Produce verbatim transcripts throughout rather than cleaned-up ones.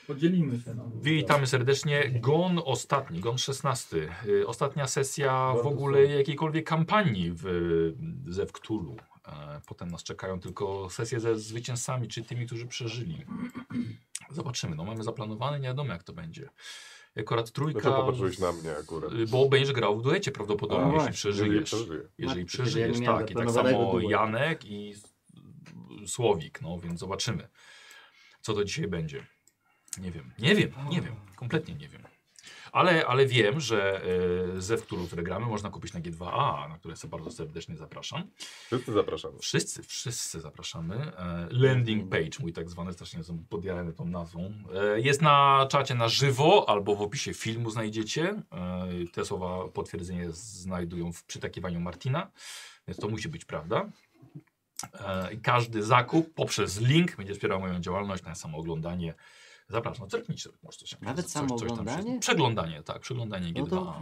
Podzielimy się. No. Witamy serdecznie. Gon ostatni, Gon szesnasty. Y, ostatnia sesja w ogóle jakiejkolwiek kampanii w Zew Cthulhu. E, potem nas czekają tylko sesje ze zwycięzcami, czy tymi, którzy przeżyli. Zobaczymy. No mamy zaplanowane, nie wiadomo jak to będzie. Akurat trójka... Dlaczego popatrzyłeś na mnie akurat? Bo będziesz grał w duecie prawdopodobnie, A, jeśli właśnie, przeżyjesz. jeżeli przeżyję. Jeżeli A, przeżyjesz, ja tak. I tak samo Janek i Słowik, no więc zobaczymy, co to dzisiaj będzie. Nie wiem, nie wiem, nie wiem, kompletnie nie wiem. Ale, ale wiem, że e, Zew Cthulhu, które gramy, można kupić na G dwa A, na które sobie bardzo serdecznie zapraszam. Wszyscy zapraszamy. Wszyscy, wszyscy zapraszamy. E, landing page, mój tak zwany, strasznie jestem podjarany tą nazwą. E, jest na czacie na żywo, albo w opisie filmu znajdziecie. E, te słowa potwierdzenie znajdują w przytakiwaniu Martina, więc to musi być prawda. E, każdy zakup poprzez link będzie wspierał moją działalność na samo oglądanie. Zapraszam, zerknijcie sobie. Może coś, Nawet coś, samo coś tam oglądanie? się- Przeglądanie, tak, przeglądanie G No dwa A. to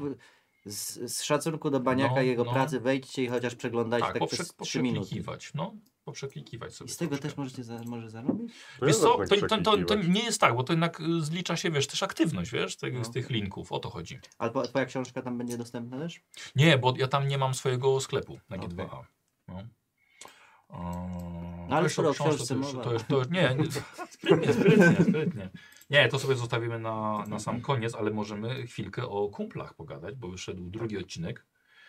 z, z szacunku do Baniaka No, i jego no. pracy wejdźcie i chociaż przeglądajcie Tak, tak, poprze, przez trzy minuty. poprzeklikiwać, no, poprzeklikiwać sobie. I z tego troszkę. też możecie za, może zarobić? To Wiesz ja co, zacznę to, to, to, to przekikiwać. nie jest tak, bo to jednak y, zlicza się, wiesz, też aktywność, wiesz, tego, No. z tych linków, o to chodzi. Albo twoja książka tam będzie dostępna też? Nie, bo ja tam nie mam swojego sklepu na G dwa A. Okej. No. O, No, ale to skoro o książce książce to już, mowa. to już, to już, nie, nie, sprytnie, sprytnie, sprytnie. Nie, to sobie zostawimy na, na sam koniec, ale możemy chwilkę o kumplach pogadać, bo wyszedł drugi odcinek.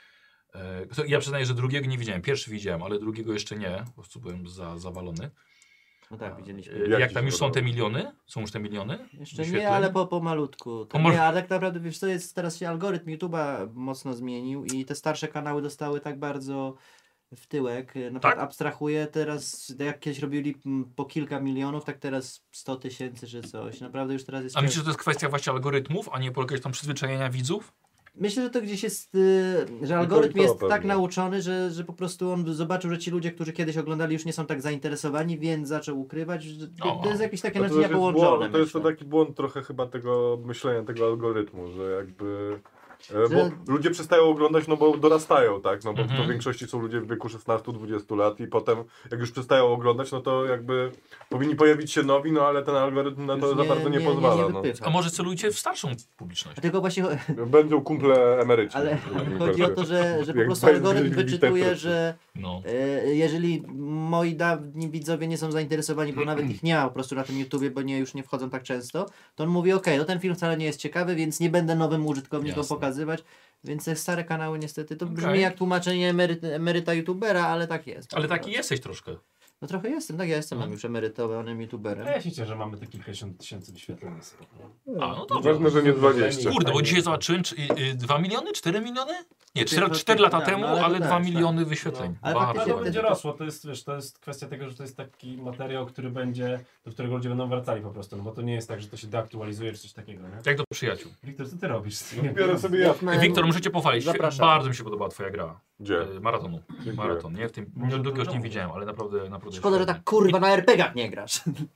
E, to ja przyznaję, że drugiego nie widziałem. Pierwszy widziałem, ale drugiego jeszcze nie, po prostu byłem za, zawalony. No tak, widzieliśmy. E, Jak jak ci tam się już są te podobało? miliony? Są już te miliony? Jeszcze wyświetleń? nie, ale po, po malutku. To Pomal- nie, ale tak naprawdę wiesz co jest, teraz się algorytm YouTube'a mocno zmienił i te starsze kanały dostały tak bardzo w tyłek. Na przykład Tak? abstrahuję teraz, jak kiedyś robili mm, po kilka milionów, tak teraz sto tysięcy czy coś. Naprawdę już teraz jest... A myślisz, że to jest kwestia właśnie algorytmów, a nie po jakiegoś tam przyzwyczajenia widzów? Myślę, że to gdzieś jest, y, że algorytm to jest pewnie. tak nauczony, że, że po prostu on zobaczył, że ci ludzie, którzy kiedyś oglądali, już nie są tak zainteresowani, więc zaczął ukrywać. Że to, to jest jakieś takie No to, naczynia też jest połączone. błąd, to jest to myślę. taki błąd trochę chyba tego myślenia, tego algorytmu, że jakby... e, Że- Bo ludzie przestają oglądać, no bo dorastają, tak? No bo Mhm. to w większości są ludzie w wieku szesnastu dwudziestu lat i potem jak już przestają oglądać, no to jakby powinni pojawić się nowi, no ale ten algorytm na to Już za bardzo nie, nie, pozwala. Nie, nie no. wypycha. A może celujcie w starszą publiczność? Tylko właśnie Będą kumple emeryci. ale chodzi o to, że, że po Jak prostu będzie algorytm widzieć wyczytuje, te że No. e, jeżeli moi dawni widzowie nie są zainteresowani, bo nawet ich nie ma po prostu na tym YouTubie, bo nie, już nie wchodzą tak często, to on mówi, okej, no ten film wcale nie jest ciekawy, więc nie będę nowym użytkownikom Jasne. pokazywać. Więc te stare kanały niestety, to brzmi Okej. jak tłumaczenie emeryt, emeryta YouTubera, ale tak jest. Ale taki jesteś troszkę. No trochę jestem, tak ja jestem No. mam już emerytowanym YouTuberem. A ja się cieszę, że mamy te kilkadziesiąt tysięcy wyświetleń. A, no dobrze. Ważne, że nie dwadzieścia. Kurde, bo dzisiaj zobaczyłem czy, y, dwa miliony, cztery miliony? Nie, Cztery- cztery lata tak, temu, no, ale to ale tak, dwa tak. miliony wyświetleń. Ale Bardzo faktycznie Ale to ładnie. będzie rosło, to jest, wiesz, to jest kwestia tego, że to jest taki materiał, który będzie, do którego ludzie będą wracali po prostu, no bo to nie jest tak, że to się deaktualizuje czy coś takiego, nie? Jak do przyjaciół. Wiktor, co ty robisz? Biorę sobie ja. Wiktor, muszę cię pochwalić. Zapraszam. Bardzo mi się podobała twoja gra. Gdzie? E, Maratonu. Dziękuję. Maraton, nie? W tym Może drugiego już to nie domu. widziałem, ale naprawdę, naprawdę. Szkoda, że fajnie. tak kurwa na er pe gach nie grasz.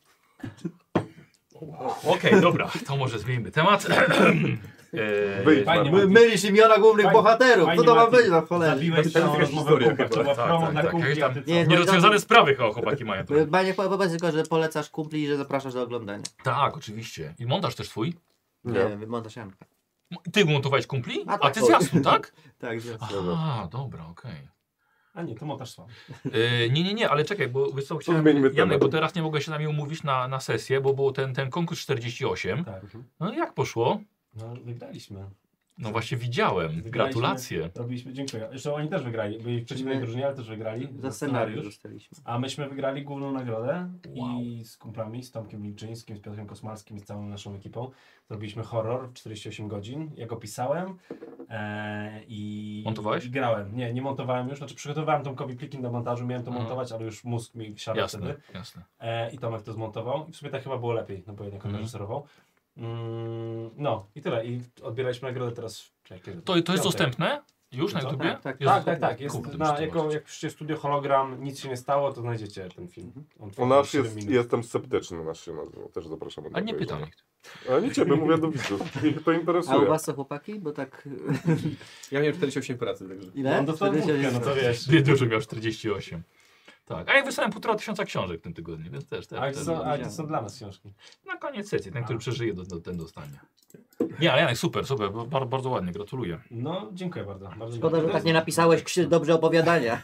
Okej, dobra, to może zmieńmy temat. E, Wyjdź, Fajnie, Martin. My, mylisz imiona głównych Fajnie- bohaterów, fajnie, co to ma Martin. być na cholerę? Zabiłeś To jest całą jakaś rozmowę historia kupę, chyba. to była Tak, promo tak, dla tak. kumpli, Jakieś a tam ty co? Nie, Nierozwiązane sprawy chyba chłopaki mają. trochę. Baniak, powiedz tylko, że polecasz kumpli i że zapraszasz do oglądania. Tak, oczywiście. I montaż też twój? Nie, Nie. wiem, montaż Janka. Ty montowałeś kumpli? A A tak, ty o. z Jasnu, tak? Tak, zjadł. Aha, dobra, okej. A nie, to montaż słabo. E, nie, nie, nie, ale czekaj, bo wiesz co, chciałem, zmieńmy Janek, temat. bo teraz nie mogę się z nami umówić na, na sesję, bo był ten, ten konkurs czterdzieści osiem. Tak. No jak poszło? No, wygraliśmy. No właśnie widziałem. Wygraliśmy. Gratulacje. Robiliśmy, dziękuję. Jeszcze oni też wygrali, byli w przeciwnej My- drużynie, ale też wygrali. Za scenariusz dostaliśmy. A myśmy wygrali główną nagrodę Wow. i z kumplami, z Tomkiem Wilczyńskim, z Piotrem Kosmalskim i z całą naszą ekipą zrobiliśmy horror w czterdzieści osiem godzin. Ja go pisałem e, i, Montowałeś? i grałem. Nie, nie montowałem już, znaczy przygotowywałem Tomkowi pliki do montażu, miałem to Mhm. montować, ale już mózg mi siadał Jasne, wtedy. jasne. E, I Tomek to zmontował. I w sumie tak chyba było lepiej, no bo jednak on Mhm. reżyserował. Mm, no i tyle. I odbieraliśmy nagrodę teraz. Czekaj, kiedy To, to jest Piątek. dostępne? Już na Co? YouTubie? Tak, tak. Jest- Tak, tak, tak. Jest Kurde, na, muszę jako, zobaczyć. jak piszecie studio hologram, nic się nie stało, to znajdziecie ten film. On U trwa nas siedem jest, minut. jestem sceptyczny, nasz się nazywał. Też zapraszamy. do A nie obejrzenia. pytam nikt. Ale nie ciebie, mówię do widzów. Ich to A u interesuje. was co chłopaki? Bo tak... Ja miałem czterdzieści osiem pracy, także. Ile? No dostał czterdzieści wódkę, no to wiesz. Dwie dużo miał czterdzieści osiem. Tak, a ja wysłałem półtora tysiąca książek w tym tygodniu, więc też, też, A też. są, a to są dla nas książki. Na koniec sesji, ten, który A. przeżyje, do, do, ten dostanie. Nie, ale Janek, super, super, bardzo, bardzo ładnie, gratuluję. No, dziękuję bardzo. bardzo Szkoda, że dziękuję. tak nie napisałeś krzy- dobrze opowiadania.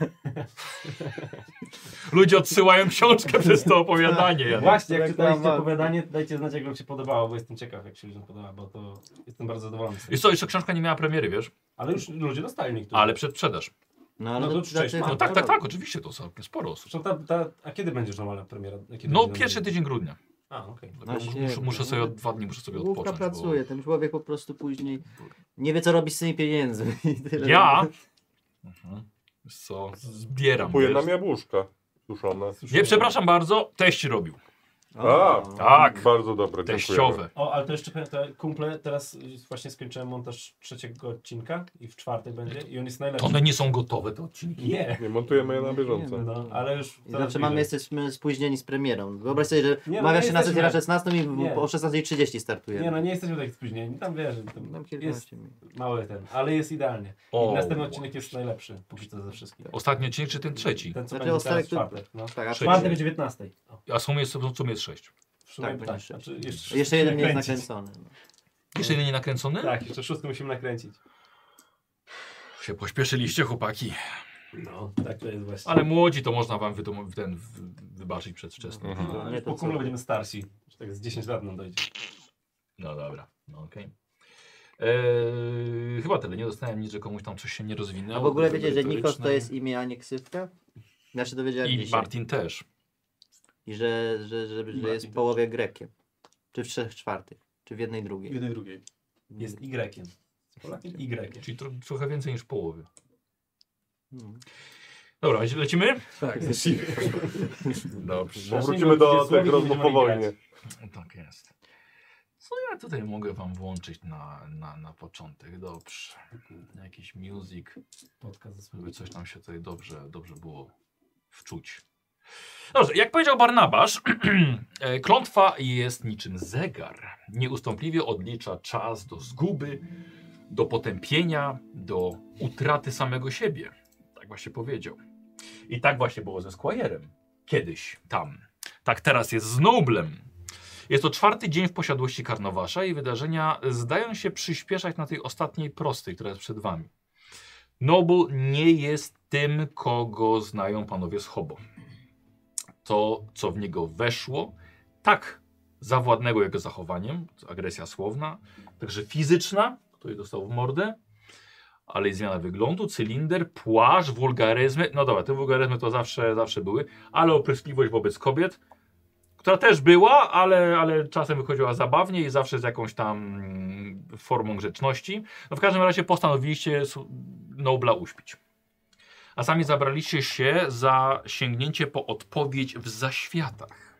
Ludzie odsyłają książkę przez to opowiadanie. Janek. Właśnie, jak czytaliście Reklama. opowiadanie, dajcie znać, jak wam się podobało, bo jestem ciekaw, jak się ludziom podoba, bo to jestem bardzo zadowolony z tego. Wiesz co, jeszcze książka nie miała premiery, wiesz? Ale już ludzie dostali niektórzy. Ale przedsprzedaż. No ale No to to cześć, znaczy- no No tak, tak, tak, oczywiście, to całkiem sporo osób. Zresztą ta, ta, a kiedy będzie już normalna premiera? Kiedy No, będzie pierwszy normalna? tydzień grudnia. A, okej. No Muszę, świetnie. muszę sobie od dwa dni muszę sobie Główka odpocząć. pracuje, ten człowiek po prostu później nie wie co robić z tymi pieniędzmi. I Bo... tyle. Ja? Mhm. Wiesz co, zbieram. Kupuję wiesz. nam jabłuszka suszone. Nie, przepraszam bardzo, teść robił. A, Tak, Bardzo dobre, dziękuję. teściowe. O, ale to jeszcze powiem, te kumple, teraz właśnie skończyłem montaż trzeciego odcinka i w czwartek będzie i on jest To najlepszy. one nie są gotowe, te odcinki. Nie, Nie, montujemy je na bieżąco. no, ale już I coraz zawsze mamy, bliżej. jesteśmy spóźnieni z premierą. Wyobraź sobie, że Nie, no umawiasz nie się na sesję jesteśmy. na szesnastą i Nie. o szesnastej trzydzieści startujemy. Nie no, nie jesteśmy tak spóźnieni, tam wiesz, tam Nam jest kilkanaście minut. mały ten, ale jest idealnie. O, I następny odcinek jest najlepszy, póki co ze wszystkich. Ostatni odcinek czy ten trzeci? Ten co Znaczy, będzie ostatni teraz w to- czwartek, no. Tak, a Trzeci. Czwartek o dziewiętnastej. O, A w sumie jest, w sumie jest sześć. w sumie Tak, tak, będzie znaczy sześć. jeszcze, Jeszcze jeden nie jest nakręcić. nakręcony. No. Jeszcze jeden nie nakręcony? Tak, jeszcze szóstkę musimy nakręcić. Się pośpieszyliście, chłopaki. No, tak to jest właśnie. Ale młodzi to można wam wy, ten w, wybaczyć przedwczesny. Mhm. No, Nie, już to po co? kumlu będziemy starsi. Że tak z dziesięć lat nam dojdzie. No dobra, no okej. Eee, chyba tyle, nie dostałem nic, że komuś tam coś się nie rozwinęło. A w ogóle wiecie, że merytoryczne. Nikos to jest imię, a nie ksywka? Ja się dowiedziałem I dzisiaj. Martin też. I że, że, że, że jest w połowie Grekiem. Czy w trzech czwartych. Czy w jednej drugiej. Jednej drugiej. Jest Y. Polakiem Y. Czyli tro, trochę więcej niż połowy. Hmm. Dobra, lecimy? Tak, Dobrze. Bo wrócimy do Słowik tego nie rozmów będziemy po grać. wojnie. Tak jest. Co ja tutaj mogę wam włączyć na, na, na początek? Dobrze. Jakiś music, Podcast ze żeby Słowik. coś tam się tutaj dobrze, dobrze było wczuć. Dobrze, jak powiedział Barnabasz, e, klątwa jest niczym zegar. Nieustępliwie odlicza czas do zguby, do potępienia, do utraty samego siebie. Tak właśnie powiedział. I tak właśnie było ze Squire'em. Kiedyś tam. Tak teraz jest z Noblem. Jest to czwarty dzień w posiadłości Karnowasza i wydarzenia zdają się przyspieszać na tej ostatniej prostej, która jest przed wami. Noble nie jest tym, kogo znają panowie z Hobo. To, co w niego weszło, tak zawładnęło jego zachowaniem, agresja słowna, także fizyczna, który dostał w mordę, ale i zmiana wyglądu, cylinder, płaszcz, wulgaryzmy. No dobra, te wulgaryzmy to zawsze, zawsze były, ale opryskliwość wobec kobiet, która też była, ale, ale czasem wychodziła zabawnie i zawsze z jakąś tam mm, formą grzeczności. No w każdym razie postanowiliście s- Nobla uśpić. A sami zabraliście się za sięgnięcie po odpowiedź w zaświatach.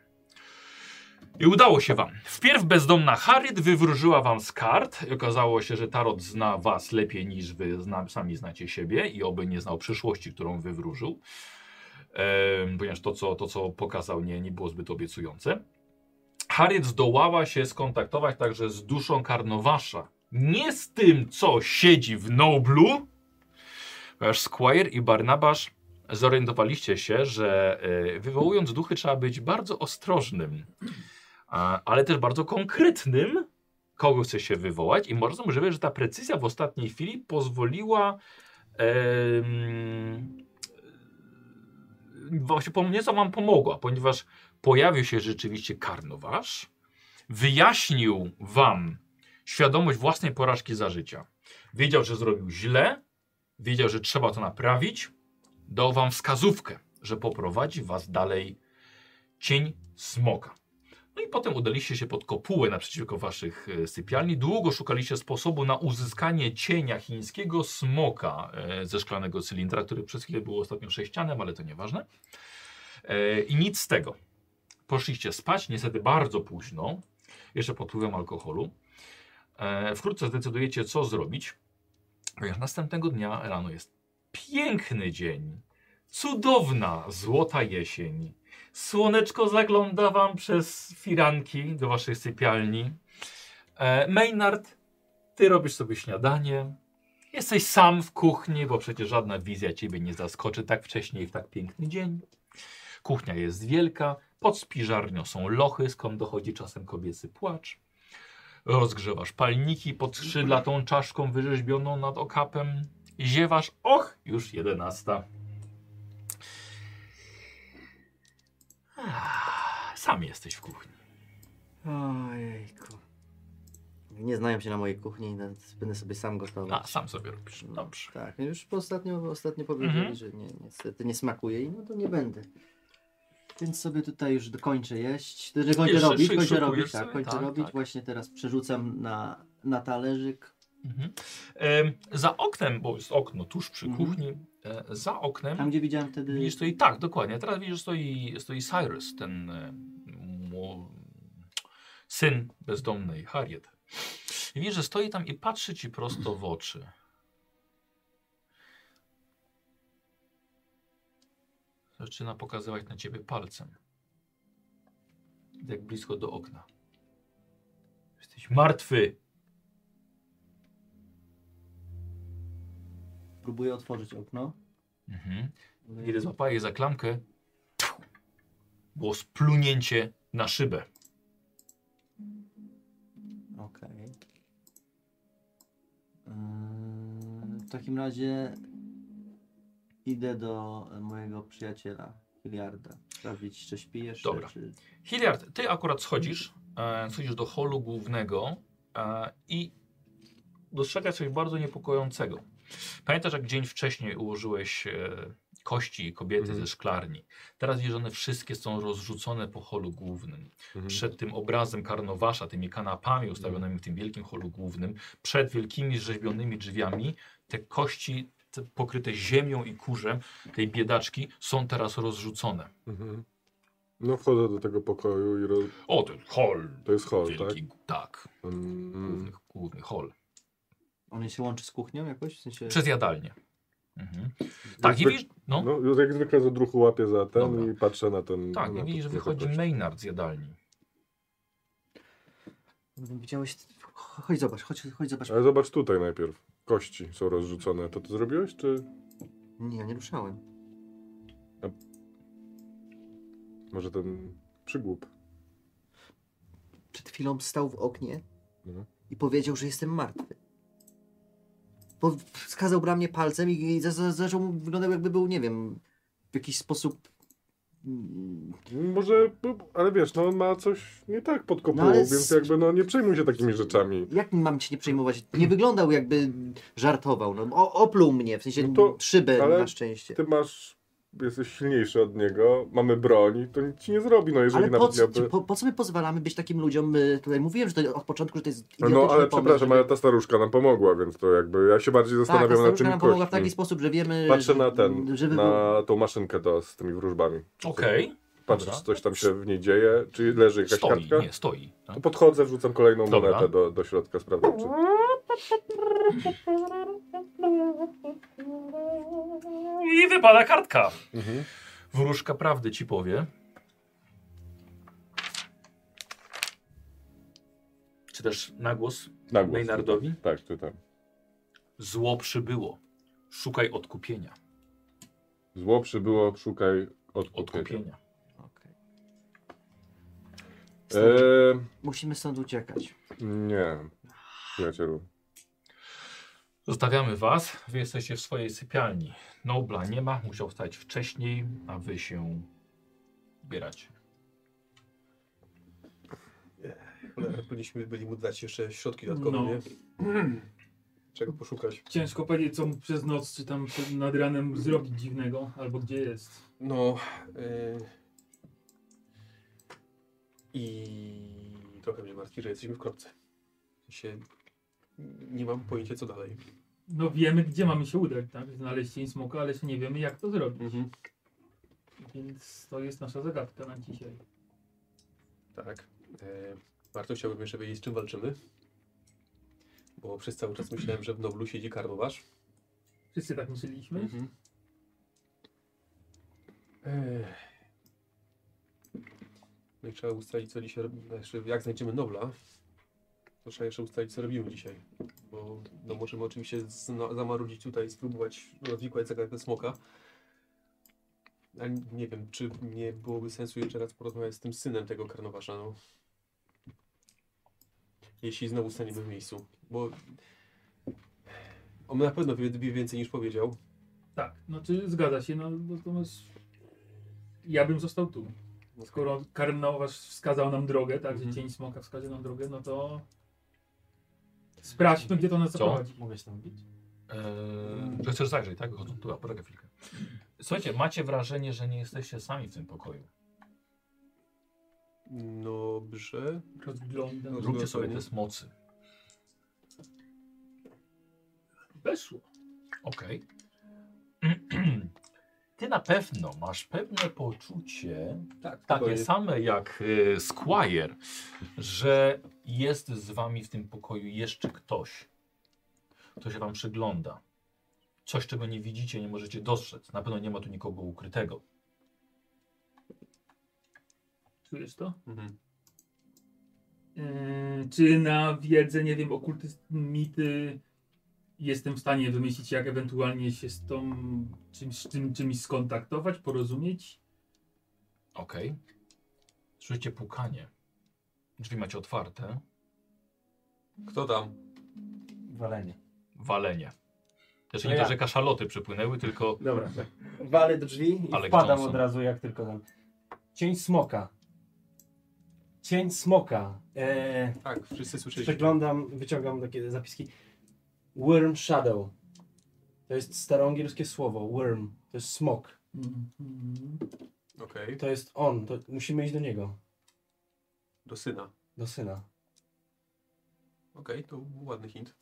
I udało się wam. Wpierw bezdomna Harriet wywróżyła wam z kart. I okazało się, że Tarot zna was lepiej niż wy zna, sami znacie siebie i oby nie znał przyszłości, którą wywróżył. Ehm, ponieważ to co, to, co pokazał, nie, nie było zbyt obiecujące. Harriet zdołała się skontaktować także z duszą Karnowasza. Nie z tym, co siedzi w Noblu, ponieważ Squire i Barnabasz zorientowaliście się, że e, wywołując duchy trzeba być bardzo ostrożnym, a, ale też bardzo konkretnym, kogo chce się wywołać i bardzo możliwe, że ta precyzja w ostatniej chwili pozwoliła em, właśnie pom- nieco wam pomogła, ponieważ pojawił się rzeczywiście Karnowasz, wyjaśnił wam świadomość własnej porażki za życia. Wiedział, że zrobił źle, wiedział, że trzeba to naprawić, dał wam wskazówkę, że poprowadzi was dalej cień smoka. No i potem udaliście się pod kopułę naprzeciwko waszych e, sypialni. Długo szukaliście sposobu na uzyskanie cienia chińskiego smoka e, ze szklanego cylindra, który przez chwilę był ostatnio sześcianem, ale to nieważne. E, I nic z tego. Poszliście spać, niestety bardzo późno, jeszcze pod wpływem alkoholu. E, wkrótce zdecydujecie, co zrobić, ponieważ następnego dnia rano jest piękny dzień, cudowna, złota jesień. Słoneczko zagląda wam przez firanki do waszej sypialni. E, Maynard, ty robisz sobie śniadanie. Jesteś sam w kuchni, bo przecież żadna wizja ciebie nie zaskoczy tak wcześnie i w tak piękny dzień. Kuchnia jest wielka, pod spiżarnią są lochy, skąd dochodzi czasem kobiecy płacz. Rozgrzewasz palniki pod skrzydlatą czaszką wyrzeźbioną nad okapem. Ziewasz, och, już jedenasta. Ah, sam jesteś w kuchni. Ojejku. Nie znają się na mojej kuchni i nawet będę sobie sam gotował. A, sam sobie robisz. Dobrze. Tak, już ostatnio, ostatnio powiedzieli, Mhm. że nie, niestety nie smakuje i no to nie będę. Więc sobie tutaj już dokończę jeść. Znaczy kończę Jeszcze robić, szy- kończę szykujesz robić, tak, sobie? kończę Tak, robić. tak. Właśnie teraz przerzucam na, na talerzyk. Mhm. Em, za oknem, bo jest okno tuż przy Mhm. kuchni, e, za oknem Tam gdzie widziałem wtedy... widzisz stoi, tak, dokładnie, teraz widzisz stoi, stoi Cyrus, ten e, mło- syn bezdomnej Harriet. I widzisz, że stoi tam i patrzy ci prosto w oczy. Zaczyna pokazywać na ciebie palcem. Jak blisko do okna. Jesteś martwy. Próbuję otworzyć okno. Mhm. Kiedy złapałeś za klamkę, było splunięcie na szybę. Okej. Yy, W takim razie idę do mojego przyjaciela, Hilliarda. Sprawdzić, czy śpi jeszcze, Dobra. czy... Hilliard, ty akurat schodzisz, e, schodzisz do holu głównego e, i dostrzegasz coś bardzo niepokojącego. Pamiętasz, jak dzień wcześniej ułożyłeś e, kości kobiety Mhm. ze szklarni. Teraz widzisz, że one wszystkie są rozrzucone po holu głównym. Mhm. Przed tym obrazem karnowasza, tymi kanapami ustawionymi w tym wielkim holu głównym, przed wielkimi rzeźbionymi drzwiami, te kości te pokryte ziemią i kurzem tej biedaczki są teraz rozrzucone. Mhm. No wchodzę do tego pokoju i roz... O, to hol. to jest hol, tak? Wielki, tak. Mm, Główny, główny hol. On się łączy z kuchnią jakoś? W sensie... Przez jadalnię. Mhm. Tak, i zwyk- widzisz, no, No, jak zwykle z odruchu łapię za ten Dobra. i patrzę na ten... tak, na i to- widzisz, że na te wychodzi kości. Maynard z jadalni. Widziałeś... Chodź zobacz, chodź, chodź zobacz. Ale zobacz tutaj najpierw. Kości są rozrzucone. To ty zrobiłeś, czy Nie, ja nie ruszałem. może ten przygłup? Przed chwilą stał w oknie Mhm. i powiedział, że jestem martwy. Po, wskazał na mnie palcem i, i za- za- zaczął mu wyglądał jakby był, nie wiem, w jakiś sposób... mm, Może, ale wiesz, no on ma coś nie tak pod kopułą, No, ale więc s- jakby no nie przejmuj się takimi rzeczami. Jak mam się nie przejmować? Nie wyglądał jakby żartował. No, o, opluł mnie, w sensie No to- szybę ale na szczęście. Ty masz, jesteś silniejszy od niego, mamy broń, to nic ci nie zrobi, no jeżeli Ale po, nawet co- miałby... po, po co my pozwalamy być takim ludziom? y, Tutaj mówiłem, że to od początku, że to jest idiotyczny No ale pomysł, przepraszam, żeby- ale ta staruszka nam pomogła, więc to jakby ja się bardziej Tak, ta zastanawiam nad staruszka tymi nam pomogła w taki kośćmi. sposób, że wiemy... Patrzę że- na ten, żeby na tą maszynkę do, z tymi wróżbami. Czy coś- Okej, Patrzę, dobra. czy coś tam się w niej dzieje, czy leży jakaś Stoi, kartka. nie, stoi. Tak? To podchodzę, wrzucam kolejną Dobra. monetę do, do środka, sprawdzam czy... I wypada kartka. Mhm. Wróżka prawdy ci powie. Czy też na głos Na głos. Maynardowi? Tak, czytam. Zło przybyło. Szukaj odkupienia. Zło przybyło, szukaj odkupienia. Odkupienia. Okej. Eee, Musimy stąd uciekać. nie, przyjacielu. Zostawiamy was. Wy jesteście w swojej sypialni. Nobla nie ma. Musiał wstać wcześniej, a wy się bieracie. Ale powinniśmy byli mu dać jeszcze środki dodatkowe, No. nie? Czego poszukać. Ciężko powiedzieć, co mu przez noc czy tam przed nad ranem zrobić dziwnego, albo gdzie jest. No. Yy... I trochę mnie martwi, że jesteśmy w kropce. W sensie, nie mam pojęcia co dalej. No wiemy, gdzie mamy się udać, tak? Znaleźć cień smoka, ale jeszcze nie wiemy, jak to zrobić. Mhm. Więc to jest nasza zagadka na dzisiaj. Tak. Yy... Bardzo chciałbym jeszcze wiedzieć, z czym walczymy. Bo przez cały czas myślałem, że w Noblu siedzi karbowasz. Wszyscy tak myśleliśmy. Mhm. Ech. No i trzeba ustalić, co dzisiaj robimy. Znaczy, jak znajdziemy Nobla, to trzeba jeszcze ustalić, co robimy dzisiaj. Bo no, możemy oczywiście zna- zamarudzić tutaj, spróbować rozwikłać zagadkę smoka. Ale nie wiem, czy nie byłoby sensu jeszcze raz porozmawiać z tym synem tego karnowasza, no. Jeśli znowu staniemy w miejscu, bo on na pewno wie, wie więcej niż powiedział. Tak, no czy zgadza się, no natomiast ja bym został tu. Skoro karnowacz wskazał nam drogę, tak, Mhm. że cień smoka wskaże nam drogę, no to sprawdźmy, gdzie to nas Co? zaprowadzi. Mogę się tam bić? Eee, że chcesz zajrzeć, tak? Wychodzą. Dobra, poczekaj chwilkę. Słuchajcie, macie wrażenie, że nie jesteście sami w tym pokoju. Dobrze. Rozglądam. Rozglądam. Zróbcie sobie test mocy. Weszło. Okej. Ty na pewno masz pewne poczucie, Tak, takie jest. same jak e, Squire, że jest z wami w tym pokoju jeszcze ktoś, kto się wam przygląda. Coś, czego nie widzicie, nie możecie dostrzec. Na pewno nie ma tu nikogo ukrytego. Czujesz to? Mhm. Yy, czy na wiedzę, nie wiem, okultyzm, mity jestem w stanie wymyślić, jak ewentualnie się z tą czymś, z tym, czymś skontaktować, porozumieć? Okej. Słyszycie pukanie. Drzwi macie otwarte. Kto tam? Walenie. Walenie. Też No nie ja. to, że kaszaloty przypłynęły, tylko Dobra. Walę do drzwi i Alec wpadam Johnson. od razu jak tylko tam. Cień smoka. Cień smoka. Eee, Tak, wszyscy słyszeli. przeglądam, wyciągam takie zapiski. Worm Shadow. To jest staroangielskie słowo. Worm. To jest smok. Mhm. Okej, To jest on. To musimy iść do niego. do syna. Do syna. Okej, to ładny hint.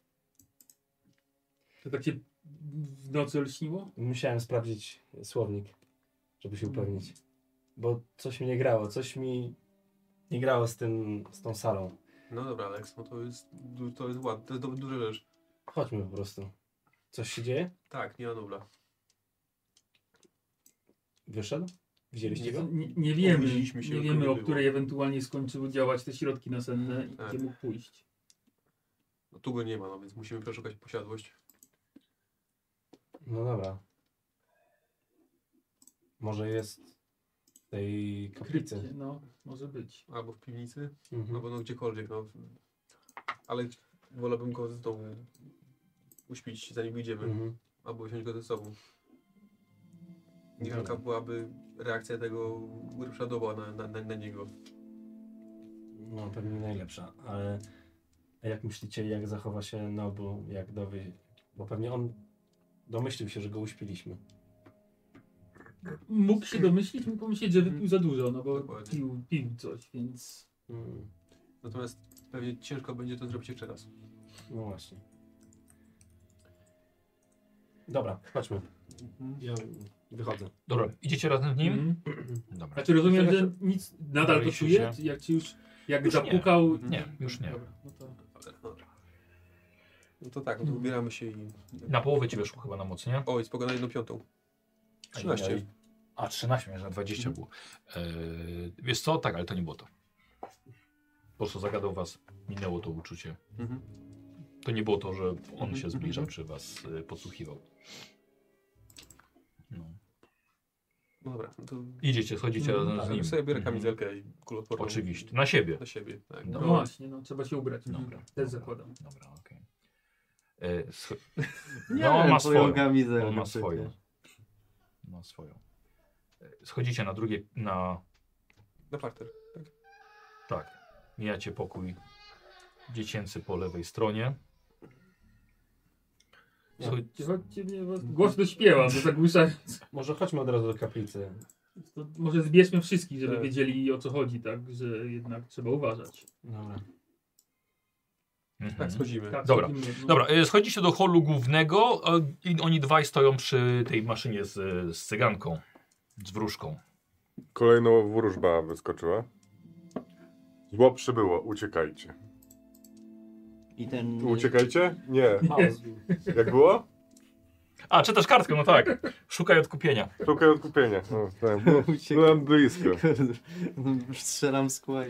To tak cię w nocy olśniło? Musiałem sprawdzić słownik, żeby się upewnić. Bo coś mi nie grało. Coś mi nie grało z tym, z tą salą. No dobra, Alex, no to jest, du- to jest ładne, to jest du- duża rzecz. Chodźmy po prostu. Coś się dzieje? Tak, nie ma nubla. Wyszedł? Widzieliście Nie go? Nie, nie wiemy, Obudziliśmy się, nie go wiemy, nie o było. której ewentualnie skończyły działać te środki nasenne i Tak. gdzie mógł pójść. No tu go nie ma, no więc musimy przeszukać posiadłość. No dobra. Może jest w tej kaplicy. Krypcie, no, może być. Albo w piwnicy, Mhm. albo no gdziekolwiek, no. Ale wolałbym go z domu uśpić, zanim wyjdziemy. Mhm. Albo wziąć go ze sobą. Nie wiem, Dobra. jaka byłaby reakcja tego Ryszardowa na, na, na, na niego. No pewnie nie najlepsza, ale a jak myślicie, jak zachowa się Nobu, jak dowie, bo pewnie on domyślił się, że go uśpiliśmy. Mógł się domyślić, mógł pomyśleć, że wypił za dużo, no bo Dokładnie. pił, pił coś, więc... Mm. Natomiast pewnie ciężko będzie to zrobić jeszcze raz. No właśnie. Dobra, chodźmy. Ja wychodzę. dobra, idziecie razem z nim? Mhm. Dobra. Znaczy rozumiem, To że jeszcze- nic nadal to Daliście czuje? się. Czy jak ci już, jak Już nie. zapukał... Nie, już nie. Dobra, no to... Ale, dobra. No to tak, no to ubieramy się i... Na połowę ci weszło chyba na moc, nie? O, jest pogoda na jedną piątą. A, trzynaście. nie, A, trzynaście, że na dwadzieścia było. Eee, wiesz co? Tak, ale to nie było to. Po prostu zagadał was, minęło to uczucie. Mhm. To nie było to, że on się zbliżał, czy was y, podsłuchiwał. No. No dobra, no to... Idziecie, schodzicie Mhm, razem z Tak, nim. sobie biorę Mhm. kamizelkę i kuloodporną. Oczywiście, na siebie. Na siebie, tak. No Dobra. właśnie, no trzeba się ubrać. Dobra. Mhm. Też zakładam. Dobra, okej. E, sch- Nie No, wiem, ma twoją swoją. kamizelkę On ma przecież. swoją. Ma swoją. E, Schodzicie na drugie, na... Na parter. Tak. Tak. Mijacie pokój dziecięcy po lewej stronie. Słuchaj, Chodźcie, chodźcie, mnie was głośno śpiewam, to zagłuszając. Może chodźmy od razu do kaplicy. To może zbierzmy wszystkich, żeby Tak. wiedzieli o co chodzi, tak? Że jednak trzeba uważać. Dobra. mhm. Tak, schodzimy. Tak, Dobra. schodzimy, no. Dobra, e, schodzicie do holu głównego e, i oni dwaj stoją przy tej maszynie z, z cyganką, z wróżką. Kolejna wróżba wyskoczyła. Zło przybyło, uciekajcie. I ten... Uciekajcie? Nie. Mało. Jak było? A, czytasz kartkę, no tak. Szukaj odkupienia. Szukaj odkupienia. No, tak. Uciek- Byłem blisko. Strzelam z kłania.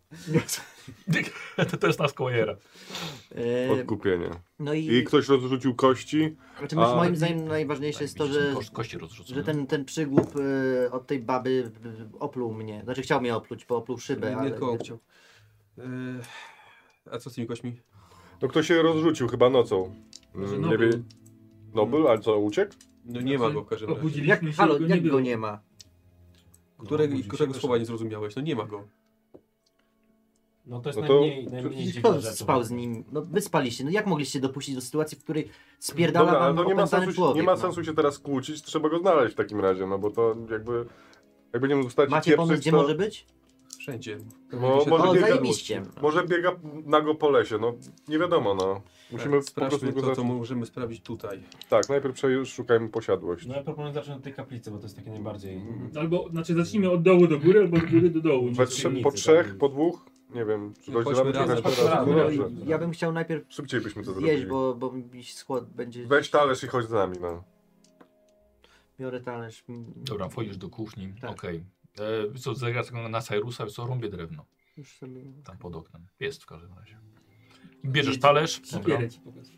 to, to jest na Square'a. E, Odkupienie. no i, I ktoś rozrzucił kości. znaczy, myślę, a- moim zdaniem najważniejsze jest to, że, Kości, kości rozrzucone. że ten, ten przygłup e, od tej baby e, opluł mnie. Znaczy chciał mnie opluć, bo opluł szybę, Nie ale... tylko obciął. Yy, a co z tymi kośćmi? No ktoś się rozrzucił chyba nocą. Może Mm, nie wie... Nobel. Nobel, ale co, uciekł? No nie ma go w każdym razie. Obudziliśmy Jak, się, halo, go jak nie go było. nie ma? Którego, No, budzi się, którego wyszedł. słowa nie zrozumiałeś? No nie ma go. No to jest No to- najmniej, najmniej dziwna Kto rzecz. spał z nim? No wy spaliście. No jak mogliście dopuścić do sytuacji, w której spierdala Dobra, ale wam to nie ma, opętany sensu, człowiek? nie ma no. sensu się teraz kłócić, trzeba go znaleźć w takim razie, no bo to jakby... Jak będziemy zostać Macie pomysł, gdzie to... może być? Wszędzie. Bo Będzie się może tam O, biega- zajebiście. Może biega nago po lesie, no nie wiadomo, no. Musimy Tak, po prostu sprawdźmy go to, co zacząć. możemy sprawdzić tutaj. Tak, najpierw szukajmy posiadłość. No ja proponuję zacząć od tej kaplicy, bo to jest takie najbardziej... Albo, znaczy zacznijmy od dołu do góry, albo od góry do dołu. We Nie trze- piwnicy po tam trzech, jest. po dwóch? Nie wiem, czy No, rozdzielamy chodźmy trochę razem, teraz? chodźmy No razem. dobrze. Ja bym chciał najpierw Szybciej byśmy to zjeść, zrobili. bo, bo mi schłod będzie... Weź talerz i chodź z nami, no. Biorę talerz. Dobra, wchodzisz do kuchni. Tak. Okej. E, Co, zegar na Cyrusa, co rąbię drewno. Już sobie... Tam pod oknem. Jest w każdym razie. Bierzesz talerz. Dobra. Szpierę ci pokazuję.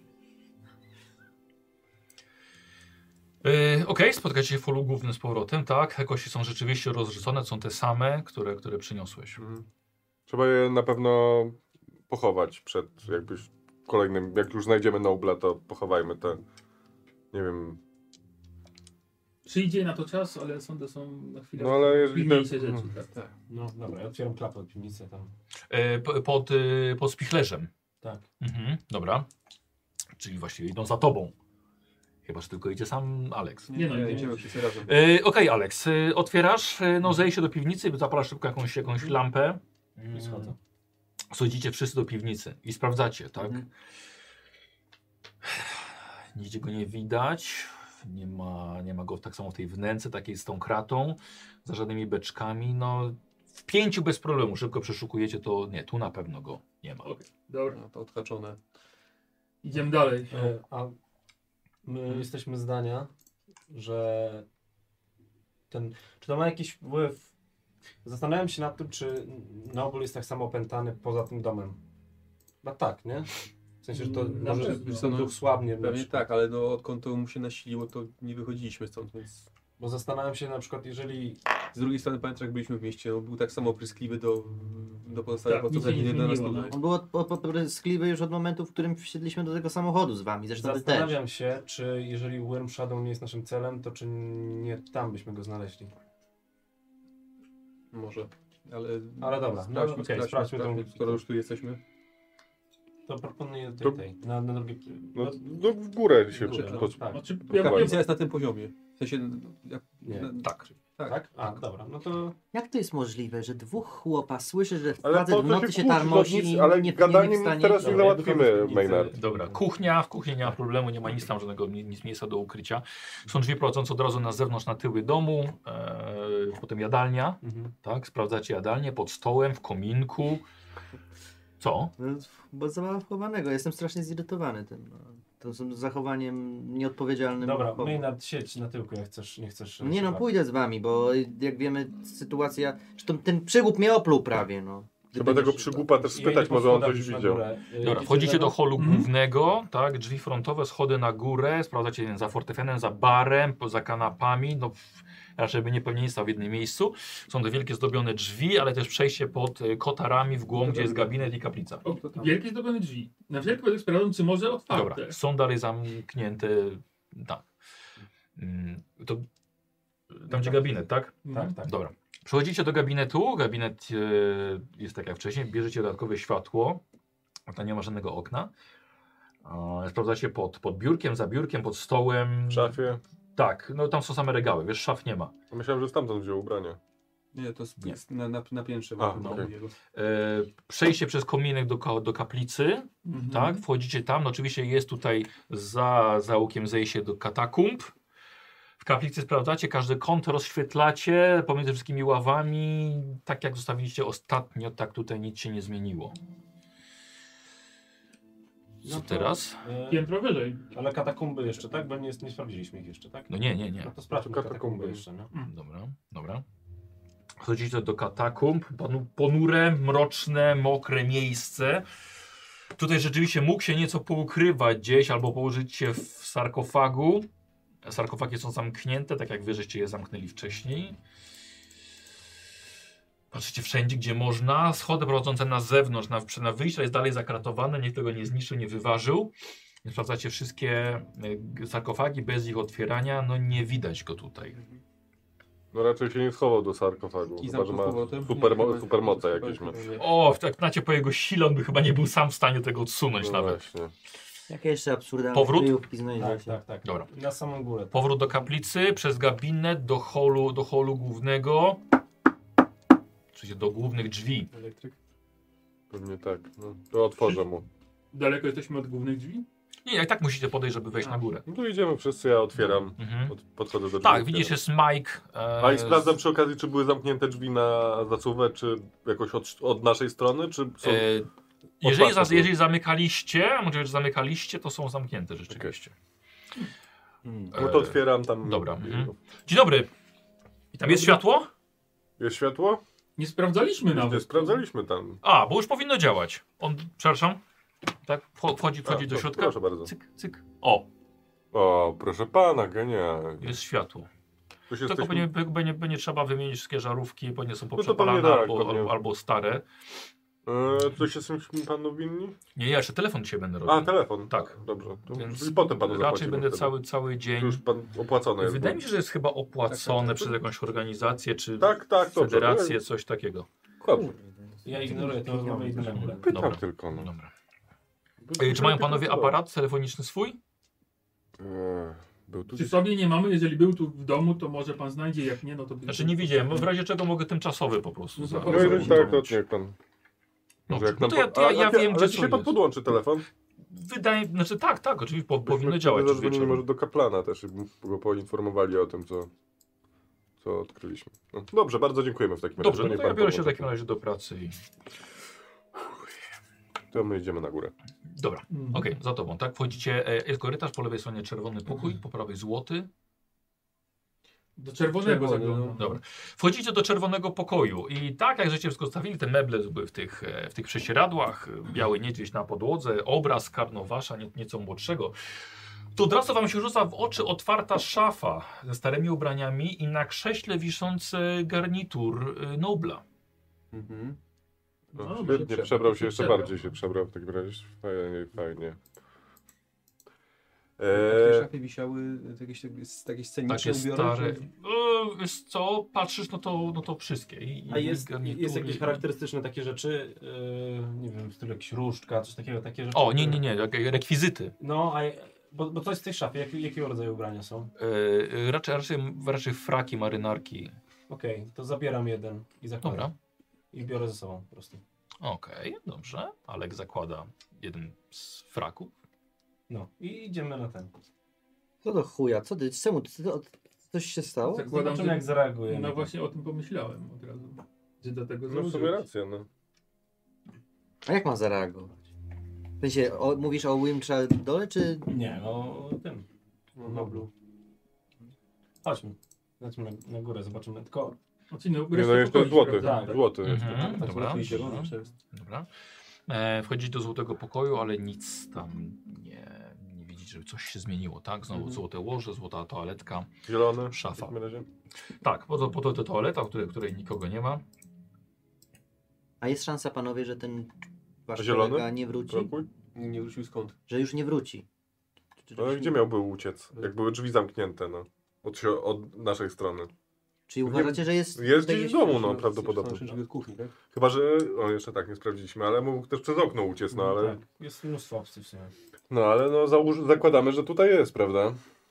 Yy, Okej, spotkacie się w polu głównym z powrotem, tak? Kości są rzeczywiście rozrzucone, są te same, które, które przyniosłeś. Mhm. Trzeba je na pewno pochować przed jakbyś kolejnym, jak już znajdziemy Nobla, to pochowajmy te, nie wiem, Przyjdzie na to czas, ale sądy są na chwilę No, ale jeżeli pilniejsze te- rzeczy. Tak. Tak. No dobra, ja otwieram klapę od piwnicy tam. Yy, po- pod, yy, pod spichlerzem. Tak. Mhm, dobra. Czyli właściwie idą za tobą. Chyba, że tylko idzie sam Alex. Nie no, nie, nie. idziemy wszyscy razem. Yy, Okej, Alex, yy, otwierasz, yy, no zejście do piwnicy, zapalasz szybko jakąś, jakąś lampę. I schodzę. Schodzicie wszyscy do piwnicy i sprawdzacie, tak? Mhm. Nigdzie go nie widać. Nie ma, nie ma go tak samo w tej wnęce, takiej z tą kratą, za żadnymi beczkami. No, w pięciu bez problemu szybko przeszukujecie, to nie, tu na pewno go nie ma. Okej, dobra. No, to odhaczone. Idziemy dalej. E, A my jesteśmy zdania, że ten, czy to ma jakiś wpływ? Zastanawiam się nad tym, czy Nobel jest tak samo opętany poza tym domem. No tak, nie? W sensie, że to Na może pewno. ten duch słabnie. Pewnie tak, ale no, odkąd to mu się nasiliło, to nie wychodziliśmy stąd, więc... Bo zastanawiam się na przykład, jeżeli Z drugiej strony pamiętam, jak byliśmy w mieście, no, był tak samo opryskliwy do, do pozostałych Tak, nic się osób, jak nie i do nas zmieniło, tutaj. no. On był od- od- opryskliwy już od momentu, w którym wsiedliśmy do tego samochodu z wami. Zresztą wy też. zastanawiam się, czy jeżeli Worm Shadow nie jest naszym celem, to czy nie tam byśmy go znaleźli. Może, ale... Ale dobra, no, sprawdźmy, okej, sprawdźmy, sprawdźmy sprawdźmy, tą- skoro już tu jesteśmy. To proponuję tej, To- tej, na, na drugie... no, No, no w górę się Znaczy, po, po, tak. Znaczy, ja, ja, Kaplica jest na tym poziomie. W sensie... Jak, Nie. na, Tak. tak. Tak? A, dobra, no to... Jak to jest możliwe, że dwóch chłopa słyszy, że Ale facet po w co nocy się się kłócić, tarmosi no nic, i ale nie, nie, nie gadaniem wstanie? teraz nie Dobra, ja załatwimy, wychodzę z piwnicy. Maynard. Dobra, kuchnia, w kuchni nie ma problemu, nie ma nic tam, żadnego ni- nic miejsca do ukrycia. Są drzwi prowadzące od razu na zewnątrz, na tyły domu, e, potem jadalnia, Mhm. tak? Sprawdzacie jadalnię pod stołem, w kominku. Co? No, bo za mało chowanego. Jestem strasznie zirytowany tym. No. Tym zachowaniem nieodpowiedzialnym. Dobra, Bo- Maynard, siedź na tyłku, jak chcesz, nie chcesz... Nie no, się pójdę z wami, bo jak wiemy, sytuacja... Zresztą ten przygłup mnie opluł prawie, no. Trzeba tego przygłupa też bawić. Ja spytać, idę po może on schodach coś już na widział. górę. Y, Dobra, idziecie wchodzicie ze do mną? holu Mhm. głównego, tak? Drzwi frontowe, schody na górę, sprawdzacie za fortepianem, za barem, za kanapami, no raczej by nie pewnie nie stał w jednym miejscu. Są to wielkie zdobione drzwi, ale też przejście pod y, kotarami w głąb, gdzie jest gabinet i kaplica. o, wielkie zdobione drzwi. Na wszelki wypadek sprawdzam, czy może otwarte. Dobra, są dalej zamknięte, tak. Mm, To tam gdzie gabinet, tak? Mhm. Tak, tak. Dobra. Przechodzicie do gabinetu, gabinet e, jest tak jak wcześniej, bierzecie dodatkowe światło, tam nie ma żadnego okna. E, sprawdzacie pod, pod biurkiem, za biurkiem, pod stołem. W szafie. Tak, no tam są same regały, wiesz, szaf nie ma. Myślałem, że stamtąd wziął ubranie. Nie, to jest, Nie. jest na, na, na piętrze. A, mam okej. jego. E, przejście przez kominek do, ka- do kaplicy, Mhm. tak, wchodzicie tam, no oczywiście jest tutaj za zaułkiem zejście do katakumb. W kaplicy sprawdzacie, każdy kąt rozświetlacie pomiędzy wszystkimi ławami, tak jak zostawiliście ostatnio, tak tutaj nic się nie zmieniło. Co No to- teraz? Y, Piętro wyżej. Ale katakumby jeszcze, tak? Bo nie, nie sprawdziliśmy ich jeszcze, tak? No nie, nie, nie. No to sprawdźmy Katakumby. katakumby jeszcze, no. Dobra, dobra. Wchodzicie do katakumb, ponu- ponure, mroczne, mokre miejsce. Tutaj rzeczywiście mógł się nieco poukrywać gdzieś albo położyć się w sarkofagu. Sarkofagi są zamknięte, tak jak wy żeście je zamknęli wcześniej. Patrzycie wszędzie, gdzie można. Schody prowadzące na zewnątrz, na, na wyjście jest dalej zakratowane. Nikt tego nie zniszczył, nie wyważył. Nie sprawdzacie wszystkie y, sarkofagi bez ich otwierania. No nie widać go tutaj. No raczej się nie schował do sarkofagu. I Chyba, że zamknął ma z powrotem. super, Nie, mo chyba- supermoce chyba- jakieś ma. chyba nie. O, tak znacie po jego sile, on by chyba nie był sam w stanie tego odsunąć No nawet. właśnie. Jakie jeszcze absurdalne Powrót? kryjówki Tak, znajdziecie? tak, tak. Dobra. Na samą górę. Powrót do kaplicy, przez gabinet, do holu, do holu głównego. Czyli do głównych drzwi. Elektryk. Pewnie tak. No, to otworzę mu. Daleko jesteśmy od głównych drzwi? Nie, i tak musicie podejść, żeby wejść na górę. No tu idziemy wszyscy, ja otwieram. Mhm. Od, podchodzę do drzwi. Tak, otwieram. widzisz, jest Mike. E, A i sprawdzam przy okazji, czy były zamknięte drzwi na zasuwę, czy jakoś od, od naszej strony, czy są... E, jeżeli, za, Otwarte jeżeli zamykaliście, a może że zamykaliście, to są zamknięte rzeczywiście. Hmm. No to otwieram tam... Dobra, mhm. Dzień dobry. I tam jest światło? Jest światło? Nie sprawdzaliśmy Nie nawet. sprawdzaliśmy tam. A, bo już powinno działać. On, przepraszam. Tak, wcho- wchodzi, wchodzi A, do to środka. Proszę bardzo. Cyk, cyk. O, O, proszę pana, genialnie. jest światło. To się Tylko jesteśmy... będzie, będzie, będzie trzeba wymienić wszystkie żarówki, bo nie są to poprzepalane pewnie tak, albo, pewnie. albo, albo stare. E, coś jesteśmy panu winni? Nie, ja jeszcze telefon dzisiaj będę robił. A, telefon. Tak. Dobrze. To Więc i potem panu raczej zapłacimy będę wtedy. cały, cały dzień. Już pan opłacony jest. Wydaje mi się, że jest chyba opłacone Tak, tak, tak. przez jakąś organizację, czy Tak, tak, dobrze. federację, coś takiego. Dobrze. Ja ignoruję to, mamy idę na górę. Pytam Dobra. tylko. No. Dobra. E, czy mają panowie aparat telefoniczny swój? E, był tu Czy sobie nie mamy? Jeżeli był tu w domu, to może pan znajdzie, jak nie, no to... Znaczy nie widziałem, w razie czego mogę tymczasowy po prostu. No za- to No jeżeli tak, to zamontować. niech pan. Dobrze. jak No pan to ja, po- ja, a- ja a- wiem, ale gdzie dzisiaj co pan jest. podłączy telefon? Wydaje, znaczy tak, tak, oczywiście po, powinno Myśmy działać wtedy już zadzwonili wieczorem. może do kaplana też i go poinformowali o tym, co, co odkryliśmy. No, dobrze, bardzo dziękujemy w takim Dobrze, razie. no niech to ja pan biorę się w podłączy. takim razie do pracy i... To my idziemy na górę. Dobra, Mhm. okej, za tobą, tak? Wchodzicie, e, jest korytarz, po lewej stronie czerwony pokój, po prawej złoty. Do czerwonego Czerwony, zaglądam. no. Dobra. Wchodzicie do czerwonego pokoju i tak jak żeście wszystko stawili, te meble były w tych, e, w tych prześcieradłach, e, biały niedźwiedź na podłodze, obraz Karnowasza, nie, nieco młodszego. To od razu wam się rzuca w oczy otwarta szafa ze starymi ubraniami i na krześle wiszący garnitur e, Nobla. Mhm. No, No, świetnie, się prze- przebrał się się jeszcze przebrał. bardziej się przebrał w takim razie. Fajnie, fajnie. A w tej Eee, szafie wisiały jakieś takie sceniczne Takie ubiory? stare. czy- E, wiesz co, patrzysz, no to, no to wszystkie. I, A i jest, garnitury, jest jakieś i- charakterystyczne takie rzeczy, yy, nie wiem, w stylu jakiś różdżka, coś takiego, takie rzeczy? O, nie, nie, które- nie, jak- rekwizyty. No, a bo, bo coś z tej szafy, jak, jakiego rodzaju ubrania są? E, raczej, raczej, raczej fraki, marynarki. Okej, to zabieram jeden i zakładam. Dobra. I biorę ze sobą po prostu. Okej, dobrze. Alek zakłada jeden z fraków. No i idziemy na ten. Co do chuja, co ty, czemu, co, coś się stało? Zakładam, Zobaczymy że... jak zareaguje. No właśnie o tym pomyślałem od razu. Że do tego no w założyłeś. sumie rację, no. A jak mam zareagować? W sensie, o, mówisz o Wimcha dole, czy... Nie, no tym. No, Noblu. Chodźmy. Chodźmy na, na górę, zobaczymy. Tylko Znaczy, no, Nie, no resztę jeszcze pokoi złoty, sprawdzamy, złoty jest. Mhm, tak, dobra, I zielony dobra, jeszcze jest. dobra. E, wchodzić do złotego pokoju, ale nic tam nie, nie widzieć, żeby coś się zmieniło, tak? Znowu Mhm. złote łoże, złota toaletka. Zielony Szafa. w takim razie. Tak, po to, po to, to toaleta, w której, której nikogo nie ma. A jest szansa, panowie, że ten wasz A zielony? kolega nie wróci? Pokój? Nie wrócił skąd? Że już nie wróci? Czy, czy, No gdzie miałby uciec? Jak były drzwi zamknięte, no. Od, sio- od naszej strony. Czyli uważacie, że jest... Jest tutaj gdzieś w domu, no Znaczy, prawdopodobnie. znaczy, w kuchni, tak? Chyba, że... O, jeszcze tak, nie sprawdziliśmy, ale mógł też przez okno uciec, no ale... tak, jest mnóstwo opcji w sumie. No ale no załóż, zakładamy, że tutaj jest, prawda?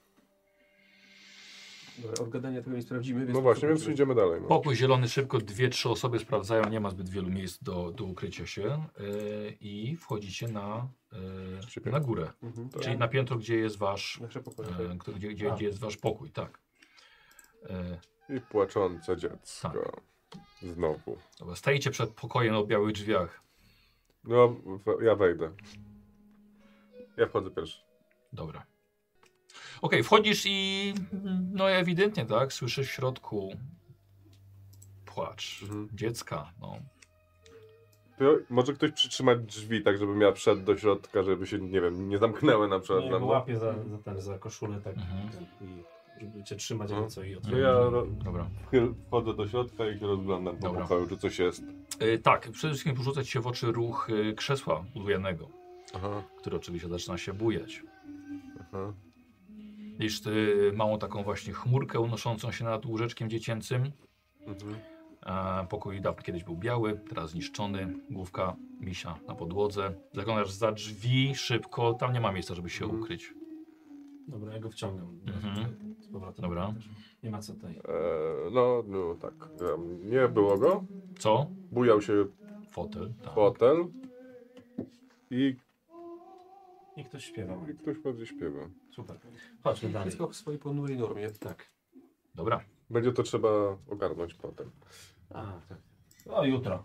Dobra, od gadania tego nie sprawdzimy. Więc No właśnie, więc idziemy dalej. No. Pokój zielony szybko, dwie, trzy osoby sprawdzają, nie ma zbyt wielu miejsc do, do ukrycia się e, i wchodzicie na, e, na górę. Mhm. Czyli na piętro, gdzie jest wasz, Nasze pokoje. e, tak. gdzie, gdzie, gdzie jest wasz pokój, tak. E, I płaczące dziecko. Znowu. dobra, stajecie przed pokojem o białych drzwiach. No, w- ja wejdę. Ja wchodzę pierwszy. Dobra. Okej, wchodzisz i no ewidentnie, tak, słyszysz w środku płacz Mhm. dziecka. No. To może ktoś przytrzymać drzwi, tak żeby miała wszedł do środka, żeby się, nie wiem, nie zamknęły na przykład. Ja nam, go no. łapię za, za ten, za koszulę tak Mhm. i żeby cię trzymać, Mhm. jakby co i To otworzyć. ja ro- Dobra. wchyl- wchodzę do środka i się rozglądam po Dobra. pokoju, czy coś jest. Y, tak, przede wszystkim rzucać się w oczy ruch y, krzesła udwojonego, Aha, który oczywiście zaczyna się bujać. aha. Widzisz y, małą taką właśnie chmurkę unoszącą się nad łóżeczkiem dziecięcym. Mhm. E, pokój dawno kiedyś był biały, teraz zniszczony. Główka misia na podłodze. Zaglądasz za drzwi szybko, tam nie ma miejsca, żeby się Mhm. ukryć. Dobra, ja go wciągam. Mhm. Z powrotem. Dobra. Nie ma co tutaj. Eee, no, no tak. Em, Nie było go. Co? Bujał się Fotel. Tak. fotel i, I ktoś śpiewa. i ktoś bardziej śpiewa. Super. Chodźmy dalej. Wszystko w swojej ponurej normie. Tak. Dobra. Będzie to trzeba ogarnąć potem. A, tak. O, jutro.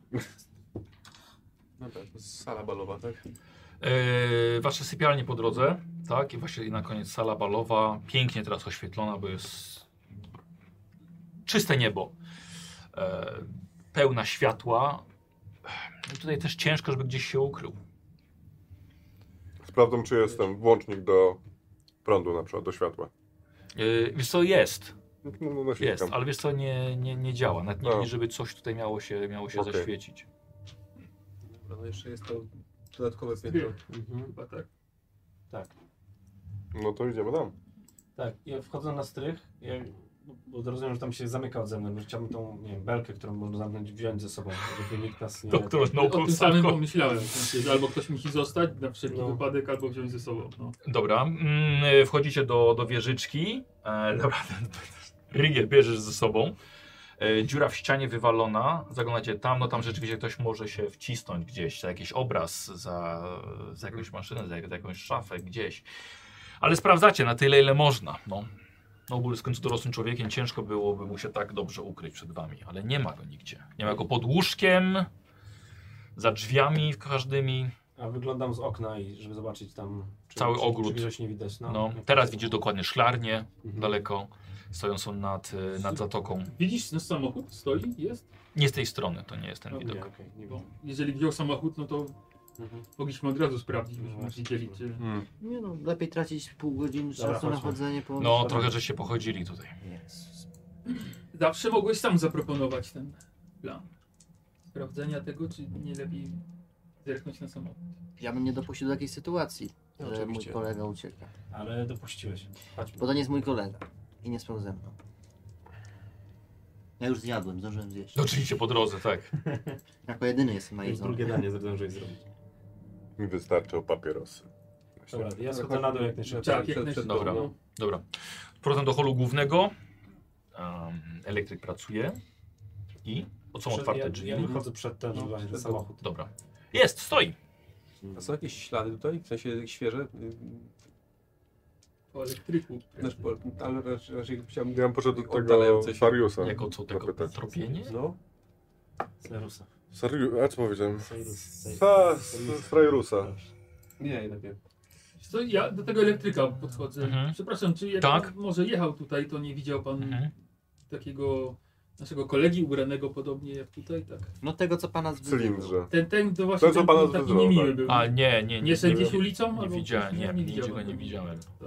No tak, to jest sala balowa, tak? E, wasze sypialnie po drodze, tak? I właśnie na koniec sala balowa, pięknie teraz oświetlona, bo jest czyste niebo, e, pełna światła. I tutaj też ciężko, żeby gdzieś się ukrył. Sprawdzam, czy jest ten włącznik do prądu na przykład, do światła. E, wiesz co, jest, No, no, no, jest, ale wiesz co, nie, nie, nie działa. Nawet nie No. widzi, żeby coś tutaj miało się, miało się Okej. zaświecić. Dobra, no jeszcze jest to dodatkowe piętro. Mhm. Chyba tak. Tak. No to idziemy tam. Tak, ja wchodzę na strych, ja, bo rozumiem, że tam się zamyka od zewnątrz, bo chciałbym tą, nie wiem, belkę, którą można zamknąć, wziąć ze sobą, żeby nikt nas nie... Doktor O Noble tym samym Sako. pomyślałem. W sensie, że albo ktoś musi zostać na wszelki No. wypadek, albo wziąć ze sobą. No. Dobra, mm, wchodzicie do, do wieżyczki. E, dobra, Rigiel bierzesz ze sobą. E, dziura w ścianie wywalona. Zaglądacie tam, no tam rzeczywiście ktoś może się wcisnąć gdzieś, za jakiś obraz, za, za jakąś maszynę, za, jak- za jakąś szafę gdzieś. Ale sprawdzacie na tyle, ile można. No. Noble jest w końcu dorosłym człowiekiem, ciężko byłoby mu się tak dobrze ukryć przed wami, ale nie ma go nigdzie. Nie ma go pod łóżkiem, za drzwiami każdymi. A wyglądam z okna i żeby zobaczyć tam... Czy, Cały czy, ogród. Czy coś nie widać. No, No, nie teraz patrzę. widzisz dokładnie szklarnię Mhm. daleko, stojącą nad, y, nad zatoką. Widzisz, ten samochód stoi, jest? Nie z tej strony, to nie jest ten No, widok. nie, okej, nie Bo widzę. jeżeli wziął samochód, no to Mhm. mogliśmy od razu sprawdzić, No byśmy właśnie. widzieli, czy... Hmm. Nie no, lepiej tracić pół godziny Dobra, czasu na chodźmy. chodzenie po... No, trochę żeście pochodzili tutaj. Jezus. Zawsze mogłeś sam zaproponować ten plan. Sprawdzenia tego, czy nie lepiej zerknąć na samochód. Ja bym nie dopuścił do takiej sytuacji, No, że oczywiście. mój kolega ucieka. Ale dopuściłeś. Chodźmy. Bo to nie jest mój kolega i nie spał ze mną. Ja już zjadłem, zdążyłem zjeść. No, oczywiście po drodze, tak. Jako jedyny jestem Już najedzony. drugie danie zdążyłeś zrobić. Mi wystarczą papierosy. Dobra, ja schodzę na dół jak najszybciej. Tak, jak przed- najszybciej. dobra. no. Dobra. Wprowadzam do holu głównego. Um, elektryk pracuje. I? O są Przed- otwarte ja, drzwi. Ja wychodzę przed ten, żeby No, właśnie ten przed- samochód. Dobra. Jest, stoi. A są jakieś ślady tutaj? W sensie świeże? Y, Po elektryku. Znaczy, po- ale raczej, raczej chciałbym... Ja bym poszedł do tego oddalające się. Sariusa. Jako co tego zapytać. tropienie? No, Serusa. Sariu... A co powiedziałem? Seirus. Sa... Frajerusa. nie, jednak nie. Wiesz co, ja do tego elektryka podchodzę. Mhm. Przepraszam, czy jak Tak. pan może jechał tutaj, to nie widział pan Mhm. takiego naszego kolegi ubranego podobnie jak tutaj, tak? No tego, co pana W zwyzywał. cylindrze. Ten, ten to właśnie Ten, co ten, pana taki zwyzywał, niemiły tak. był. A nie, nie, nie. nie szedł nie, gdzieś ulicą? nie albo widziałem, coś? nie, nie niczego widziałem. nie widziałem. To-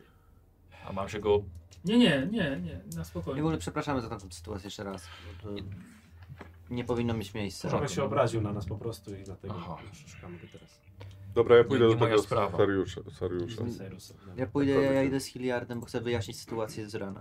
A mam się go... Nie, nie, nie, nie, na I w spokojnie. ogóle przepraszamy za tamtą sytuację jeszcze raz. bo To nie powinno mieć miejsca. Trochę się obraził na nas po prostu i dlatego Aha. szukamy go teraz. Dobra, ja pójdę Nie- nie do moja tego sprawa. Sariusza. Sariusza. Seirusa. Ja pójdę, ja, ja idę z Hilliardem, bo chcę wyjaśnić sytuację z rana.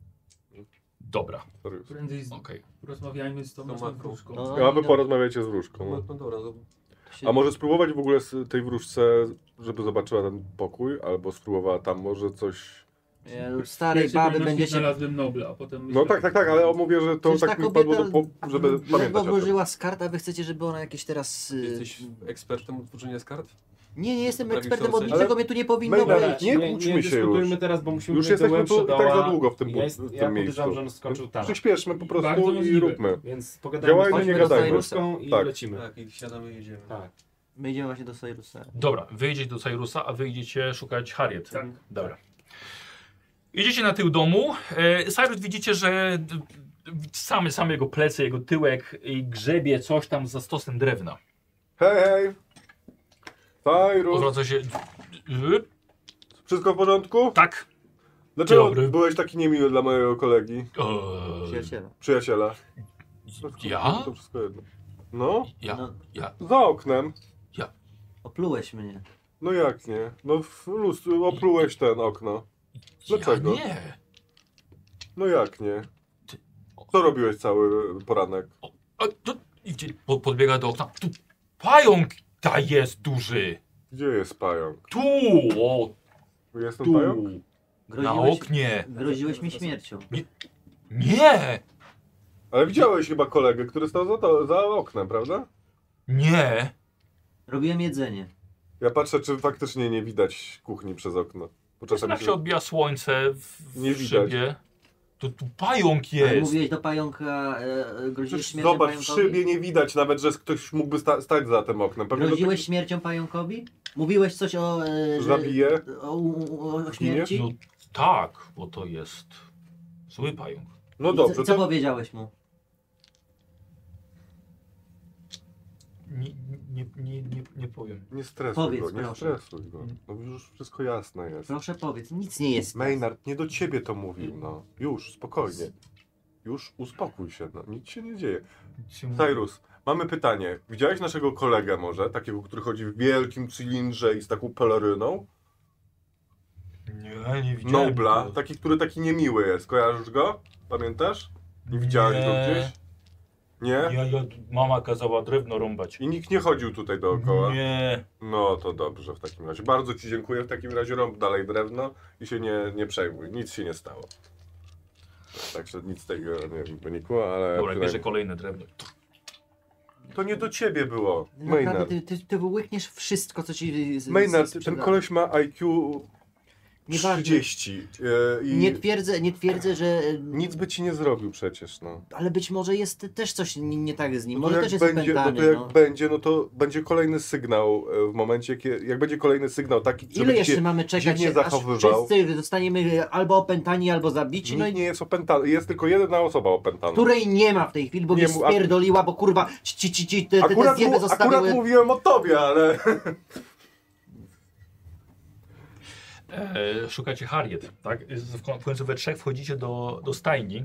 Dobra, Sarius. Prędzej z... okej. porozmawiajmy z tą Z naszą matką. wróżką. No, A wy i porozmawiajcie z wróżką. No, No. no dobra, no, to się- A może spróbować w ogóle z tej wróżce, żeby zobaczyła ten pokój, albo spróbowała tam może coś... Ja już starej Pierwszej baby kolejności będzie się... znalazłem Nobla, a potem... No myślałem- tak, tak, tak, ale mówię, że to Przecież tak ta mi padło, do, kobieta po, żeby ledwo pamiętać o tym. włożyła z kart, a wy chcecie, żeby ona jakieś teraz... y, jesteś ekspertem od tworzenia z kart? Nie, nie jestem Poprawisz ekspertem, od szansę? niczego Ale- mnie tu nie powinno Dobra, być. nie kłóćmy się dyskutujmy już. teraz, bo musimy Już mieć do jesteśmy tu i głębsze tak za doła. długo w tym, Ja, bu- jest, w tym ja miejscu. podejrzewam, że on skoczył tam. Przyspieszmy po Bardzo prostu i możliwe. róbmy. Więc pogadajmy Działajmy, z nie Chodźmy do gadajmy. Seiruszką i Tak. lecimy. Tak, i siadamy i jedziemy. Tak. My idziemy właśnie do Seirusa. Dobra, wyjdziecie do Cyrus'a, a wy idziecie szukać Harriet. Tak. Dobra. Idziecie na tył domu. E, Cyrus widzicie, że d- Same, same jego plecy, jego tyłek i grzebie coś tam za stosem drewna. Hej, hej! Cyrus! Odwraca się. Wszystko w porządku? Tak. Dlaczego Dobry. byłeś taki niemiły dla mojego kolegi? Eee, Przyjaciela. Przyjaciela? ja? To wszystko jedno. No, Ja? No, Ja? za oknem. oplułeś mnie. No jak nie? No w lustru oplułeś ten okno. Dlaczego? Ja nie. No jak nie? Ty- Co robiłeś cały poranek? A, to, idzie, po, podbiega do okna. Tu pająk ta jest duży. Gdzie jest pająk? Tu! O, Jestem tu! pająk? Na Groziłeś, oknie. groziłeś mi śmiercią. Nie! Ale widziałeś chyba kolegę, który stał za, to, za oknem, prawda? Nie! Robiłem jedzenie. Ja patrzę, czy faktycznie nie widać kuchni przez okno. Bo Czasem jak się odbija słońce w, w Nie widać. szybie, to tu pająk Ale jest. mówiłeś do pająka, e, e, groziłeś Przecież śmiercią zobacz, w pająkowi? szybie nie widać nawet, że ktoś mógłby sta stać za tym oknem. Pewnie Groziłeś do śmiercią pająkowi? Mówiłeś coś o, e, tego że, zabije. o, o, o śmierci? No tak, bo to jest zły pająk. No I dobrze, co, co to powiedziałeś mu? Nie, nie, nie, nie, nie powiem. nie stresuj Powiedz, go, nie proszę. stresuj go. No już wszystko jasne jest. Proszę powiedz, nic nie jest. Maynard, nie do ciebie to mówił, no. Już, spokojnie. Już uspokój się, no. Nic się nie dzieje. Cyrus, mamy pytanie. Widziałeś naszego kolegę może, takiego, który chodzi w wielkim cylindrze i z taką peleryną? Nie, nie widziałem. Nobla, go. taki, który taki niemiły jest. Kojarzysz go? Pamiętasz? Nie widziałeś go gdzieś? Nie? Ja, ja, mama kazała drewno rąbać. I nikt nie chodził tutaj dookoła? Nie. No to dobrze w takim razie. Bardzo ci dziękuję. W takim razie rąb dalej drewno i się nie, nie przejmuj. Nic się nie stało. Także nic z tego nie wynikło, ale... Dobra, bierze przynajmniej- kolejne drewno. To nie do ciebie było. Naprawdę, Maynard. ty, ty, ty łykniesz wszystko, co ci z, z, Maynard, z- ten sprzeda- koleś ma I Q Nieważne. trzydzieści. e, I Nie twierdzę, nie twierdzę, że... nic by ci nie zrobił przecież, no. Ale być może jest też coś nie, nie tak z nim. No to Może jak też jest będzie, no opętany. to jak no. będzie, no to będzie kolejny sygnał e, w momencie, kiedy, jak będzie kolejny sygnał taki, Ile żeby jeszcze się mamy czekać, dziwnie aż zachowywał. wszyscy zostaniemy albo opętani, albo zabici, no Nikt i nie jest opętany, jest tylko jedna osoba opętana. której nie ma w tej chwili, bo Nie mnie mu- a- spierdoliła, bo kurwa ci, ci, ci, te, te, te Akurat, zjeby mu, zostawiły. akurat mówiłem o tobie, ale... E, szukacie Harriet, tak? W ko- w końcu we trzech wchodzicie do, do stajni.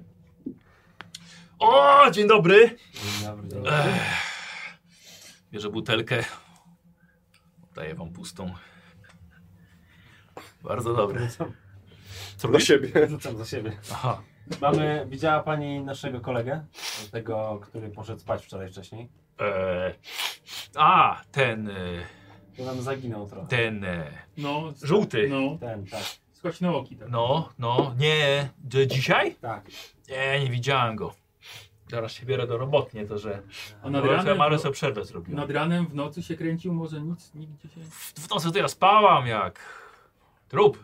O, dzień dobry! Dzień dobry, dzień dobry. Ech. Bierze butelkę. Daję wam pustą. Bardzo dobre. Wrzucam, Co Dla robisz? siebie. wrzucam za siebie. Aha. Mamy, widziała pani naszego kolegę? Tego, który poszedł spać wczoraj wcześniej? E, a, ten, e, To nam zaginął trochę. ten, e, No, Żółty. No, Ten, tak. skośnooki. Tak. no, no, nie, że dzisiaj? Tak. Nie, nie widziałem go. Zaraz się biorę do roboty, nie to, że... A nad Bo ja ranem, Marę w, sobie przerwę zrobiłem. nad ranem w nocy się kręcił, może nic, nigdzie się... W, w nocy to ja spałam jak trup.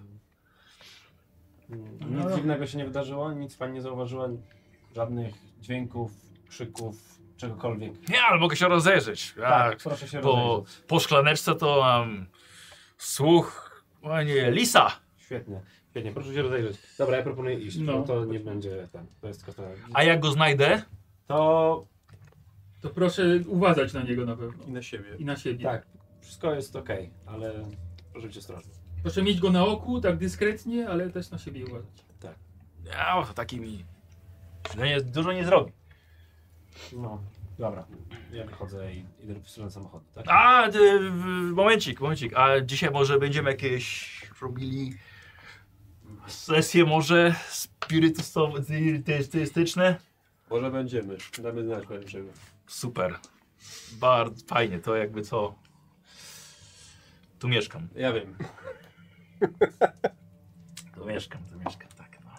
Nic No. dziwnego się nie wydarzyło? Nic pani nie zauważyła? Żadnych dźwięków, krzyków, czegokolwiek? Nie, ale mogę się rozejrzeć. Tak, Jak proszę się po, rozejrzeć. po szklaneczce to mam słuch, o nie, lisa. Świetnie, świetnie, proszę się rozejrzeć. Dobra, ja proponuję iść, No. no. to nie będzie ten, to jest tylko to. A jak go znajdę? To To proszę uważać na niego na pewno. I na siebie. I na siebie. tak, wszystko jest ok, ale proszę być ostrożny. Proszę mieć go na oku, tak dyskretnie, ale też na siebie uważać. Ja, to taki mi no nie, dużo nie zrobi. No, dobra, ja wychodzę i idę w stronę samochodu, tak? A, ty, w- momencik, momencik. A dzisiaj może będziemy jakieś robili sesje może spirytusowe, spirytystyczne? Może będziemy. Damy znać powiem czego. Super. Bardzo fajnie, to jakby co. Tu mieszkam. Ja wiem. Tu mieszkam, tu mieszkam, tak. No.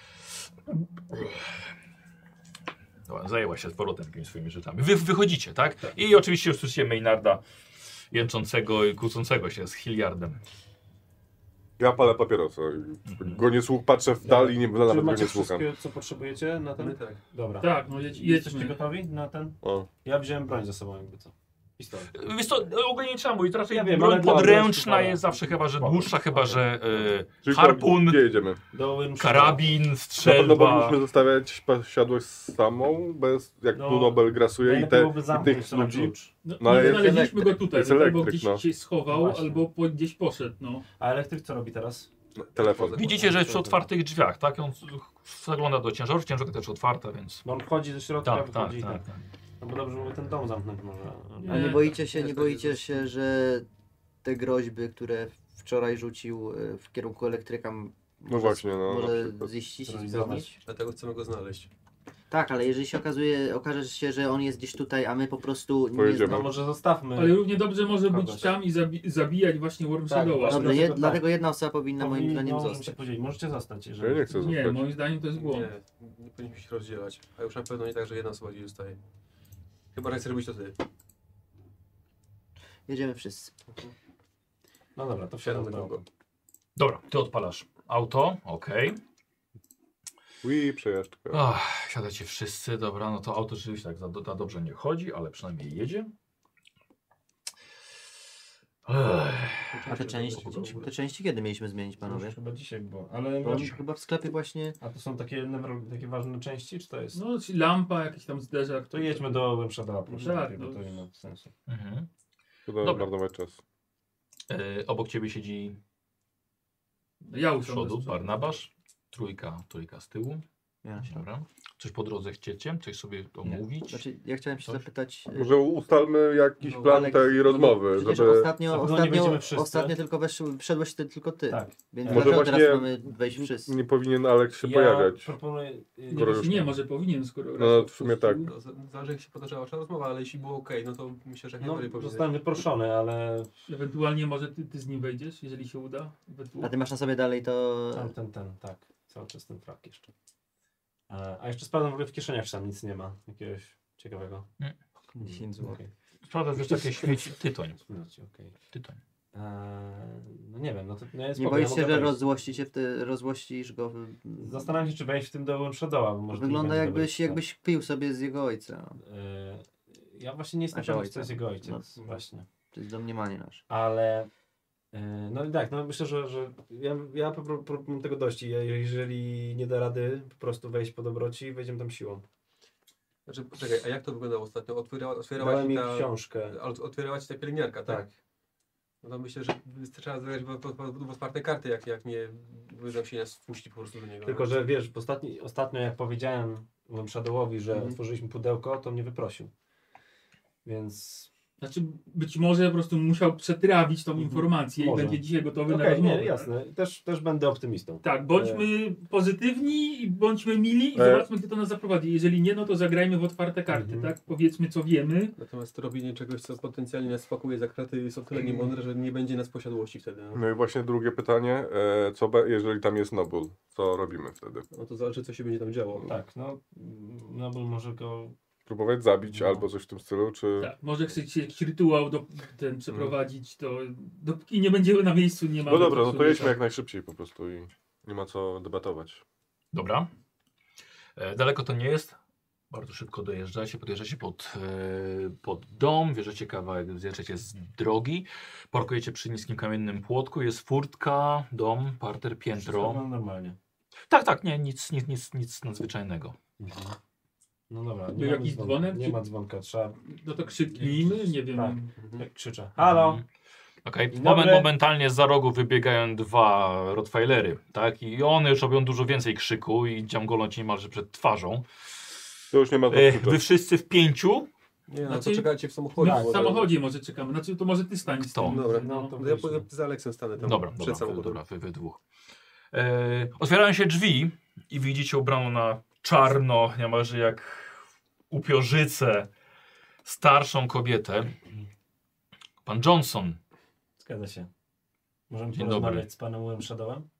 Dobra, zajęła się z powrotem jakimiś swoimi rzeczami. Wy wychodzicie, tak? I oczywiście już słyszycie Maynarda jęczącego i kłócącego się z Hilliardem. Ja palę papierosa. i Go nie słuch, patrzę w dal i nie, Czy nawet go macie nie słucham. wszystko, co potrzebujecie na ten? My tak. Dobra. Tak, no jedź, Jesteście jedźmy. gotowi na ten? O. Ja wziąłem broń ze sobą, jakby co. Pistolet. Wiesz co, ogólnie nie trzeba mówić, raczej Ja wiem, broń ale dla podręczna mnie jest zawsze chyba, że Spoko. dłuższa, chyba, Okej. że e, Czyli harpun, Gdzie jedziemy? Do Wyrmshadowa. karabin, Na pewno strzelba. powinniśmy zostawiać posiadłość samą, bez, jak No, Blue Nobel grasuje i, Najlepiej te, byłoby i zamknąć tych to na ludzi. klucz. No, No, nie ale jest znaleźliśmy go elektryk. tutaj, Jest albo elektryk, gdzieś no. się schował, Właśnie. albo po, gdzieś poszedł, no. A elektryk co robi teraz? Telefon. Widzicie, że jest przy otwartych drzwiach, tak? On zagląda do ciężarów, ciężarówka też otwarta, więc... Bo on wchodzi do środka, Tak, tak, wychodzi tak. i tak. No bo dobrze byłoby ten dom zamknąć może. Nie. A nie boicie się, nie Nie, boicie to się, że te groźby, które wczoraj rzucił e, w kierunku elektryka, m- No może, właśnie, no, na może przykład. ziścić i Terroryzować. spełnić? Dlatego chcemy go znaleźć. Tak, ale jeżeli się okazuje, okaże się, że on jest gdzieś tutaj, a my po prostu nie Pojedziemy. No znamy. może zostawmy. Ale równie dobrze może Kogoś. być tam i zabi zabijać właśnie Worm Tak, Shadowa. właśnie. Dobrze, je, dlatego tak. dlatego jedna osoba powinna moim Powinni- zdaniem no, możemy zostać. się podzielić. Możecie zostać, Ja jeżeli... nie chcę Nie, zostać. moim zdaniem to jest błąd. Nie, nie powinniśmy się rozdzielać. A już na pewno nie tak, że jedna osoba gdzieś zostaje. Chyba, że chcesz robić to ty. Jedziemy wszyscy. No dobra, to wsiadamy do Wsiadamy auta. Dobra, ty odpalasz auto, okej. Ui, przejażdżka. Ach, siadacie wszyscy, dobra, no to auto rzeczywiście tak za, za dobrze nie chodzi, ale przynajmniej jedzie. Ech, A te części, te części kiedy mieliśmy zmienić, To panowie? już chyba dzisiaj było. Ale Bo masz... chyba w sklepie właśnie... A to są takie, newro- takie ważne części, czy to jest... No, czyli lampa, jakiś tam zderzak. To jedźmy do Wyrmshadowa, proszę, Tak, najpierw, no. bo to nie ma sensu. mhm. Szkoda Dobra. marnować czas. E, obok ciebie siedzi Ja z usiądę. przodu z przodu. Barnabasz, trójka, trójka z tyłu. Ja. Dobra. Coś po drodze chcecie? Coś sobie omówić? Znaczy, ja chciałem się Coś? zapytać... e, Może ustalmy jakiś No, plan Aleks, tej rozmowy, Przecież żeby... ostatnio, Na pewno nie ostatnio, będziemy wszyscy. ostatnio tylko wesz, wszedłeś ty, tylko ty. Tak. Więc Może dlaczego właśnie teraz mamy wejść wszyscy? Nie powinien Alex się ja pojawiać. proponuję... Nie, Skoro właśnie już- nie, może powinien, skoro raz No, w sumie tak. odpuścił. No, z- zależy jak się potoczyła wasza rozmowa, ale jeśli było ok, no to myślę, że jak No, najbardziej powinien. zostałem wyproszony, ale Ewentualnie może ty, ty z nim wejdziesz, jeżeli się uda. we dwóch. A ty masz na sobie dalej to... tam ten, ten, tak. Cały czas ten frak jeszcze. E, A jeszcze sprawdzam w ogóle w kieszeniach, czy tam nic nie ma. Jakiegoś ciekawego. dziesięć złotych. Okej. Prawda, wiesz, takie świeci tytoń. Sprawdźcie, okej. Tytoń. Eee, No nie wiem, no to no jest Nie spoko, boisz ja się, mogę że wejść. rozzłości się w ty, rozzłościsz go? w- Zastanawiam się, czy wejść w tym do Shadowa, bo może to nie Wygląda będzie jakbyś, dobre. jakbyś pił sobie z jego ojca. Eee, Ja właśnie nie jestem Znaczy pewien, ojca. czy to jest jego ojciec. No. Właśnie. To jest domniemanie nasze. Ale eee, no i tak, no myślę, że, że ja, ja po pro- pro- mam tego dość i ja, jeżeli nie da rady po prostu wejść po dobroci, wejdziemy tam siłą. Znaczy, poczekaj, a jak to wyglądało ostatnio? Otwierała, otwierała Dałem ci mi ta... książkę. ale Otwierała ci ta pielęgniarka, tak? Tak. No to myślę, że trzeba zagrać w, w, w, w otwarte karty, jak, jak nie wydał się nas wpuścić po prostu do niego. Tylko, że wiesz, w ostatni, ostatnio jak powiedziałem Shadowowi, że Mhm. otworzyliśmy pudełko, to mnie wyprosił. Więc Znaczy, być może po prostu musiał przetrawić tą informację Może. i będzie dzisiaj gotowy okej, na rozmowę. nie, jasne. Też, też będę optymistą. Tak, bądźmy pozytywni i bądźmy mili i E. zobaczmy, gdzie to nas zaprowadzi. Jeżeli nie, no to zagrajmy w otwarte karty, Mhm. tak? Powiedzmy, co wiemy. Natomiast robienie czegoś, co potencjalnie nas spakuje za kraty, jest o tyle niemądre, że nie będzie nas posiadłości wtedy. No, No i właśnie drugie pytanie, e, co be, jeżeli tam jest Nobul? Co robimy wtedy? no to zależy, co się będzie tam działo. Tak, no, no bo może go... Próbować zabić No. albo coś w tym stylu, czy... Tak, może chcecie jakiś rytuał do, ten przeprowadzić, to dopóki nie będziemy na miejscu, nie ma. No dobra, no to jedźmy jak najszybciej po prostu i nie ma co debatować. Dobra. E, daleko to nie jest. Bardzo szybko dojeżdżacie, podjeżdżacie pod, e, pod dom, bierzecie kawałek, zjeżdżacie z drogi, parkujecie przy niskim kamiennym płotku, jest furtka, dom, parter, Wszystko piętro. wygląda normalnie. Tak, tak, nie, nic, nic, nic, nic nadzwyczajnego. Mhm. No dobra, Był nie, mamy jakiś dzwonka, dzwonek, nie czy- ma dzwonka, trzeba... No to krzyknijmy, nie wiem. Tak. Mhm. Jak krzyczę. Halo! Mhm. Okej, Dzień Moment, dobry. momentalnie za rogu wybiegają dwa Rottweilery, tak? I one już robią dużo więcej krzyku i dziamgolą ci niemalże przed twarzą. To już nie ma co E, krzyczeć. wy wszyscy w pięciu. Nie, no Znaczy- to czekajcie w samochodzie. No, bo- w samochodzie może czekamy. Znaczy, to może ty stań z Kto? tym. Dobra, No, no To to ja wyjdźmy. po- z Aleksem stanę tam Dobra, przed dobra, wy, samochodem. dobra, wy, wy dwóch. E, otwierają się drzwi i widzicie ubraną na czarno, niemalże jak upiorzycę, starszą kobietę. Pan Johnson. Zgadza się. Możemy Dzień porozmawiać dobry. z panem Willem Shadowem?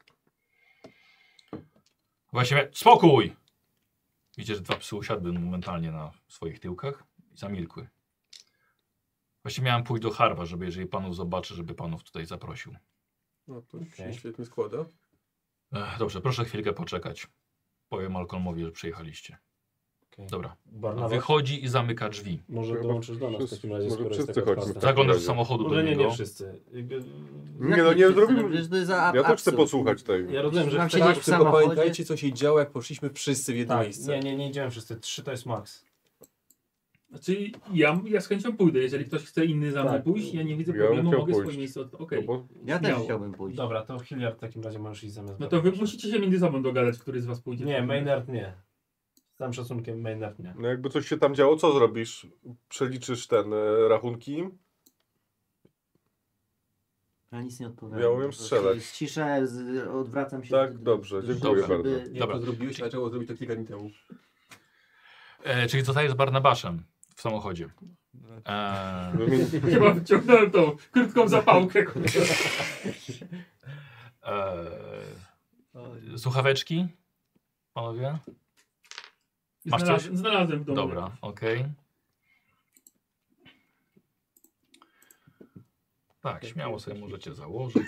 Właściwie, spokój! Widzicie, że dwa psy usiadły momentalnie na swoich tyłkach i zamilkły. Właściwie miałem pójść do Harva, żeby jeżeli panów zobaczy, żeby panów tutaj zaprosił. No to Okej. się świetnie składa. Ech, dobrze, proszę chwilkę poczekać. Powiem Malcolmowi, że przyjechaliście. Okej. Dobra. Barnabas, Wychodzi i zamyka drzwi. może Chyba dołączysz do nas w wszyscy- takim razie, może skoro jest wszyscy taka chodźmy. otwarta. Zaglądasz do razie. samochodu do Może nie, niego. nie wszyscy. Jakby- Nie no, nie zrobimy... Przecież to jest za Ja też chcę absurd. posłuchać tej... Ja rozumiem, że Mam chcesz- siedzieć Tak, w tylko samochodzie. pamiętajcie, co się działo, jak poszliśmy wszyscy w jedno Tak, miejsce. nie, nie, nie idziemy wszyscy. Trzy to jest max. Znaczy ja, ja z chęcią pójdę, jeżeli ktoś chce inny za mną Tak. pójść, ja nie widzę Ja bym problemu, chciał mogę pójść. swoje miejsce od... Okej. No bo Ja też Śmiało. chciałbym pójść. Dobra, to Hilliard w takim razie możesz iść zamiast No to wy Barnabasa. musicie się między sobą dogadać, który z was pójdzie. Nie, Maynard nie. Z całym szacunkiem Maynard nie. no jakby coś się tam działo, co zrobisz? Przeliczysz ten e, rachunki im? Ja nic nie odpowiadam. Ja umiem Po prostu strzelać. jest cisza, z, odwracam się. Tak, do- dobrze, do- dziękuję żeby- bardzo. Jak Dobra. to zrobiłeś, a trzeba zrobić to kilka dni temu. E, czyli zostajesz z Barnabaszem w samochodzie. E, Wymień- Chyba wyciągnąłem tą krótką zapałkę. e, słuchaweczki? Panowie? Masz coś? Znalazłem, znalazłem w domu. Dobra, okej. Tak, śmiało sobie możecie założyć.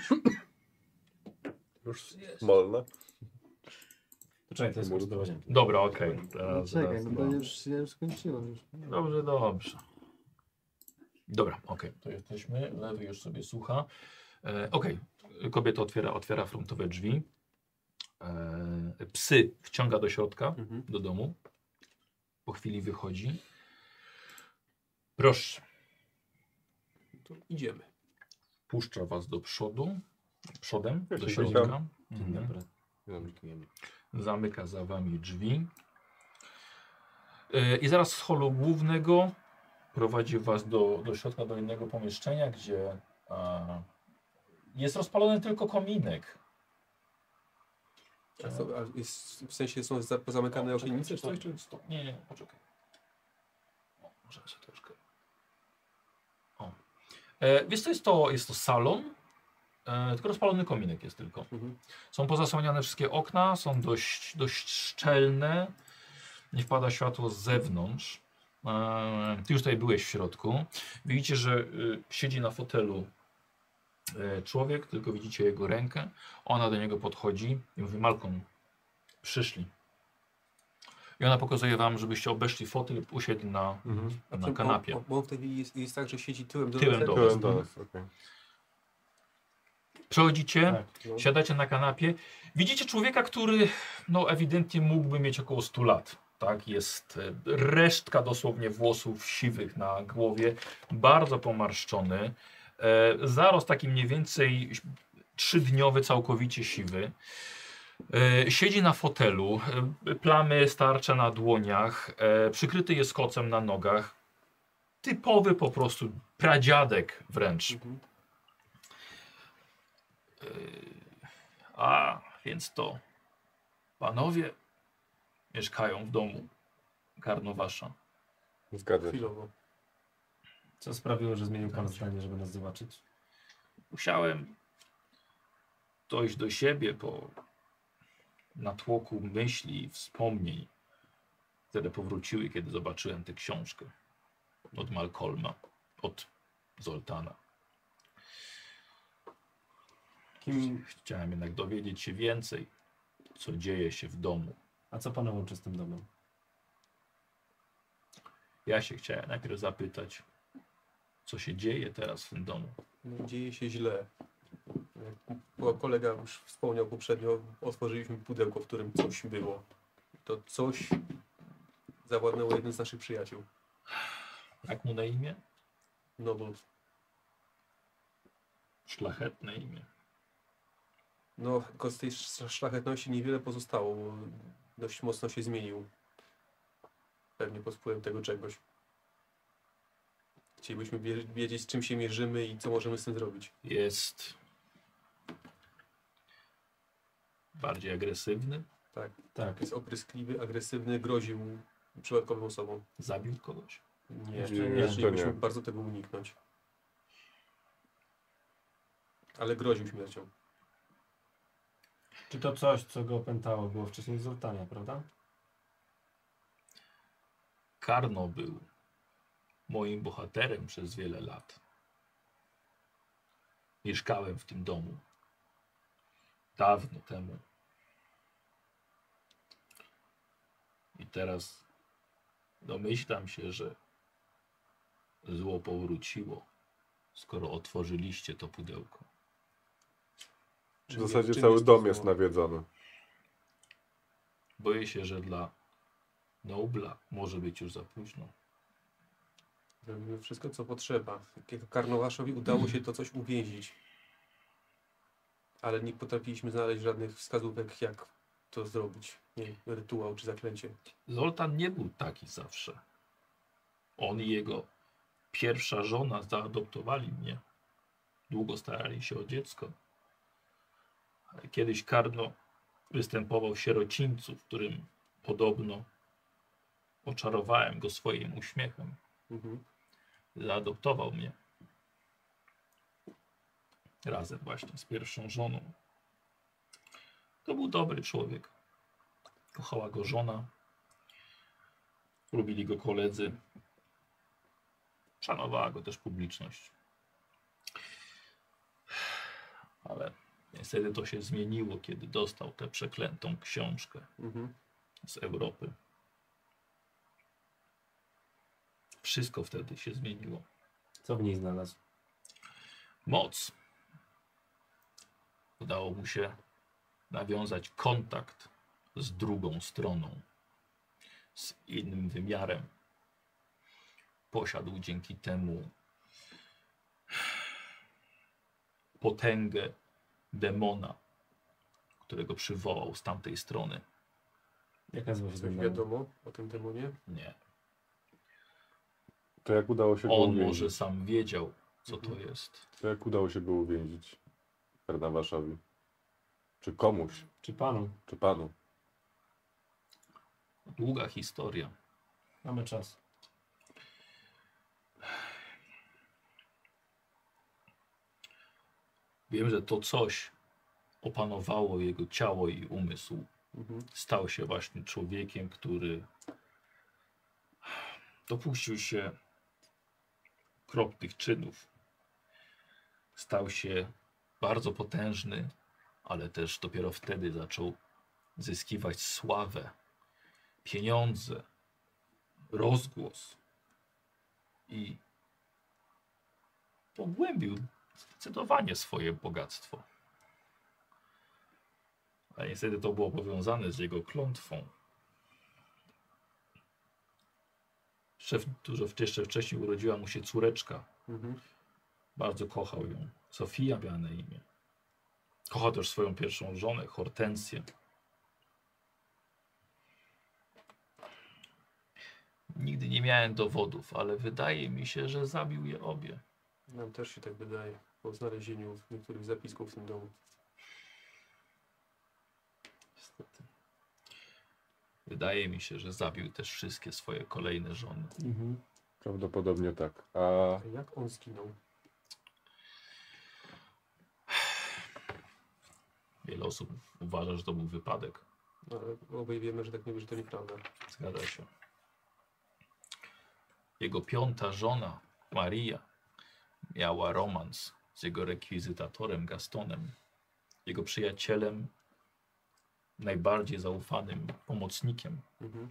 Już smolne. To czekaj, to jest może do łazienki. Dobra, okej. No Teraz- czekaj, teraz- no to już, ja już skończyłem. Już. Dobrze, dobrze. Dobra, okej, to jesteśmy. Lewy już sobie słucha. E, okej, kobieta otwiera, otwiera frontowe drzwi. E, psy wciąga do środka, Mhm. do domu. Po chwili wychodzi. Proszę, To idziemy. puszcza was do przodu. Przodem, Ja do się środka. witam. Dzień Mhm. dobry. Dziękujemy. Zamyka za wami drzwi. E, I zaraz z holu głównego prowadzi was do, do środka, do innego pomieszczenia, gdzie e, jest rozpalony tylko kominek. A co, a jest, w sensie są za- pozamykane okiennice czy coś? Czy... Stop. Nie, nie, poczekaj. O, może jeszcze troszkę. O. E, wiesz co, jest to, jest to salon, e, tylko rozpalony kominek jest tylko. Mhm. Są pozasłaniane wszystkie okna, są dość, dość szczelne. Nie wpada światło z zewnątrz. E, ty już tutaj byłeś w środku. Widzicie, że y, siedzi na fotelu e, człowiek, tylko widzicie jego rękę. Ona do niego podchodzi i mówi: Malcolm, przyszli. I ona pokazuje wam, żebyście obeszli fotel i usiedli na, Mhm. na kanapie. Bo, bo on wtedy jest, jest tak, że siedzi tyłem do Tyłem nas, do tak? was. Byłem do nas, okej. Przechodzicie, Tak. No. siadacie na kanapie. Widzicie człowieka, który no, ewidentnie mógłby mieć około stu lat. Tak? Jest e, resztka dosłownie włosów siwych na głowie, bardzo pomarszczony. E, zarost taki mniej więcej trzydniowy, całkowicie siwy. E, siedzi na fotelu, e, plamy starcze na dłoniach, e, przykryty jest kocem na nogach. Typowy po prostu pradziadek wręcz. Mhm. A, więc to panowie mieszkają w domu Karnowasza. Zgadza się. Chwilowo. Co sprawiło, że zmienił pan zdanie, żeby nas zobaczyć? Musiałem dojść do siebie po natłoku myśli i wspomnień, które powróciły, kiedy zobaczyłem tę książkę od Malcolma, od Zoltana. Kim, Chciałem jednak dowiedzieć się więcej, co dzieje się w domu. a co pana łączy z tym domem? Ja się chciałem najpierw zapytać, co się dzieje teraz w tym domu. No, dzieje się źle. Jak ko- kolega już wspomniał poprzednio, otworzyliśmy pudełko, w którym coś było. To coś zawładnęło jeden z naszych przyjaciół. Jak mu na imię? Noble. Szlachetne imię. No, tylko z tej sz- szlachetności niewiele pozostało, bo dość mocno się zmienił. Pewnie pod wpływem tego czegoś. Chcielibyśmy wie- wiedzieć, z czym się mierzymy i co możemy z tym zrobić. Jest bardziej agresywny. Tak, Tak. jest opryskliwy, agresywny, groził przypadkowym osobom. Zabił kogoś. Nie, Jeszcze jeszcze nie. nie. Jeszcze Chcielibyśmy nie. bardzo tego uniknąć. Ale groził śmiercią. Czy to coś, co go opętało, było wcześniej w Zoltanie, prawda? Karno był moim bohaterem przez wiele lat. Mieszkałem w tym domu. Dawno temu. I teraz Domyślam się, że zło powróciło, skoro otworzyliście to pudełko. W Czym zasadzie jest- czym cały jest to dom zło? jest nawiedzony. Boję się, że dla Nobla może być już za późno. Robimy wszystko, co potrzeba. Jak Karnowaszowi udało się to coś uwięzić. Ale nie potrafiliśmy znaleźć żadnych wskazówek, jak to zrobić. Nie wiem, rytuał czy zaklęcie. Zoltan nie był taki zawsze. On i jego pierwsza żona zaadoptowali mnie. Długo starali się o dziecko. Ale kiedyś Karno występował w sierocińcu, w którym podobno oczarowałem go swoim uśmiechem. Mhm. Zaadoptował mnie. Razem właśnie z pierwszą żoną. To był dobry człowiek. Kochała go żona. Lubili go koledzy. Szanowała go też publiczność. Ale niestety to się zmieniło, kiedy dostał tę przeklętą książkę Mhm. z Europy. Wszystko wtedy się zmieniło. Co w niej znalazł? Moc. Udało mu się nawiązać kontakt z drugą stroną, z innym wymiarem. Posiadł dzięki temu potęgę demona, którego przywołał z tamtej strony. Jak nazywa się Coś ten dom? wiadomo o tym demonie? Nie. To jak udało się go On uwięzić? może sam wiedział, co to Mhm. jest. To jak udało się go uwięzić? Karnawaszowi? Czy komuś? Czy panu? Czy panu? Długa historia. Mamy czas. Wiem, że to coś opanowało jego ciało i umysł. Mhm. Stał się właśnie człowiekiem, który dopuścił się okropnych czynów. Stał się bardzo potężny, ale też dopiero wtedy zaczął zyskiwać sławę, pieniądze, rozgłos i pogłębił zdecydowanie swoje bogactwo. Ale niestety to było powiązane z jego klątwą. Szef, dużo jeszcze wcześniej urodziła mu się córeczka. Mhm. Bardzo kochał ją. Sofia miała na imię. Kochał też swoją pierwszą żonę, Hortensję. Nigdy nie miałem dowodów, ale wydaje mi się, że zabił je obie. Nam też się tak wydaje, po znalezieniu niektórych zapisków w tym domu. Niestety. Wydaje mi się, że zabił też wszystkie swoje kolejne żony. Mhm. Prawdopodobnie tak. A A jak on zginął? Wiele osób uważa, że to był wypadek. No, ale obaj wiemy, że tak nie, że to nieprawda. Zgadza się. Jego piąta żona, Maria, miała romans z jego rekwizytatorem Gastonem, jego przyjacielem, najbardziej zaufanym pomocnikiem. Mhm.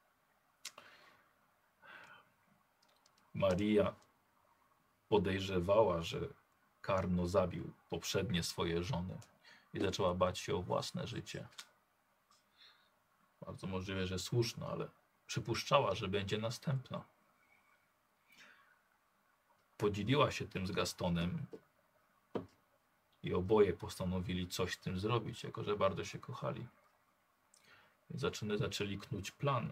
Maria podejrzewała, że Karno zabił poprzednie swoje żony i zaczęła bać się o własne życie. Bardzo możliwe, że słuszno, ale przypuszczała, że będzie następna. Podzieliła się tym z Gastonem i oboje postanowili coś z tym zrobić, jako że bardzo się kochali. Więc zaczyny, zaczęli knuć plan.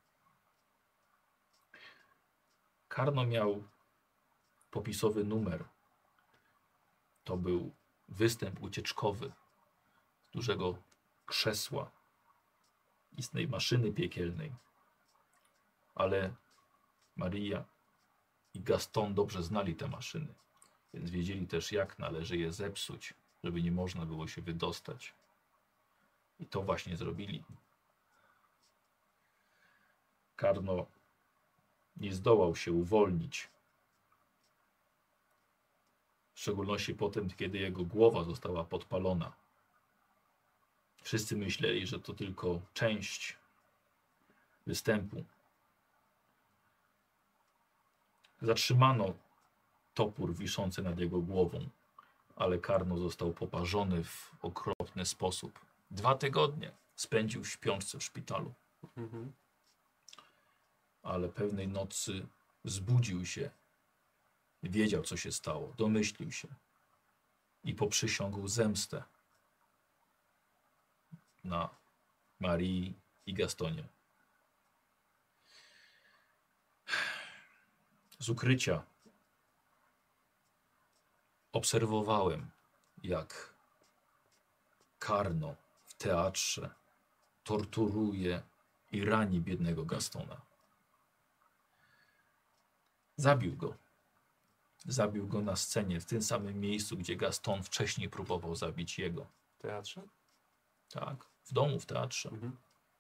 Karno miał popisowy numer. To był występ ucieczkowy z dużego krzesła, istnej maszyny piekielnej. Ale Maria i Gaston dobrze znali te maszyny, więc wiedzieli też, jak należy je zepsuć, żeby nie można było się wydostać. I to właśnie zrobili. Karno nie zdołał się uwolnić. W szczególności potem, kiedy jego głowa została podpalona. Wszyscy myśleli, że to tylko część występu, Zatrzymano topór wiszący nad jego głową, ale Karno został poparzony w okropny sposób. Dwa tygodnie spędził w śpiączce w szpitalu. Mhm. Ale pewnej nocy zbudził się. Wiedział, co się stało. Domyślił się. I poprzysiągł zemstę na Marii i Gastonie. Z ukrycia obserwowałem, jak Karno w teatrze torturuje i rani biednego Gastona. Zabił go. Zabił go na scenie, w tym samym miejscu, gdzie Gaston wcześniej próbował zabić jego. W teatrze? Tak, w domu, w teatrze. Mhm.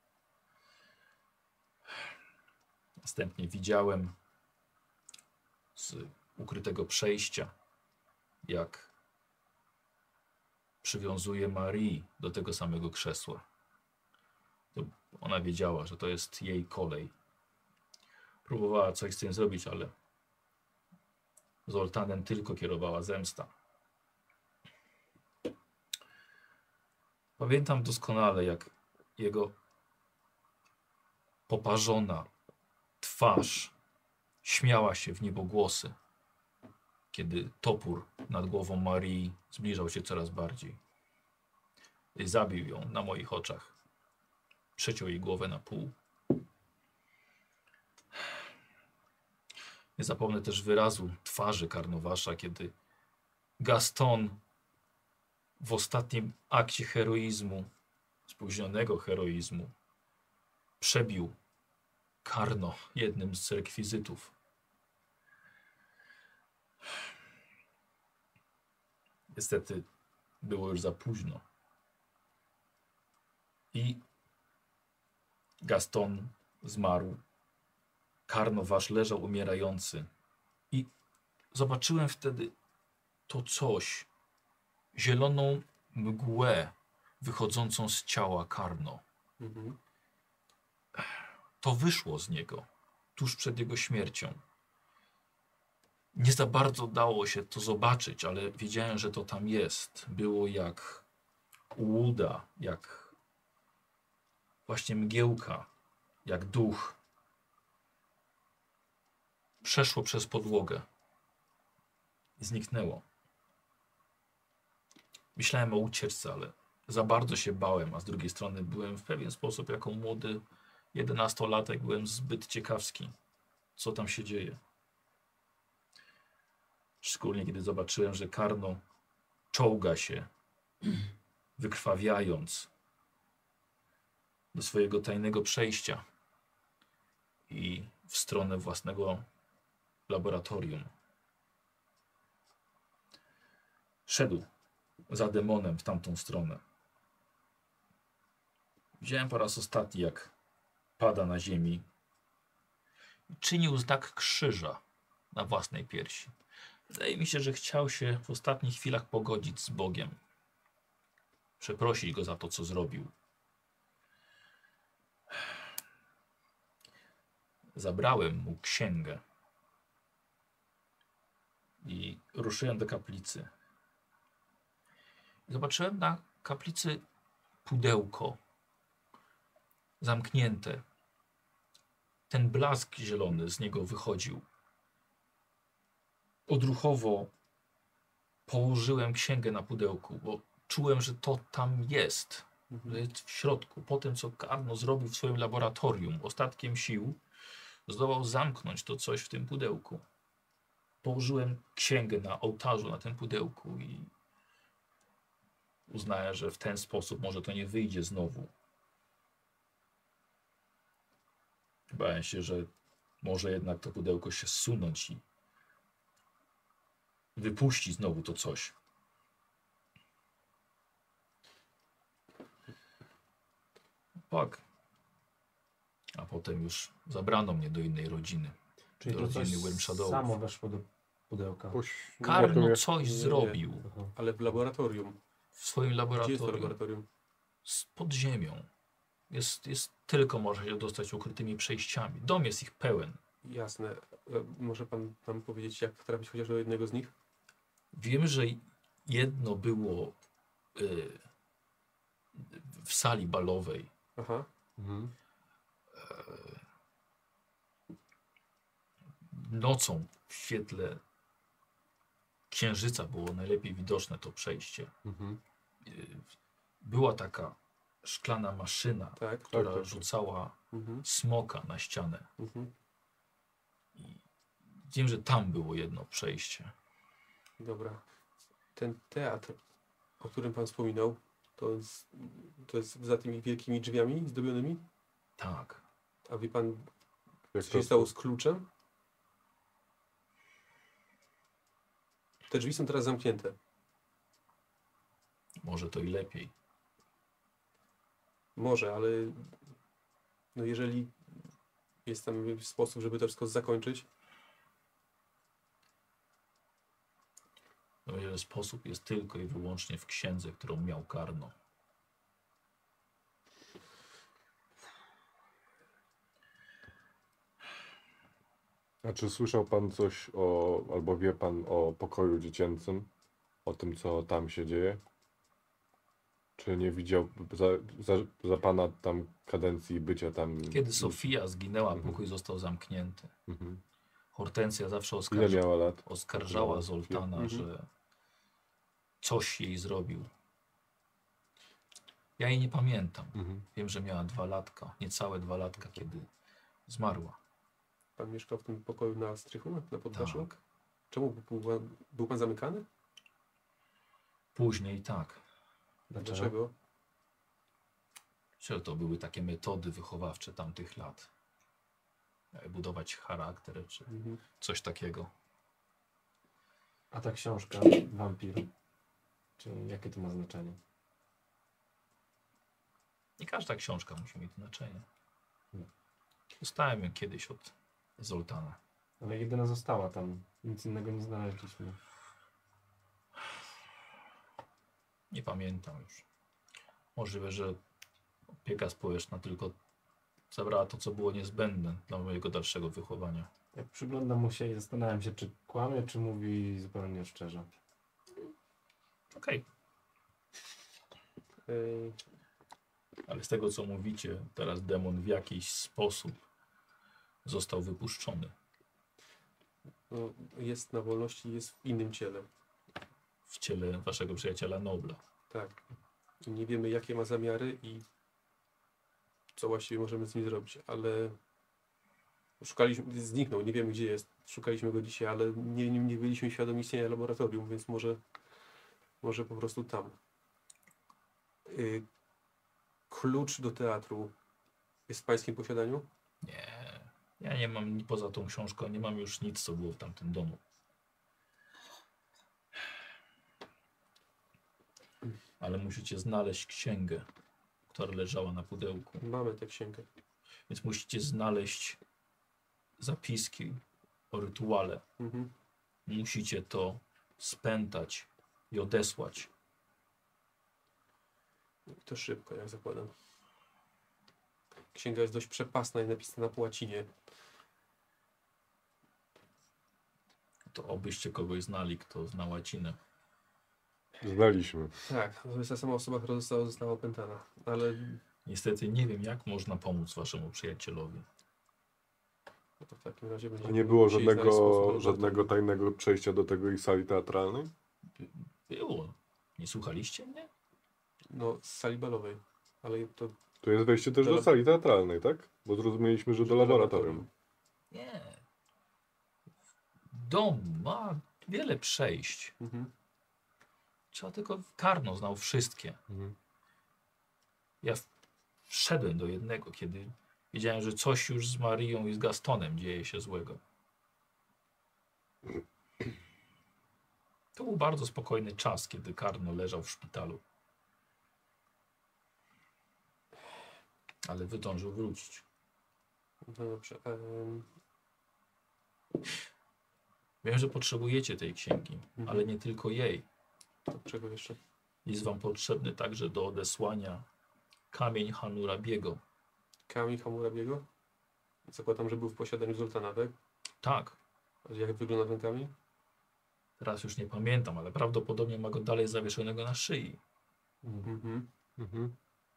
Następnie widziałem z ukrytego przejścia, jak przywiązuje Marii do tego samego krzesła. To ona wiedziała, że to jest jej kolej. Próbowała coś z tym zrobić, ale Zoltanem tylko kierowała zemsta. Pamiętam doskonale, jak jego poparzona twarz śmiała się w niebogłosy, kiedy topór nad głową Marii zbliżał się coraz bardziej. I zabił ją na moich oczach. Przeciął jej głowę na pół. Nie zapomnę też wyrazu twarzy Karnowasza, kiedy Gaston w ostatnim akcie heroizmu, spóźnionego heroizmu, przebił Karno jednym z rekwizytów. Niestety było już za późno. I Gaston zmarł. Karnowasz leżał umierający. I zobaczyłem wtedy to coś, zieloną mgłę wychodzącą z ciała Karno. Mhm. To wyszło z niego tuż przed jego śmiercią. Nie za bardzo dało się to zobaczyć, ale wiedziałem, że to tam jest. Było jak łuda, jak właśnie mgiełka, jak duch. Przeszło przez podłogę i zniknęło. Myślałem o ucieczce, ale za bardzo się bałem, a z drugiej strony byłem w pewien sposób jako młody jedenastolatek, byłem zbyt ciekawski, co tam się dzieje. Szczególnie kiedy zobaczyłem, że Karno czołga się, wykrwawiając do swojego tajnego przejścia i w stronę własnego laboratorium. Szedł za demonem w tamtą stronę. Widziałem po raz ostatni, jak pada na ziemi i czynił znak krzyża na własnej piersi. Wydaje mi się, że chciał się w ostatnich chwilach pogodzić z Bogiem. Przeprosić go za to, co zrobił. Zabrałem mu księgę i ruszyłem do kaplicy. Zobaczyłem na kaplicy pudełko zamknięte. Ten blask zielony z niego wychodził. Odruchowo położyłem księgę na pudełku, bo czułem, że to tam jest. Że jest w środku. Po tym, co Karno zrobił w swoim laboratorium, ostatkiem sił, zdołał zamknąć to coś w tym pudełku. Położyłem księgę na ołtarzu, na tym pudełku i uznałem, że w ten sposób może to nie wyjdzie znowu. Bałem się, że może jednak to pudełko się zsunąć i wypuści znowu to coś. Tak. A potem już zabrano mnie do innej rodziny. Czyli do to coś rodziny Wormshadowów. samo weszło do pudełka. Puść- Karno nie, coś nie, nie. zrobił Aha. Ale w laboratorium. w swoim Gdzie jest to laboratorium. laboratorium? Z- Pod ziemią. Jest, jest tylko można się dostać ukrytymi przejściami. Dom jest ich pełen. Jasne. E, Może pan nam powiedzieć, jak trafić chociaż do jednego z nich? Wiem, że jedno było y, w sali balowej. Aha. Mhm. Nocą w świetle księżyca było najlepiej widoczne to przejście. Mhm. Y, Była taka szklana maszyna, Tak. która tak, tak. rzucała Mhm. smoka na ścianę. Mhm. Wiem, że tam było jedno przejście. Dobra. Ten teatr, o którym pan wspominał, to jest, to jest za tymi wielkimi drzwiami zdobionymi? Tak. A wie pan, Jak co się stało z kluczem? Te drzwi są teraz zamknięte. Może to i lepiej. Może, ale no jeżeli jest tam jakiś sposób, żeby to wszystko zakończyć, No, że sposób jest tylko i wyłącznie w księdze, którą miał Karno. A czy słyszał pan coś o, albo wie pan o pokoju dziecięcym? O tym, co tam się dzieje? Czy nie widział za, za, za pana tam kadencji bycia tam? Kiedy Sofia zginęła, Mhm. pokój został zamknięty. Mhm. Hortensja zawsze Ile oskarża, miała lat? oskarżała No, Zoltana, mhm. że coś jej zrobił. Ja jej nie pamiętam. Mhm. Wiem, że miała dwa latka, niecałe dwa latka, kiedy zmarła. pan mieszkał w tym pokoju na strychu, na poddaszu? Tak. Czemu był pan, był pan zamykany? Później tak. Dlaczego? Dlaczego? Że to były takie metody wychowawcze tamtych lat. Jak budować charakter, czy Mhm. coś takiego. A ta książka, Wampir, czy jakie to ma znaczenie? Nie każda książka musi mieć znaczenie. Hmm. Dostałem ją kiedyś od Zoltana. Ale jedyna została tam, nic innego nie znaleźliśmy. Nie pamiętam już. Możliwe, że opieka społeczna tylko zabrała to, co było niezbędne dla mojego dalszego wychowania. Jak przyglądam mu się i zastanawiam się, czy kłamie, czy mówi zupełnie szczerze. Okej, Ej, ale z tego, co mówicie, teraz demon w jakiś sposób został wypuszczony. no, jest na wolności, jest w innym ciele. W ciele waszego przyjaciela Nobla. Tak. I nie wiemy, jakie ma zamiary i co właściwie możemy z nim zrobić, ale szukaliśmy, zniknął, nie wiemy gdzie jest. Szukaliśmy go dzisiaj, ale nie, nie, nie byliśmy świadomi istnienia laboratorium, więc może, może po prostu tam. Y, klucz do teatru jest w pańskim posiadaniu? Nie, ja nie mam, ni- poza tą książką, nie mam już nic, co było w tamtym domu. Ale musicie znaleźć księgę, która leżała na pudełku. Mamy tę księgę. Więc musicie znaleźć zapiski o rytuale. Mhm. Musicie to spętać i odesłać. I to szybko, jak zakładam. Księga jest dość przepasna i napisana po łacinie. To obyście kogoś znali, kto zna łacinę. Znaliśmy. Tak, to jest ta sama osoba, która została, została opętana. Ale Niestety nie wiem, jak można pomóc waszemu przyjacielowi. no to w takim razie A będzie. nie było żadnego, żadnego tajnego przejścia do tego ich sali teatralnej? Było. Nie słuchaliście mnie? No, z sali balowej. Ale to To jest wejście też Do do lab- sali teatralnej, tak? Bo zrozumieliśmy, że do laboratorium. Nie. Dom ma wiele przejść. Mhm. Trzeba tylko Karno znał wszystkie. Mhm. Ja w- wszedłem do jednego, kiedy wiedziałem, że coś już z Marią i z Gastonem dzieje się złego. To był bardzo spokojny czas, kiedy Karno leżał w szpitalu. Ale zdążył wrócić. No dobrze. em, Wiem, że potrzebujecie tej księgi, Mhm. ale nie tylko jej. to czego jeszcze? Jest wam potrzebny także do odesłania kamień Hammurabiego. Kamień Hammurabiego? Zakładam, że był w posiadaniu Zoltana, tak? Tak. A jak wygląda ten kamień? Teraz już nie pamiętam, ale prawdopodobnie ma go dalej zawieszonego na szyi. Mhm. Mhm.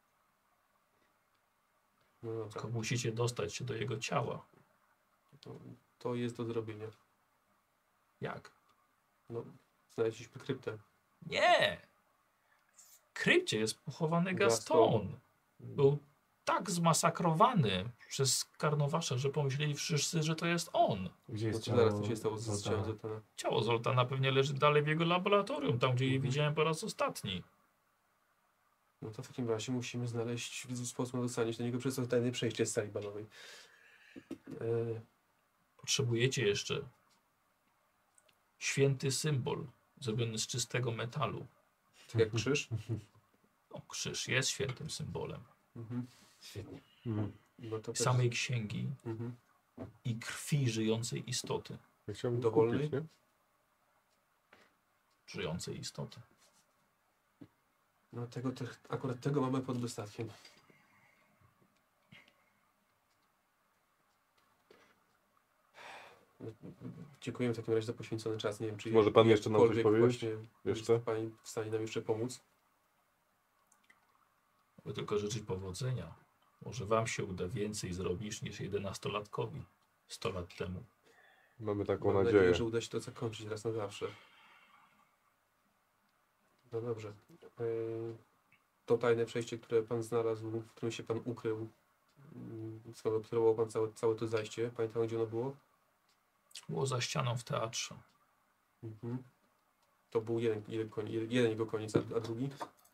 No dobra. Tylko musicie dostać się do jego ciała. To, to jest do zrobienia. Jak? No, znaleźliśmy kryptę. Nie! W krypcie jest pochowany Gaston. Gaston. Był tak zmasakrowany przez karnowasza, że pomyśleli wszyscy, że to jest on. Gdzie No jest to ciało zaraz co się stało z Zoltana? ciałem Zoltana. Ciało Zoltana pewnie leży dalej w jego laboratorium, tam gdzie je Mhm. widziałem po raz ostatni. No to w takim razie musimy znaleźć sposób na dostanie się do niego przez to tajne przejście z sali balowej. E, Potrzebujecie jeszcze święty symbol zrobiony z czystego metalu. tak jak krzyż. No, krzyż jest świętym symbolem. Mhm. Świetnie. Mhm. No to też- Samej księgi Mhm. i krwi żyjącej istoty. Ja chciałbym Dowolnej? kupić, nie? Żyjącej istoty. No tego, te, akurat tego mamy pod dostatkiem. No, dziękujemy w takim razie za poświęcony czas. Nie wiem, czy Może pan jeszcze nam coś jakkolwiek powiedzieć? właśnie Jeszcze? jest Pani w stanie nam jeszcze pomóc? Mogę tylko życzyć powodzenia. Może wam się uda więcej zrobić niż jedenastolatkowi sto lat temu. Mamy taką Mam nadzieję. że uda się to zakończyć raz na zawsze. No dobrze. Yy, To tajne przejście, które pan znalazł, w którym się pan ukrył, yy, skąd obserwował pan całe, całe to zajście, pamiętam gdzie ono było? Było za ścianą w teatrze. Mhm. To był jeden, jeden, koń, jeden, jeden jego koniec, a, a drugi?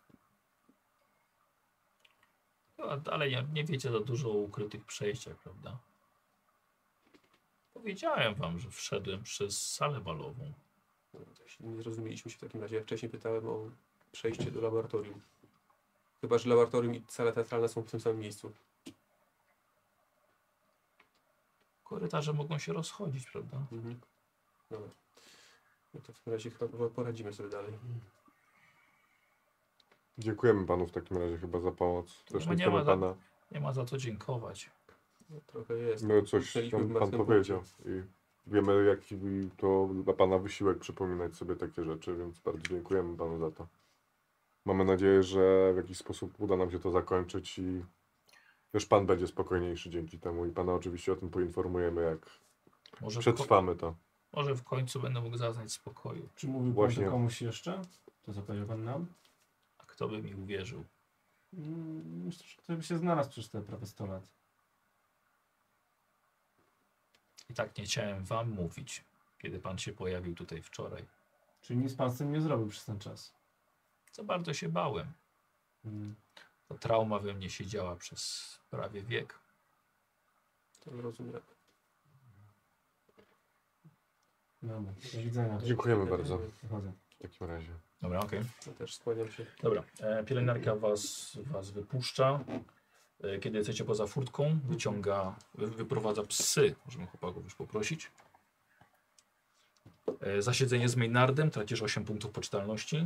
A dalej nie, nie wiecie za dużo o ukrytych przejściach, prawda? Powiedziałem wam, że wszedłem przez salę balową. No, to się nie zrozumieliśmy się w takim razie. Ja wcześniej pytałem o przejście do laboratorium. Chyba, że laboratorium i sala teatralna są w tym samym miejscu. Korytarze mogą się rozchodzić, prawda? Mhm. Dobra. No to w takim razie chyba poradzimy sobie dalej. Dziękujemy panu w takim razie chyba za pomoc. Też Nie ma- nie nie chcemy ma za- pana. Nie ma za co dziękować. No, trochę jest. No coś Utknęliśmy tam w pan martwym powiedział. I wiemy jaki to dla pana wysiłek przypominać sobie takie rzeczy, więc bardzo dziękujemy panu za to. Mamy nadzieję, że w jakiś sposób uda nam się to zakończyć i też pan będzie spokojniejszy dzięki temu i pana oczywiście o tym poinformujemy, jak Może w, ko- przetrwamy to. może w końcu będę mógł zaznać spokoju. Czy mówił Właśnie. pan to komuś jeszcze? To co powiedział pan nam? A kto by mi uwierzył? Mm, Myślę, że ktoś by się znalazł przez te prawie sto lat. I tak nie chciałem wam mówić, kiedy pan się pojawił tutaj wczoraj. Czyli nic pan z tym nie zrobił przez ten czas. Za bardzo się bałem. Mm. Ta trauma we mnie siedziała przez prawie wiek. To rozumiem. Dobra, do widzenia. Dziękujemy bardzo Wychodzę. w takim razie. Dobra, okej. Ja też skłaniam się. Dobra, e, pielęgniarka was, was wypuszcza. E, kiedy jesteście poza furtką, wyciąga, wy, wyprowadza psy. Możemy chłopaków już poprosić. E, zasiedzenie z Maynardem, tracisz osiem punktów poczytalności.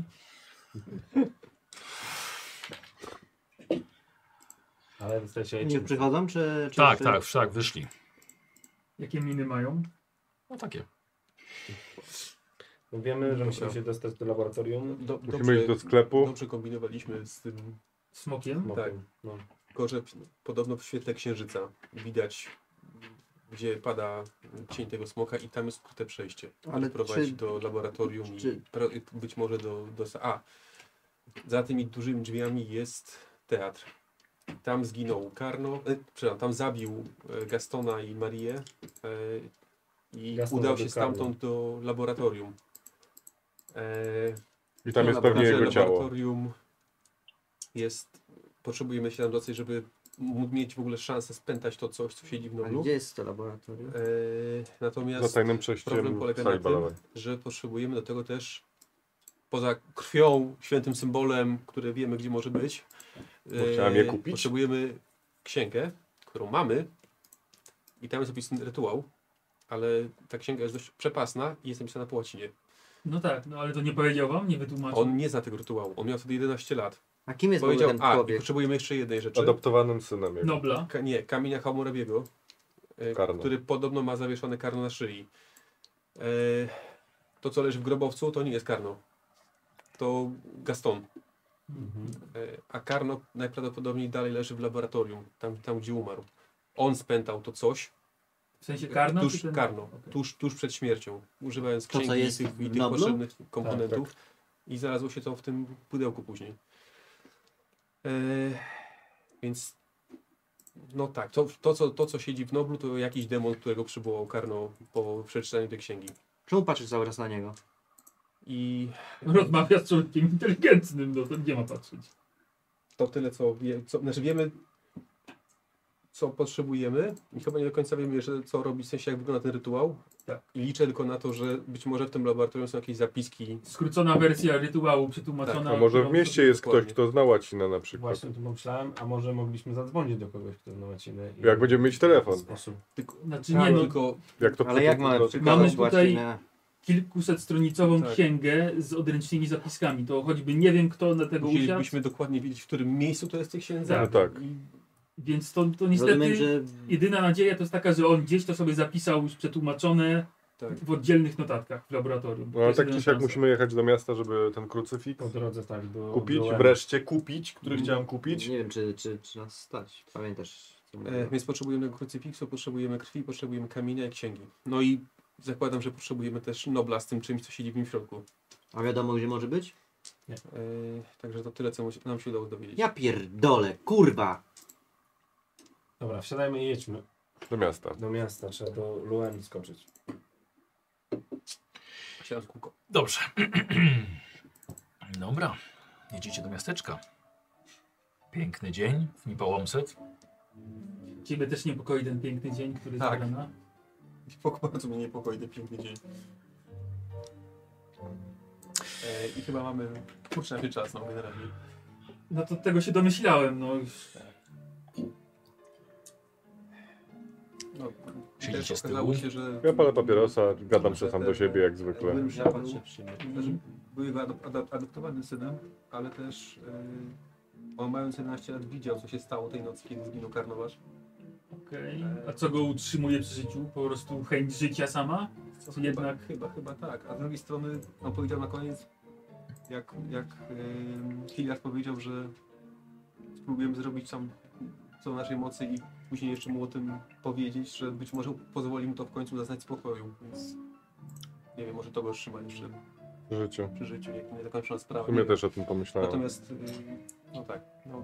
Ale jesteście Nie przychodzą, czy... czy Tak, czy... tak, tak, wyszli. Jakie miny mają? No takie. Wiemy, że musimy się dostać do laboratorium. Do, Musimy iść do sklepu. Dobrze kombinowaliśmy z tym, Smokiem? Tak. No. tylko że podobno w świetle księżyca widać, gdzie pada cień tego smoka i tam jest ukryte przejście. Ale Ale prowadzi czy- do laboratorium czy- i pro, być może do, do... A, za tymi dużymi drzwiami jest teatr. Tam zginął Carno, e, przepraszam, tam zabił e, Gastona i Marię e, i Gaston udał zabił się stamtąd do laboratorium. E, I tam no, jest pewnie nasze jego ciało. laboratorium jest, potrzebujemy się tam dostać, żeby móc mieć w ogóle szansę spętać to coś, co siedzi w A Noblu. gdzie jest to laboratorium? E, Za natomiast tajnym problem przejściem polega w na sali tym, balowej. że potrzebujemy do tego też, poza krwią, świętym symbolem, które wiemy, gdzie może być, Bo chciałem je e, kupić. potrzebujemy księgę, którą mamy i tam jest opisany rytuał, ale ta księga jest dość przepasna i jest napisana po łacinie. No tak, no ale to nie powiedział wam, nie wytłumaczył. On nie zna tego rytuału, on miał wtedy jedenaście lat. A kim jest w ogóle Powiedział, ten a, i człowiek? potrzebujemy jeszcze jednej rzeczy. No. Adoptowanym synem jego. Nobla. Ka nie, kamienia Hammurabiego. e, Karno. który podobno ma zawieszone karno na szyi. E, to, co leży w grobowcu, to nie jest karno. To Gaston. Mhm. E, a karno najprawdopodobniej dalej leży w laboratorium, tam, tam gdzie umarł. On spętał to coś, W sensie karno? tuż, czy ten... karno, Okej. tuż, tuż przed śmiercią, używając To, co księgi jest i tych, i w tych Noblu? potrzebnych komponentów Tak, i znalazło się to w tym pudełku później. E, więc no tak, to, to, co, to co siedzi w Noblu, to jakiś demon, którego przywołał Karno po przeczytaniu tej księgi. Czemu patrzysz cały czas na niego? I Rozmawia z człowiekiem inteligentnym, no to nie ma patrzeć. to tyle, co, wie, co znaczy wiemy, co potrzebujemy i chyba nie do końca wiemy jeszcze, co robić, w sensie jak wygląda ten rytuał. Tak. I liczę tylko na to, że być może w tym laboratorium są jakieś zapiski. Skrócona wersja rytuału przetłumaczona. A może w którą mieście sobie- jest ktoś, dokładnie. kto zna łacinę na przykład. Właśnie tu pomyślałem, a może mogliśmy zadzwonić do kogoś, kto zna łacinę. i- Jak będziemy mieć telefon. w sposób. Tylko, Znaczy tak, nie no, tylko Jak to Ale jak ma przepływ- Mamy przekazać tutaj- łacinę? kilkusetstronicową Tak. księgę z odręcznymi zapiskami. To choćby nie wiem kto na tego usiadł, musielibyśmy dokładnie wiedzieć, w którym miejscu to jest w tej księdze. No tak. I, więc to, to niestety Rozumiem, że jedyna nadzieja to jest taka, że on gdzieś to sobie zapisał już przetłumaczone tak. w oddzielnych notatkach w laboratorium. No ale To tak jest czy siak jedyna musimy jechać do miasta, żeby ten krucyfiks Po drodze tak, do, kupić, byłem- wreszcie kupić, który chciałem kupić. nie wiem, czy, czy, czy nas stać. Pamiętasz, co E, mówiłem? więc potrzebujemy krucyfiksu, potrzebujemy krwi, potrzebujemy kamienia i księgi. No i zakładam, że potrzebujemy też Nobla z tym czymś, co siedzi w nim w środku. A wiadomo, gdzie może być? E, także to tyle, co mu się- nam się udało dowiedzieć. Ja pierdolę, kurwa! Dobra, wsiadajmy i jedźmy Do miasta. do miasta, trzeba do Luen skoczyć. Siadam w kółko. Dobrze. Dobra. Jedziecie do miasteczka. Piękny dzień w Nipałomset. Ciebie też niepokoi ten piękny dzień, który Tak. zagrana. Bardzo mnie niepokoi ten piękny dzień. E, I chyba mamy kurczę czas, no generalnie. No to tego się domyślałem, no już. No, Siedzicie też z tyłu? okazało się, że Ja palę papierosa, gadam się sam do siebie jak zwykle. Byłem Ja patrzę przy mnie. Znaczy, był jego adop- adop- adoptowanym synem, ale też yy, on mając jedenaście lat widział, co się stało tej nocy, kiedy zginął Karnowasz. Okej. A co go utrzymuje przy życiu? Po prostu chęć życia sama? Co Czy chyba, jednak- Chyba, chyba tak. A z drugiej strony on powiedział na koniec, jak, jak yy, Hilliard powiedział, że spróbujemy zrobić tam co w naszej mocy i później jeszcze mu o tym powiedzieć, że być może pozwoli mu to w końcu zaznać spokoju, więc nie wiem, może to go trzyma jeszcze W życiu. przy życiu, jak niezakończona sprawa. W nie sumie wiem. też o tym pomyślałem. Natomiast, yy, no tak, no,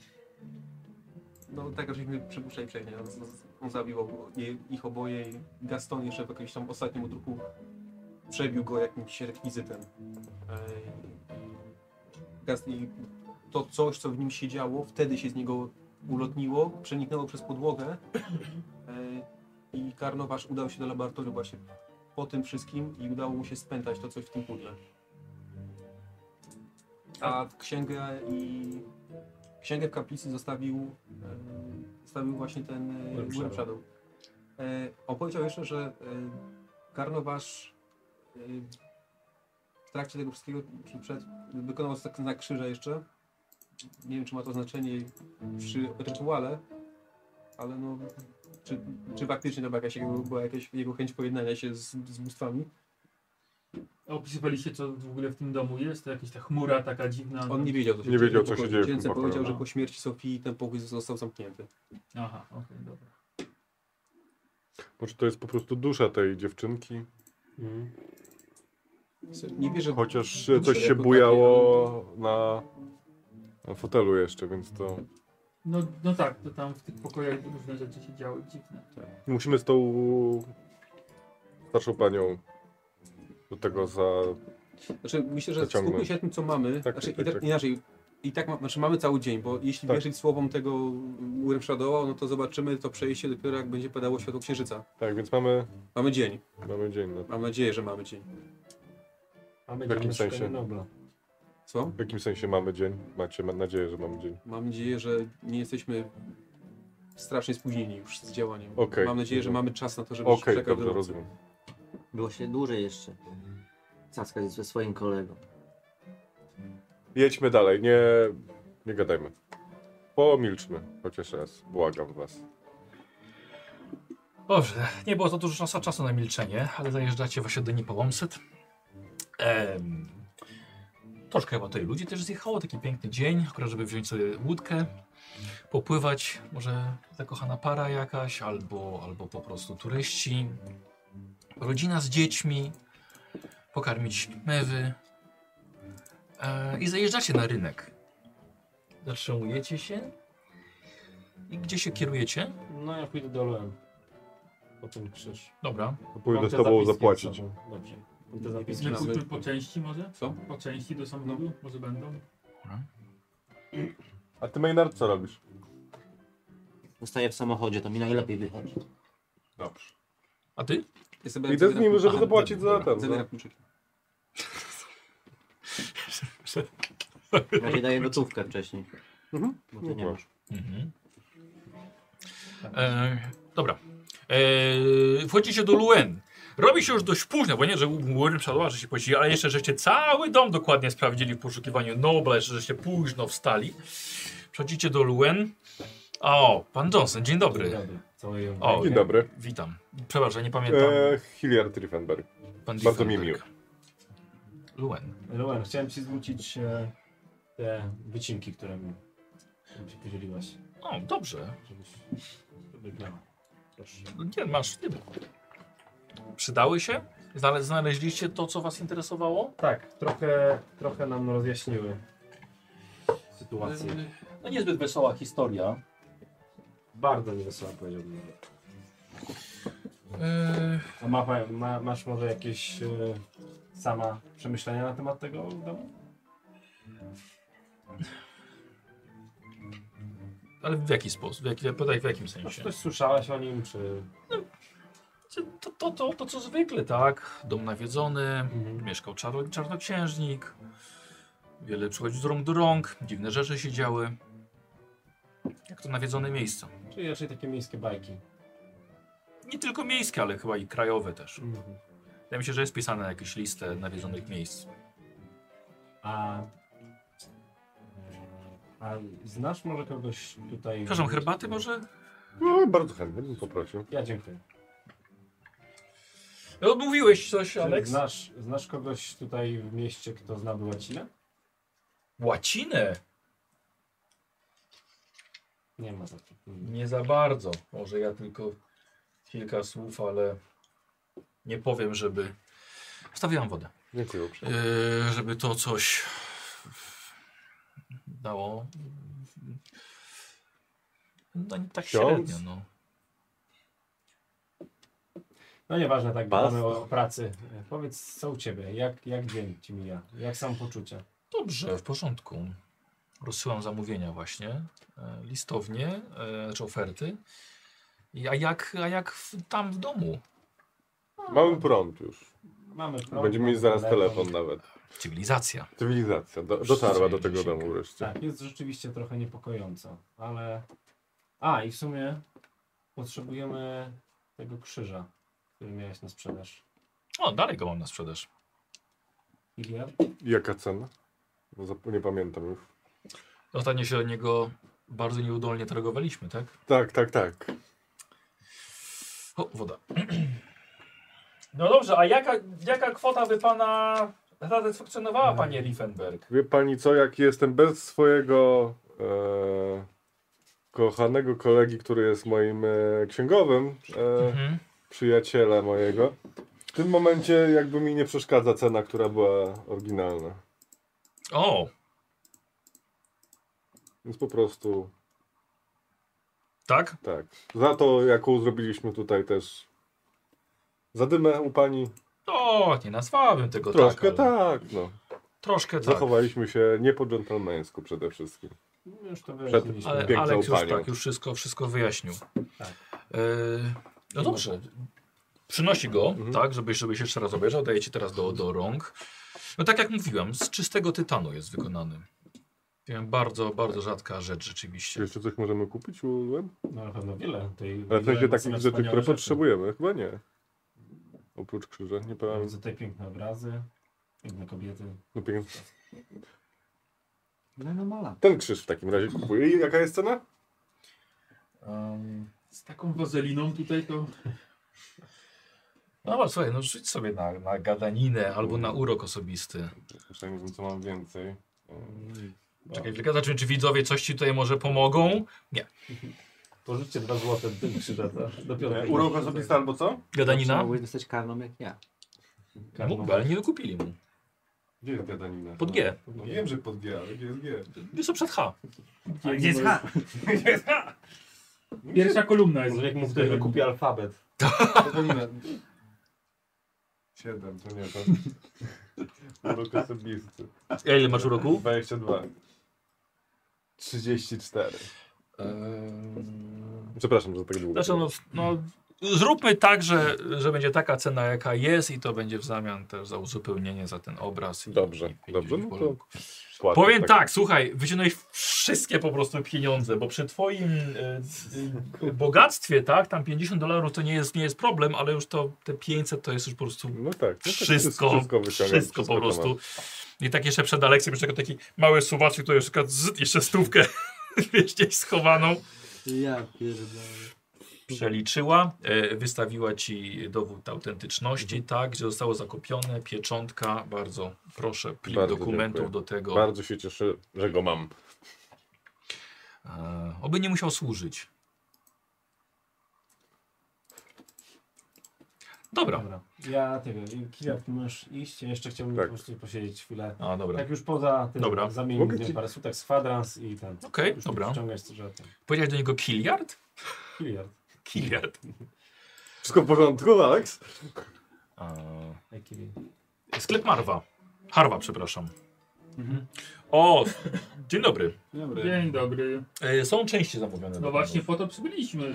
no tak, żeśmy przypuszczali przejdzie. On, on zabił obo, je- ich oboje i Gaston jeszcze w jakimś tam ostatnim odruchu przebił go jakimś rekwizytem. Yy, i Gast, I to coś, co w nim się działo, wtedy się z niego ulotniło, przeniknęło przez podłogę yy, i Karnowasz udał się do laboratorium właśnie po tym wszystkim i udało mu się spętać to coś w tym pudle. A w księgę i księgę w kaplicy zostawił, e, zostawił właśnie ten Worm e, Shadow. Worm Shadow. E, on powiedział jeszcze, że e, Karnowasz e, w trakcie tego wszystkiego, czy przed, wykonał tak znak krzyża jeszcze. Nie wiem, czy ma to znaczenie przy rytuale, ale no, czy, czy faktycznie to była jakaś, jego, była jakaś jego chęć pojednania się z, z bóstwami. A opisywaliście, co w ogóle w tym domu jest? To jakaś ta chmura taka dziwna. On nie wiedział, co się Nie dzieje wiedział, w co się pokoju dzieje w tym dziecięcym. pokoju. Powiedział, że po śmierci Sofii ten pokój został zamknięty. Aha, okej, dobra. Może to jest po prostu dusza tej dziewczynki. Mhm. Nie wierzę, Chociaż duszę coś się jako bujało na, na fotelu jeszcze, więc to... No, no tak, to tam w tych pokojach różne rzeczy się działy dziwne. Musimy z tą starszą panią do tego za... Znaczy, myślę, że Zaciągnąć. skupmy się na tym, co mamy. Tak, znaczy, tak, i tak, tak. inaczej. I tak ma, znaczy mamy cały dzień, bo jeśli Tak. wierzyć słowom tego Worm Shadowa, no to zobaczymy to przejście dopiero jak będzie padało światło księżyca. Tak, więc mamy, Mamy dzień. mamy dzień na to. Mam nadzieję, że mamy dzień. A my W jakim idziemy szukać sensie? Nobla. Co? W jakim sensie mamy dzień? Macie ma- nadzieję, że mamy dzień. Mam nadzieję, że nie jesteśmy strasznie spóźnieni już z działaniem. Okej. Mam nadzieję, że mamy czas na to, żeby Okej, czekać dobrze, do nocy. rozumiem. Było się dłużej jeszcze. Cackać ze swoim kolegą. Jedźmy dalej, nie, nie gadajmy. Pomilczmy, chociaż raz, błagam was. Dobrze, nie było to dużo czasu, czasu na milczenie, ale zajeżdżacie właśnie do Niepałomset. Ehm, troszkę chyba tutaj ludzi też zjechało, taki piękny dzień, akurat żeby wziąć sobie łódkę, popływać, może zakochana para jakaś, albo, albo po prostu turyści, rodzina z dziećmi, pokarmić mewy e, i zajeżdżacie na rynek. Zatrzymujecie się i gdzie się kierujecie? No ja pójdę do Lem. Po ten krzyż. Dobra. Pójdę Mam z te tobą zapiski zapłacić. ze sobą. Dobrze. Mam te zapiski Na ze sobą. kultur po części może? Co? Po części do samochodu? Może będą? A ty, Maynard, co robisz? Zostaję w samochodzie, to mi najlepiej wychodzi. Dobrze. A ty? Ja sobie Idę z zabieram- nim, żeby Aha, zapłacić dobra, za ten, Zabieram za- kluczyki. Ja ci daję gotówkę wcześniej. Mhm. Bo ty nie masz. Mhm. E, dobra. E, wchodzicie do Luen. Robi się już dość późno, bo nie, że Luen przodła, że się pościli, ale jeszcze żeście cały dom dokładnie sprawdzili w poszukiwaniu Nobla, jeszcze żeście późno wstali. Przechodzicie do Luen. O, pan Johnson, dzień dobry. Dzień dobry. Całej O, Dzień dobry. Witam. Przepraszam, nie pamiętam. E, Hilliard Riefenberg. Pan bardzo mi Diefenberg. Luen. Luan, chciałem ci zwrócić e, te wycinki, które mi którym się podzieliłaś. O, dobrze. Żebyś wyglądał. Proszę. Nie, masz. Nie. Przydały się? Znale znaleźliście to, co was interesowało? Tak, trochę, trochę nam rozjaśniły sytuację. No niezbyt wesoła historia. Bardzo niewesoła, powiedziałbym. Yy, A ma, pa- ma, masz może jakieś e, sama przemyślenia na temat tego domu? ale w jaki sposób? W, jaki, podaj, w jakim Czy sensie? coś słyszałaś o nim, czy... To, to, to, to co zwykle, tak? Dom nawiedzony, Mhm. mieszkał czarno, czarnoksiężnik, wiele przychodzi z rąk do rąk, dziwne rzeczy się działy. Jak to nawiedzone miejsce. Czyli raczej takie miejskie bajki. Nie tylko miejskie, ale chyba i krajowe też. Mhm. Wydaje mi się, że jest pisane na jakieś listę nawiedzonych miejsc. A... A znasz może kogoś tutaj... Przepraszam, herbaty może? No, bardzo chętnie bym poprosił. Ja dziękuję. No, mówiłeś coś, Czy Aleks? Znasz, znasz kogoś tutaj w mieście, kto znałby łacinę? Łacinę? Nie ma takiej. Nie za bardzo. Może ja tylko kilka słów, ale nie powiem, żeby... Wstawiłam wodę. Dziękuję uprzejmie. Yy, żeby to coś dało. No tak Ksiądz? średnio, no. No nieważne, tak Pas? gadamy o pracy. E, Powiedz, co u ciebie? Jak, jak dzień ci mija? Jak samopoczucie? Dobrze, w porządku. Rozsyłam zamówienia właśnie, e, listownie, e, znaczy oferty. I- A jak, a jak w, tam w domu? Mamy prąd już. Mamy prąd, Będziemy mieć mamy zaraz telefon nawet. Cywilizacja. Cywilizacja do, dotarła do tego Się- domu wreszcie. Tak, jest rzeczywiście trochę niepokojąco, ale... A, i w sumie potrzebujemy tego krzyża, który miałeś na sprzedaż. O, dalej go mam na sprzedaż. Iliad? Jaka cena? Bo zap- nie pamiętam już. Ostatnio się do niego bardzo nieudolnie targowaliśmy, tak? Tak, tak, tak. O, woda. No dobrze, a jaka, jaka kwota by pana satysfakcjonowała, panie Riefenberg? Wie pani co, jak jestem bez swojego e, kochanego kolegi, który jest moim e, księgowym, e, Mhm. przyjaciela mojego, w tym momencie jakby mi nie przeszkadza cena, która była oryginalna. O, Więc po prostu tak? tak. Za to, jaką zrobiliśmy tutaj też zadymę u pani, O, nie nazwałbym tego troszkę tak. ale- tak, no. Troszkę tak. Zachowaliśmy się nie po dżentelmeńsku przede wszystkim. No już to Przed- wyjaśniliśmy. Ale piękną Aleks już panią. tak, już wszystko, wszystko wyjaśnił. Tak. E, no dobrze. Przynosi go, Mhm. tak, żebyś, żebyś jeszcze raz obejrzał. Daję ci teraz do, do rąk. No tak jak mówiłem, z czystego tytanu jest wykonany. Wiem, bardzo, bardzo rzadka rzecz Czy rzeczywiście. jeszcze coś możemy kupić u Luen? No na pewno wiele. Tej, Ale w sensie wiele takich same rzeczy, wspaniałe które rzeczy. potrzebujemy. Chyba nie. Oprócz krzyża, nie Mamy pamiętam. tutaj piękne obrazy, piękne kobiety. No pięknie. No no mala. Ten krzyż w takim razie kupuję. I jaka jest cena? Um, Z taką wazeliną tutaj to... No słuchaj, no rzuć sobie na, na gadaninę albo na urok osobisty. Jeszcze nie wiem, co mam więcej. Czekaj, tylko zobaczymy, czy widzowie coś ci tutaj może pomogą. Nie. Pożyczcie dwa złote krzyżata. Dopiero Urok osobisty albo co? Gadanina? Mogłeś dostać karną jak ja. Mógłby, ale nie wykupili mu. Gdzie jest gadanina? Pod G. No wiem, że pod G, ale gdzie jest G? Jest to przed H. Gdzie, Gdzie jest H? Gdzie jest H? Pierwsza kolumna jest. Może jak mu ktoś wykupi alfabet. Gadanina. Siedem, to nie to. Urok osobisty. A ile masz uroku? dwadzieścia dwa. trzydzieści cztery. Eee... Przepraszam, że tak długo. Znaczy, no, no, zróbmy tak, że, że będzie taka cena, jaka jest i to będzie w zamian też za uzupełnienie za ten obraz. I, Dobrze, i dobrze, no to płacę, powiem tak, słuchaj, wyciągnąłeś wszystkie po prostu pieniądze, bo przy twoim y, y, bogactwie, tak, tam pięćdziesiąt dolarów to nie jest, nie jest problem, ale już to te pięćset to jest już po prostu No tak. No tak, wszystko, wszystko, wszystko, wyciągam, po to prostu. mam. I tak jeszcze przed Aleksem, jeszcze taki mały suwaczek, to jeszcze, jeszcze stówkę wiesz, gdzieś schowaną. Ja pierdolę. Przeliczyła, e, wystawiła ci dowód autentyczności, tak, gdzie zostało zakopione, pieczątka, bardzo proszę, plik Bardzo dokumentów dziękuję. do tego. Bardzo się cieszę, że go mam. E, oby nie musiał służyć. Dobra. Dobra. Ja tego, Kiliard, możesz iść, ja jeszcze chciałbym Tak. po prostu posiedzieć chwilę. A, dobra. Tak już poza tym, Dobra. zamienić Mogę nie wiem, ci- parę sutek z kwadrans i ten. Okej, Już dobra. wciągać co że ten. Powiedziałeś do niego Kiliard? Kiliard. Kiliard. Wszystko w porządku, Alex? E, Ej, Kili. sklep Marwa. Harwa, przepraszam. O, dzień dobry. Dzień dobry. E, są części zamówione. No do właśnie panów. po to przybyliśmy.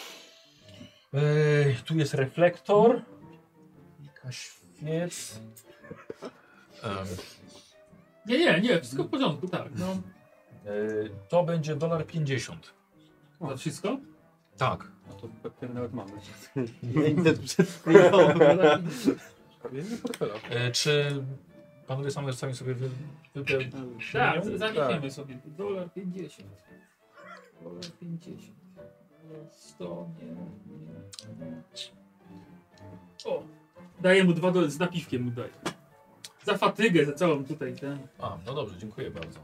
Ej, tu jest reflektor. Jakaś świec. Em, Nie, nie, nie, wszystko w porządku, tak. No, e, to będzie dolar pięćdziesiąt. za wszystko? Tak. To pewnie nawet mamy. pięćset przed chwilą. Nie portfela. E, czy panowie sami sami sobie wy, wy, Tak, zaniesiemy sobie. Dolar pięćdziesiąt. Dolar pięćdziesiąt. sto, nie, nie. O, daję mu dwa do, z napiwkiem mu daję. Za fatygę, za całą tutaj ten. A, no dobrze, dziękuję bardzo.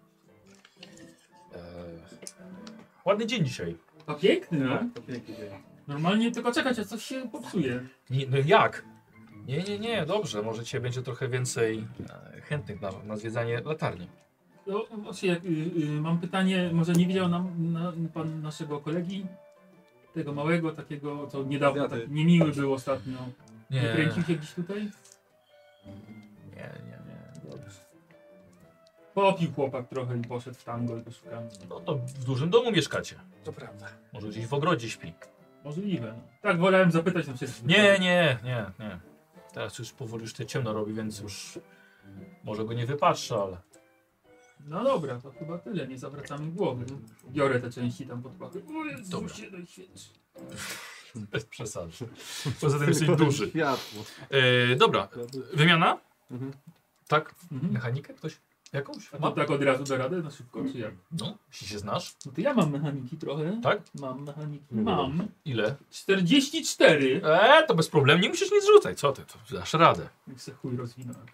E, ładny dzień dzisiaj. A piękny, no. To piękny dzień. Normalnie tylko czekać, a coś się popsuje. Nie, no jak? Nie, nie, nie, dobrze. Może dzisiaj będzie trochę więcej e, chętnych na, na zwiedzanie latarni. No, właśnie, jak, y, y, mam pytanie, może nie widział nam na, pan naszego kolegi? Tego małego, takiego, co niedawno Zjaty. tak niemiły był ostatnio. Nie Nie, kręcił się gdzieś tutaj? nie, nie, nie. Dobrze. Popił chłopak trochę i poszedł w tango i poszukamy. No to w dużym domu mieszkacie. To prawda. Może gdzieś w ogrodzie śpi. Możliwe. No. Tak, wolałem zapytać na wszystkich. Nie, nie, nie, nie. Teraz już powoli już te ciemno robi, więc już może go nie wypatrzę, ale... No dobra, to chyba tyle, nie zawracamy głowy. Biorę te części tam pod pachę. O Jezu, Dobra. się doświadczy. Bez przesady. Poza tym jesteś duży. Światło. E, dobra, wymiana? Mhm. Tak? Mhm. Mechanikę ktoś? Jakąś? A Ma? to tak od razu da radę na szybko, czy jak? No, jeśli się znasz. No to ja mam mechaniki trochę. Tak? Mam mechaniki. Nie Mam. Ile? czterdzieści cztery. Eee, to bez problemu, nie musisz nic rzucać. Co ty, to dasz radę. Jak se chuj rozwinąłem.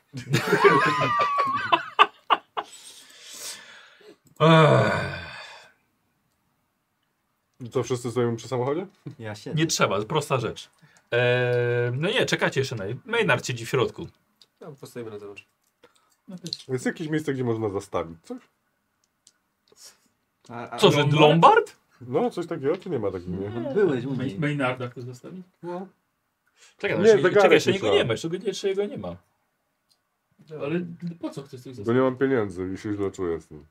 Eee, To wszyscy stoimy przy samochodzie? Ja się. nie trzeba, prosta rzecz. Eee, no nie, czekacie jeszcze na... Maynard siedzi w środku. Tam postoimy na zewnątrz. No też. Jest jakieś miejsce, gdzie można zastawić coś? A, a, Co, że Lombard? Lombard? No, coś takiego, czy nie ma takiego? Nie. Byłeś u May- niej. Maynarda chcesz zostawić? No. Czekaj, no, Nie, jeszcze, zegarek czekaj, jeszcze jego myślałem. nie ma, jeszcze, go- jeszcze jego nie ma. Ale po co chcesz coś Bo zostawić? nie mam pieniędzy i się źle czuję z tym.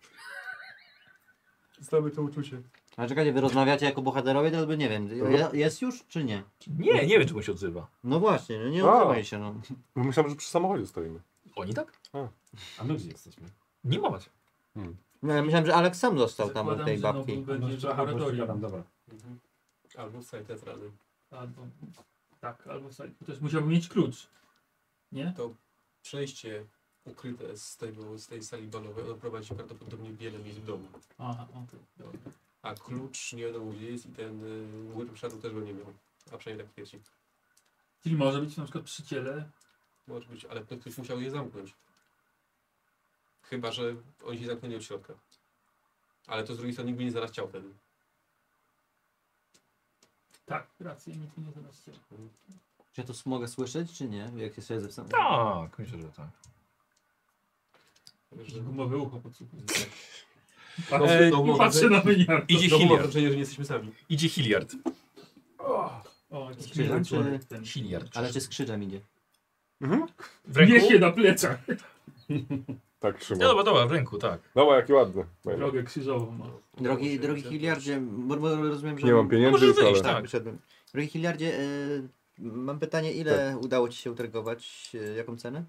Znamy to uczucie. A czekajcie, wy rozmawiacie jako bohaterowie, to jakby nie wiem, je- jest już czy nie? Nie, nie wiem, czy mu się odzywa. No właśnie, no nie A. odzywaj się, no. No myślałem, że przy samochodzie stoimy. Oni tak? A my gdzie jesteśmy? Nie ma macie. No, ja myślałem, że Alex sam został tam u Zakładam, tej że babki. Nobu będzie w Aha, bo laboratorium. szukam, dobra. Mhm. Albo site teatralny. Albo, tak, albo sali. Też musiałby mieć klucz. Nie? Przejście ukryte z, tego, z tej sali balowej, ono prowadzi prawdopodobnie wiele miejsc w domu. Aha, okej, dobra. A klucz nie wiadomo gdzie jest i ten y, młyn szatu też go nie miał. A przynajmniej tak twierdzi. Czyli może być na przykład przy ciele. Może być, ale to ktoś musiał je zamknąć. Chyba że oni się zamknęli od środka. Ale to z drugiej strony nikt by nie znalazł ciał wtedy. Tak, racja, nikt nie znalazł ciała. Czy ja to mogę słyszeć, czy nie? Jak się siedzę w sam... Tak, myślę, że tak. Że... Gumowe ucho podsłuchuje. No, Patrzę, no, i no, patrzę na mnie. Idzie No, bo mam Hilliard. wrażenie, że nie jesteśmy sami. Idzie Hilliard. O, jakiś Skrzydłem, miły czy- człowiek ten. Hilliard. Ale czy z krzyżem idzie? Mhm. W ręku? Niech je na plecach. Tak No trzymam. dobra, dobra, w ręku, tak. Dobra, jaki ładny. Drogę krzyżową ma. Drogi, drogi Hilliardzie, bo, bo rozumiem, że... Nie mam No pieniędzy możesz już, ale... wyjść, Tak, tak. wyszedłem. Drogi Hilliardzie, y, mam pytanie, ile udało ci się utregować? Y, jaką cenę?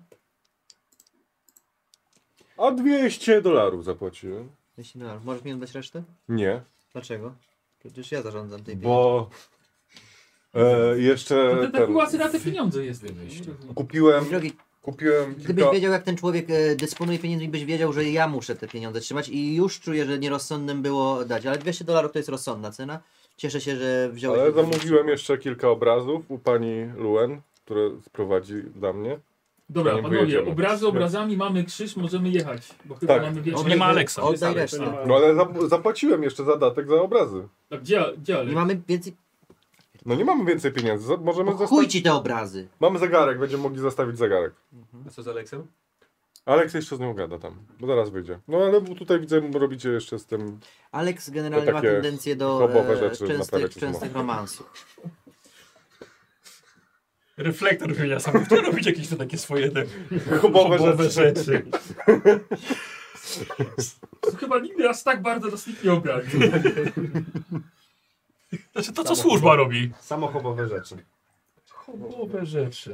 A dwieście dolarów zapłaciłem. dwieście dolarów. Możesz mi dać resztę? Nie, Dlaczego? Przecież ja zarządzam tej bo e, jeszcze To te ten, takułasy na te pieniądze jest. kupiłem, Drogi, kupiłem gdybyś kilka... wiedział, jak ten człowiek e, dysponuje pieniędzmi, byś wiedział, że ja muszę te pieniądze trzymać i już czuję, że nierozsądnym było dać. Ale dwieście dolarów to jest rozsądna cena. Cieszę się, że wziąłeś... Ale zamówiłem jeszcze kilka obrazów u pani Luen, które sprowadzi dla mnie. Dobra, Zanim panowie, wyjedziemy. obrazy obrazami, mamy krzyż, możemy jechać. Bo chyba Tak. mamy wieczór. Nie ma Aleksa. Oddaj resztę. No ale za, zapłaciłem jeszcze zadatek za obrazy. A gdzie, gdzie Nie Aleks? mamy więcej... No nie mamy więcej pieniędzy, za, możemy Po chuj zostawić... ci te obrazy. Mamy zegarek, będziemy mogli zastawić zegarek. A co z Aleksem? Aleks jeszcze z nią gada tam, bo zaraz wyjdzie. No ale tutaj widzę, robicie jeszcze z tym... Alex generalnie ma takie tendencję do hobowe e, rzeczy częstych, naprawiać częstych romansów. Reflektor wymienia sam. Kto robić jakieś to takie swoje te Hobowe hobowe rzeczy. rzeczy. To chyba nigdy aż tak bardzo nas nikt nie obraził. Znaczy to, co służba robi. Samochodowe rzeczy. Hobowe rzeczy.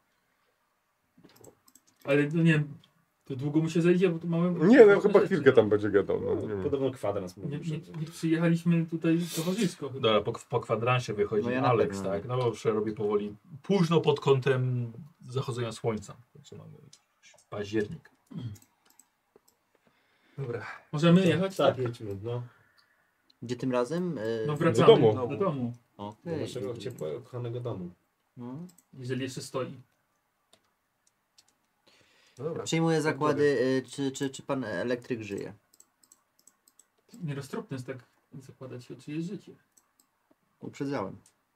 Ale no nie wiem, to długo mu się zejdzie, bo tu mamy... Nie, no chyba chwilkę tam będzie gadał. No, nie wiem. Podobno kwadrans Nie, mówi. nie, nie przyjechaliśmy tutaj towarzysko chyba. Dobra, po, po kwadransie wychodzi No ja na Alex, pewno. tak? No bo już robi powoli późno pod kątem zachodzenia słońca. Znaczy mamy październik. Dobra. Możemy jechać? Tak, jedźmy, no. Gdzie tym razem? E, No wracamy Do domu. Do domu, Do Okej. naszego ciepłego, kochanego domu. No. jeżeli jeszcze stoi. No dobra. Przyjmuję zakłady, e, czy, czy, czy pan elektryk żyje. Nieroztropne jest tak zakładać się o czyjeś życie. Uprzedzałem.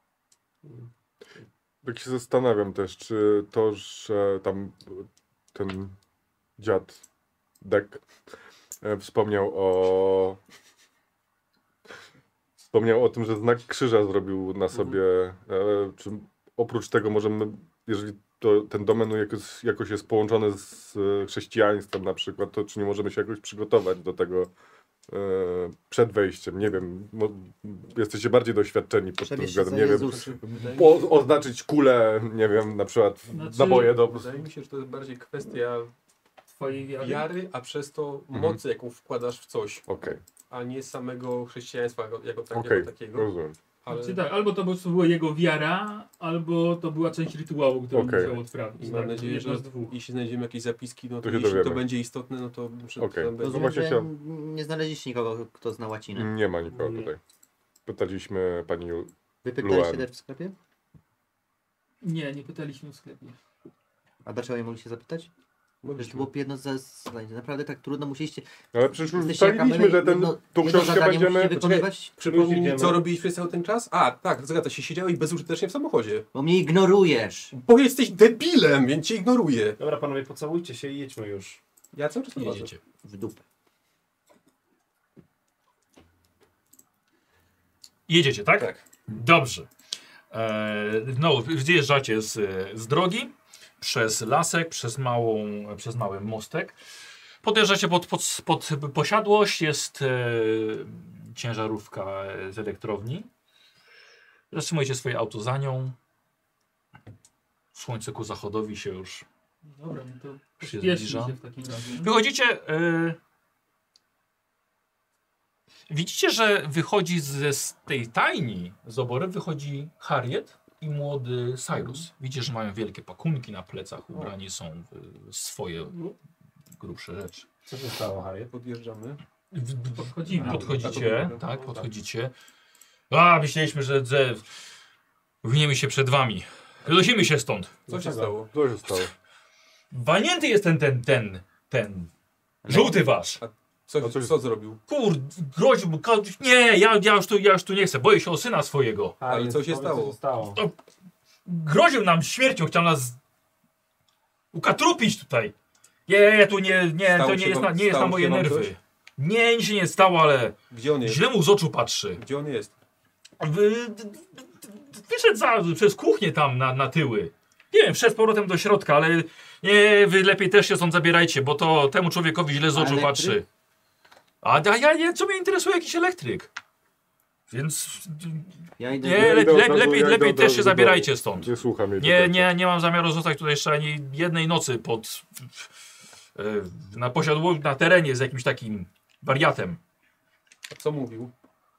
Tak się zastanawiam też, czy to, że tam ten dziad Dek e, wspomniał o wspomniał o tym, że znak krzyża zrobił na sobie, e, czy oprócz tego możemy, jeżeli to, ten domen jakoś, jakoś jest połączony z e, chrześcijaństwem na przykład, to czy nie możemy się jakoś przygotować do tego e, przed wejściem? Nie wiem, mo, jesteście bardziej doświadczeni pod tym Przebierz się względem, za nie wiem. Jezus. Wydaje mi Po, się, oznaczyć kulę, nie wiem, na przykład Znaczy- naboje do... wydaje mi się, że to jest bardziej kwestia Twojej wiary? wiary, a przez to Mhm. mocy, jaką wkładasz w coś, Okej, a nie samego chrześcijaństwa jako, jako, tak, okej, jako takiego. rozumiem. Ale Znaczy tak, albo to po prostu była jego wiara, albo to była część rytuału, który Okej. musiał odprawić. i mam Tak, nadzieję, jedno że z dwóch. jeśli znajdziemy jakieś zapiski, no To to, się jeśli to dowiemy. będzie istotne, no to muszę Okej. tam będzie. No Rozumiem, właśnie że chciałem- nie znaleźliście nikogo, kto zna łacinę. Nie ma nikogo Nie. tutaj. Pytaliśmy pani... Wy pytaliście Luan. też w sklepie? Nie, nie pytaliśmy w sklepie. A dlaczego nie mogliście zapytać? Że to Mogliśmy. było jedno z zadań. Naprawdę tak trudno musieliście... Ale przecież już Jesteście jak ustaliliśmy, że ten, jedno- tą jedno książkę zadanie będziemy... musicie wykonywać, Przypomnij mi, Idziemy. co robiliśmy przez cały ten czas? A, tak, zgadza się, siedziałeś bezużytecznie w samochodzie. bo mnie ignorujesz. Bo jesteś debilem, więc cię ignoruję. Dobra, panowie, pocałujcie się i jedźmy już. Ja cały czas prowadzę. Jedziecie. W dupę. Jedziecie, tak? Tak. Dobrze. Eee, no, zjeżdżacie z, z drogi, przez lasek, przez, małą, przez mały mostek. Podjeżdżacie pod, pod, pod posiadłość, jest e, ciężarówka z elektrowni. Zatrzymujecie swoje auto za nią. Słońce ku zachodowi się już... Dobra, no to Już się pośpieszmy zbliża. się w takim razie. Wychodzicie... E, widzicie, że wychodzi ze z tej tajni z oborem, wychodzi Harriet i młody Cyrus. Widzicie, że mają wielkie pakunki na plecach, ubrani są w swoje grubsze rzeczy. Co się stało, Harriet? Podjeżdżamy. W- Podchodzimy. Podchodzicie, tak, podchodzicie. A, myśleliśmy, że, że winiemy się przed wami. Wynosimy się stąd. Co się stało? Co się stało? Walnięty jest ten, ten, ten, ten. Żółty wasz. Co, A co- co zrobił? Kur, groźby, ka- nie, ja, ja, już tu, ja już tu nie chcę, boję się o syna swojego. Ale więc co się powiedz, stało? Co się stało? Groził nam śmiercią, chciał nas ukatrupić tutaj. Nie, nie, tu nie, nie, Stało to nie się jest, wam- na, nie jest na stało moje się wam nerwy. coś? Nie, nic się nie stało, ale Gdzie on jest? źle mu z oczu patrzy. Gdzie on jest? Wy, d- d- d- wyszedł za, przez kuchnię tam na, na tyły. Nie wiem, wszedł z powrotem do środka, ale nie, wy lepiej też się stąd zabierajcie, bo to temu człowiekowi źle z A oczu elektryk? patrzy. A, a ja nie, co mnie interesuje jakiś elektryk? Więc Ja idę. nie, Ja idę lepiej, od lepiej, razu- lepiej, ja idę lepiej od też razu się do zabierajcie domu. stąd. Nie słucham jej. Nie, tutaj. nie, nie mam zamiaru zostać tutaj jeszcze ani jednej nocy pod, e, na posiadło, na terenie z jakimś takim wariatem. A co mówił?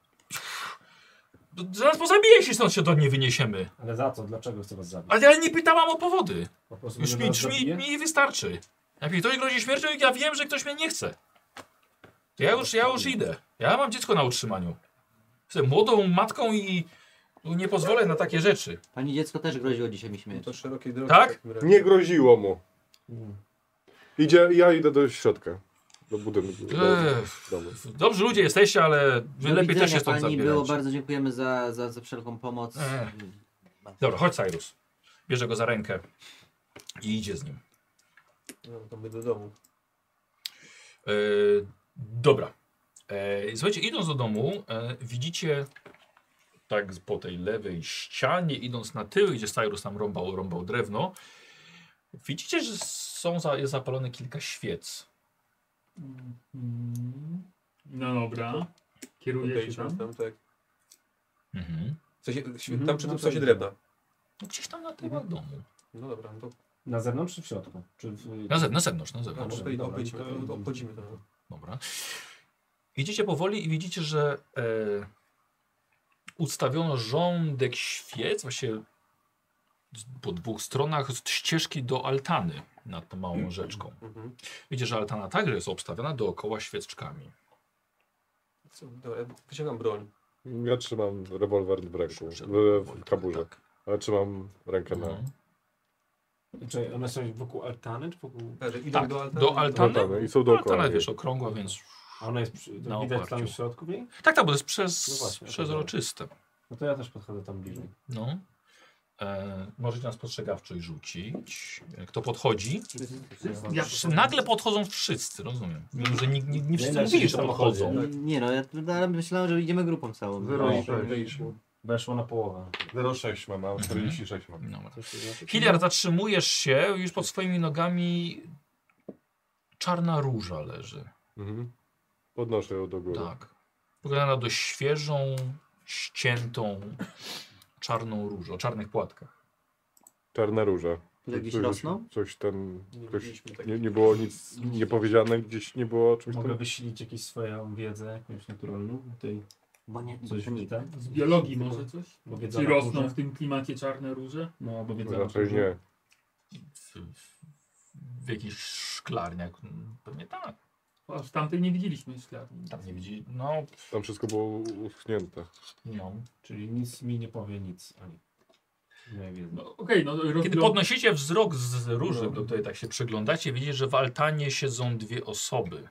Zaraz pozabije, jeśli stąd się do nie wyniesiemy. Ale za co? Dlaczego chce was zabić? Ale ja nie pytałam o powody. Po prostu Już mnie mi, was już mi, zabije? mi wystarczy. Jak mi ktoś grozi śmiercią, ja wiem, że ktoś mnie nie chce. To ja już, ja już idę. Ja mam dziecko na utrzymaniu. Jestem młodą matką i nie pozwolę na takie rzeczy. Pani dziecko też groziło dzisiaj mi śmierć. To szerokiej drogi. Tak? w takim razie. Nie groziło mu. Mm. Idzie, ja idę do środka. Do budynku. Do Ech, domu. Dobrzy ludzie jesteście, ale wy Do lepiej też się widzenia, stąd pani, było zabierajcie. bardzo dziękujemy za, za, za wszelką pomoc. Ech. Dobra, chodź Cyrus. Bierze go za rękę i idzie z nim. No, to my do domu. E, dobra. E, słuchajcie, idąc do domu, e, widzicie tak z- po tej lewej ścianie, idąc na tył, gdzie Cyrus tam rąbał, rąbał drewno, widzicie, że są za, jest zapalone kilka świec. Mhm. No dobra. Kieruję się Odejdźmy tam. tam, tak. Mhm. W sensie, świe- Mhm, tam przy no tym to w sensie idę. drewna. No gdzieś tam na tyłach domu. No dobra, no to, Na zewnątrz czy w środku? Czy w... Na, ze, na zewnątrz, na no, zewnątrz. to dobra, obchodzimy, to- to obchodzimy to. Dobra. Idziecie powoli i widzicie, że e, ustawiono rządek świec, właśnie z- po dwóch stronach z ścieżki do altany nad tą małą rzeczką. Mhm. Widzicie, że altana także jest obstawiona dookoła świeczkami. Co, dobra, wyciągam broń. Ja trzymam rewolwer w ręku. W, w kaburze. Tak. Ale trzymam rękę na... Mhm. Czy one są wokół altany, czy wokół... Tak, że idą Tak, do altany. do altany. Altany i są dookoła. Altana, niej. wiesz, okrągła, więc... A ona jest przy... Na widać oparciu. tam w środku w niej? Tak, tak, bo to jest przez, No właśnie, przezroczyste. No to ja też podchodzę tam bliżej. No. E, możecie na spostrzegawczość rzucić. E, Kto podchodzi? Ja Nagle podchodzą wszyscy, rozumiem. Mimo, że nie, nie, nie wszyscy Nie, mówili, nie, że samochodzie. podchodzą. Nie no, ja ale myślałem, że idziemy grupą całą. Zero No. sześć. Weszło na połowę. zero sześć mam, a czterdzieści sześć mam. Dobra. Coś to znaczy? Hilliard, zatrzymujesz się, już pod swoimi nogami czarna róża leży. Mhm. Podnoszę ją do góry. Tak. Wygląda na dość świeżą, ściętą, czarną różę, o czarnych płatkach. Czarna róża. Tu jakiś Coś- rosną? Coś ten... Nie Ktoś, widzieliśmy takich. nie, nie było nic niepowiedziane, gdzieś nie było o czymś Mogę tam. wysilić jakąś swoją wiedzę, jakąś naturalną? Tej Bo nie, coś bo nie. ten? Z biologii może coś? Bo wiedza Czy na rosną górze? w tym klimacie czarne róże? No, bo wiedza na Raczej górze. nie. W, w, w jakichś szklarniach, mm, pewnie tak. A w tamtej nie widzieliśmy szklarni. Tam nie widzi, no, Tam wszystko było uschnięte. no. Czyli nic mi nie powie nic ani. Nie wiem. No, Okej, no Kiedy rozgląd... podnosicie wzrok z róży, No. do której tak się przyglądacie, widzicie, że w altanie siedzą dwie osoby.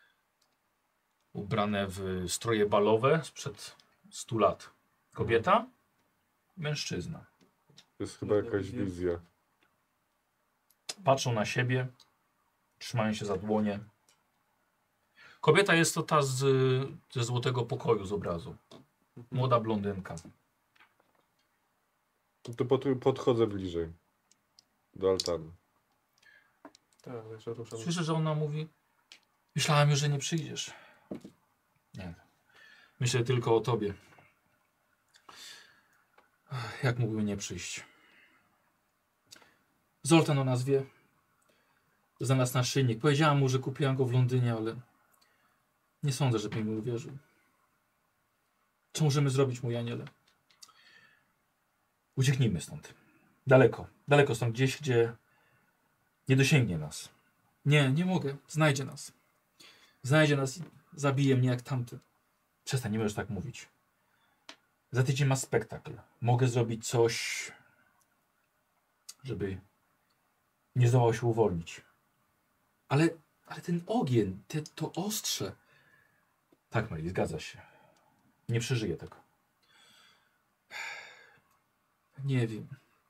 Ubrane w stroje balowe sprzed stu lat. Kobieta, mężczyzna. To jest chyba jakaś wizja. Patrzą na siebie, trzymają się za dłonie. Kobieta jest to ta z, ze złotego pokoju z obrazu. Młoda blondynka. To pod, podchodzę bliżej. Do altany. Tak, jeszcze ruszam. Słyszę, że ona mówi: myślałem już, że nie przyjdziesz. Nie. Myślę tylko o tobie. Ach, jak mógłby nie przyjść? Zoltan o nas wie. Znalazł naszyjnik. Powiedziałam mu, że kupiłam go w Londynie, ale nie sądzę, żeby mi uwierzył. Co możemy zrobić, mój aniele? Ucieknijmy stąd. Daleko. Daleko stąd. Gdzieś, gdzie nie dosięgnie nas. Nie, nie mogę. Znajdzie nas. Znajdzie nas i Zabije mnie jak tamten. Przestań, nie możesz tak mówić. Za tydzień ma spektakl. Mogę zrobić coś, żeby nie zdołał się uwolnić. Ale, ale ten ogień, te, to ostrze. Tak, Mary, zgadza się. Nie przeżyję tego. Nie wiem.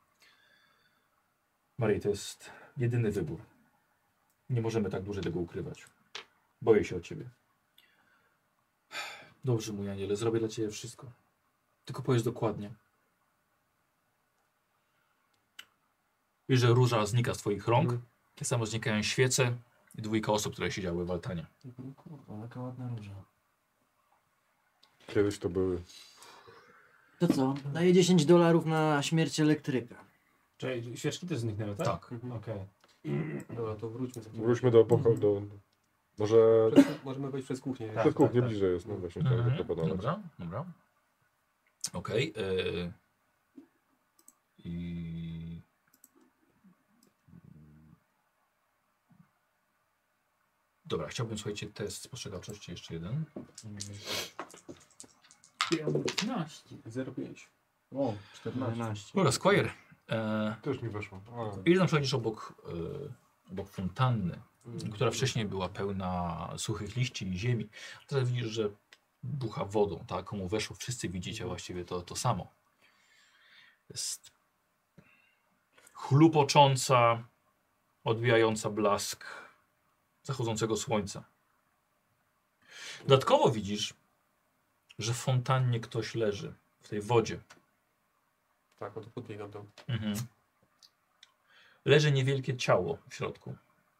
Mary, to jest jedyny wybór. Nie możemy tak dłużej tego ukrywać. Boję się o ciebie. Dobrze, mój aniele, zrobię dla ciebie wszystko. Tylko powiedz dokładnie. Wiesz, że róża znika z twoich rąk. Mhm. Tak samo znikają świece i dwójka osób, które siedziały w altanie. Kurwa, jaka ładna róża. Kiedyś to były. To co? Daję dziesięć dolarów na śmierć elektryka. Czyli świeczki też zniknęły, tak? Tak. Mhm. Okej. Dobra, to wróćmy. Okay. Wróćmy do pokoju. Do... Może. Możemy wejść przez kuchnię. Tak. Przez kuchnię bliżej jest, no właśnie chciałem Mhm. zaproponować. Dobra, dobra. Okej. Okay, I... Dobra, chciałbym, słuchajcie, test spostrzegawczości jeszcze jeden. Ja mam piętnaście. zero przecinek pięć. O, czternaście. dwanaście. Dobra, Squire. E, Też mi weszło. A. ile tam przechodzisz obok, e, obok fontanny, która wcześniej była pełna suchych liści i ziemi. Teraz widzisz, że bucha wodą, tak? Komu weszło, wszyscy widzicie właściwie to, to samo. Jest chlupocząca, odbijająca blask zachodzącego słońca. Dodatkowo widzisz, że w fontannie ktoś leży, w tej wodzie. Tak, no to podbiegam tam. Mhm. Leży niewielkie ciało w środku.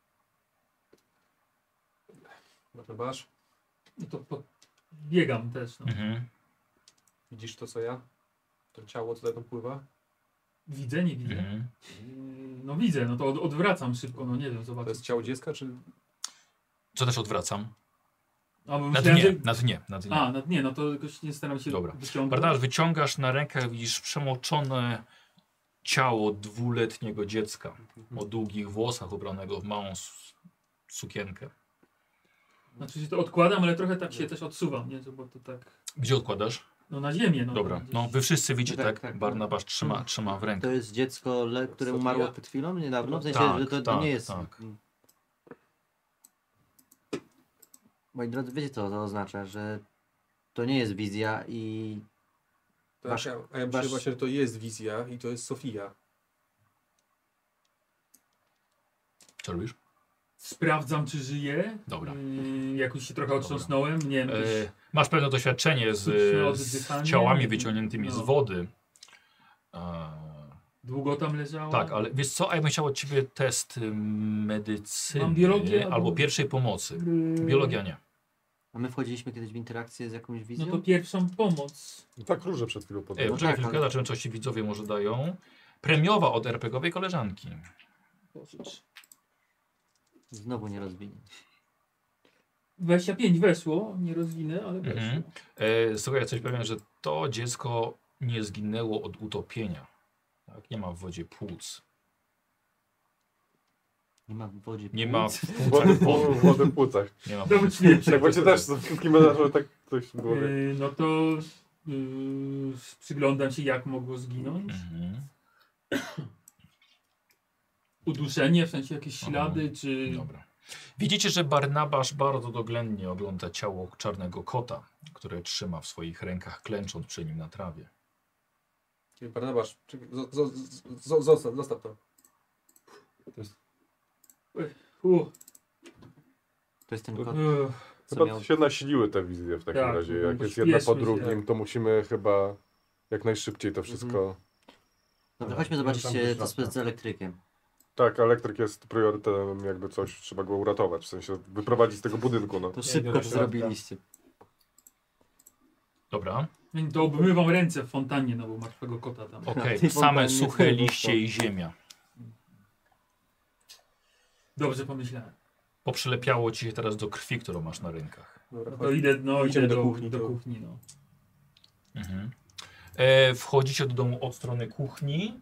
Barnabasz, No to biegam też. No. Mhm. widzisz to co ja? To ciało, co tam pływa? Widzę, nie widzę. Mhm. Yy, No widzę, no to od, odwracam szybko, no nie wiem, To zobaczę. jest ciało dziecka, czy... Co też odwracam? A, bo Na myślałem, dnie, że... na dnie, na dnie. A, no, nie, no to jakoś nie staram się Dobra. wyciągać. Barnabasz, wyciągasz na rękach, widzisz przemoczone ciało dwuletniego dziecka o długich włosach, ubranego w małą s- sukienkę. Znaczy się to odkładam, ale trochę tak się też odsuwam, nie? Bo to tak... Gdzie odkładasz? No na ziemię, no. Dobra, gdzieś- no wy wszyscy widzicie, Tak, tak? tak. Barnabasz trzyma, trzyma w To rękach. jest dziecko, le, które Sofia? umarło przed chwilą, niedawno? W sensie, Tak, że to, to tak, nie jest... tak. Moi drodzy, wiecie co to oznacza, że to nie jest wizja i Tak, Wasz- ja, a ja myślę wasz- właśnie, że to jest wizja i to jest Sofia. Co robisz? Sprawdzam, czy żyje. Dobra. Yy, jakoś się trochę otrząsnąłem, nie wiem, jakieś... E, masz pewne doświadczenie z, Sztuczne z oddychanie. ciałami wyciągniętymi z No. wody. E, Długo tam leżało. tak, ale wiesz co, a ja bym chciał od ciebie test y, medycyny Mam biologię albo albo- pierwszej pomocy. Yy, Biologia nie. a my wchodziliśmy kiedyś w interakcję z jakąś wizją? No to pierwszą pomoc. No tak róże przed chwilą E, podałem. No poczekaj tak, chwilkę, ale- zobaczymy, co ci widzowie może dają. Premiowa od er pe gie owej koleżanki. Znowu nie rozwinie. dwadzieścia pięć weszło, nie rozwinę, ale weszło. Mhm. E, słuchaj, ja coś powiem, że to dziecko nie zginęło od utopienia. Tak? Nie ma w wodzie płuc. Nie ma w wodzie Nie ma płuc. w Wody, płucach wody. wody w płucach. Nie ma Dowód śmierci. Tak właśnie też z wszystkim medażem tak coś w głowie. Yy, no to yy, przyglądam się, jak mogło zginąć. Mhm. Uduszenie, w sensie jakieś Aha. ślady, czy... Dobra. Widzicie, że Barnabasz bardzo doględnie ogląda ciało czarnego kota, które trzyma w swoich rękach, klęcząc przy nim na trawie. Czyli Barnabasz, czekaj, zo- zo- zo- zostaw, zostaw to. Uh, To jest ten kot, uh, co Chyba miał... się nasiliły te wizje w takim Tak, razie. no Jak bo jest jedna po śpieszmy się. drugim, to musimy chyba jak najszybciej to wszystko... Dobra, chodźmy zobaczyć Tam się, do co środka. z elektrykiem. Tak, elektryk jest priorytetem, jakby coś trzeba go uratować, w sensie wyprowadzić z tego budynku, no. To idę szybko do to środka. zrobiliście. Dobra, to obmywam ręce w fontannie, no bo martwego kota tam. okej. Ty Same fontannie suche znowu liście to. i ziemia. Dobrze pomyślałem. Poprzylepiało ci się teraz do krwi, którą masz na rękach. Dobra, No to chodź. idę, no, Idziemy idę do do, kuchni, do to- kuchni, no. Mhm. E, wchodzicie do domu od strony kuchni.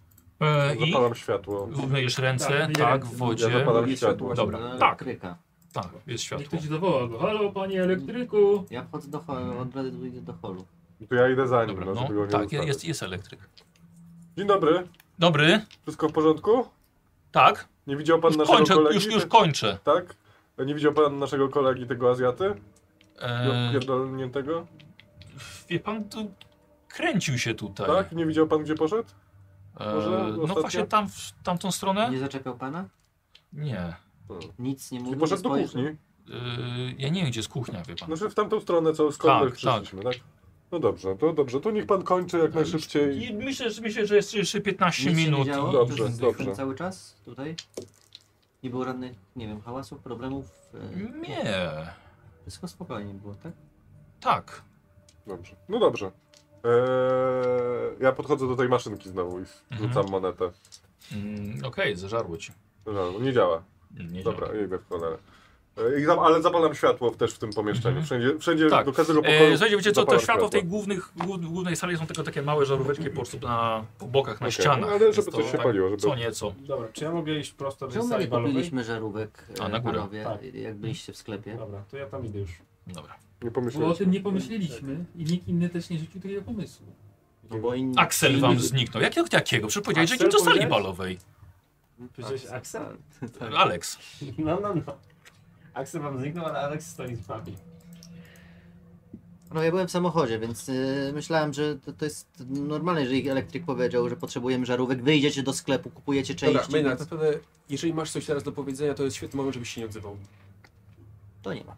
E, I Zapalam światło. myjesz ręce, Tak, tak, myję w ręce. wodzie. Ja zapalam Myję światło. Dobra, Do tak. elektryka. Tak, jest Niech światło. ktoś zawoła go. Halo, panie elektryku! Ja wchodzę do holu, od razu idę do holu. To ja idę za nim, Dobra, no, żeby no, go nie tak, zostawić. jest, jest elektryk. Dzień dobry. Dobry, Wszystko w porządku? tak, Nie widział pan już naszego kończę, kolegi? już, już kończę. Tak? A nie widział pan naszego kolegi, tego Azjaty? Eee, Pierdolniętego? wie pan, tu kręcił się tutaj. Tak? Nie widział pan, gdzie poszedł? może Eee, no ostatnio? właśnie tam, w tamtą stronę? Nie zaczepiał pana? Nie. Nic nie Nie mówił? poszedł do nie spojrzał? kuchni? Eee, ja nie wiem, gdzie jest kuchnia, wie pan. Znaczy w tamtą stronę, co skąd Tak, my przyszliśmy, tak. No dobrze, to dobrze. To niech pan kończy jak najszybciej. I myślę, że myślę, że jest jeszcze piętnaście Nic się minut. nie działo? i- Dobrze, Przez dobrze. ten cały czas tutaj? Nie było żadnych, nie wiem, hałasów, problemów? E, Nie. Wszystko spokojnie było, tak? Tak. Dobrze. No dobrze. Eee, ja podchodzę do tej maszynki znowu i rzucam Mhm. monetę. Mm, Okej, zeżarło ci. No, nie działa. Nie Dobra, działa. idę w cholerę. E, i zap- Ale zapalam światło też w tym pomieszczeniu. Mhm. Wszędzie, wszędzie Tak. do każdego pokoju. E, słuchajcie, wiecie co, to zapalam światło w tej głównych, głów- głównej sali są tylko takie małe żaróweczki po prostu na po bokach, na Okej, ścianach. ale żeby Jest to coś się tak paliło, żeby- Co nieco. Dobra, czy ja mogę iść prosto do Czemu my sali nie balowej? kupiliśmy żarówek, A, e, na górę. panowie, Tak. jak byliście w sklepie? Dobra, to ja tam idę już. Dobra. Nie Bo o pomyśleliśmy. tym nie pomyśleliśmy i nikt inny też nie rzucił takiego pomysłu. No bo inni, Axel wam inni- zniknął. Jakiego? Jakiego? Przecież powiedziałeś, że Axel idziecie do sali powiedziałeś? balowej. Powiedziałeś Axel? Tak. Alex. No, no, no. Axel wam zniknął, ale Alex stoi z wami. No ja byłem w samochodzie, więc y, myślałem, że to, to jest normalne, jeżeli elektryk powiedział, że potrzebujemy żarówek, wyjdziecie do sklepu, kupujecie Dobra, części, Maynard, więc naprawdę, jeżeli masz coś teraz do powiedzenia, to jest świetny moment, żebyś się nie odzywał. to nie ma.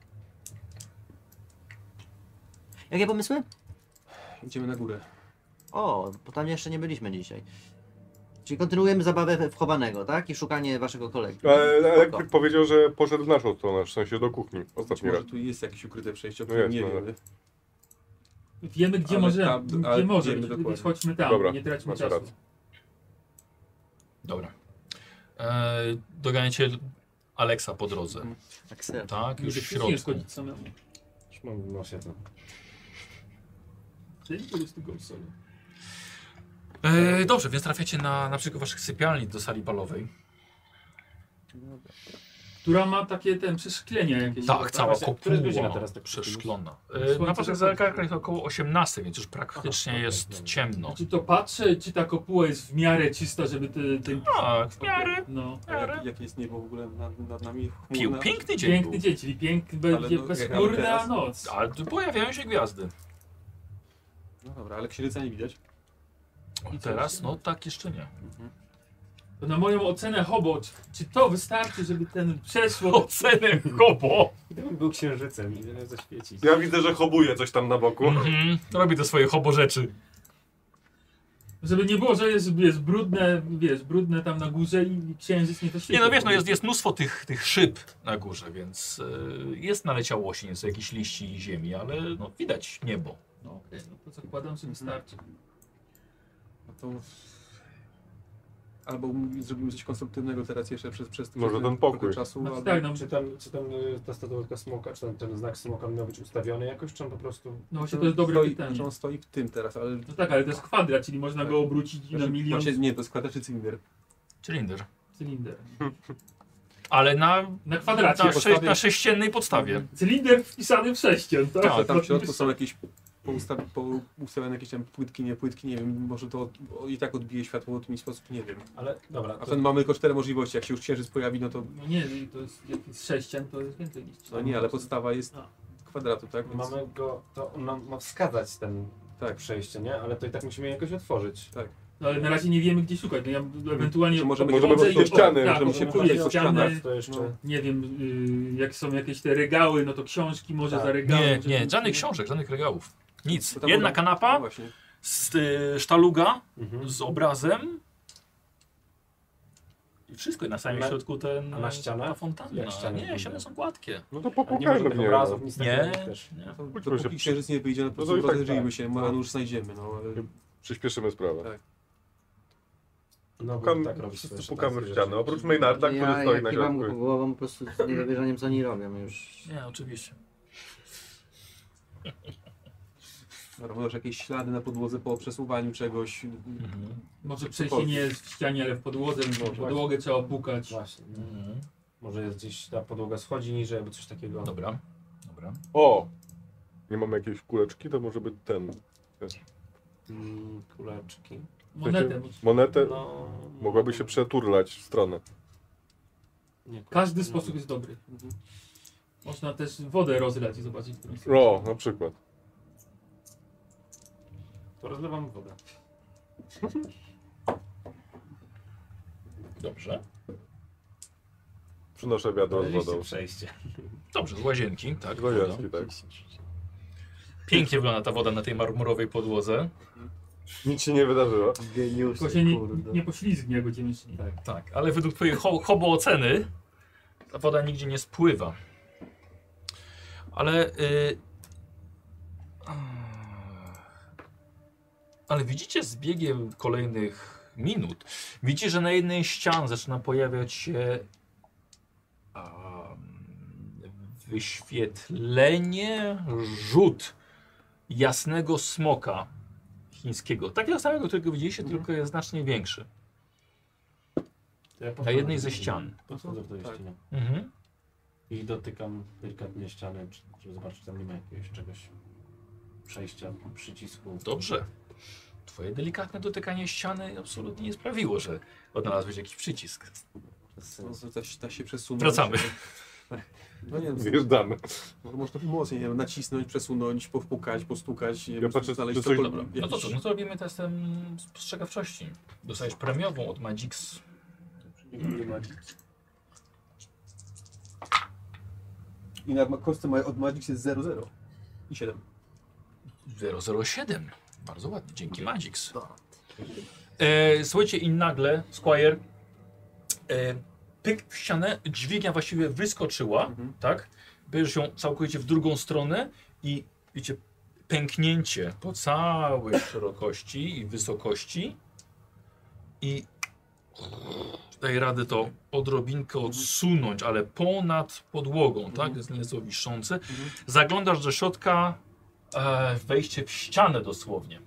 Jakie pomysły? Idziemy na górę. O, bo tam jeszcze nie byliśmy dzisiaj. Czyli kontynuujemy zabawę w chowanego, tak? I szukanie waszego kolegi. Ale elektryk Spoko. powiedział, że poszedł w naszą stronę, w sensie do kuchni. Być Ostatni może raz. tu jest jakieś ukryte przejście, o No którym jest, nie no wiemy. Wiemy gdzie Ale możemy, tam- gdzie ale możemy, wiemy dokładnie. więc chodźmy tam, Dobra, nie traćmy macie czasu. rację. Dobra. E, doganiacie Alexa po drodze. Axel. Tak, już w Nie środku. schodzić samemu. Już mam w nosie to. Czyli to jest tylko sobie. E, dobrze, więc trafiacie na, na przykład waszych sypialni do sali balowej. Która ma takie ten przeszklenia jakieś. Tak, cała właśnie, która jest godzina kopuła teraz tak przeszklona. Słońce E, na waszych zachodzi. zegarkach jest około osiemnastej, więc już praktycznie Aha, jest dobra. ciemno. Czy to patrzę, czy ta kopuła jest w miarę czysta, żeby te, ten... Tak, w miarę. No. A jak, jakie jest niebo w ogóle nad, nad nami? Pił, Chmurne? piękny dzień Piękny był. dzień, czyli piękny, będzie no, bezchmurna teraz- noc. Ale tu pojawiają się gwiazdy. No dobra, ale księżyca nie widać. I teraz, no tak jeszcze nie. To na moją ocenę Hobo, czy, czy to wystarczy, żeby ten przeszło... Ocenę hobo. Gdybym był księżycem i nie zaświecić. Ja widzę, że hobuje coś tam na boku. Mhm, robi te swoje hobo rzeczy. Żeby nie było, że jest, jest brudne, wiesz, brudne tam na górze i księżyc nie to świeci. Nie no wiesz, no jest, jest mnóstwo tych, tych szyb na górze, więc y, jest naleciałości, nieco jakichś liści i ziemi, ale no, widać niebo. No okej, no to zakładam, że wystarczy. No to... Albo m- zrobimy coś konstruktywnego teraz jeszcze przez, przez Może przez ten pokój. trochę czasu, Znaczy, albo... tak, no, Czy tam, czy tam y, ta statuetka smoka, czy ten, ten znak smoka miał być ustawiony jakoś, czy on po prostu... no właśnie to jest dobre stoi, pytanie. że on stoi w tym teraz, ale... No tak, ale to jest kwadrat, czyli można Tak. go obrócić na Znaczy, milion właśnie, nie, to jest kwadrat czy cylinder. Cylinder. cylinder. Ale na, Na na, kwadracie. sze, na sześciennej podstawie. Cylinder wpisany w sześcian, tak? Ale tam w środku Faktycznie. są jakieś pousta- poustawione jakieś tam płytki, nie płytki, nie wiem, może to o, i tak odbije światło w ten sposób, nie wiem. Ale dobra, A to, wtedy mamy tylko cztery możliwości, jak się już księżyc pojawi, no to... No nie, jeżeli to jest jakiś sześcian, to jest więcej niż No nie, ale podstawa jest A. kwadratu, tak? Więc, mamy go, to on nam ma wskazać ten tak. przejście, nie? Ale to i tak musimy je jakoś otworzyć. No, ale na razie nie wiemy, gdzie szukać. No ja ewentualnie... Czy możemy- możemy chodzę po i- ściany, tak, możemy możemy się pójść pójść w po ściany. ścianach. To jeszcze... No. Nie wiem, y, jak są jakieś te regały, no to książki może Tak. za regały. Nie, może nie, być- żadnych książek, żadnych regałów. Nic. Bo tam Jedna można- No kanapa, właśnie. z, y, sztaluga Mhm. z obrazem. I wszystko. I na samym Na- środku ten, a na ścianach? ta fontanna. Jak ściany Nie, wyglądają? ściany są gładkie. No to A nie może popukajmy w tych nie. obrazów, no. nic Nie, takiego też. nie. To, Pójdźmy dopóki się księżyc nie wyjdzie, no to No po to i prostu tak rozejrzyjmy tak. się, może już znajdziemy, no ale... Przyspieszymy sprawę. Tak. No, bo Pukam, tak robić wszyscy też pukamy w takie ścianę, rzeczy. oprócz Maynarda, który ja, stoi ja na kiwam środku. głową po prostu z niedowierzaniem, co oni robią już. Nie, oczywiście. Dobra, może jakieś ślady na podłodze po przesuwaniu czegoś. Mhm. Może przejście nie jest w ścianie, ale w podłodze, bo Może. podłogę trzeba opukać. Właśnie. Mhm. Może jest gdzieś ta podłoga schodzi niżej, albo coś takiego. Dobra, dobra. O! Nie mamy jakiejś kuleczki, to może być ten. Mm, kuleczki. Monetę. Monetę No, mogłaby się przeturlać w stronę. Nie, kuleczki Każdy nie sposób mogę. jest dobry. Można też wodę rozlać i zobaczyć, którą stronę. O, na przykład. To rozlewam wodę. Dobrze. Przynoszę wiadro z Znaleźliście wodą. przejście. Dobrze, z łazienki, tak. Z łazienki, tak. Pięknie wygląda ta woda na tej marmurowej podłodze. Nic się nie wydarzyło. Geniusz, Tylko się nie, kurde. nie poślizgnie, jak będziemy szli. Tak. Tak, ale według twojej ho hobo oceny ta woda nigdzie nie spływa. Ale... y, ale widzicie z biegiem kolejnych minut, widzicie, że na jednej ścianie zaczyna pojawiać się um, wyświetlenie, rzut jasnego smoka chińskiego. Takiego samego, którego widzieliście, tylko jest znacznie większy. To ja Na jednej ze ścian. Podchodzę do tej Tak. ściany. Mhm. I dotykam delikatnie ściany, czy- żeby zobaczyć, czy tam nie ma jakiegoś czegoś. Przejścia, przycisku. Dobrze. Twoje delikatne dotykanie ściany absolutnie nie sprawiło, że odnalazłeś jakiś przycisk. Bez No, sensu. to da, się- da się przesunąć. Wracamy. No nie wiem, Zjeżdżamy. może można mocniej, nie wiem, nacisnąć, przesunąć, powpukać, postukać. Nie Ja wiem, patrzę, znaleźć czy coś- cokolwiek. Dobra, no to co, no to robimy testem spostrzegawczości. Dostajesz premiową od Magix. Nie ma. I na kostce ma- od Magix jest zero zero i siedem. zero zero siedem. Bardzo ładnie, dzięki Magix. E, słuchajcie, i nagle Squire e, pyk w ścianę, dźwignia właściwie wyskoczyła, Mhm. tak? Bierzesz ją całkowicie w drugą stronę i wiecie, pęknięcie po całej szerokości i wysokości i daje radę to odrobinkę odsunąć, ale ponad podłogą, tak? Jest nieco wiszące. Zaglądasz do środka, e, wejście w ścianę dosłownie.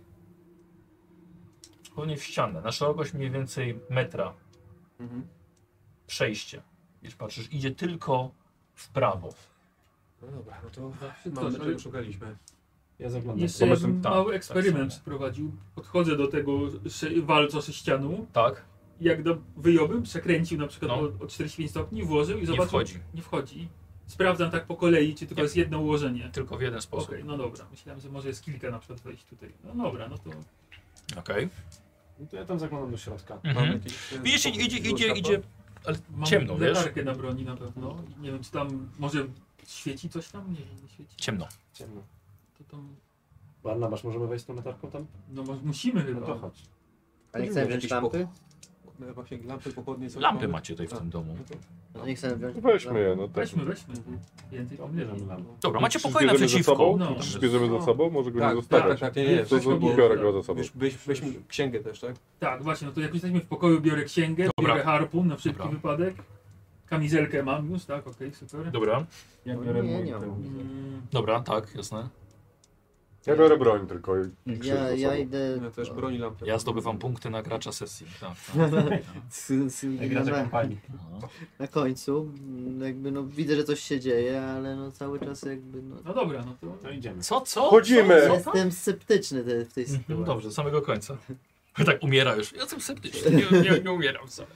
Dosłownie w ścianę, na szerokość mniej więcej metra. Mhm. Przejście. Wiesz, patrzysz, idzie tylko w prawo. No dobra, no to szybko, mamy ale- czego szukaliśmy. Ja zaglądam. Jeszcze ja Pomysłem- bym tak, mały tak eksperyment samo. przeprowadził. Podchodzę do tego sze- walca sześcianu Tak, i jak do, wyjąłbym, przekręcił na przykład No. o, o czterdzieści pięć stopni, włożył i nie zobaczył. wchodzi. Nie wchodzi. Sprawdzam tak po kolei, czy tylko Nie. jest jedno ułożenie. Tylko w jeden Okej, sposób. no dobra. Myślałem, że może jest kilka na przykład wejść tutaj. No dobra, no to Okej. No to ja tam zaglądam do środka. Mamy Mhm. jakieś, e, Widzisz, spokój, idzie, dużo idzie, światła? idzie, ale mam ciemno, wiesz? latarkę na broni na pewno. Nie wiem, czy tam może świeci coś tam? Nie wiem, nie świeci. Ciemno. Ciemno. To tam, Barnabasz, możemy wejść z tą latarką tam? no może musimy No chyba. to chodź. A nie chcemy wziąć Jakieś lampy? No, właśnie lampy, pochodnie, coś Lampy mamy? macie tutaj w A, tym domu. no to- No nie chcemy wziąć. Weźmy je, no tak. Weźmy, weźmy. Więcej To tam nie bierzemy lampę. Dobra, macie Czy pokój zbierzemy ze naprzeciwko. sobą? No. Czy bierzemy ze sobą? Może go nie Tak, tak, zostawiać. tak, tak, nie, nie. To weźmy go, biorę tak. go ze sobą. Weź, weź, weźmy księgę też, tak? Tak, właśnie, no to jak jesteśmy w pokoju, biorę księgę, Dobra. biorę harpun na wszelki Dobra. wypadek. Kamizelkę mam już, tak, okej, super. Dobra, Ja No biorę nie, mój nie mam. tył. Mm, dobra, tak, jasne. Ja biorę broń tylko i i krzyż Ja, ze ja sobą. idę. Ja też broni lampę. Ja zdobywam punkty na gracza sesji. Tak, tak, tak. z- z- Jak gracze na, kampanii. No. na końcu mm, jakby no widzę, że coś się dzieje, ale no cały czas jakby no. no dobra, no to... To idziemy. Co, co? Chodzimy! Co? Jestem sceptyczny te, w tej Mhm, sytuacji. dobrze, do samego końca. Tak umiera już. Ja jestem sceptyczny, nie, nie, nie umieram wcale.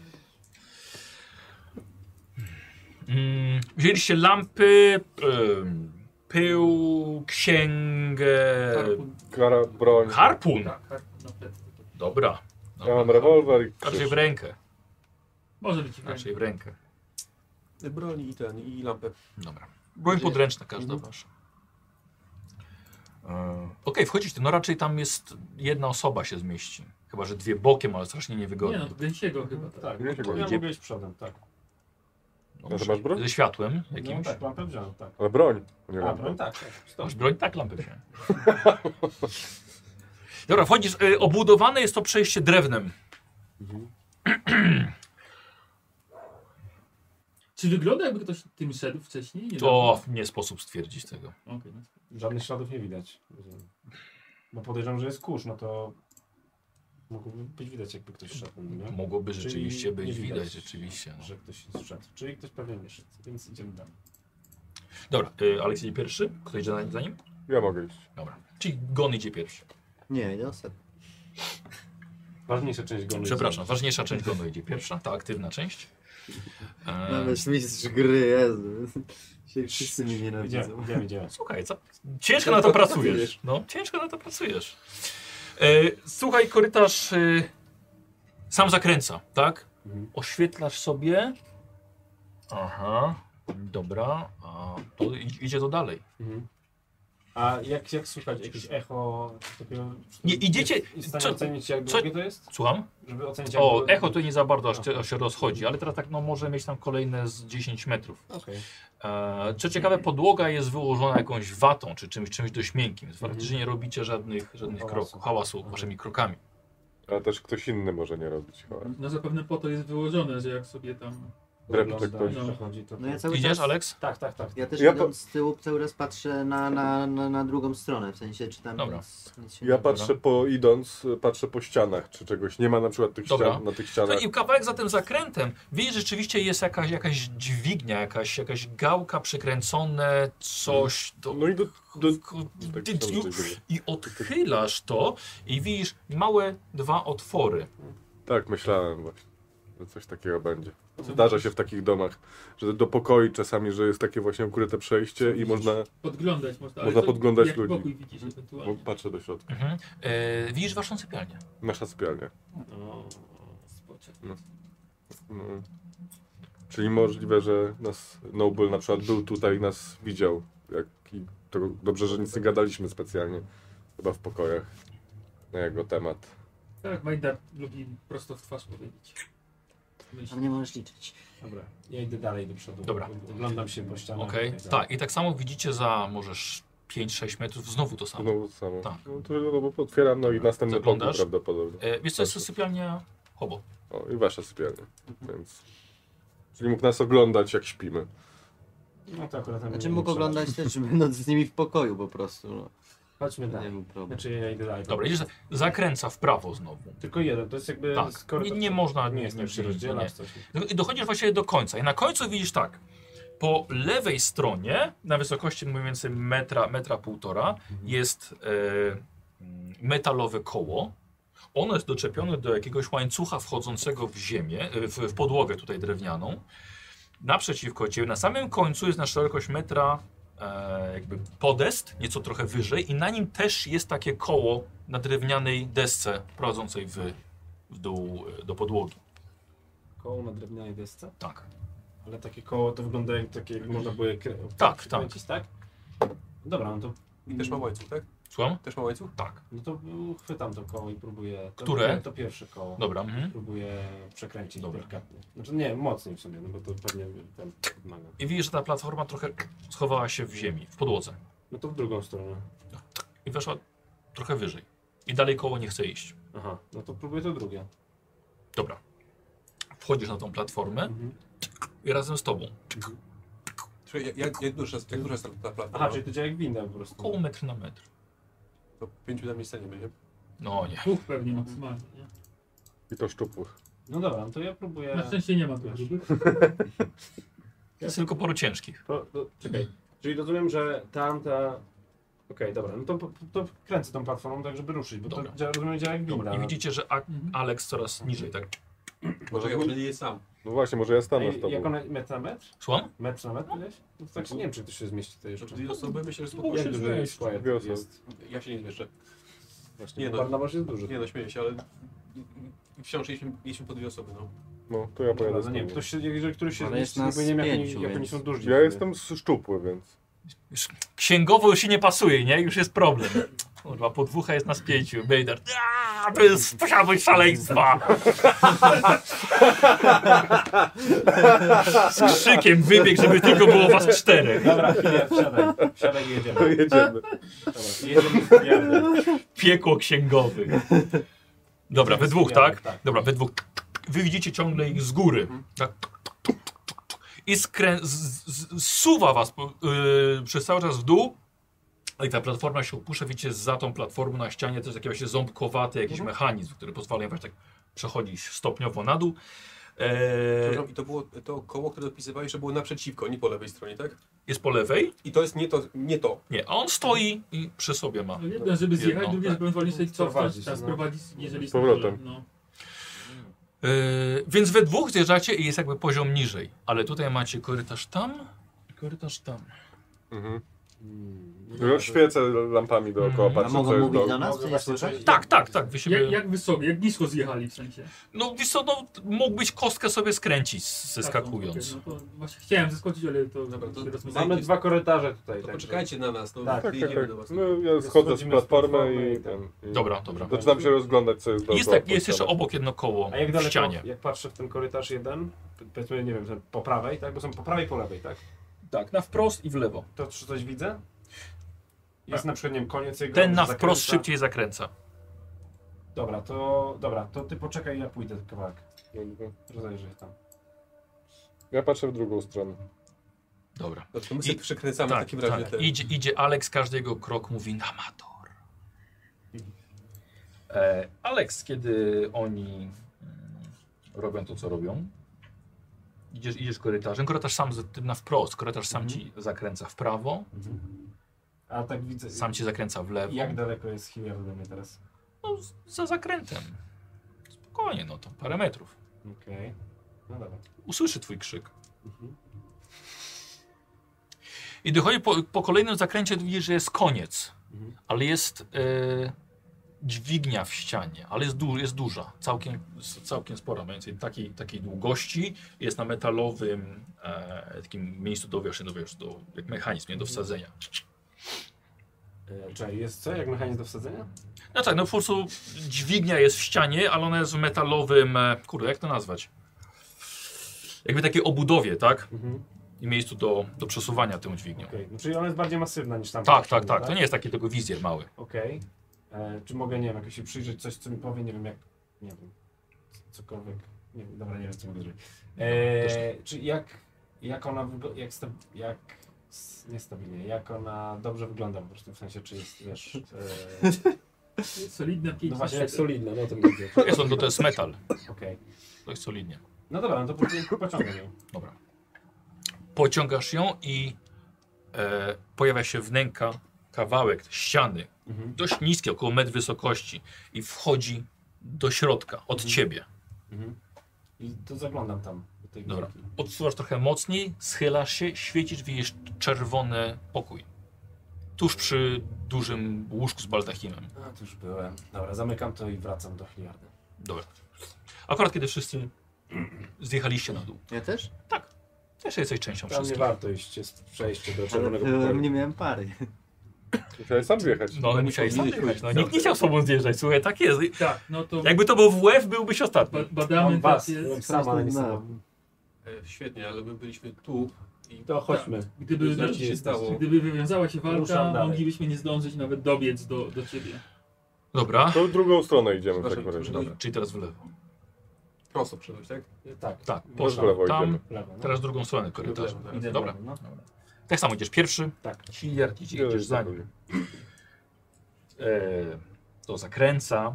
Mm, wzięliście lampy, ym, pył, księgę, Harpun, Klara, broń. harpun. tak, harpun na plecy. Dobra. Ja mam rewolwer i Raczej krzyż. w rękę. Może być w Raczej w rękę. Broni i ten, i lampę. Dobra. Broń podręczna każda Mhm. wasza. E, Okej, wchodzicie. No raczej tam jest jedna osoba się zmieści. Chyba, że dwie bokiem, ale strasznie Nie niewygodnie. no, to gęsiego chyba, tak. Tak, Ja się no to go ja idzie. mogę iść przodem, tak. No, A ty masz broń? ze światłem No jakimś. tak, lampę wziąłem, tak. Ale broń. Nie A, lampę. broń, tak, tak. Stop. Masz broń? Tak, lampę wziąłem. Dobra, wchodzisz. Y, obudowane jest to przejście drewnem. Czy wygląda jakby ktoś tym szedł wcześniej? Nie To nie sposób stwierdzić tego. wiem. Okej, no. Żadnych śladów nie widać. Bo podejrzewam, że jest kurz, no to Mogłoby być widać, jakby ktoś szedł, nie? Mogłoby Czyli rzeczywiście być nie widać, widać, rzeczywiście. No. że ktoś szedł. Czyli ktoś pewnie nie szedł, więc idziemy dalej. Dobra, y, Aleks idzie pierwszy? Kto idzie za- za nim? Ja mogę iść. Dobra. Czyli Gon idzie pierwszy. Nie, idę ostatni. Ważniejsza część gonu. Przepraszam, ważniejsza część Gonu idzie pierwsza, ta aktywna część. E, Nawet mistrz gry, Jezu. Dzisiaj wszyscy mnie Idziemy, nienawidzą. idziemy, idziemy. Słuchaj, co? Ciężko na to pracujesz. No, ciężko na to pracujesz. E, słuchaj, korytarz e, sam zakręca, tak? Mhm. Oświetlasz sobie. Aha, dobra. A to id- idzie to dalej. Mhm. A jak, jak słuchać jakieś echo takiego... Nie, idziecie- Jest w stanie co- ocenić, jak co- długie to jest? Słucham? Żeby ocenić, jak O, długie- echo to nie za bardzo aż, aż się rozchodzi, ale teraz tak no, może mieć tam kolejne z dziesięć metrów. Okej. E, co ciekawe, podłoga jest wyłożona jakąś watą, czy czymś, czymś dość miękkim. Więc Mhm. faktycznie nie robicie żadnych, żadnych Hałasu. kroków, hałasu Mhm. waszymi krokami. Ale też ktoś inny może nie robić chyba. No zapewne po to jest wyłożone, że jak sobie tam... Drepcze Ogląda, ktoś. przechodzi, to... No ja cały Idziesz, czas, Aleks? Tak, tak, tak. ja też Ja idąc z tyłu cały raz patrzę na, na, na, na drugą stronę, w sensie czy tam Dobra. nic, nic się Ja nie patrzę po idąc, patrzę po ścianach, czy czegoś nie ma na przykład tych Dobra. ścian, na tych ścianach. No i kawałek za tym zakrętem, widzisz, rzeczywiście jest jakaś, jakaś dźwignia, jakaś, jakaś gałka przykręcone, coś do... No i do, do, Ty- tak ty- samo tego. I odchylasz to i widzisz małe dwa otwory. Tak, myślałem właśnie, że coś takiego będzie. Zdarza się w takich domach, że do pokoi czasami, że jest takie właśnie ukryte przejście i można... Podglądać można. Można to podglądać jak ludzi. pokój widzisz ewentualnie. Bo patrzę do środka. Mhm. E, widzisz waszą sypialnię. Nasza sypialnia. No, Spoczek. No. Czyli możliwe, że nas Noble na przykład był tutaj i nas widział. Jak, i to dobrze, że nic nie gadaliśmy specjalnie. Chyba w pokojach na jego temat. Tak, Majdar lubi prosto w twarz powiedzieć. Myśli. Tam nie możesz liczyć. dobra. Ja idę dalej do przodu. Dobra. Oglądam się po ścianach. Okej, i tak dalej. tak. I tak samo widzicie za możesz pięć sześć metrów znowu to samo. Znowu samo. Tak. No to no, bo otwieram, no i następny pokój Zaglądasz? prawdopodobnie. E, wiesz co, jest to sypialnia Hobo. O, i wasza sypialnia. Więc... Czyli mógł nas oglądać, jak śpimy. No to akurat tam Znaczy nie mógł trzeba. oglądać też, będąc z nimi w pokoju po prostu. No. Chodźmy Nie dalej. był problem. Znaczy ja idę dalej. Dobra, idziesz, zakręca w prawo znowu. Tylko jeden, to jest jakby... Tak, z korytarza. nie- nie można- Nie jest nie- tak się nie- rozdziela, nie. coś. I dochodzisz właściwie do końca. I na końcu widzisz tak. Po lewej stronie, na wysokości mniej więcej metra, metra półtora, jest e, metalowe koło. Ono jest doczepione do jakiegoś łańcucha wchodzącego w ziemię, e, w, w podłogę tutaj drewnianą. Naprzeciwko ciebie, na samym końcu jest na szerokość metra e, jakby podest, nieco trochę wyżej i na nim też jest takie koło na drewnianej desce prowadzącej w, w dół e, do podłogi. Koło na drewnianej desce? Tak. Ale takie koło to wygląda jak takie, jak można było je krę... Tak, przykręcić, tak? Dobra, no to, I też ma łańcuch, tak? Słucham? Też ma łańcuch? Tak. no to chwytam to koło i próbuję... To, Które? To pierwsze koło. Dobra. Mhm. Próbuję przekręcić Dobra. delikatnie. Znaczy nie, mocniej w sumie, no bo to pewnie ten pomaga. I widzisz, że ta platforma trochę schowała się w ziemi, w podłodze. No to w drugą stronę. I weszła trochę wyżej. I dalej koło nie chce iść. Aha, no to próbuję to drugie. Dobra. Wchodzisz na tą platformę Mhm. i razem z tobą. Czyli jak, jak, jak duża jest, jak duża jest ta, ta platforma? Aha, czyli to działa jak winda po prostu. Około metr na metr. To pięciu na miejsce nie będzie. No nie. Dwóch pewnie maksymalnie, nie? I to szczupłych. No dobra, no to ja próbuję... Na szczęście nie ma tu Wiesz. grubych. To jest tylko paru ciężkich. To, to, czekaj, czyli rozumiem, że tamta... Okej, dobra, no to, to, to kręcę tą platformą tak, żeby ruszyć, bo Dobra. to działa, rozumiem, działa jak winda. Dobra. I widzicie, że A- Mhm. Alex coraz niżej, tak? Może ja może nie jest sam. No właśnie, może ja A stanę z i- tobą. jak ona, metr na metr? Słucham? Metr na metr gdzieś? No to tak nie wiem, czy to się zmieści tutaj jeszcze. Znaczy dwie osoby, myślę, że No, spokojnie. Jak duży się jest Quiet Dwie osoby. jest? Ja się nie zmieszczę. Właśnie, Nie bo no. Barnabasz jest duży. Nie no, śmieję się, ale wciąż jeździliśmy, jeździliśmy po dwie osoby, no. No, to ja pojadę Dobra, z no nie wiem, tobą. ktoś się, jeżeli któryś się Ale jest zmieści, nas nie wiem jak, oni, pięciu, jak oni więc- są duży. Ja jestem szczupły, więc... Już księgowo już się nie pasuje, nie? Już jest problem. Kurwa, podwócha jest nas pięciu. Bejder. Aaa, to jest posiadłość szaleństwa. Z krzykiem wybiegł, żeby tylko było was czterech. Dobra, chwilę, wsiadaj, wsiadaj i jedziemy. To jedziemy. Dobra, jedziemy, jadę. Piekło księgowych. Dobra, we dwóch, tak? Tak. Dobra, we dwóch. Wy widzicie ciągle ich z góry. Tak. I skrę... z- z- zsuwa was po- yy, przez cały czas w dół I ta platforma się opuszcza, widzicie, za tą platformą na ścianie to jest taki właśnie ząbkowaty jakiś Mhm. mechanizm, który pozwala im właśnie tak przechodzić stopniowo na dół. Eee, Przepraszam, I to było to koło, które dopisywałeś, że było naprzeciwko, nie po lewej stronie, tak? jest po lewej? I to jest nie to, nie to. Nie, a on stoi i przy sobie ma. No jedno, żeby zjechać, Jedno, drugie, żeby ewentualnie sobie cofnąć, Prowadzić, tak, no. sprowadzić, jeżeli Z powrotem. jest no. Yy, więc we dwóch zjeżdżacie i jest jakby poziom niżej. Ale tutaj macie korytarz tam, korytarz tam. Mhm. Rozświecę lampami dookoła, Mhm. A patrzę mogą co jest mówić do... do nas? Mogę Czy nie właśnie słyszeć? powiedzieć. Tak, tak, tak. Wy siebie... Jak, jak wysoko, jak nisko zjechali w sensie? No wiesz co, no, mógłbyś kostkę sobie skręcić zeskakując. Tak, no, okay, no to właśnie chciałem zeskoczyć, ale to... Dobra, to się rozmyślać. Mamy dwa korytarze tutaj. To także- poczekajcie na nas, to Tak, Tak, tak, wyjdziemy tak. do was. No ja schodzę z Schodzimy z platformy platformy i i ten... I... Dobra, dobra. Zaczynam się rozglądać, co jest dookoła. Jest, tak, jest podstawy. jeszcze obok jedno koło A jak w daleko, ścianie. jak patrzę w ten korytarz jeden, powiedzmy, nie wiem, ten po prawej, tak? Bo są po prawej i po lewej, tak? Tak, na wprost i w lewo. To czy coś widzę? Jest na przykład, nie wiem, koniec jego... Ten na zakręca. wprost szybciej zakręca. Dobra, to... Dobra, to ty poczekaj, ja pójdę kawałek. Dobra. Rozejrzę się tam. Ja patrzę w drugą stronę. Dobra. Dobrze, to my sobie I- przekręcamy w Tak, takim razie tak. te... Idzie, idzie Alex, każdy jego krok mówi amator. E, Alex, kiedy oni mm, robią to, co robią, idziesz, idziesz korytarzem, korytarz sam z tym na wprost, korytarz sam ci zakręca w prawo, A tak widzę... sam ci zakręca w lewo. Jak daleko jest Chimia ode mnie teraz? No, z- za zakrętem. Spokojnie, no to parę metrów. Okej. No dobra. Usłyszy twój krzyk. Mhm. I dochodzi po, po kolejnym zakręcie, widzisz, że jest koniec, Mhm. ale jest e, dźwignia w ścianie, ale jest, du, jest duża, całkiem, całkiem spora, mniej więcej takiej, takiej długości, jest na metalowym e, takim miejscu do, wiesz, do, wiesz, do, jak mechanizm, nie do wsadzenia. E, Czekaj, jest co? Jak mechanizm do wsadzenia? No tak, no po prostu dźwignia jest w ścianie, ale ona jest w metalowym, e, kurde, jak to nazwać? Jakby takiej obudowie, tak? Mhm. I miejscu do, do przesuwania tą dźwignią. Okej. No, czyli ona jest bardziej masywna niż tam. Tak, tak, tak, to nie jest taki tylko wizjer mały. Okej. E, Czy mogę, nie wiem, jakoś się przyjrzeć, coś, co mi powie, nie wiem, jak, nie wiem, cokolwiek. Nie wiem, dobra, nie wiem, co mogę zrobić. E, czy jak, jak ona wygląda, jak, sta, jak, s- niestabilnie, jak ona dobrze wygląda po prostu, w sensie, czy jest, wiesz, e, Solidne pięć no właśnie, na jak siedem. solidna, no to będzie. Jest on, to, to jest metal, Okej. to jest solidnie. No dobra, no to po- pociągam ją. Dobra. Pociągasz ją i e, pojawia się wnęka kawałek ściany, Mhm. dość niskie, około metr wysokości i wchodzi do środka, od Mhm. ciebie. Mhm. I to zaglądam tam, do tej Dobra. wnęki. Odsuwasz trochę mocniej, schylasz się, świecisz, widzisz czerwony pokój. Tuż przy dużym łóżku z baldachimem. A, tu już byłem. Dobra, zamykam to i wracam do Hiliardy. Dobra. Akurat kiedy wszyscy zjechaliście na dół. Ja też? Też jesteś częścią Tam nie wszystkich. warto iść, jest przejście do Ale czerwonego byłem, pokoju. nie miałem pary. Musiałeś sam wjechać. No ale musiałeś sam jechać. No, nikt nie chciał z tobą zjeżdżać, słuchaj, tak jest. Tak, no to Jakby to był w łeb, byłbyś ostatni. ba badamy Mam was, teraz byłem jest. sam, ale nie No. sam. E, świetnie, ale my byliśmy tu i To chodźmy. Gdyby, Co ci się stało? gdyby wywiązała się walka, Ruszam dalej. moglibyśmy nie zdążyć nawet dobiec do, do ciebie. Dobra. To w drugą stronę idziemy w Przepraszam, takim razie. przepraszam. Dobra, czyli teraz w lewo. prosto przyszedłeś, tak? Tak, Tak, Też w poszła lewo tam, idziemy. w lewo. No. teraz w drugą stronę korytarza. W lewo, Idę w Dobra. lewo, no. Tak samo idziesz pierwszy, Tak. Hilliard idzie, Idziesz idziesz za nim. E, to zakręca.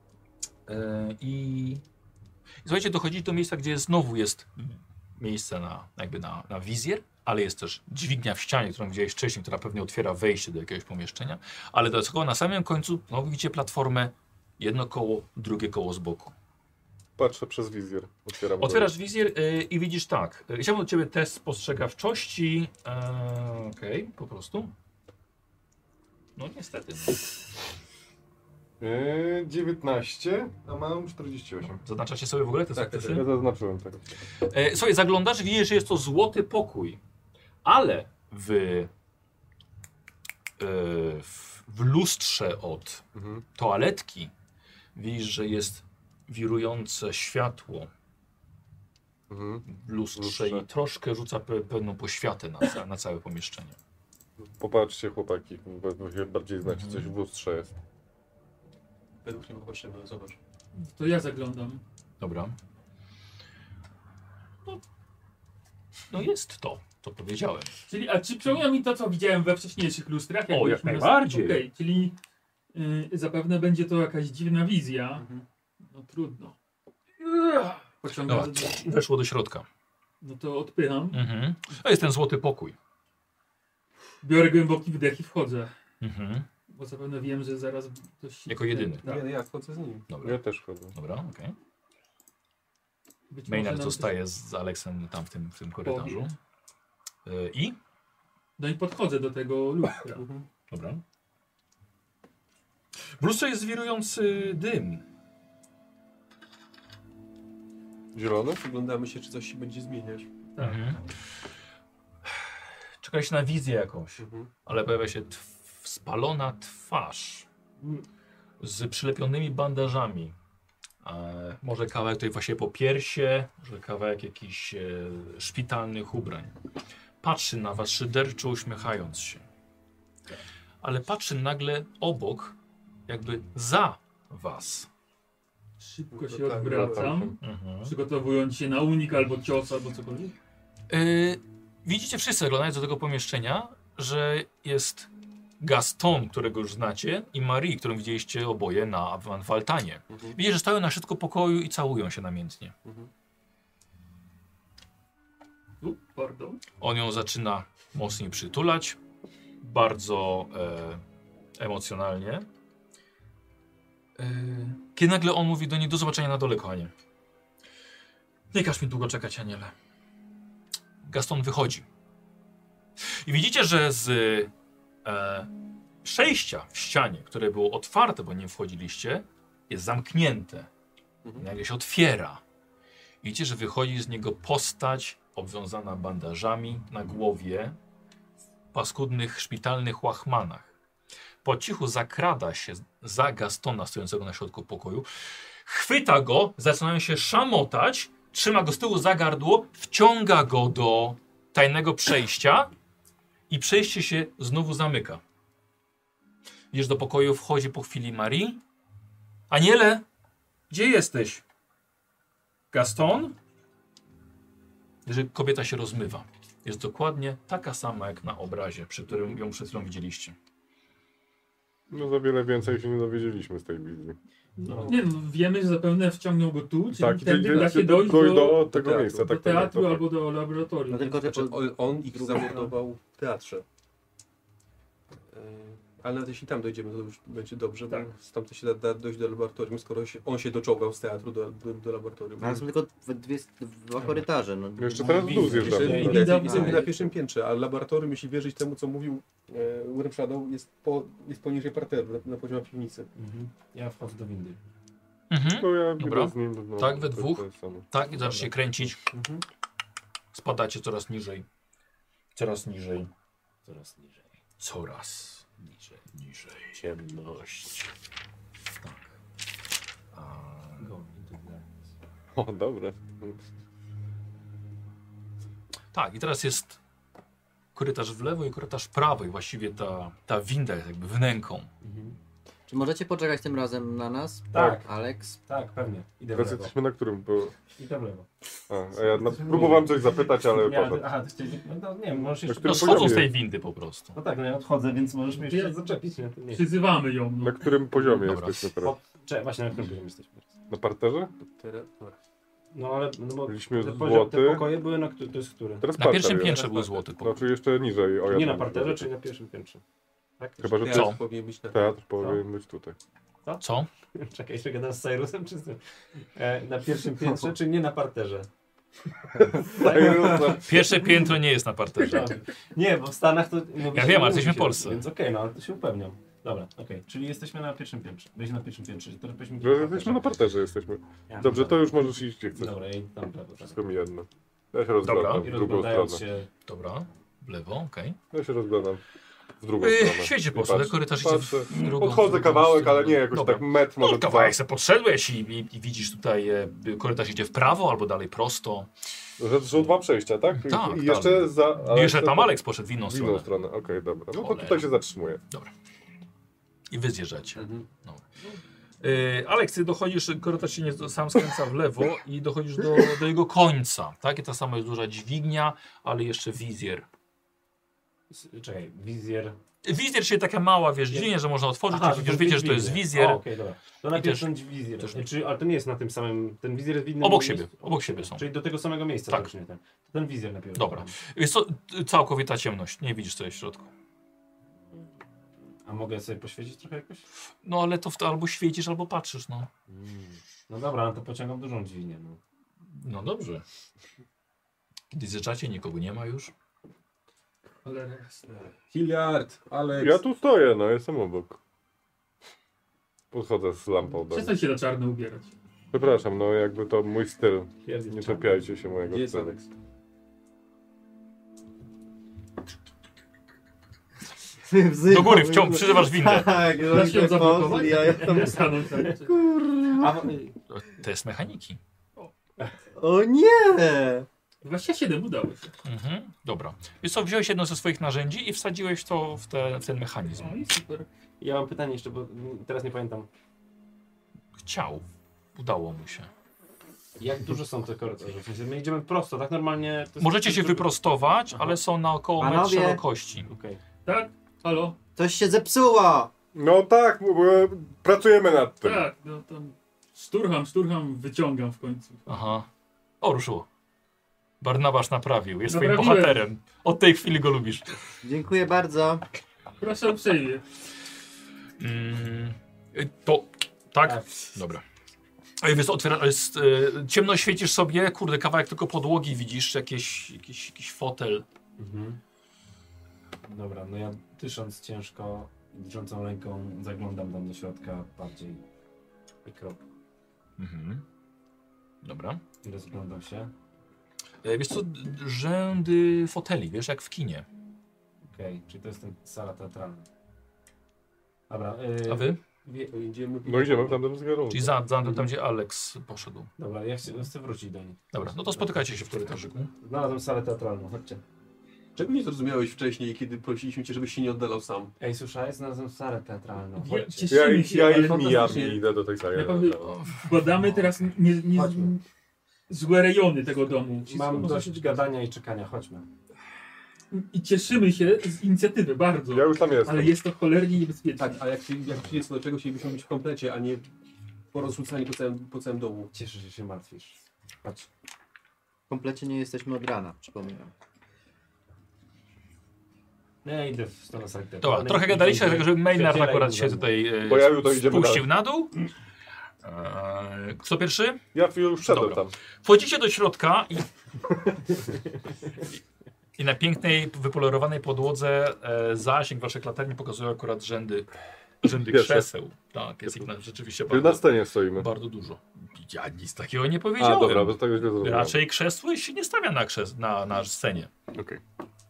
E, i, I słuchajcie, dochodzicie do miejsca, gdzie znowu jest miejsce na, jakby na, na wizjer, ale jest też dźwignia w ścianie, którą widziałeś wcześniej, która pewnie otwiera wejście do jakiegoś pomieszczenia. Ale dlatego na samym końcu znowu widzicie platformę, jedno koło, drugie koło z boku. Patrzę przez wizjer. Otwieram Otwierasz wizjer y, i widzisz tak. Y, chciałbym od ciebie test spostrzegawczości. E, Okej, po prostu. No niestety. Yy, dziewiętnaście, a mam czterdzieści osiem. Zaznaczacie sobie w ogóle te Tak, sukcesy? Ja zaznaczyłem tak. E, słuchaj, zaglądasz i widzisz, że jest to złoty pokój. Ale w, e, w, w lustrze od Mhm. toaletki widzisz, że jest wirujące światło Mhm. w lustrze, Lustrze. i troszkę rzuca pe, pewną poświatę na, ca, na całe pomieszczenie. Popatrzcie chłopaki, bo wy się bardziej znacie, Mhm. coś w lustrze jest. Według mnie popatrzymy, zobacz. To ja zaglądam. Dobra. No, no jest to. To powiedziałem. Czyli, a czy przypomina mi to, co widziałem we wcześniejszych lustrach? O, jak byliśmy na- najbardziej. Okej, czyli y, zapewne będzie to jakaś dziwna wizja. Mhm. No trudno. Ugh, Pociągam. Dobra, weszło do środka. No to odpycham. Mhm. To jest ten złoty pokój. Biorę głęboki wdech i wchodzę. Mhm. Bo zapewne wiem, że zaraz ktoś... Jako jedyny. Tak. Nie, ja wchodzę z nim. Dobra, Ja też chodzę. dobra, okej. Być może Maynard nam zostaje z Aleksem tam w tym, w tym korytarzu. Y, I? Też... No i podchodzę do tego lustra. Dobra. W lustrze jest wirujący dym. Zielony? Przyglądamy się, czy coś się będzie zmieniać. Tak. Mhm. Czekałeś na wizję jakąś, Mhm. ale pojawia się tw spalona twarz z przylepionymi bandażami. E, może kawałek tutaj właśnie po piersie, może kawałek jakichś e, szpitalnych ubrań. Patrzy na was szyderczo uśmiechając się. Ale patrzy nagle obok, jakby za was. Szybko No się tak, odwracam, Mhm. przygotowując się na unik albo cios, albo cokolwiek. Yy, widzicie wszyscy, oglądając do tego pomieszczenia, że jest Gaston, którego już znacie, i Marie, którą widzieliście oboje na, w, w altanie. Mhm. Widzicie, że stoją na środku pokoju i całują się namiętnie. Mhm. U, pardon. On ją zaczyna mocniej przytulać, bardzo e, emocjonalnie. E, kiedy nagle on mówi do niej: do zobaczenia na dole, kochanie. Nie każ mi długo czekać, Aniele. Gaston wychodzi. I widzicie, że z e, przejścia w ścianie, które było otwarte, bo nie wchodziliście, jest zamknięte. Mhm. Nagle się otwiera. Widzicie, że wychodzi z niego postać obwiązana bandażami na głowie, w paskudnych szpitalnych łachmanach. Po cichu zakrada się za Gastona stojącego na środku pokoju, chwyta go, zaczynają się szamotać, trzyma go z tyłu za gardło, wciąga go do tajnego przejścia i przejście się znowu zamyka. Widzisz, do pokoju wchodzi po chwili Marie. Aniele, gdzie jesteś? Gaston? Że kobieta się rozmywa. Jest dokładnie taka sama jak na obrazie, przy którym ją przed chwilą widzieliście. No za wiele więcej się nie dowiedzieliśmy z tej wizji. No, nie no, wiemy, że zapewne wciągną go tu, czyli Tak, tędy i da się dojść do, do, do, do tego teatru. miejsca. Tak, teatru tak, tak. albo do laboratorium. No tylko te Znaczy, po... on, on ich zamordował w teatrze. Yy, Ale nawet jeśli tam dojdziemy, to już będzie dobrze, Tak. bo stamtąd się da, da dojść do laboratorium, skoro się, on się doczołgał z teatru do, do, do laboratorium. Ale są tylko dwie, dwie, dwa korytarze. No. No jeszcze teraz w dół Jeszcze zjeżdżamy. nie, widać, widać, jesteśmy widać. na pierwszym piętrze, a laboratorium, jeśli wierzyć temu, co mówił e, Worm Shadow, jest, po, jest poniżej parteru, na, na poziomie piwnicy. Mhm. Ja wchodzę do windy. Mhm. No ja Dobra. idę z nim. No, Tak, we to- dwóch? to jest samo. Tak, i zaczynacie kręcić. Mhm. Spadacie coraz niżej. Coraz niżej. Coraz niżej. Coraz niżej. Niżej. Ciemność. Tak. A... Go into darkness. O, dobre. Tak, i teraz jest korytarz w lewo i korytarz w prawo. I właściwie ta, ta winda jest jakby wnęką. Mhm. Czy możecie poczekać tym razem na nas? Tak. Alex? Tak, pewnie. Idę w Teraz lewo. jesteśmy na którym? Bo... Idę w lewo. A, a ja na... próbowałem coś zapytać, ale Ja, potem. aha, to chcieli... No, no, nie wiem, możesz Na jeszcze... którym No schodzą poziomie z tej jest? windy po prostu. No tak, no ja odchodzę, więc możesz mnie jeszcze zaczepić. Nie? To nie. Przyzywamy ją. No. Na którym poziomie Dobra. jesteśmy teraz? Po... Cze, właśnie na którym poziomie jesteśmy? Na parterze? Teraz, dobra. No ale... No bo Byliśmy te, złoty. poziom, te pokoje były na... który- To jest który? Teraz Na parter pierwszym jest. piętrze był Teraz złoty pokój. Znaczy jeszcze niżej. O, ja Nie na tam- parterze, czy na pierwszym piętrze? Tak? Chyba, że Teatr Co? powinien być na teatr powinien być tutaj. Co? Czekaj, jeszcze gadam z Cyrusem, czy z tym? E, na pierwszym piętrze, czy nie na parterze? Pierwsze piętro nie jest na parterze. Nie, bo w Stanach to... mówi Ja się, wiem, ale mówi jesteśmy w się, Polsce. Więc okej, no ale to się upewniam. Dobra, okej. Czyli jesteśmy na pierwszym piętrze. Byliśmy na pierwszym piętrze. Teraz byliśmy Że jesteśmy na parterze jesteśmy. Ja, Dobrze, to dobra. już możesz iść gdzie chcesz. Dobra, i tam w lewo. Tak. Wszystko mi jedno. Ja się rozglądam I w drugą rozglądając stronę. się... Dobra, w lewo, okej. Ja się rozglądam w drugą Yy, stronę. świecie I po prostu, patrzę, korytarz idzie w patrzę. drugą Odchodzę drugą kawałek, stronę. ale nie jakoś Dobra. tak metr, może No dwa. kawałek se podszedłeś i, i, i widzisz tutaj e, korytarz idzie w prawo albo dalej prosto. Że są dwa przejścia, tak? I, Tak, I jeszcze tak. za... I ale jeszcze to- tam Alex poszedł w inną W inną stronę. stronę, okej, dobra. No to Cholera. tutaj się zatrzymuję. I wy zjeżdżacie. Mhm. No. Yy, Aleks, ty dochodzisz, korytarz się nie, sam skręca w lewo i dochodzisz do, do jego końca. Tak? I ta sama jest duża dźwignia, ale jeszcze wizjer. S- Czekaj, wizjer. Wizjer, czyli taka mała, wiesz, dźwignia, że można otworzyć, Aha, i że już to wiecie, jest że to jest wizjer. wizjer. O, okej, dobra. To najpierw też- ten wizjer. też- E, Czy, ale to nie jest na tym samym. Ten wizjer jest w innym Obok miejscu? siebie, obok siebie są. Czyli do tego samego miejsca. Tak. faktycznie Ten, to ten wizjer najpierw. Dobra. Jest to całkowita ciemność, nie widzisz co jest w środku. A mogę sobie poświecić trochę jakoś? No ale to w to albo świecisz, albo patrzysz, no. No dobra, no to pociągam dużą dźwignię. No. No dobrze. Kiedy zjeżdżacie, nikogo nie ma już. Ale jasne. Hilliard, Alex. Ja tu stoję, no, jestem obok. Podchodzę z lampą do Przestań się na czarno ubierać. Przepraszam, no jakby to mój styl. Twierdzić Nie trzeba. czepiajcie się mojego Gdzie jest stylu. Alex? Do góry, wciąż przyzywasz windę. Tak, Da się ją zablokować? ja, ja tam... Nie stanąć tak. A, y, Test mechaniki. O nie! dwadzieścia siedem udało się. Mhm, dobra. Więc co, wziąłeś jedno ze swoich narzędzi i wsadziłeś to w, te, w ten mechanizm. No i super. ja mam pytanie jeszcze, bo mm, teraz nie pamiętam. Chciał. Udało mu się. Jak duże są te korytarze? W sensie my idziemy prosto, tak normalnie? To jest- Możecie to się jest- wyprostować, Aha. ale są na około metr Panowie. szerokości. Okej. Tak? Halo? Coś się zepsuło! No tak, bo pracujemy nad tym. Tak, no tam szturcham, szturcham, wyciągam w końcu. Aha. O, ruszyło. Barnabasz naprawił. Jest swoim Naprawiłem. bohaterem. Od tej chwili go lubisz. Dziękuję bardzo. Proszę uprzejmie. Mm, y, to... Tak? Tak. Dobra. Ej, Wiesz, otwiera, jest, y, ciemno świecisz sobie, kurde, kawałek tylko podłogi widzisz, jakieś, jakiś, jakiś fotel. Mhm. Dobra, no ja dysząc ciężko, drżącą ręką zaglądam tam do środka bardziej i krok. Mhm. Dobra. I rozglądam się. E, wiesz co, d- rzędy foteli, wiesz, jak w kinie. Okej, czyli to jest ten sala teatralna. Dobra, yy, A wy? Wie, Idziemy. No idziemy w tamtym kierunku. Czyli za, za tam, gdzie Alex poszedł. dobra, ja chcę, chcę wrócić do nich. Dobra, no to spotykajcie się w korytarzyku. Znalazłem salę teatralną, chodźcie. Czego nie zrozumiałeś wcześniej, kiedy prosiliśmy cię, żebyś się nie oddalał sam? Ej, słyszałeś? Znalazłem salę teatralną, Wie- chodźcie. cieszymy Ja, się, ja ale ich mijam fantastycznie. i idę do tej sali. Naprawdę wkładamy teraz nie, nie, Chodźmy. złe rejony tego domu. Ci Mam są- dość gadania i czekania, chodźmy. I cieszymy się z inicjatywy bardzo. Ja już tam jestem. Ale jest to cholernie niebezpieczne. Tak, a jak, przy- jak przyjdzie co do czego, chcielibyśmy być w komplecie, a nie porozrzucani po całym, po całym domu. Cieszę się, że się martwisz. Chodź. W komplecie nie jesteśmy od rana, przypominam. Ja idę w stronę sali Dobra, teatralnej. trochę gadaliście, Idziemy- dlatego że Maynard przyjaciele akurat idą się za mną. tutaj e, Pojawił, to idziemy spuścił dalej. na dół. E, kto pierwszy? Ja już wszedłem Dobra. tam. Wchodzicie do środka i, i na pięknej, wypolerowanej podłodze e, zasięg waszych latarni pokazuje akurat rzędy, rzędy Pierwsze. krzeseł. Tak, jest ich na, rzeczywiście Czyli na bardzo, scenie stoimy. bardzo dużo. Ja nic takiego nie A, powiedziałem. dobra, bez tego źle zrozumiałem. Raczej krzesło się nie stawia na, krzes na, na scenie. Okej.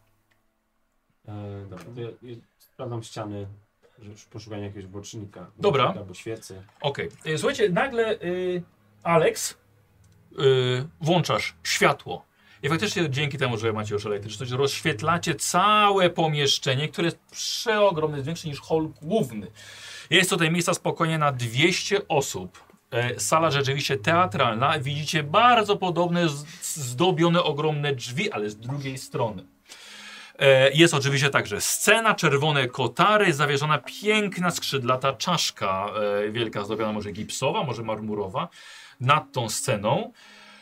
E, dobra, to ja, ja sprawdzam ściany, że poszukanie jakiegoś bocznika. Dobra. bocznika albo świecy. Okej. E, Słuchajcie, nagle y, Alex, y, włączasz światło. I faktycznie dzięki temu, że macie już elektryczność, rozświetlacie całe pomieszczenie, które jest przeogromne, jest większe niż hol główny. Jest tutaj miejsca spokojnie na dwieście osób. E, sala rzeczywiście teatralna. Widzicie bardzo podobne, z- zdobione ogromne drzwi, ale z drugiej strony. E, Jest oczywiście także scena, czerwone kotary, zawieszona piękna skrzydlata czaszka, e, wielka, zdobiona może gipsowa, może marmurowa, nad tą sceną.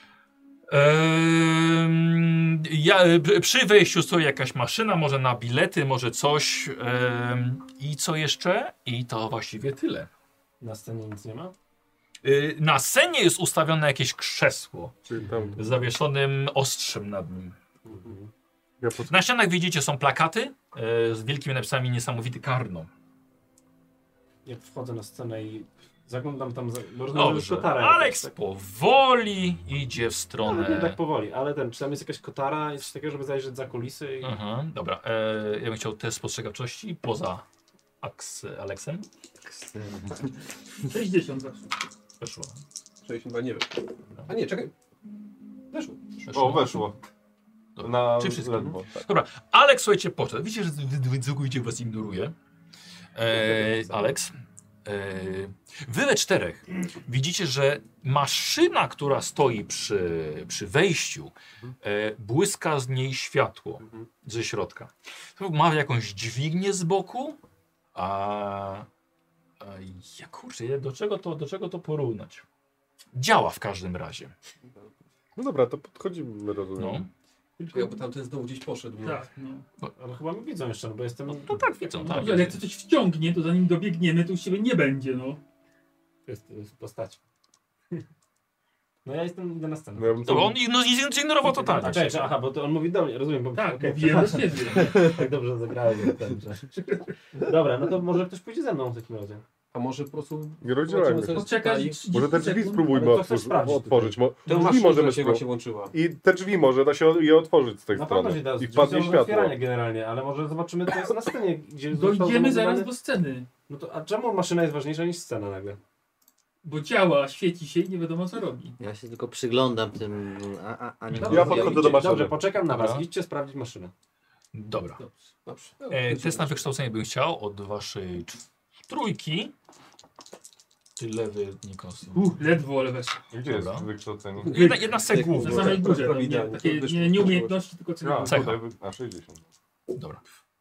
Ehm, ja, p- przy wejściu stoi jakaś maszyna, może na bilety, może coś. Em, I co jeszcze? I to właściwie tyle. Na scenie nic nie ma? Y, na scenie jest ustawione jakieś krzesło Czyli tam... z zawieszonym ostrzem nad nim. Ja pod... Na ścianach widzicie są plakaty e, z wielkimi napisami niesamowity Karno. Jak wchodzę na scenę i zaglądam tam, za... bo rozumiem, że jest Dobrze. kotara Alex jakaś, tak? powoli idzie w No, stronę. nie tak powoli, ale ten, czy tam jest jakaś kotara, jest coś takiego, żeby zajrzeć za kulisy i... Aha, dobra. E, ja bym chciał test spostrzegawczości poza Aks Aleksem. sześćdziesiąt zawsze. Weszło. sześćdziesiąt dwa, nie wiem. A nie, czekaj. Weszło. O, weszło. Dobra. Na Czy wszystko? ledwo. Tak. Aleks, słuchajcie, poszedł. Widzicie, że całkowicie was ignoruje. E, Aleks. Wy we czterech widzicie, że maszyna, która stoi przy, przy wejściu, e, błyska z niej światło ze środka. Ma jakąś dźwignię z boku, a, a ja kurczę, do czego, to, do czego to porównać? Działa w każdym razie. No dobra, to podchodzimy, rozumiem. No. Ja, bo tamten znowu gdzieś poszedł. No. Tak, no. Ale chyba my widzą jeszcze, no bo jestem... No, to tak widzą, No, tak. ale jak to coś wciągnie, to zanim dobiegniemy, to już ciebie nie będzie, no. To jest, to jest postać. No ja jestem idę na scenę. No, ja bym To to- on igno- zignorował A, totalnie. czekaj, czekaj, aha, bo to on mówi do mnie, rozumiem. Bo, Tak, okej, mówiłem do siebie. tak dobrze zagrałem. Dobrze. Dobra, no to może ktoś pójdzie ze mną w takim razie. A może po prostu... Nie rozdzielajmy zobaczymy, co się. jest Poczekaj tutaj. trzydzieści Może te drzwi sekund. spróbujmy Ale to chcesz otworzyć. sprawdzić otworzyć. Mo- Tę drzwi maszynę możemy się spróbować. właśnie włączyła. I te drzwi może da się je otworzyć z tej Na pewno strony. się da, I drzwi wpadnie są do światło. otwierania generalnie, ale może zobaczymy co jest na scenie, gdzie został Dojdziemy zaraz zamontowany- do sceny. No to, a czemu maszyna jest ważniejsza niż scena nagle? Bo działa, świeci się i nie wiadomo co robi. Ja się tylko przyglądam tym a, a, a nie Ja podchodzę do idźcie- maszyny. Dobrze, poczekam na was, Dobra. idźcie sprawdzić maszynę. Dobra. Dobrze. E, test na wykształcenie bym chciał od waszej cz- trójki. Ty lewy, Nikos. Uh, ledwo, ale weszło. Gdzie jest Dobra. wykształcenie? Jedna, jedna z cech Na głównych. samej górze, prawie to nie, idealnie. takie Wyszło, nie, nie umiejętności, tylko Ja, cena. Cecha. tutaj wy- A sześćdziesiąt. Dobra.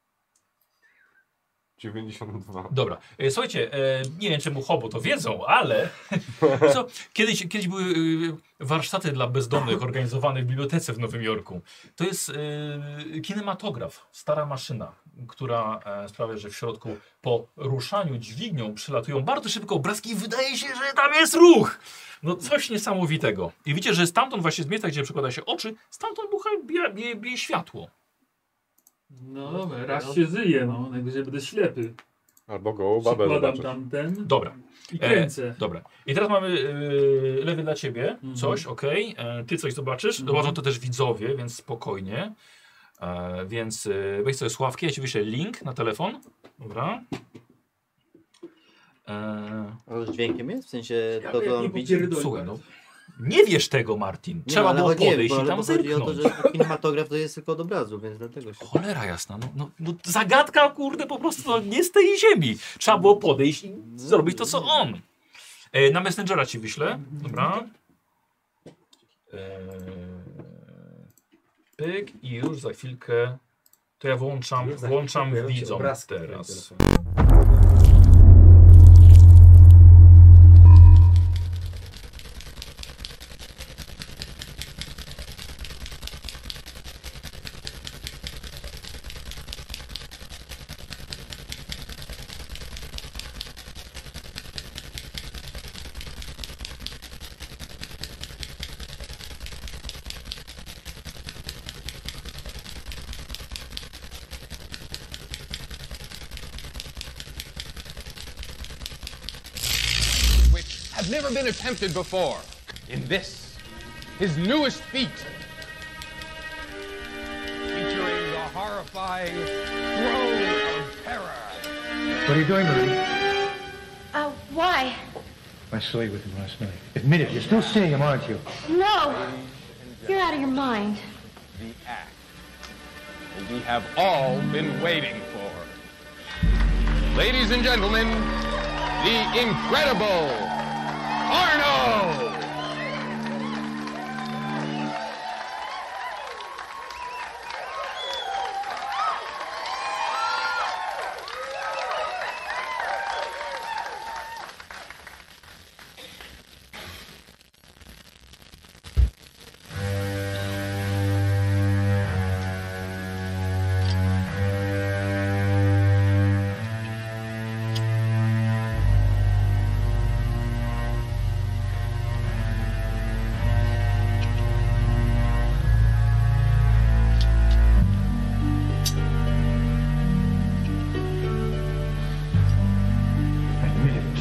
dziewięćdziesiąt dwa. Dobra. E, słuchajcie, e, nie wiem czemu Hobo to wiedzą, ale co, kiedyś, kiedyś były e, warsztaty dla bezdomnych organizowane w bibliotece w Nowym Jorku. To jest e, kinematograf, stara maszyna, która e, sprawia, że w środku po ruszaniu dźwignią przylatują bardzo szybko obrazki i wydaje się, że tam jest ruch. No coś niesamowitego. I widzicie, że stamtąd właśnie z miejsca, gdzie przekłada się oczy, stamtąd bucha, bije, bije, bije światło. No dobra, raz się żyje, no. Najwyżej będę ślepy. Albo gołą babę Przykładam zobaczysz. tamten Dobra. i kręcę. Dobra. I teraz mamy yy, lewy dla ciebie, Mhm. coś, okej. E, Ty coś zobaczysz. Mhm. Zobaczą to też widzowie, więc spokojnie. E, więc yy, weź sobie sławki, ja ci wyślę link na telefon. Dobra. E, Ale z dźwiękiem jest? W sensie Ja to, jak co nie on widzi? popierdolę. słuchaj, no. Nie wiesz tego, Martin. Nie, Trzeba no, ale było chodzi- nie, podejść bo- i ale tam bo chodzi o to, zerknąć. że kinematograf to jest tylko od obrazu, więc dlatego się... Cholera jasna, no, no, no zagadka, kurde, po prostu no, nie z tej ziemi. Trzeba było podejść i zrobić to, co on. E, na Messengera ci wyślę, dobra. E, pyk i już za chwilkę to ja włączam, Już za włączam chwilę pojawią się widzom obrazki w teraz. twoim telefonie. which have never been attempted before. In this, his newest feat, featuring the horrifying Throne of Terror. What are you doing, Marie? Uh, why? I saw you with him last night. Admit it, you're still seeing him, aren't you? No! You're out of your mind. The act we have all been waiting for. Ladies and gentlemen, the incredible Arno! Admit it.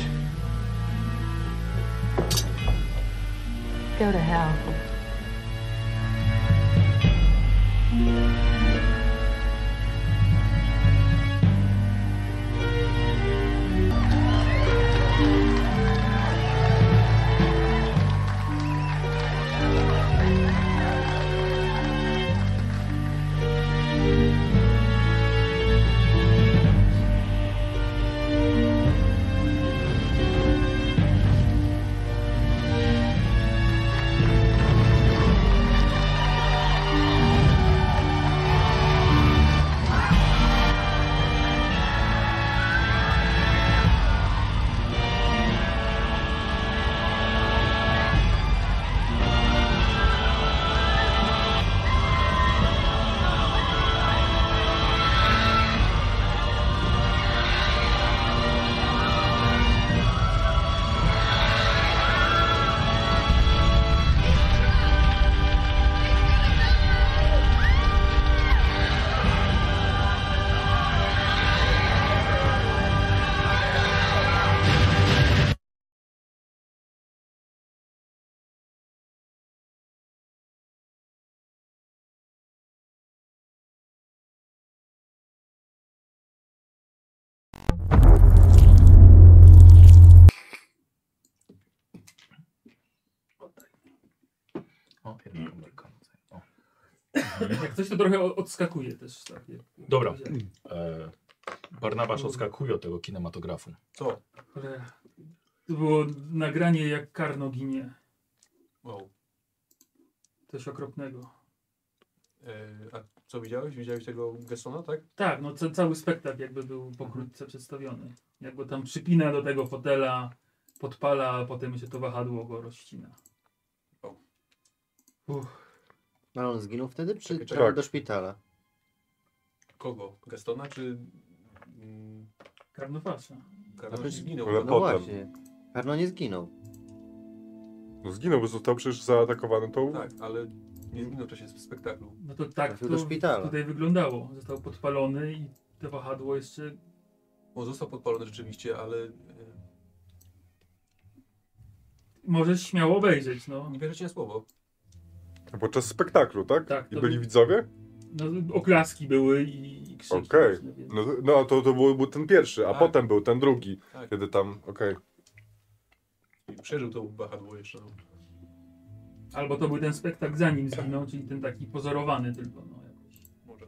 Go to hell. Jak coś to trochę o- odskakuje też. Tak, jak Dobra. powiedziałem. E, Barnabasz odskakuje od tego kinematografu. Co? Ale to było nagranie jak Karno ginie. Wow. Coś okropnego. E, a co widziałeś? Widziałeś tego Gessona, tak? Tak, no ca cały spektakl jakby był pokrótce przedstawiony. Jak go tam przypina do tego fotela, podpala, a potem się to wahadło go rozcina. O. Uff. Ale on zginął wtedy, czy Czekaj, trafił czekaj. do szpitala? Kogo? Gestona czy... Mm, Karnofasza. Karol przecież- zginął. Ale No potem. właśnie. Karno nie zginął. No zginął, bo został przecież zaatakowany tą... Tak, ale nie zginął w czasie spektaklu. No to tak Trafił to do szpitala. tutaj wyglądało. Został podpalony i to wahadło jeszcze... On został podpalony rzeczywiście, ale e, Możesz śmiało obejrzeć, no. nie wierzycie na słowo. Podczas spektaklu, tak? Tak, I to byli był- widzowie? no oklaski były i, i krzyki. Okej. różne, więc- No, no to, to był, był ten pierwszy, a Tak. potem był ten drugi. Tak. Kiedy tam, okej. I przeżył to wahadło jeszcze. No. Albo to był ten spektakl zanim zginął, czyli ten taki pozorowany tylko, no jakoś. Może.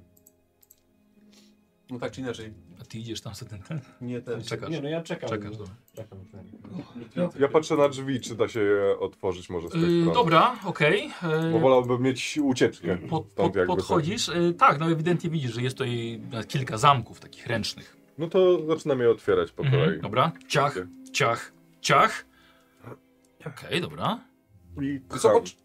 No tak czy inaczej. A ty idziesz tam sobie ten, ten? Nie ten. Czekasz. Nie, no ja czekam. Czekasz, dobra. Czekam. czekam. No, Ja patrzę na drzwi, czy da się je otworzyć może z tej Yy, strony. dobra, okej. Bo Yy, wolałbym mieć ucieczkę. pod, stąd pod, jakby podchodzisz. Yy, tak, no ewidentnie widzisz, że jest tutaj e, kilka zamków takich ręcznych. No to zaczynam je otwierać po kolei. Mhm, dobra. Ciach, ciach, ciach. Okej, dobra. I Wysoko. sam.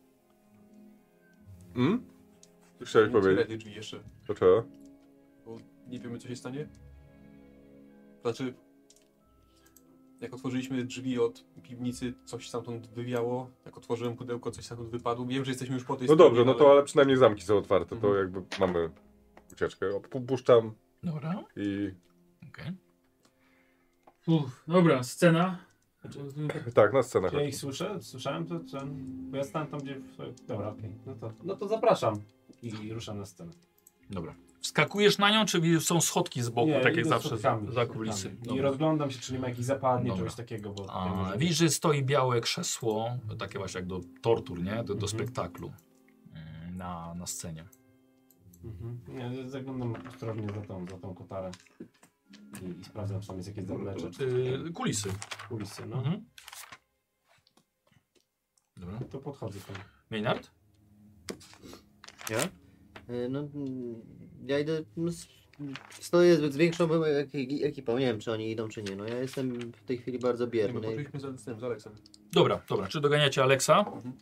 Hmm? Co chciałeś Nie powiedzieć? otwieraj drzwi jeszcze. Dlaczego? Bo nie wiemy co się stanie. Znaczy, jak otworzyliśmy drzwi od piwnicy, coś stamtąd wywiało. Jak otworzyłem pudełko, coś stamtąd wypadło. Wiem, że jesteśmy już po tej No stronie. dobrze, no to ale przynajmniej zamki są otwarte, to Mhm. jakby mamy ucieczkę. Puszczam Dobra. i... Okej. Uff, dobra, scena. Znaczy, Tak, na scenę Czy ja chodźmy. ich słyszę? Słyszałem to? Czy... Bo ja stałem tam, gdzie... Dobra, okej. No, to, no to zapraszam. I ruszam na scenę. Dobra. Wskakujesz na nią, czy są schodki z boku, Nie, tak jak idę zawsze za, schodkami, za schodkami. kulisy? I Dobra. rozglądam się, czy nie ma jakichś zapadni, Dobra. czegoś takiego, bo... tutaj A, może widzisz, że stoi białe krzesło, takie właśnie jak do tortur, nie? Do, do Mhm. spektaklu mm, na, na scenie. Mhm. Nie, zaglądam ostrożnie za tą, za tą kotarę. I, i sprawdzam, czy tam jest jakieś zaplecze, czy Yy, kulisy. kulisy, no. Mhm. Dobra. To podchodzę tam. Maynard? Ja? Y, No, mm, ja idę, no, s- stoję z, z większą eki- ekipą, nie wiem czy oni idą czy nie, no ja jestem w tej chwili bardzo Nie, my bierny. poszliśmy za, z tym, z Aleksem. Dobra, dobra. Czy doganiacie Aleksa? Mhm.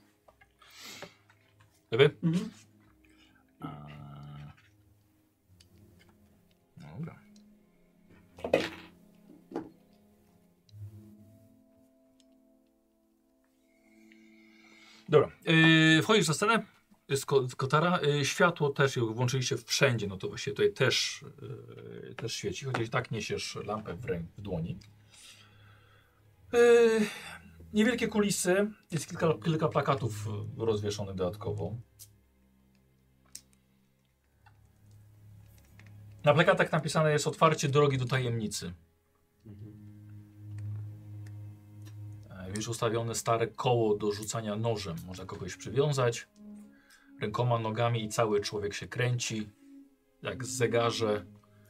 Lewy? mhm. A... Dobra. Dobra. Yy, wchodzisz na scenę, jest ko kotara. Yy, światło też ją włączyliście wszędzie, no to właściwie tutaj też, yy, też świeci, chociaż i tak niesiesz lampę w, ręk, w dłoni. Yy, niewielkie kulisy, jest kilka, kilka plakatów yy, rozwieszonych dodatkowo. Na plakatach napisane jest otwarcie drogi do tajemnicy. E, Już ustawione stare koło do rzucania nożem. Można kogoś przywiązać. Rękoma, nogami i cały człowiek się kręci. Jak z zegarze.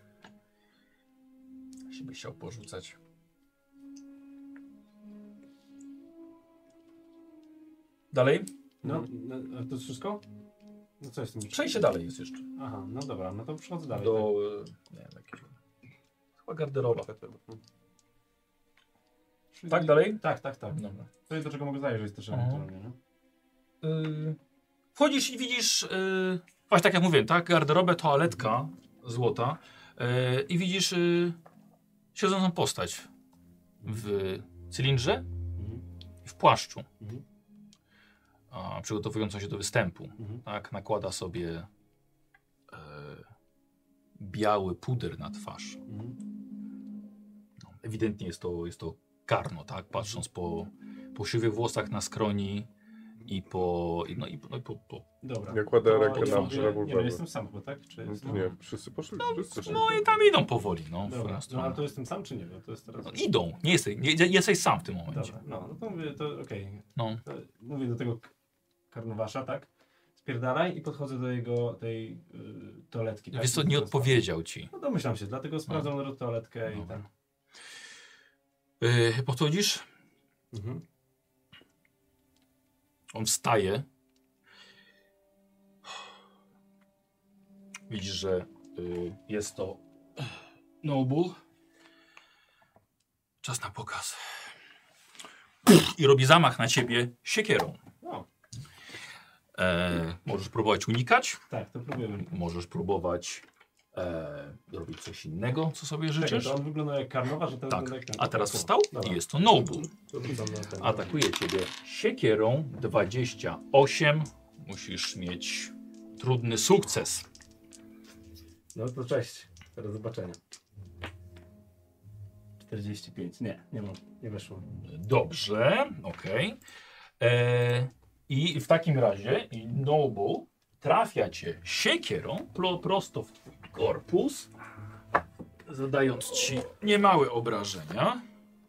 Jeśli by chciał porzucać. Dalej? No, no, a to jest wszystko? No co jest tym? Przejście dalej jest jeszcze. Aha, no dobra, no to przechodzę dalej. Do, e, nie wiem, jakieś... Chyba garderoba. tak? Tak, dalej? Tak, tak, tak. Dobra. To jest do czego mogę zajrzeć też Aha. ewentualnie, nie? Yy, wchodzisz i widzisz, yy, właśnie tak jak mówiłem, tak, garderobę, toaletka złota yy, i widzisz yy, siedzącą postać w cylindrze Mhm. i w płaszczu, Mhm. a, przygotowującą się do występu. Mhm. Tak, nakłada sobie yy, biały puder na twarz. Mhm. No, ewidentnie jest to, jest to Karno, tak, patrząc po, po siwych włosach na skroni i po, i, no, i, no, i po, po Dobra. Ja kładę To rękę ja na mówię- Nie, rewolwerze. no jestem sam chyba, tak? Czy No jest... to nie, wszyscy poszli. wszyscy szli. no i tam idą powoli, no, w Dobra, tę no stronę. ale to jestem sam czy nie? Bo to jest teraz... No, idą, nie jesteś, nie, jesteś sam w tym momencie. Dobra, no, no to mówię, to okej. No. To Mówię do tego k- karnowasza, tak? spierdalaj i podchodzę do jego tej y, toaletki. Tak? Wiesz co, nie odpowiedział ci. No domyślam się, dlatego sprawdzam no. toaletkę No. i tak. Yy, podchodzisz? Mhm. On wstaje. Widzisz, że y, jest to Noble. Czas na pokaz. I robi zamach na ciebie siekierą. No. E, możesz próbować unikać. Tak, to próbujemy. Możesz próbować e, robić coś innego, co sobie Czekaj, życzysz. to on wygląda jak karnowa, że to Tak, wygląda jak ten. a teraz O, wstał dobra. i jest to Noble. To rzucam na ten. Atakuje ciebie siekierą dwadzieścia osiem. Musisz mieć trudny sukces. No to cześć. Do zobaczenia. czterdzieści pięć. Nie, nie mam. Nie weszło. Dobrze, okej. Okay. I w takim razie i Noble trafia cię siekierą pro, prosto w twój korpus, zadając ci niemałe obrażenia.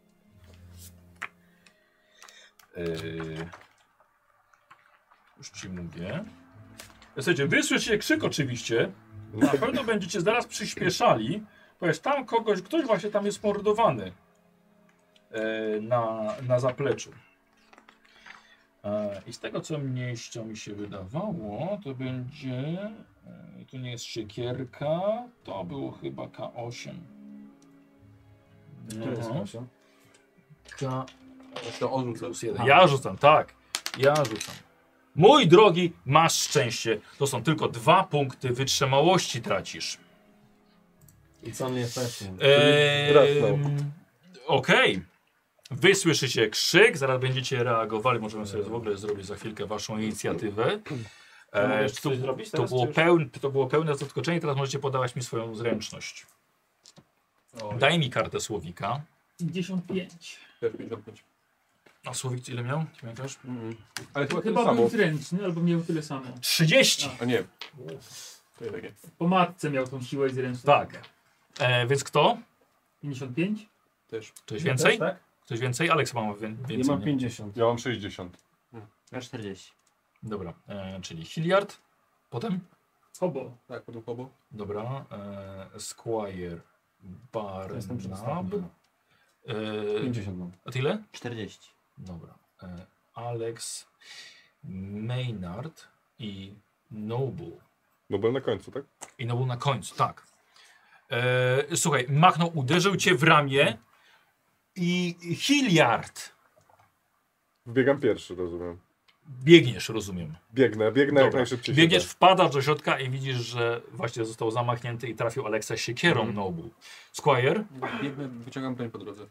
Yy, już ci mówię. Słuchajcie, wysłyszycie krzyk oczywiście. Na pewno będziecie zaraz przyspieszali. Powiesz, tam kogoś, ktoś właśnie tam jest mordowany e, na, na zapleczu. E, I z tego co mnie, co mi się wydawało, to będzie, e, to nie jest siekierka, to było chyba K osiem. Który jest osiem? K To on rzuca. plus jeden. Ja rzucam, tak. Ja rzucam. Mój drogi, masz szczęście. To są tylko dwa punkty wytrzymałości tracisz. I co mnie wcześniej? Eee, Okej. Okay. Wy słyszycie krzyk, zaraz będziecie reagowali. Możemy sobie w ogóle zrobić za chwilkę waszą inicjatywę. Eee, to, coś zrobić to, teraz, było czy już? pełne, to było pełne zaskoczenie, teraz możecie podawać mi swoją zręczność. Daj mi kartę Słowika. pięćdziesiąt pięć. Też pięćdziesiąt pięć. A Słowik ile miał? Pamiętasz? Mm. Ale chyba, Chyba tyle samo. był zręczny, albo miał tyle samo. trzydzieści. A nie. To jest takie. Po matce miał tą siłę i zręczność. Tak. E, więc kto? pięćdziesiąt pięć? Też. Ktoś więcej? Też, tak? Ktoś więcej? Aleks ma wie- więcej. Ja mam nie? pięćdziesiąt. Ja mam sześćdziesiąt. Ja czterdzieści. Dobra, e, czyli Hilliard. Potem? Hobo. Tak, potem Hobo. Dobra. E, Squire. Jestem Barnab. przedstawiony. E, pięćdziesiąt mam. a ty ile? czterdzieści. Dobra. E, Alex, Maynard i Noble. No byłem na końcu, tak? I Noble na końcu, tak. E, słuchaj, machnął, uderzył cię w ramię i Hilliard. Wbiegam pierwszy, rozumiem. Biegniesz, rozumiem. Biegnę, biegnę jak Dobra. najszybciej. Biegniesz, się da. wpadasz do środka i widzisz, że właśnie został zamachnięty i trafił Alexa siekierą Mhm. Noble. Squire? Biegnę, wyciągam broń po drodze.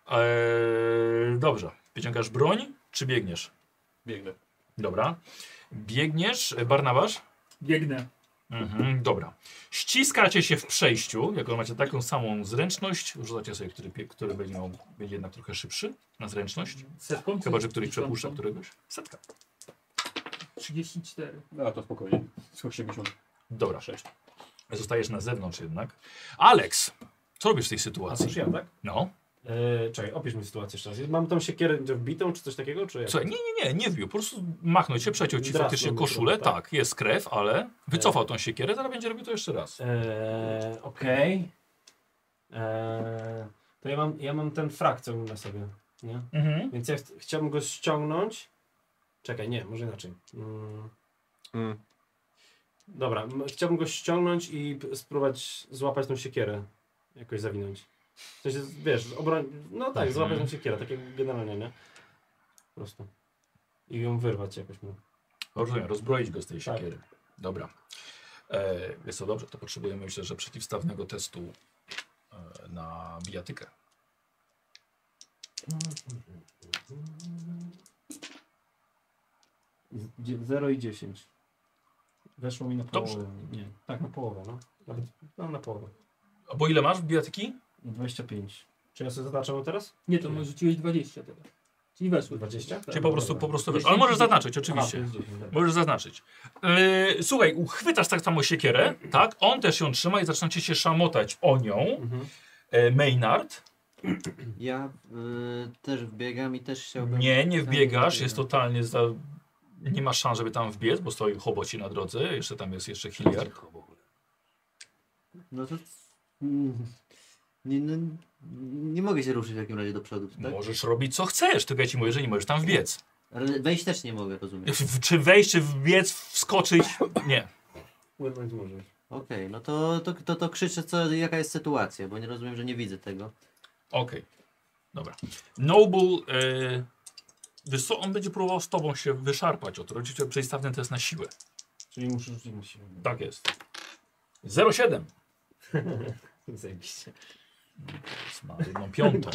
Eee, dobrze. Wyciągasz broń, czy biegniesz? Biegnę. Dobra. Biegniesz, Barnabasz? Biegnę. Mhm, dobra. Ściskacie się w przejściu, jako macie taką samą zręczność. Rzucacie sobie, który, pie- który będzie, miał, będzie jednak trochę szybszy na zręczność. Setką? Chyba, że któryś Dziesiątką? przepuszcza któregoś. Setka. trzydzieści cztery. No to spokojnie. sto osiemdziesiąt. Dobra. Zostajesz na zewnątrz jednak. Alex, co robisz w tej A sytuacji? cóż ja, tak? No. Eee, czekaj, opisz mi sytuację jeszcze raz. Mam tą siekierę wbitą, czy coś takiego, czy jak? Słuchaj, nie, nie, nie, nie wbił. Po prostu machnął cię, przeciął ci Drasnął faktycznie mnie koszulę. trochę, Tak, jest krew, ale wycofał tą siekierę, zaraz będzie robił to jeszcze raz. Eee, Okej. Eee, to ja mam, ja mam ten frak, co mam na sobie, nie? Mhm. Więc ja ch chciałbym go ściągnąć. Czekaj, nie, może inaczej. Mm. Mm. Dobra, m- chciałbym go ściągnąć i p- spróbować złapać tą siekierę. Jakoś zawinąć. W sensie, wiesz, obroń... No tak, Mhm. złapać tą siekierę, takie generalnie, nie? Po prostu. I ją wyrwać jakoś mu. Rozumiem, rozbroić go z tej Tak. siekiery. Dobra. E, jest to dobrze, to potrzebujemy myślę, że przeciwstawnego testu e, na bijatykę. zero i dziesięć. Weszło mi na Dobrze. połowę. Nie, tak na połowę, no. Nawet no, na połowę. A bo ile masz bijatyki? dwadzieścia pięć. Czy ja sobie zaznaczam teraz? Nie, to my rzuciłeś dwadzieścia teraz. Czyli weszło. dwadzieścia? Czy po prostu, po prostu wiesz, dziesięć, ale możesz dziesięć. zaznaczyć, Aha, oczywiście. to jest dziesięć, dobra. Możesz zaznaczyć. E, słuchaj, uchwytasz tak samo siekierę, tak? On też ją trzyma i zaczynacie się szamotać o nią. Mhm. E, Maynard. Ja y, też wbiegam i też chciałbym... Nie, nie Ja wbiegasz, wbiegam. jest totalnie za, Nie masz szans, żeby tam wbiec, bo stoi hoboci na drodze. Jeszcze tam jest jeszcze Hilliard. No to... mm, Nie, no, nie mogę się ruszyć w takim razie do przodu, tak? Możesz robić co chcesz, tylko ja ci mówię, że nie możesz tam wbiec. Ale wejść też nie mogę, rozumiem. W, czy wejść, czy wbiec, wskoczyć? Nie. Płynąć możesz. Okej, no to, to, to, to krzyczę, co, jaka jest sytuacja, bo nie rozumiem, że nie widzę tego. Okej. Okay. Dobra. Noble, e, wiesz co, on będzie próbował z tobą się wyszarpać. Odrodzić przeciwstawny test na siłę. Czyli muszę rzucić na siłę. Tak jest. zero siedem. Zajebiście. Ma jedną piątą.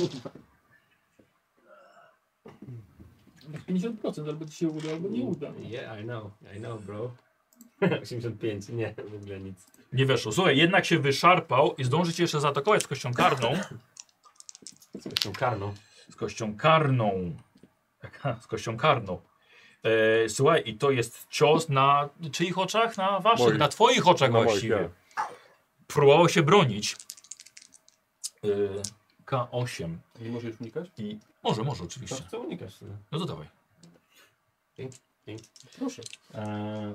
pięćdziesiąt procent albo ci się uda, albo nie uda. Yeah, I know, I know, bro. osiemdziesiąt pięć, nie, w ogóle nic. Nie weszło. Słuchaj, jednak się wyszarpał i zdąży cię jeszcze zaatakować z kością karną. Z kością karną. Z kością karną. Z kością karną. E, słuchaj, i to jest cios na czyich oczach? Na waszych, Moich. na twoich oczach Na właściwie. moich, Próbował się bronić. E, K osiem. Nie możesz unikać? I może, może To oczywiście. chcę unikać wtedy. No to dawaj. Proszę. Eee,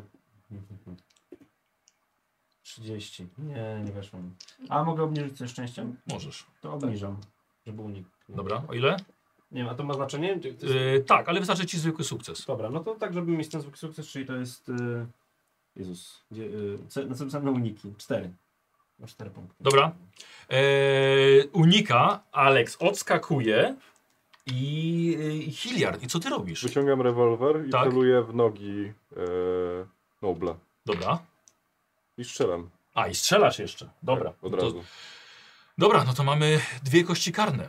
trzydzieści. Nie, nie weszło mi. A mogę obniżyć coś szczęściem? Możesz. To obniżam, żeby uniknąć. Dobra, o ile? Nie wiem, a to ma znaczenie? Czy to jest... E, tak, ale wystarczy ci zwykły sukces. Dobra, no to tak, żeby mieć ten zwykły sukces, czyli to jest... Yy... Jezus, gdzie, yy, co, na co pisałem na uniki? Cztery. Ma cztery punkty. Dobra. E, unika, Alex odskakuje i e, Hilliard. I co ty robisz? Wyciągam rewolwer i Tak. celuję w nogi e, Nobla. Dobra. I strzelam. A, i strzelasz jeszcze. Dobra. Tak, od No to, razu. dobra, no to mamy dwie kości karne.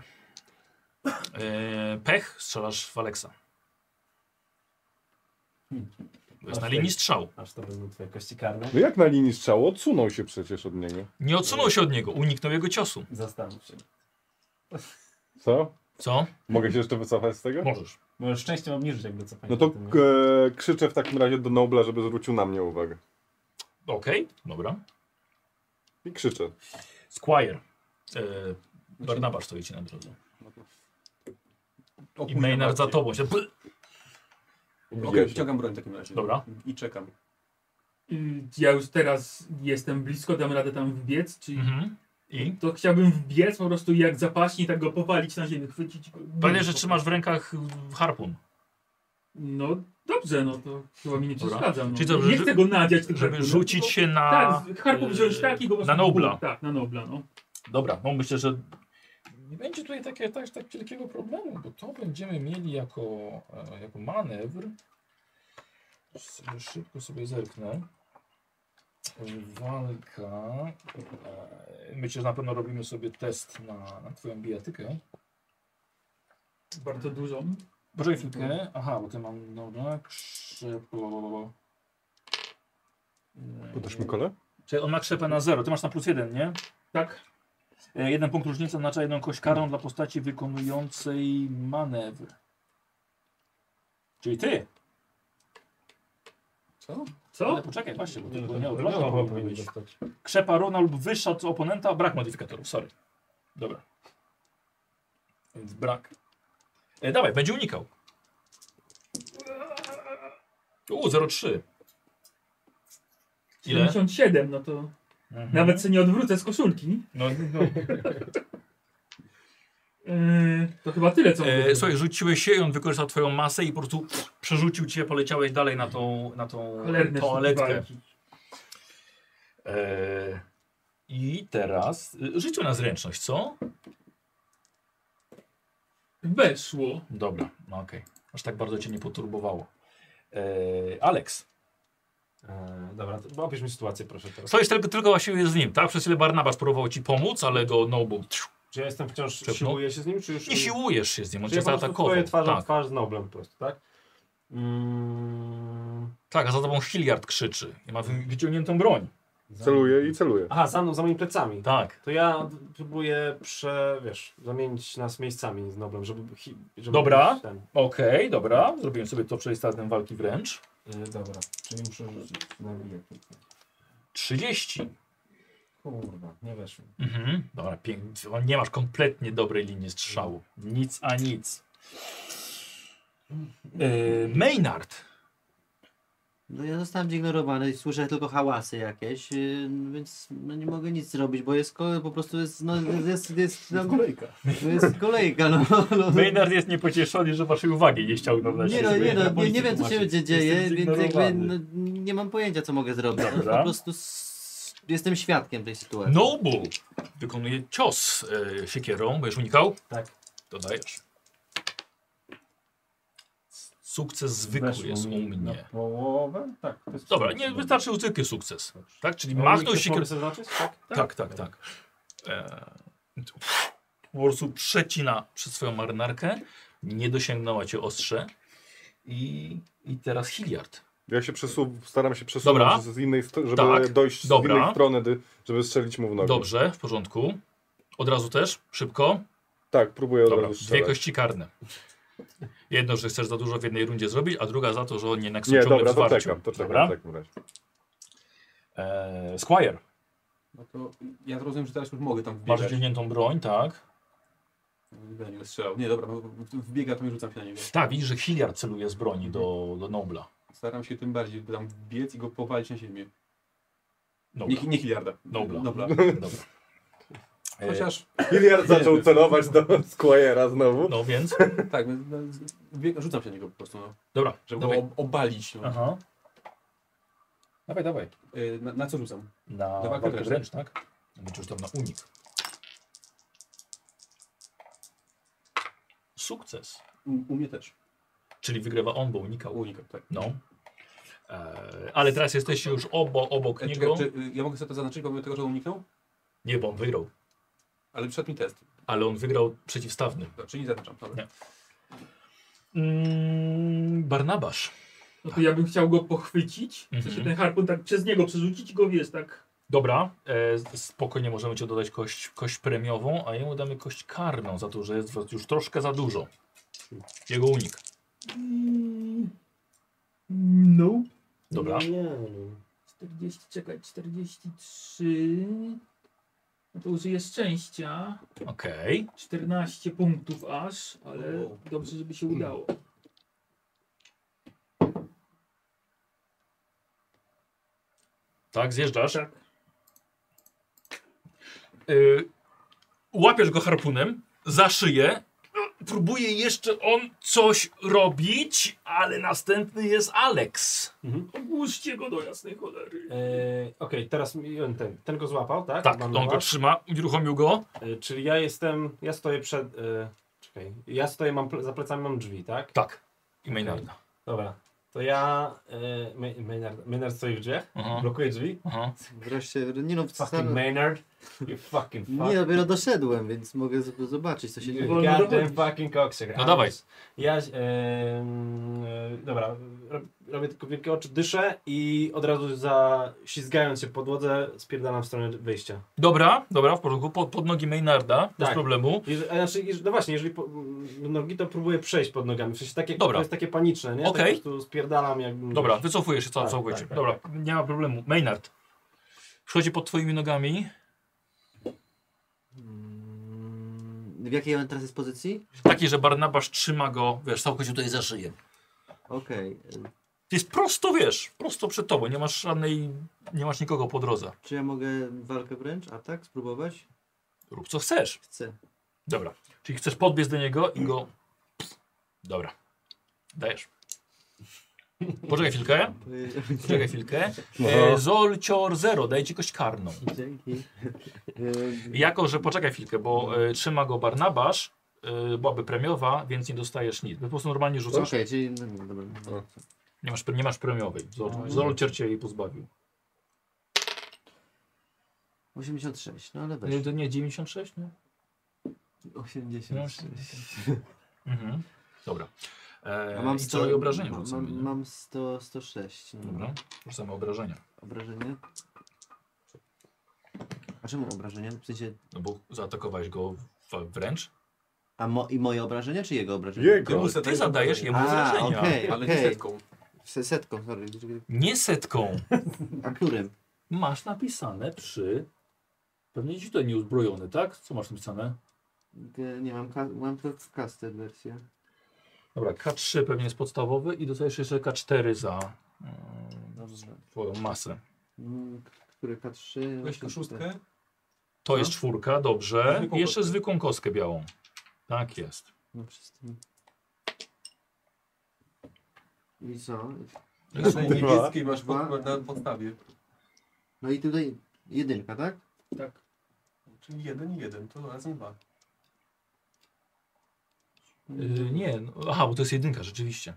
E, pech, strzelasz w Alexa. To jest na linii strzału. Aż to będą twoje kości karne. No jak na linii strzału? Odsunął się przecież od niego. Nie odsunął się od niego, uniknął jego ciosu. Zastanów się. Co? Co? Mogę się jeszcze wycofać z tego? Możesz. Możesz szczęściem obniżyć jakby co No to e, krzyczę w takim razie do Nobla, żeby zwrócił na mnie uwagę. Okej, okay, dobra. I krzyczę. Squire. E, Barnabasz stoi ci na drodze. I Maynard za tobą się... Okej, okay, wyciągam broń w takim razie. Dobra. I czekam. Y, Ja już teraz jestem blisko, dam radę tam wbiec, czy... Mhm. I? To chciałbym wbiec po prostu jak zapaśnik, tak go powalić na ziemię, chwycić go. Pamiętaj, że trzymasz w rękach harpun. No dobrze, no to chyba mi nie Dobra. przeszkadza. No. Czyli to, nie że- chcę go nadziać. Tym Żeby harpunem, rzucić tylko- się na... Tak, harpun wziąć tak i go po na prostu- Nobla. Tak, na Nobla, no. Dobra, no myślę, że nie będzie tutaj takie, tak, tak wielkiego problemu, bo to będziemy mieli jako, e, jako manewr. Sobie szybko sobie zerknę. Walka. E, myślę, że na pewno robimy sobie test na, na twoją bijatykę. Bardzo dużą. Poczekaj chwilkę. Aha, bo ty mam, dobra, krzepo... Podasz mi kole? Czyli on ma krzepę na zero, ty masz na plus jeden, nie? Tak. E, jeden punkt różnicy oznacza jedną kość karną dla postaci wykonującej manewr. Czyli ty. Co? Co? Ale poczekaj, właśnie, bo to Nie, było to nie nie odwrotnie chyba powinno powinien być. dostać. Krzepa równa lub wyższa od oponenta, brak modyfikatorów, sorry. Dobra. Więc brak. E, dawaj, będzie unikał. U, zero przecinek trzy. Ile? siedemdziesiąt siedem, no to Mhm. nawet sobie nie odwrócę z koszulki. No, no. Yy, to chyba tyle, co mogę E, zrobić. słuchaj, rzuciłeś się i on wykorzystał twoją masę i po prostu przerzucił cię, poleciałeś dalej na tą, na tą Cholerne toaletkę. walki. E, I teraz e, rzućmy na zręczność, co? Weszło. Dobra, no okej. Aż tak bardzo cię nie poturbowało. E, Alex. Eee, dobra, to opisz mi sytuację proszę teraz. Stoisz tylko, tylko właściwie z nim, tak? Przez chwilę Barnabasz próbował ci pomóc, ale go Noble... Czy ja jestem wciąż, Czepnął? siłuję się z nim, czy już... Nie siłujesz się z nim, on Czy cię ja po prostu zaatakował. stoję twarzą Tak, w twarz z Noblem po prostu, tak? Mm... tak, a za tobą Hilliard krzyczy i ma wy- wyciągniętą broń. Celuję i celuję. Aha, za mną, za moimi plecami. Tak. To ja próbuję prze, wiesz, zamienić nas miejscami z Noblem, żeby... hi- żeby Dobra. być Ten. Okej, dobra. Zrobiłem sobie to przejstazem walki wręcz. Yy, dobra, czyli muszę rzucić na bijatykę. trzydzieści. Kurwa, nie weszło. Mhm. Dobra, pięknie. Nie masz kompletnie dobrej linii strzału. Nic a nic. Yy, Maynard. No ja zostałem zignorowany i słyszę tylko hałasy jakieś, yy, więc no nie mogę nic zrobić, bo jest ko- po prostu jest, no jest, jest, jest, no, Kolejka. jest kolejka, no. no. Maynard jest niepocieszony, że waszej uwagi nie ściągnął na Nie siebie. no, nie no, nie, policji nie wiem co się tłumaczyć. będzie dzieje, Jestem więc jakby zignorowany. no, nie mam pojęcia co mogę zrobić. No, Dobra. po prostu s- jestem świadkiem tej sytuacji. Noble wykonuje cios e, siekierą. Będziesz unikał? Tak. Dodajesz. Sukces zwykły Weszło jest u mi na mnie. połowę? Tak. To jest Dobra, sukces. nie wystarczy zwykły sukces. Tak? Czyli A machnął unik też siekierą. mogę sobie zaznaczyć? Tak? Tak, tak, tak. E, po prostu przecina przez swoją marynarkę. Nie dosięgnęła cię ostrze. I, i teraz Hilliard. Ja się przesu staram się przesunąć Dobra. z innej strony, żeby Tak. dojść Dobra. z innej strony, dy- żeby strzelić mu w nogę. Dobrze, w porządku. Od razu też? Szybko? Tak, próbuję od Dobra, razu dwie strzelać. kości karne. Jedno, że chcesz za dużo w jednej rundzie zrobić, a druga za to, że on jednak są Nie, ciągle dobra, w to zwarciu. czekam, to czekam Dobra. w takim razie. Eee, Squire, No to ja rozumiem, że teraz już mogę tam masz wbiegać. wyciągniętą broń, tak? Nie będę niego strzelał. Nie, dobra, no, wbiega, to nie rzucam się na niego. Tak, widzisz, że Hilliard celuje z broni do, do Nobla. Staram się tym bardziej tam wbiec i go powalić na ziemię. Nobla. Nie, nie Hilliarda. Nobla. Dobra. Dobra. Eee, Chociaż, Hilliard zaczął celować do Squire'a znowu. No więc, tak, no, no, wbieg- rzucam się na niego po prostu, no, dobra, żeby dawaj. go ob- obalić. No. Aha. Dawaj, dawaj. Y, Na, na co rzucam? Na walkę walkę wręcz, wręcz, tak? Liczysz tam na unik. Sukces. U, u mnie też. Czyli wygrywa on, bo unikał. Unikam, tak. No. Eee, ale teraz jesteście już obo, obok E, niego. czekaj, czy, y, ja mogę sobie to zaznaczyć pomimo tego, że uniknął? Nie, bo on wygrał. Ale przed mi test. Ale on wygrał przeciwstawny. Dobra, czyli zaznaczam. Dobra. Nie. Mm, Barnabasz. No to ja bym chciał go pochwycić. W Mhm. sensie ten harpun tak przez niego przerzucić i go wiesz, tak. Dobra, e, spokojnie możemy ci dodać kość, kość premiową, a jemu damy kość karną za to, że jest was już troszkę za dużo. Jego unik. Mm, No. Dobra. czterdzieści, czekaj, czterdzieści trzy. No to użyję szczęścia. Okej. czternaście punktów aż, ale Wow. dobrze, żeby się udało. Tak, zjeżdżasz. Tak. Y, łapiesz go harpunem za szyję. Próbuje jeszcze on coś robić, ale następny jest Alex. Ogłuszcie go do jasnej cholery. Eee, Okej, teraz mi- on ten, ten go złapał, tak? Tak, Mam on na go was. trzyma, uruchomił go. Eee, czyli ja jestem, ja stoję przed, e, czekaj, ja stoję, mam, ple- za plecami mam drzwi, tak? Tak. I Maynarda. Dobra, to ja, e, May- Maynard, Maynard stoi w drzwiach, Aha. blokuje drzwi. Aha. Wreszcie, nie no, Fucking stan... Maynard, you fucking fuck. nie dopiero doszedłem, więc mogę z- zobaczyć co się You dzieje. Wolno goddamn dochodzić. fucking cocksucker. No A, dawaj. Ja, e, e, dobra, rob, robię tylko wielkie oczy, dyszę i od razu za, ślizgając się po podłodze spierdalam w stronę wyjścia. Dobra, dobra, w porządku. Pod, pod nogi Maynarda, bez Tak. problemu. Jeżeli, a znaczy, jeż- no właśnie, jeżeli po, m, nogi, to próbuję przejść pod nogami. W sensie takie, Dobra. to jest takie paniczne, nie? Okej. Tak po prostu spierdalam jakbym... Dobra, wycofujesz się Tak, całkowicie. tak, tak, Dobra, nie ma problemu. Maynard. Przychodzi pod twoimi nogami. Mm, W jakiej on teraz jest pozycji? Taki, że Barnabasz trzyma go, wiesz, całkowicie tutaj za szyję. Okej. Jest prosto, wiesz, prosto przed tobą. Nie masz żadnej, nie masz nikogo po drodze. Czy ja mogę walkę wręcz, atak, spróbować? Rób co chcesz. Chcę. Dobra. Czyli chcesz podbiec do niego i go... Dobra. Dajesz. Poczekaj chwilkę. Poczekaj chwilkę. E, Zolcior zero, daje ci kość karną. Dzięki. Jako, że poczekaj chwilkę, bo e, trzyma go Barnabasz, e, byłaby premiowa, więc nie dostajesz nic. Po prostu normalnie Okej, rzucasz. czyli... No, no, dobra. Nie masz, nie masz premiowej. Zol, Zolcior cię jej pozbawił. osiemdziesiąt sześć, no ale Nie, weź. to nie dziewięćdziesiąt sześć, nie? osiemdziesiąt sześć. Mhm. Dobra. E, A mam i sto... co i obrażenia mam, rzucamy, nie? mam sto, sto sześć. No. Dobra, rzucamy obrażenia. Obrażenie. A czemu obrażenia? W sensie... No bo zaatakowałeś go w, wręcz. A mo i moje obrażenia, czy jego obrażenia? Jego. Ty, ty zadajesz jemu A, obrażenia. okej. Ale nie setką. Se- Setką, sorry. Nie setką. A którym? Masz napisane przy... Pewnie gdzieś tutaj nieuzbrojony, tak? Co masz napisane? Nie, nie mam, ka- mam to casted wersję. Dobra, K trzy pewnie jest podstawowy i dostajesz jeszcze K cztery za, Dobrze. Twoją masę. Mm, Który K trzy? Weź tu szóstkę. To jest czwórka, dobrze. Zwykłą I jeszcze kostkę. zwykłą kostkę białą. Tak jest. No wszystkim. I co? Na tej Dwa. niebieskiej masz Dwa. pod, na podstawie. No i tutaj jedynka, tak? Tak. Czyli jeden i jeden, to razem dwa. Yy, nie, no, aha, bo to jest jedynka, rzeczywiście.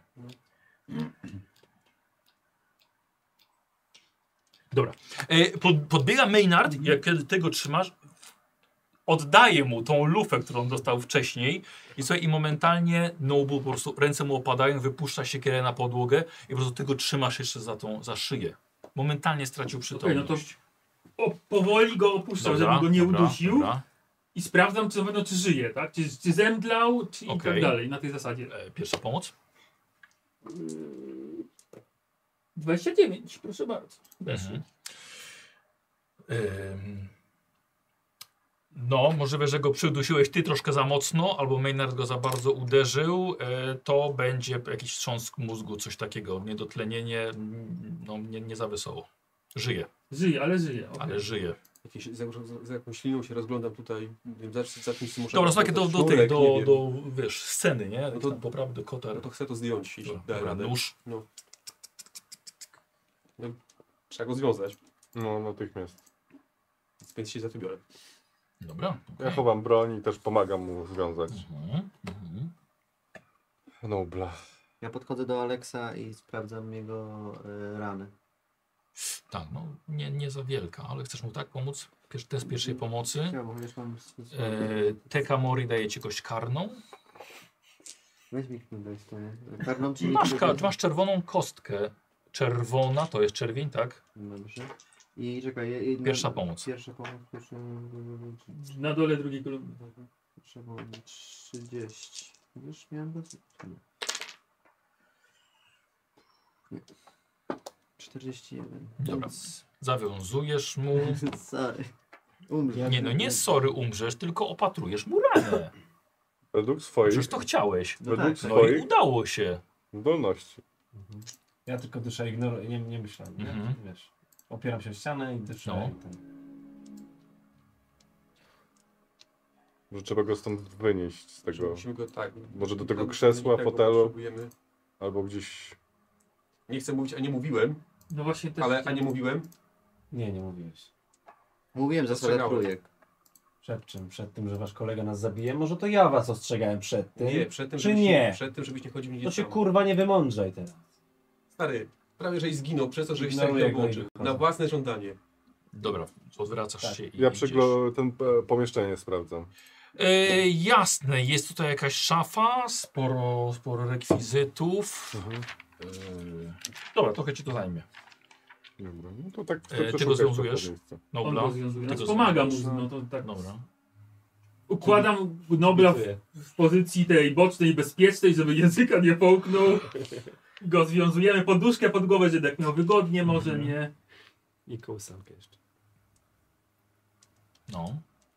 Dobra. E, pod, podbiega Maynard, jak kiedy tego trzymasz, oddaje mu tą lufę, którą dostał wcześniej i słuchaj, i momentalnie Noble po prostu ręce mu opadają, wypuszcza siekierę na podłogę i po prostu ty go trzymasz jeszcze za tą, za szyję. Momentalnie stracił Okej, no przytomność. to o, powoli go opuszczam, Dobra, żeby go nie dobra, udusił dobra. i sprawdzam, czy na pewno czy żyje, tak? Czy, czy zemdlał, czy i Okej. tak dalej, na tej zasadzie. E, pierwsza pomoc? dwadzieścia dziewięć, proszę bardzo. Weszło. Mhm. Ym, No, możliwe, że go przydusiłeś ty troszkę za mocno, albo Maynard go za bardzo uderzył. E, to będzie jakiś wstrząs mózgu, coś takiego. Niedotlenienie, mm, no nie, nie za wesoło. Żyje, Żyje, ale żyje. okej. ale żyje. Jakieś, za, za, za jakąś linią się rozglądam tutaj. Nie wiem, zacznij, zacznij muszę Dobra, takie do, do sznurek, tych, nie do, wiem. do, wiesz, sceny, nie? No No to- to poprawy do kota. No to chcę to zdjąć, jeśli Dobra, da dobra, radę. nóż. No. No, trzeba go związać, No, natychmiast. więc się za to biorę. Dobra. Ja okej. chowam broń i też pomagam mu związać. Mhm, mhm. Nobla. Ja podchodzę do Alexa i sprawdzam jego y, rany. Tak, no nie, nie za wielka, ale chcesz mu tak pomóc? Pier- Test pierwszej pomocy. Chciałbym, chociaż mam... E, Teka Mori daje ci kość karną. Weź mi knudę stoję. Karną czyli... Masz, ka- masz czerwoną kostkę. Czerwona to jest czerwień, tak? Dobrze. I czekaj... je- jedna- Pierwsza pomoc. Pierwsza pomoc, pierwsza... Na dole drugiej kolumny. Pierwsza pomoc, trzydzieści. Już miałem do... Nie. czterdzieści jeden. Dobra. Więc... Zawiązujesz mu. Sorry. Umrze. Nie no, nie sorry umrzesz, tylko opatrujesz mu ranę. Według swoich Przecież to chciałeś. No według tak, tak. No i swoich udało się. zdolności. Ja tylko dyszę, ignoruję, nie, nie myślę, nie? Mhm. Wiesz. Opieram się o ścianę i dyszę. No. I ten. Że trzeba go stąd wynieść z tego. Musimy go tak. Może do tego tam- krzesła, tego fotelu. potrzebujemy. Albo gdzieś. Nie chcę mówić, a nie mówiłem, No właśnie też... ale a nie mówiłem. Nie, nie mówiłeś. Mówiłem zasadę Ostrzegałem. trójek. Przed czym? Przed tym, że wasz kolega nas zabije? Może to ja was ostrzegałem przed tym? Nie, przed tym, Czy żebyś nie? Przed tym, żebyś nie chodził nigdzie To się sam. kurwa nie wymądrzaj teraz. Stary, prawie żeś zginął przez to, żeś się Ignoruję tak go i włączył. wychodzę. Na własne żądanie. Dobra, odwracasz Tak. się i Ja idziesz. przeglo ten e, pomieszczenie sprawdzam. E, jasne, jest tutaj jakaś szafa, sporo, sporo rekwizytów. Mhm. E, dobra, trochę ci to zajmie. Dobra, no to tak. E, ty przeszukać go to związujesz? miejsce. On Nobla. go związuje. Ty Znaczy, go pomagam mu, związujesz. no to tak. Dobra. Układam Nobla w, w pozycji tej bocznej, bezpiecznej, żeby języka nie połknął. Go związujemy, poduszkę pod głowę, żeby tak miał wygodnie, może Mhm. nie. I kołysankę jeszcze. No.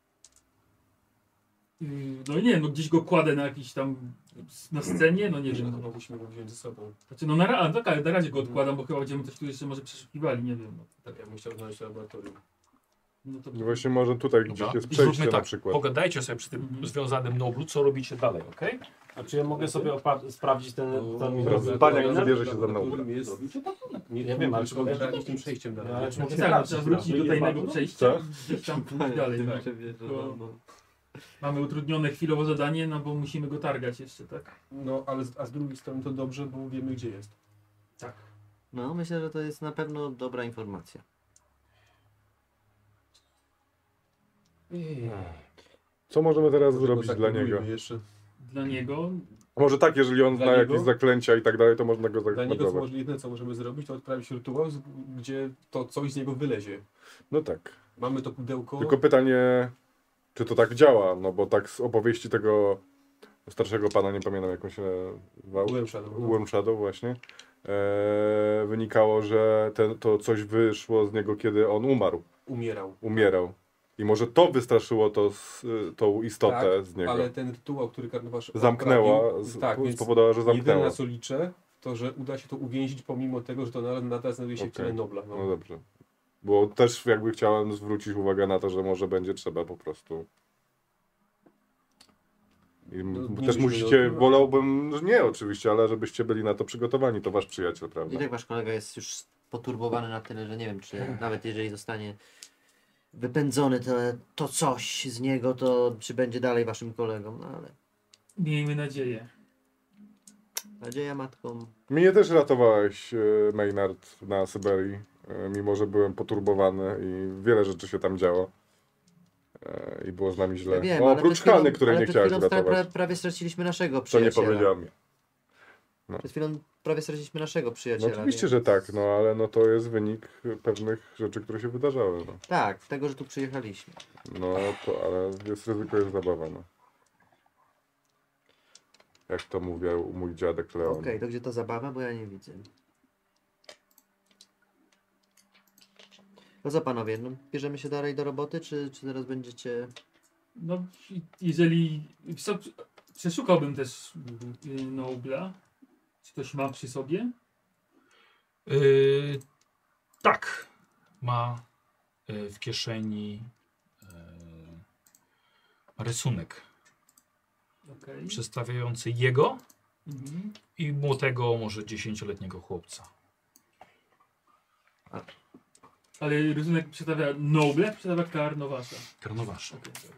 Yy, No nie, no gdzieś go kładę na jakiś tam na scenie, no nie Nie, no wiem. chyba musimy go wziąć ze sobą. Znaczy no na, ra- tak, ale na razie go odkładam, bo chyba będziemy coś tu jeszcze może przeszukiwali, nie wiem. No, Tak, ja bym chciał znaleźć laboratorium. no to No właśnie może tutaj Dobra. gdzieś jest I przejście zróbmy na tak, przykład. pogadajcie sobie przy tym Mhm. związanym Noblu, co robicie dalej, okej? A czy ja mogę sobie opa- sprawdzić ten... ten Teraz ten- Baniak ten- zabierze się za mną. Laboratorium jest... Nie, Ja wiem, ale czy mogę- trzeba iść tym przejściem dalej. No, ale czy mogę tak, sprawdzić? trzeba wrócić do tajnego przejścia. Co? Gdzieś tam pójść dalej, tak. To mamy utrudnione chwilowo zadanie, no bo musimy go targać jeszcze, tak? No, ale z, a z drugiej strony to dobrze, bo wiemy gdzie jest. Tak. No myślę, że to jest na pewno dobra informacja. Co możemy teraz Może go zrobić dla zaktywujmy niego? Jeszcze. Dla niego Może tak, jeżeli on Dla zna niego? jakieś zaklęcia i tak dalej, to można go Dla niego to zaaktywować. może jedyne co możemy zrobić, to odprawić rytuał, z- gdzie to coś z niego wylezie. No tak. Mamy to pudełko. Tylko pytanie, czy to tak działa? No bo tak z opowieści tego starszego pana, nie pamiętam jak on się nazywał. Byłem Shadow. no. Worm Shadow właśnie. E, wynikało, że ten, to coś wyszło z niego, kiedy on umarł. Umierał. Umierał. I może to wystraszyło to, z, tą istotę Tak, z niego. Ale ten rytuał, który karnowasz Zamknęła, z, tak, więc spowodowała, że jedyne zamknęła. na co liczę, to, że uda się to uwięzić, pomimo tego, że to nadal, nadal znajduje się w ciele Okej. Nobla. No No. dobrze. Bo też jakby chciałem zwrócić uwagę na to, że może będzie trzeba po prostu. I m- No, nie też byśmy musicie, do- wolałbym, że nie oczywiście, ale żebyście byli na to przygotowani, to wasz przyjaciel, I prawda? tak wasz kolega jest już poturbowany na tyle, że nie wiem, czy nawet jeżeli zostanie wypędzony to, to coś z niego, to czy będzie dalej waszym kolegą, no ale Miejmy nadzieję. nadzieja matką. Mnie też ratowałeś, e, Maynard, na Syberii, e, mimo że byłem poturbowany i wiele rzeczy się tam działo. E, I było z nami źle. Ja wiem, no, ale oprócz przed chwilą- Hany, której ale nie przed chciałeś chwilą stra- ratować. pra- prawie straciliśmy naszego To nie przyjaciela. powiedziała mi. Przed chwilą prawie straciliśmy naszego No przyjaciela. oczywiście, więc- że tak, no ale no to jest wynik pewnych rzeczy, które się wydarzały. No, Tak, tego, że tu przyjechaliśmy. no to, ale jest ryzyko, jest zabawa, no. Jak to mówił mój dziadek Leon. Okej, to gdzie to zabawa, bo ja nie widzę. No co panowie, no, bierzemy się dalej do roboty, czy, czy teraz będziecie... No, i- jeżeli... Co, przeszukałbym też y, Nobla. Czy ktoś ma przy sobie? Yy, tak. Ma yy, w kieszeni yy, rysunek Okej. przedstawiający jego Mhm. i młodego, może dziesięcioletniego chłopca. Ale rysunek przedstawia Nobla, przedstawia Karnowasza. Karnowasza. Okej, dobra.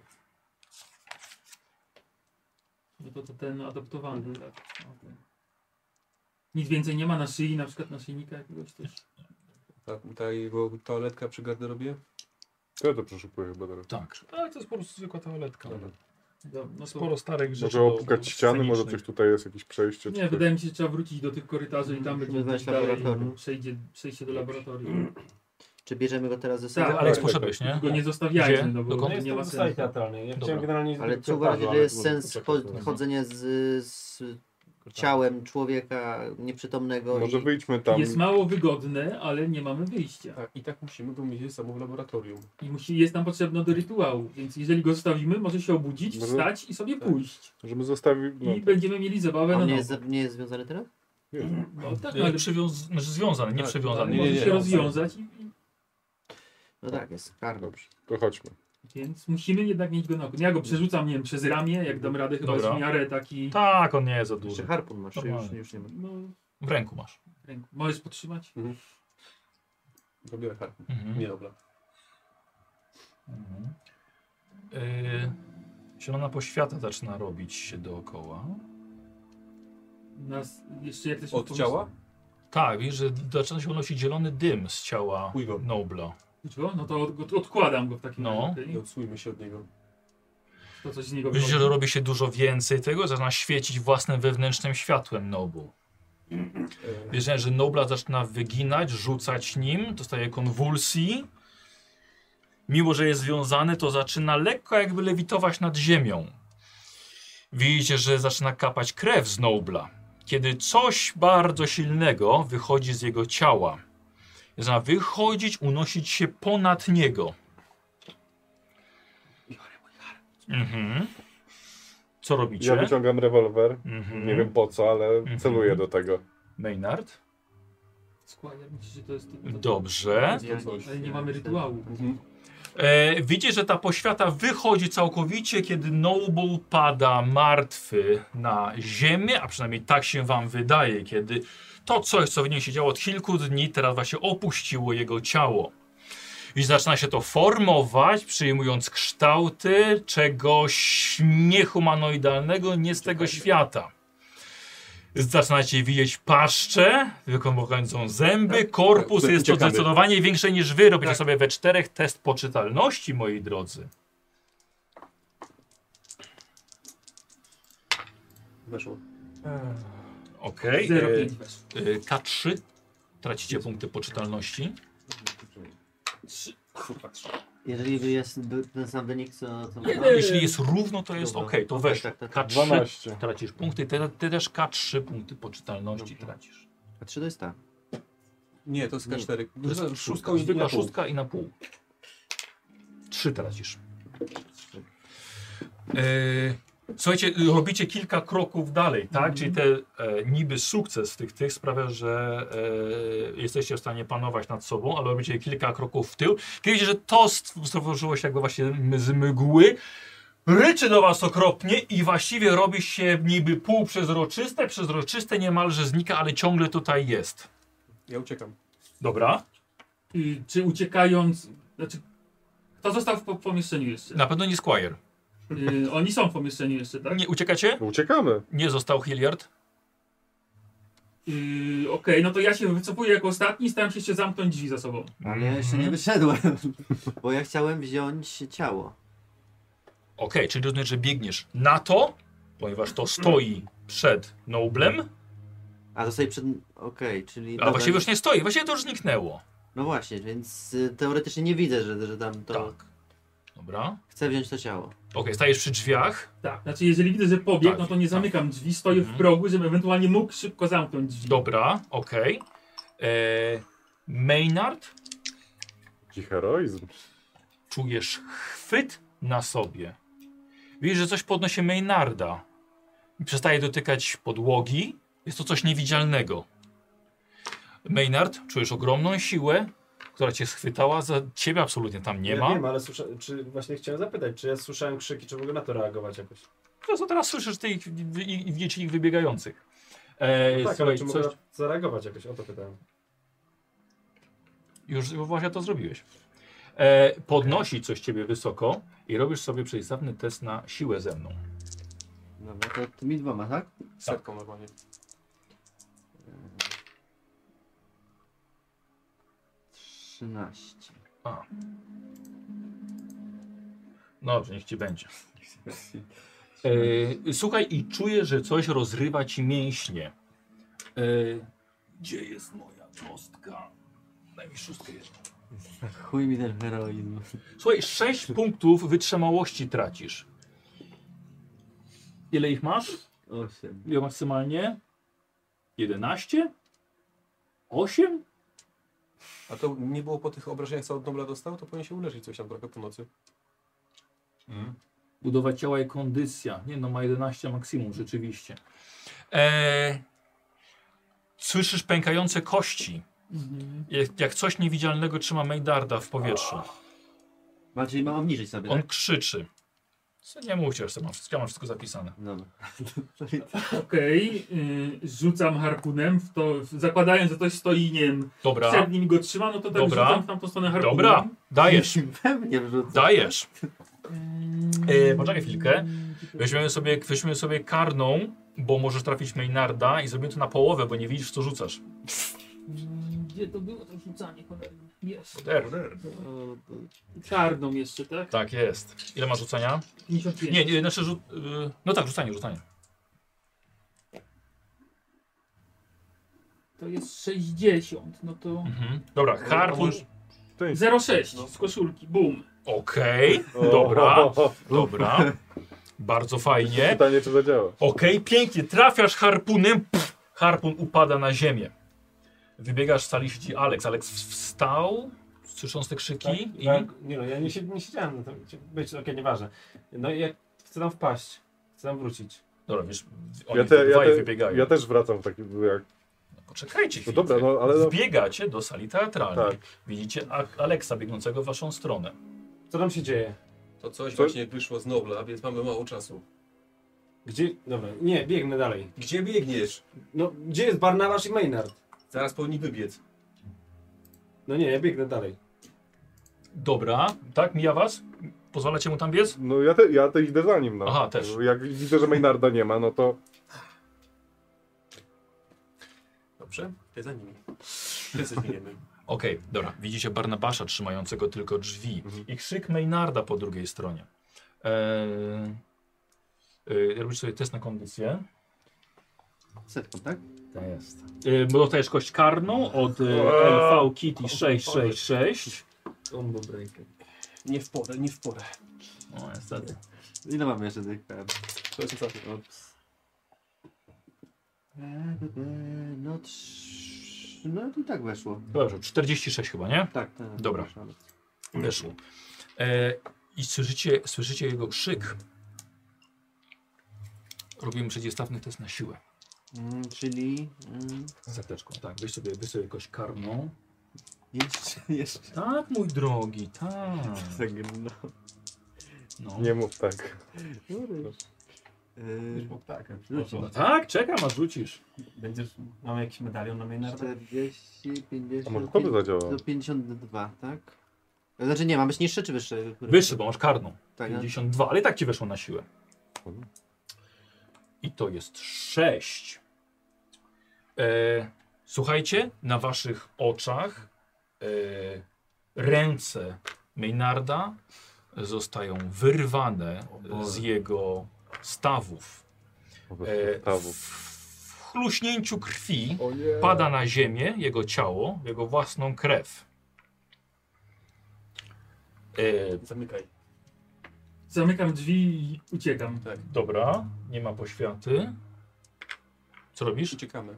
No to, to ten adoptowany, tak. Okej. Nic więcej nie ma na szyi, na przykład naszyjnika jakiegoś też. Ta, ta jego toaletka przy garderobie? To ja to przeszukuję chyba teraz. Tak. Ale to jest po prostu zwykła toaletka. Dobra. Do, no to, Sporo starych rzeczy. Może do- opukać do ściany, może scenicznych. coś tutaj jest, jakieś przejście. nie, czy coś. wydaje mi się, że trzeba wrócić do tych korytarzy i tam Musimy będzie znaleźć dalej laboratorium. przejdzie, przejście do laboratorium. Czy bierzemy go teraz ze sobą? Tak, Aleks, tak, poszedłeś, nie? Go nie zostawiajmy, Gdzie? no bo Dokąd? to jest nie to ma w sali sensu. teatralnej. Ja Dobra. chciałem generalnie Ale zrobić czy uważacie, korytarzu, że ale jest to- sens czekaj, cho- to- chodzenie z, z ciałem człowieka nieprzytomnego Może i... wyjdźmy tam. Jest mało wygodne, ale nie mamy wyjścia. Tak, i tak musimy go mieć ze sobą w laboratorium. I musi, jest nam potrzebne do rytuału, więc jeżeli go zostawimy, może się obudzić, Może- wstać i sobie tak. pójść. Możemy zostawić. No, I będziemy mieli zabawę On na nie nowo. jest, nie jest związany teraz? jest. No tak, Ale ale przywiąz... znaczy związany, nie Tak, przywiązany. nie, może nie, się nie. rozwiązać, i, i, No tak, jest karny. Dobrze, to chodźmy. więc musimy jednak mieć go na oku. Ja go przerzucam, nie wiem, przez ramię, jak dam radę, chyba Dobra. jest w miarę taki... Tak, on nie jest za Jeszcze duży. harpun masz, czy już, Normalnie. już nie ma. No, W ręku masz. w ręku. Możesz podtrzymać? Robię harpun. Mhm. Nie dobra. Mhm. Yy, zielona poświata zaczyna robić się dookoła. Nas, jeszcze jak też Od ciała? Tak, wiesz, że zaczyna się unosić zielony dym z ciała Uj go. Nobla. Go? No to od, odkładam go w takim No. razie. I okej? odsujmy się od niego. To coś z niego Widzisz, wychodzi. że robi się dużo więcej tego, zaczyna świecić własnym wewnętrznym światłem Nobu. E, Wiesz, że Nobla zaczyna wyginać, rzucać nim, dostaje konwulsji. Mimo, że jest związany, to zaczyna lekko jakby lewitować nad ziemią. Widzicie, że zaczyna kapać krew z Nobla. Kiedy coś bardzo silnego wychodzi z jego ciała. Zaczyna wychodzić, unosić się ponad niego. Mhm. Co robicie? Ja wyciągam rewolwer. Mhm. Nie wiem po co, ale Mhm. celuję do tego. Maynard? Skłaniam, myślę, że to jest... To, to, Dobrze. to coś. ale nie mamy rytuału. Mhm. E, widzicie, że ta poświata wychodzi całkowicie, kiedy Noble pada martwy na ziemię, a przynajmniej tak się wam wydaje, kiedy to coś, co w niej się działo od kilku dni, teraz właśnie opuściło jego ciało. I zaczyna się to formować, przyjmując kształty czegoś niehumanoidalnego, nie z tego świata. Zaczynacie widzieć paszczę, wykonującą zęby, korpus Tak, jest to uciekamy. zdecydowanie większe niż wy. Robicie Tak. sobie we czterech test poczytalności, moi drodzy. Weszło. Okej. zero Okay. pięć weszło. K trzy. Tracicie punkty poczytalności. Trzy. Kurwa, trzy. Jeżeli jest by- ten sam wynik, co... co Jeśli jest równo, to jest Dobra. ok, to Okej, weź. tak, tak, K tak. trzy dwanaście. tracisz punkty, ty, ty też K trzy punkty poczytalności Dobrze. tracisz. A trzy to jest tak. Nie, to jest K cztery. To jest Szóstka szóstka, i zwykła na pół. szóstka i na pół. Trzy tracisz. Yy, Słuchajcie, robicie kilka kroków dalej, tak? Mhm. Czyli ten e, niby sukces w tych, tych sprawia, że e, jesteście w stanie panować nad sobą, ale robicie kilka kroków w tył. Kiedy widzicie, że to stworzyło się jakby właśnie z mgły, ryczy do was okropnie i właściwie robi się niby półprzezroczyste, przezroczyste niemalże znika, ale ciągle tutaj jest. Ja uciekam. Dobra. Y, czy uciekając... Znaczy, kto został w po pomieszczeniu jeszcze? Na pewno nie Squire. Y, oni są w pomieszczeniu jeszcze, tak? Nie uciekacie? Uciekamy. Nie został Hilliard. Yy, Okej, no to ja się wycofuję jako ostatni i staram się jeszcze zamknąć drzwi za sobą. Ale ja jeszcze nie wyszedłem, bo ja chciałem wziąć ciało. Okej, czyli rozumiem, że biegniesz na to, ponieważ to stoi przed Noblem, A to sobie przed... Okej, czyli... a dobra, właściwie już nie stoi, właściwie to już zniknęło. No właśnie, więc y, teoretycznie nie widzę, że, że tam to... Tak. Dobra. Chcę wziąć to ciało. Okej, stajesz przy drzwiach. Tak, znaczy jeżeli widzę, że pobiegł, Tak, no to nie tak. zamykam drzwi, stoję Mhm. w progu, żebym ewentualnie mógł szybko zamknąć drzwi. Dobra, okej. Eee, Maynard, Jaki heroizm. czujesz chwyt na sobie. Widzisz, że coś podnosi Maynarda. Przestaje dotykać podłogi. Jest to coś niewidzialnego. Maynard, czujesz ogromną siłę, która cię schwytała za ciebie, absolutnie tam nie ja ma. wiem, ale słysza... czy właśnie chciałem zapytać, czy ja słyszałem krzyki, czy mogę na to reagować jakoś? To co teraz słyszysz ty ich, i widzicie ich wybiegających. E, No tak, słuchaj, ale czy mogę coś, na- zareagować jakoś? O to pytałem. już właśnie to zrobiłeś. E, podnosi coś ciebie wysoko i robisz sobie przeciwstawny test na siłę ze mną. Dobra, to tymi dwoma, tak? Setką normalnie. trzynaście. A. Dobrze, niech ci będzie. E, słuchaj i czuję, że coś rozrywa ci mięśnie. E, gdzie jest moja kostka? Daj mi szóstkę jedną. Chuj mi ten heroizm. Słuchaj, sześć punktów wytrzymałości tracisz. Ile ich masz? osiem. Ile maksymalnie? jedenaście? osiem? A to nie było po tych obrażeniach, co od Nobla dostał? To powinien się uleczyć coś tam trochę po nocy. Budowa ciała i kondycja. Nie no, ma jedenaście maksimum, rzeczywiście. Eee, słyszysz pękające kości. Mhm. Jak, jak coś niewidzialnego trzyma Maynarda w powietrzu. Ma, czyli mam obniżyć sobie, On tak? krzyczy. Co nie mówcie, że mam wszystko, ja mam wszystko zapisane. Dobra. Okej, yy, rzucam harpunem, w to, w, zakładając, że ktoś stoi, nie wiem, Dobra, przed nim i go trzyma, no to tak Dobra. rzucam w tamtą stronę harpunem. dobra, dajesz, Pewnie wrzucę. dajesz. E, poczekaj chwilkę. Weźmiemy sobie, weźmiemy sobie karną, bo możesz trafić Maynarda i zrobimy to na połowę, bo nie widzisz, co rzucasz. Mm, Gdzie to było to rzucanie, cholera? Jest. R. Czarną jeszcze, tak? Tak jest. Ile masz rzucania? pięćdziesiąt pięć. Nie, nie, znaczy rzut... y, no tak, rzucanie, rzucanie. To jest sześćdziesiąt, no to... Mhm. Dobra, harpun... zero sześć z koszulki, bum. Okej, dobra, dobra. Bardzo fajnie. Pytanie, czy zadziała. Okej, pięknie. Trafiasz harpunem, pff, harpun upada na ziemię. Wybiegasz z sali, siedzi Alex. Alex wstał, słysząc te krzyki Tak, i... ja, nie no, ja nie, sied- nie siedziałem na tym, być, okej, nieważne. No i jak chcę tam wpaść, chcę tam wrócić. Dobra, wiesz, oni Ja, te, ja, dwaj te, wybiegają. ja też wracam w takim jak... No, poczekajcie No chwilę. dobra, no ale... No, Wbiegacie do sali teatralnej. tak. Widzicie A- Alexa biegnącego w waszą stronę. Co tam się dzieje? To coś Co? właśnie wyszło z Nobla, więc mamy mało czasu. Gdzie? Dobra, nie, biegnę dalej. Gdzie biegniesz? No, gdzie jest Barnabasz i Maynard? Zaraz powinni wybiec. No nie, ja biegnę dalej. Dobra, tak, mija was? Pozwalacie mu tam biec? No ja, te, ja te idę za nim, no. Aha, też. Jak widzę, że Maynarda nie ma, no to... Dobrze? Ty za nimi. Ty zmieniemy. Okej, dobra. Widzicie Barnabasza trzymającego tylko drzwi Mhm. i krzyk Maynarda po drugiej stronie. Eee, yy, robisz sobie test na kondycję. Setką, tak? To jest. Yy, bo dostajesz kość karną od yy, L V Kitty sześć sześć sześć. Combo breaker. Nie w porę, nie w porę. O, niestety. Ile mamy jeszcze tych kart? To jest ostatnie. Ops. No trz... No i tak weszło. Dobrze, czterdzieści sześć chyba, nie? Tak, tak. Dobra. weszło. Weszło. E, I słyszycie, słyszycie jego krzyk. Robimy przeciwstawny test na siłę. Mm, czyli... Mm, Z apteczką, tak. Weź sobie, weź sobie jakoś karną. jeszcze, jeszcze. Tak, mój drogi, tak. Zagnął. No. Nie mów tak. Yy, Tak, No tak, czekam, aż rzucisz. Będziesz, mamy jakiś medalion na Maynarda? czterdzieści, A pięćdziesiąt... może to by zadziałało? Do pięćdziesiąt dwa, tak? Znaczy nie, ma być niższe czy wyższe? Wyższy, bo masz karną. Tak, no. pięćdziesiąt dwa, ale i tak ci weszło na siłę. I to jest sześć. E, słuchajcie, na waszych oczach e, ręce Maynarda zostają wyrwane z jego stawów. Po prostu E, stawów. w chluśnięciu krwi O nie. pada na ziemię jego ciało, jego własną krew. E, Zamykaj. Zamykam drzwi i uciekam. Tak, dobra, nie ma poświaty. Co robisz? uciekamy.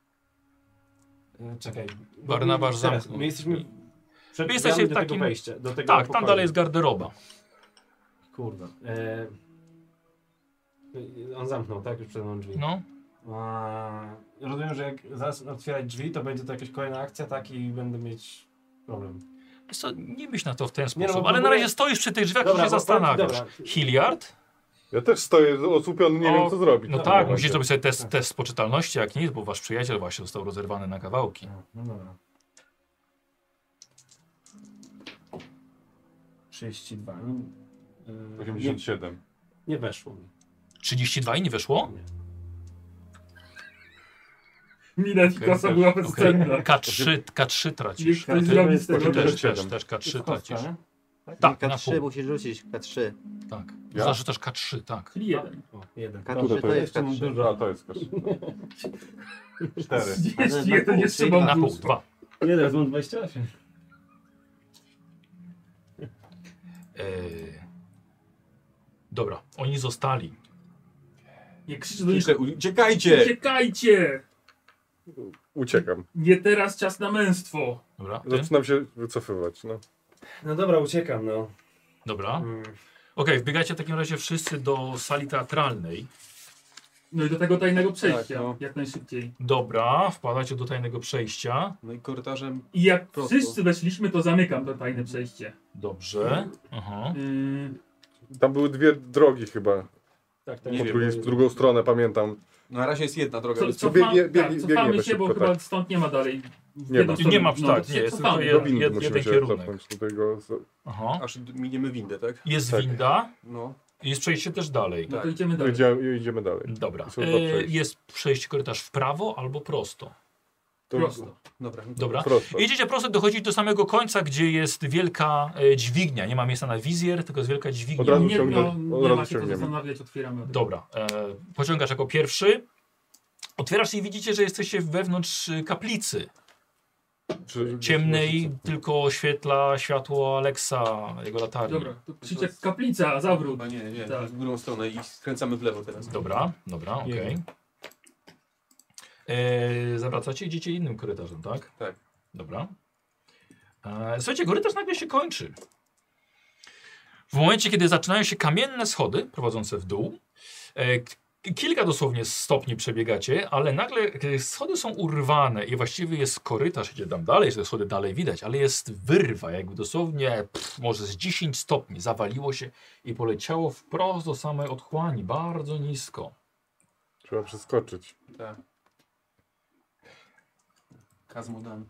E, Czekaj. Barnabasz Teraz, zamknął. My jesteśmy przed Wy jesteście drzwiami w do takim- tego wejścia, do tego Tak, tam pokoju. dalej jest garderoba. Kurwa. E... On zamknął, tak? Już przed mną drzwi. No. A... Rozumiem, że jak zaraz otwierać drzwi, to będzie to jakaś kolejna akcja, tak? I będę mieć problem. Wiesz co, nie myśl na to w ten Nie, sposób, no bo ale na próbuję- razie stoisz przy tych drzwiach i Dobra, się bo zastanawiasz. dobra. Hilliard? Ja też stoję osłupiony, nie O, wiem co zrobić. No w tym tak, momencie. musisz zrobić sobie test, test poczytalności, jak nic, bo wasz przyjaciel właśnie został rozerwany na kawałki. No dobra. trzydzieści dwa. Yy, osiemdziesiąt siedem. Nie, nie weszło mi. trzydzieści dwa i nie weszło? Nie. Mina Nikosa była Okej. bezcenna. K trzy, K trzy tracisz. Niech ktoś Ty zrobi z tego też, test. też, też K trzy To kostka, tracisz. nie? Tak, na K trzy pół. musisz rzucić, K trzy. Tak. Ja? Zarzucasz K trzy, tak. Czyli jeden. O, jeden. K Które trzy to to jest? jest K trzy. Dużo. A, to jest też. Cztery. trzydzieści jeden jeszcze Na mam Na pół, dużo. dwa. Nie, teraz mam dwadzieścia osiem. Eee... Dobra, oni zostali. Nie krzycz do nich. Krzyczę, uciekajcie! Uciekajcie! Uciekam. Nie teraz czas na męstwo. Dobra, ty? Zaczynam się wycofywać, no. No dobra, uciekam, no. Dobra. Mm. Okej, wbiegacie w takim razie wszyscy do sali teatralnej. No i do tego tajnego przejścia, Tak, no. jak najszybciej. Dobra, wpadacie do tajnego przejścia. No i korytarzem I jak Prosto. wszyscy weszliśmy, to zamykam to tajne przejście. Dobrze. Aha. Yy, Tam były dwie drogi chyba. Tak, tak. Nie Po wiem, drugiej, bo- w drugą stronę pamiętam. na razie jest jedna droga. co, więc cofam, biegnie- biegnie- tak, biegniemy cofamy się, bo szybko, chyba tak. stąd nie ma dalej. w Nie jedną ma. stronę. Nie ma, No, tak, to nie, się jest cofamy. tylko Do jed, windy jed, musimy jeden się kierunek. cofnąć do tego. Aha. Aż miniemy windę, tak? Jest Tak. winda, No. jest przejście też dalej. No to Tak. idziemy dalej. Idziemy, idziemy dalej. Dobra. Są dwa E, przejścia. jest przejście korytarz w prawo albo prosto. To Prosto. Dobra. no to- Dobra. Prosto. Jedziecie prosto, dochodzicie do samego końca, gdzie jest wielka e, dźwignia. Nie ma miejsca na wizjer, tylko jest wielka Od dźwignia. razu Nie, ciągnę- no, od nie razu ma się co ciągniemy. zastanawiać, otwieramy. Dobra. E, pociągasz jako pierwszy. Otwierasz i widzicie, że jesteście wewnątrz y, kaplicy. Czy- Ciemnej, tylko oświetla światło Aleksa, jego latarni. Dobra, to krzyczę kaplica, zawrót. Chyba nie, nie, Tak. w drugą stronę i skręcamy w lewo teraz. Dobra, dobra, okej. Nie. E, zawracacie, idziecie innym korytarzem, tak? Tak. Dobra. E, słuchajcie, korytarz nagle się kończy. W momencie, kiedy zaczynają się kamienne schody prowadzące w dół, e, k- kilka dosłownie stopni przebiegacie, ale nagle e, schody są urwane i właściwie jest korytarz, idzie tam dalej, że te schody dalej widać, ale jest wyrwa, jakby dosłownie pff, może z dziesięć stopni zawaliło się i poleciało wprost do samej otchłani, bardzo nisko. Trzeba przeskoczyć. Tak. Kazmodan.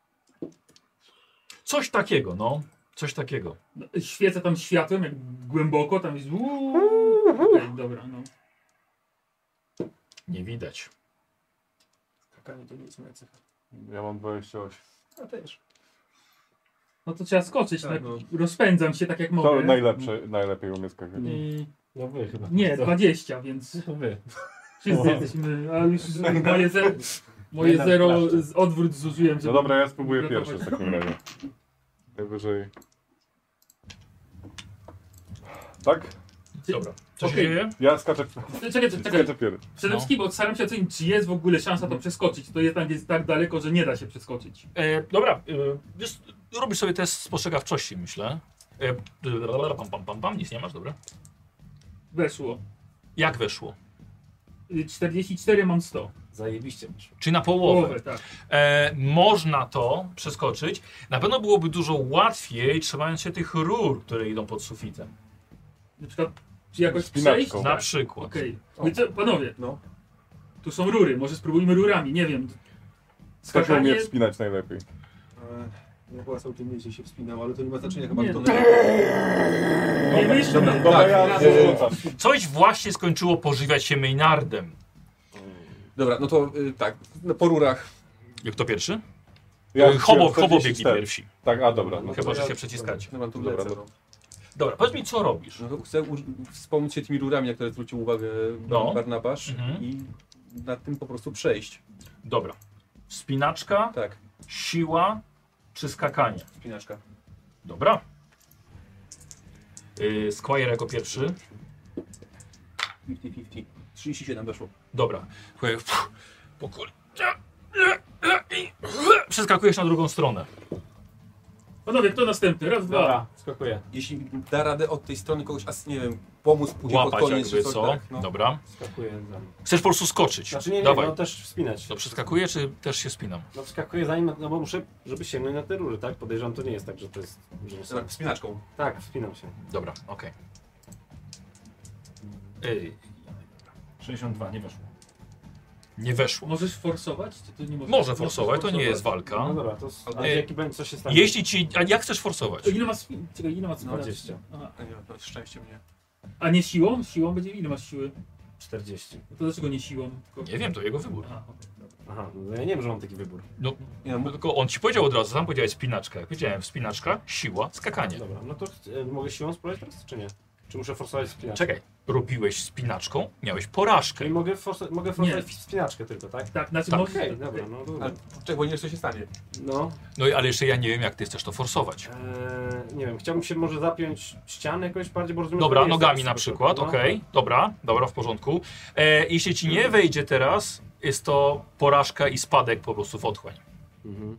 Coś takiego, no. Coś takiego. No, świecę tam światłem, jak głęboko, tam jest... Uuu. Okej, dobra, no. Nie widać. Skakanie to nie jest moja cecha. Ja mam dwadzieścia osiem. Ja też. No to trzeba skoczyć, Tak, tak? no. Rozpędzam się tak jak To mogę. najlepsze, najlepiej umie skakać. I... No wy chyba. Nie, Co? dwadzieścia, więc To wy. wszyscy O. jesteśmy... A już moje, ze... moje zero z odwrót zużyłem, No żeby... dobra, ja spróbuję uratować. pierwszy w takim razie. Najwyżej. Tak? Dobra. Co się Okej. dzieje? Ja skaczę, Czekaj, czekaj, czekaj. skaczę pierwszy. Przede No. wszystkim bo staram się ocenić, czy jest w ogóle szansa to przeskoczyć. To jednak jest tak daleko, że nie da się przeskoczyć. E, dobra, e, wiesz, robisz sobie test spostrzegawczości, myślę. E, pam, pam, pam, pam, nic nie masz, dobra. Weszło. Jak weszło? czterdzieści cztery mam sto. Zajebiście. Czyli na połowę. Połowę, tak. E, można to przeskoczyć. Na pewno byłoby dużo łatwiej trzymając się tych rur, które idą pod sufitem. Na przykład, czy jakoś Spinaczką. przejść? Na Tak? przykład. Okej. Okay. Co, panowie, No. tu są rury, może spróbujmy rurami, nie wiem. Kto się umie Skakanie... wspinać najlepiej? Ja chyba całkiem nieźle się wspinał, ale to nie ma znaczenia chyba Nie, kto no. Nie myślę. Dobra, Dobra, tak, ja raz- zrzucam. Coś właśnie skończyło pożywiać się Maynardem. Dobra, no to y, tak, no, po rurach. Jak to pierwszy? Ja Ja, hobo, wziąłem hobo czterdzieści biegli cztery. pierwsi. Tak, a dobra. No Chyba, to że się przyciskacie. No mam tu Dobra, lecę, no. no. Dobra, powiedz mi, co robisz? No to chcę u- wspomnieć się tymi rurami, na które zwrócił uwagę No. Barnabasz Mhm. i nad tym po prostu przejść. Dobra. Wspinaczka, Tak, siła czy skakanie? spinaczka. Dobra. Yy, Squire jako pierwszy. pięćdziesiąt pięćdziesiąt. trzydzieści siedem weszło. Dobra. Słuchaj, pff, Powoli. Przeskakujesz na drugą stronę. Panowie, kto następny? Raz, dwa. Dobra, skakuję. Jeśli da radę od tej strony kogoś, as- nie wiem, pomóc później pod Łapać koniec, jakby, czy coś, co? tak, no. Dobra. Skakuję za nim. Chcesz po prostu skoczyć. Znaczy nie, nie, Dawaj. no też wspinać. To przeskakuję, czy też się spinam? No wskakuję za nim, no bo muszę, żeby sięgnąć na te rury, tak? Podejrzewam, to nie jest tak, że to jest... Że nie są... Dobra, Wspinaczką. Tak, wspinam się. Dobra, okej. Ej, sześćdziesiąt dwa, nie weszło. nie weszło. Możesz forsować? Czy to nie możesz? Może forsować, to nie jest walka. No dobra, to... A Ej. jaki będzie, co się stanie? Jeśli ci... A jak chcesz forsować? To ile masz spin? Czekaj, ile masz spinaczy? dwadzieścia. Aha. A nie, to jest szczęście mnie. A nie siłą? Siłą będzie ile masz siły? czterdzieści. To dlaczego nie siłą? Tylko... Nie wiem, to jego wybór. Aha, okej, dobra. Aha, no ja nie wiem, że mam taki wybór. No, Nie, no, tylko on ci powiedział od razu, sam powiedziałeś spinaczka. Jak powiedziałem, wspinaczka, siła, skakanie. Dobra, no to e, mogę siłą spróbować teraz, czy nie? Czy muszę forsować spinaczkę? Czekaj, robiłeś spinaczką, miałeś porażkę. Czyli mogę, forso mogę forsować Nie. spinaczkę tylko, tak? Tak, znaczy Tak. możesz... Okej, dobra, no dobra. ale czekaj, bo nie wiesz co się stanie. No, No i ale jeszcze ja nie wiem, jak ty chcesz to forsować. e, nie wiem, chciałbym się może zapiąć ścianę jakoś bardziej, bo rozumiem, Dobra, że nie jest nogami tak na super, przykład, no. okej, dobra, dobra, w porządku. E, jeśli ci nie wejdzie teraz, jest to porażka i spadek po prostu w otchłań. Mhm.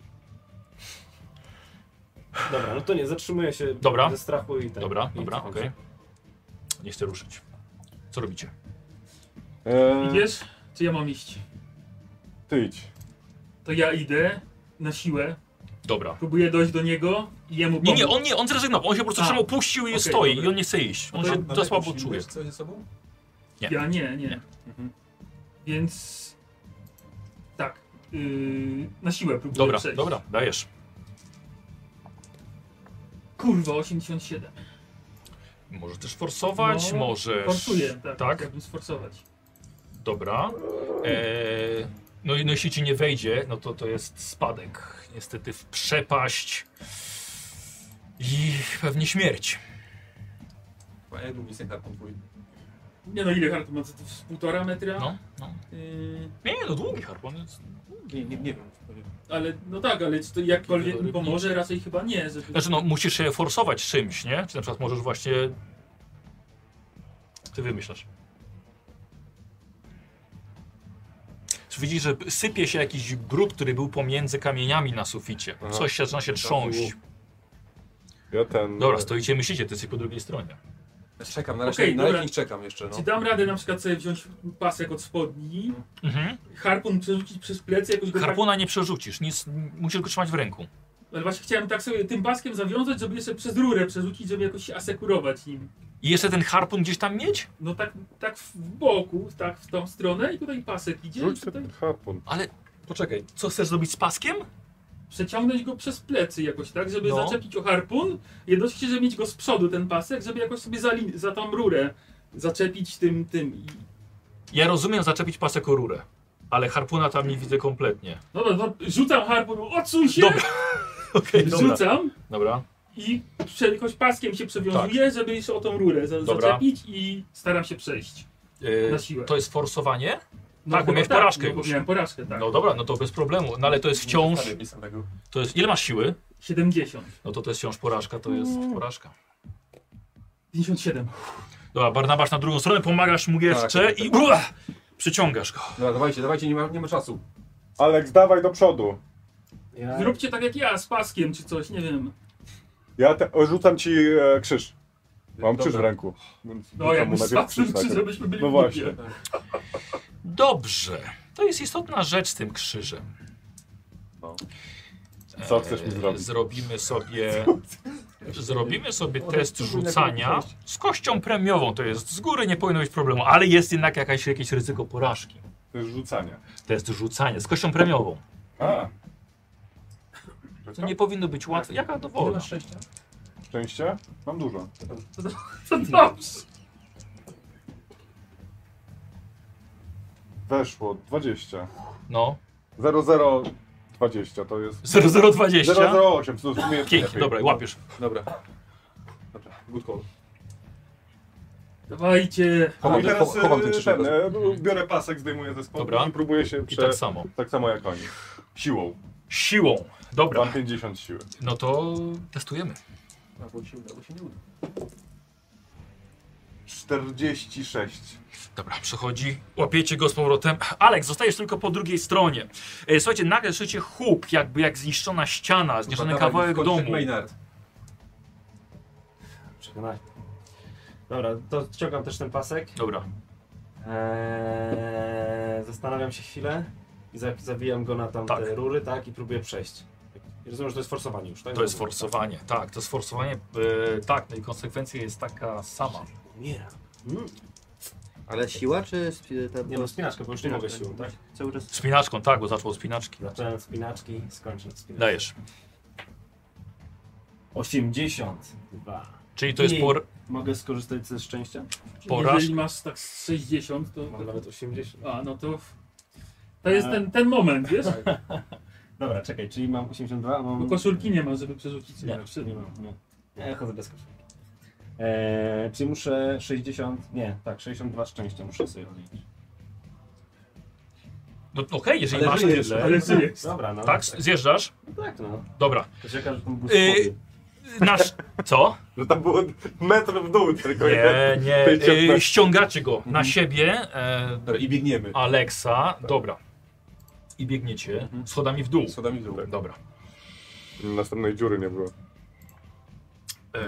Dobra, no to nie, zatrzymuję się Dobra. ze strachu i tak. Dobra, i dobra, cofam okej. się. Nie chcę ruszyć. Co robicie? Eee, Idziesz? Czy ja mam iść? Ty idź. To ja idę na siłę, Dobra. próbuję dojść do niego i jemu pomóc. Nie, nie, on nie, on zrezygnował, on się po prostu A. trzymał, puścił i Okej, stoi dobra. i on nie chce iść. On To się mamy za słabo jakąś czuje. inność coś ze sobą? Nie. Ja nie, nie. Nie. Mhm. Więc... Tak. Yy, na siłę próbuję Dobra, przejść. dobra, dajesz. Kurwa, osiemdziesiąt siedem. Możesz też forsować, No, możesz... Forsuję, tak. Tak? Chciałbym sforsować. Dobra. Eee, no i no, jeśli ci nie wejdzie, no to to jest spadek. Niestety w przepaść i pewnie śmierć. A jak długi jest ten karton twój? Nie no, ile hartu ma? To z półtora metra? No, no. Yy, Nie, no długi harpon jest... Nie, nie, nie wiem. ale, no tak, ale czy to jakkolwiek mi Rybniczy. pomoże? Raczej chyba nie. Żeby... Znaczy no, musisz się forsować czymś, nie? Czy na przykład możesz właśnie... Ty wymyślasz. Widzisz, że sypie się jakiś brud, który był pomiędzy kamieniami na suficie. Aha. Coś się zaczyna się trząść. Ja ten... Dobra, stoicie, myślicie, ty jesteś po drugiej stronie. Czekam, na razie, Okej, na dobra. razie nie czekam jeszcze. No. Czy dam radę na przykład sobie wziąć pasek od spodni, Mhm. harpun przerzucić przez plecy, jakoś go Harpuna nie przerzucisz, nic, musisz go trzymać w ręku. tak... Ale właśnie chciałem tak sobie tym paskiem zawiązać, żeby jeszcze przez rurę przerzucić, żeby jakoś się asekurować nim. I jeszcze ten harpun gdzieś tam mieć? No tak, tak w boku, tak w tą stronę i tutaj pasek idzie Rzuć i sobie tutaj ten harpun. Ale poczekaj, co chcesz zrobić z paskiem? przeciągnąć go przez plecy jakoś tak, żeby No. zaczepić o harpun, jednocześnie, żeby mieć go z przodu ten pasek, żeby jakoś sobie za, lin- za tą rurę zaczepić tym, tym i... Ja rozumiem zaczepić pasek o rurę, ale harpuna tam nie widzę kompletnie. No, no, no rzucam harpun, odsuń się! Dobra. Okej, dobra. Rzucam Dobra. i prze, jakoś paskiem się przewiązuję, żeby jeszcze o tą rurę za, Dobra. zaczepić i staram się przejść. Yy, Na siłę. to jest forsowanie? No, Tak, bo chyba miałeś porażkę no, bo już. miałem porażkę, tak. No dobra, no to bez problemu. No ale to jest wciąż... Nie pisam tego. To jest, ile masz siły? siedemdziesiąt. No to to jest wciąż porażka, to jest porażka. pięćdziesiąt siedem. Dobra, Barnabasz na drugą stronę, pomagasz mu jeszcze tak, i tak. uah, przyciągasz go. Dobra, dawajcie, dawajcie, nie ma, nie ma czasu. Aleks, dawaj do przodu. Ja... Zróbcie tak jak ja, z paskiem czy coś, nie wiem. Ja te, o, rzucam ci e, krzyż. Mam Dobra. krzyż w ręku. Więc No rzucam jakby mu z najpierw pasem, krzyż czy najpierw. żebyśmy byli No w właśnie. dupie. Dobrze. To jest istotna rzecz z tym krzyżem. No. Co chcesz mi E, zrobić? Zrobimy sobie... Zrobimy sobie test rzucania z kością premiową. To jest z góry, nie powinno być problemu, ale jest jednak jakaś, jakieś ryzyko porażki. To jest rzucanie. Test rzucania z kością premiową. A. To nie powinno być łatwe. Jaka Ile dowolna. masz szczęścia? Szczęście? Mam dużo. To, to, to dobrze. Weszło dwadzieścia. No. zero zero dwadzieścia to jest... zero zero dwadzieścia? zero zero osiem, to w sumie Pięknie, dobra, łapiesz. Dobra. Dobra, good call. Dawajcie. Chowam, teraz, teraz, chowam ten ten, krzyż od e, biorę pasek, zdejmuję ze spodni Dobra. i próbuję się I prze... tak samo. Tak samo jak oni. Siłą. Siłą. Dobra. Mam pięćdziesiąt siły. No to testujemy. Albo się uda, albo się nie uda. czterdzieści sześć. Dobra, przechodzi. Łapiecie go z powrotem. Aleks, zostajesz tylko po drugiej stronie. E, słuchajcie, nagle słyszycie huk, jakby jak zniszczona ściana, zniszczony Dawaj, kawałek wchodź domu. jak Maynard. Przekonaj. Dobra, to ściągam też ten pasek. Dobra. Eee, zastanawiam się chwilę i za- zawijam go na tamte Tak. rury, tak? I próbuję przejść. Rozumiem, że to jest forsowanie już, tak? To jest forsowanie. Tak, to jest forsowanie. E, tak, no i konsekwencja jest taka sama. Umiera. Mm. Ale siła czy... spi- ta- Nie no, spinaczkę, bo już nie mogę siłą, tak? Cały czas... Spinaczką, tak, bo zaczął od spinaczki. Zacząłem od spinaczki, skończę od spinaczki. Dajesz. osiemdziesiąt dwa. Czyli to jest I por... Mogę skorzystać ze szczęścia? Poraż- Jeżeli masz tak z sześćdziesiąt, to... Mam nawet osiemdziesiąt. A, no to... To jest ten, ten moment, wiesz? Dobra, czekaj, czyli mam osiemdziesiąt dwa, a mam... Bo koszulki nie ma, żeby przerzucić. Nie, nie mam, nie. Nie, chodzę bez koszulki. Eee, czyli muszę sześćdziesiąt, nie, tak, sześćdziesiąt dwa szczęścia muszę sobie odliczyć. No okej, jeżeli Ale masz żyjesz, tyle. Ale żyjesz. Dobra, no. Tak, zjeżdżasz? No tak, no. Dobra. To czeka, że tam był Yy, yy, Nasz... Co? Że tam było metr w dół tylko. Nie, nie. pięćdziesiąt Y, ściągacie go na siebie. E, Dobra, i biegniemy. Aleksa. Dobra. I biegniecie schodami w dół. Schodami w dół. Dobra. Następnej dziury nie było. E,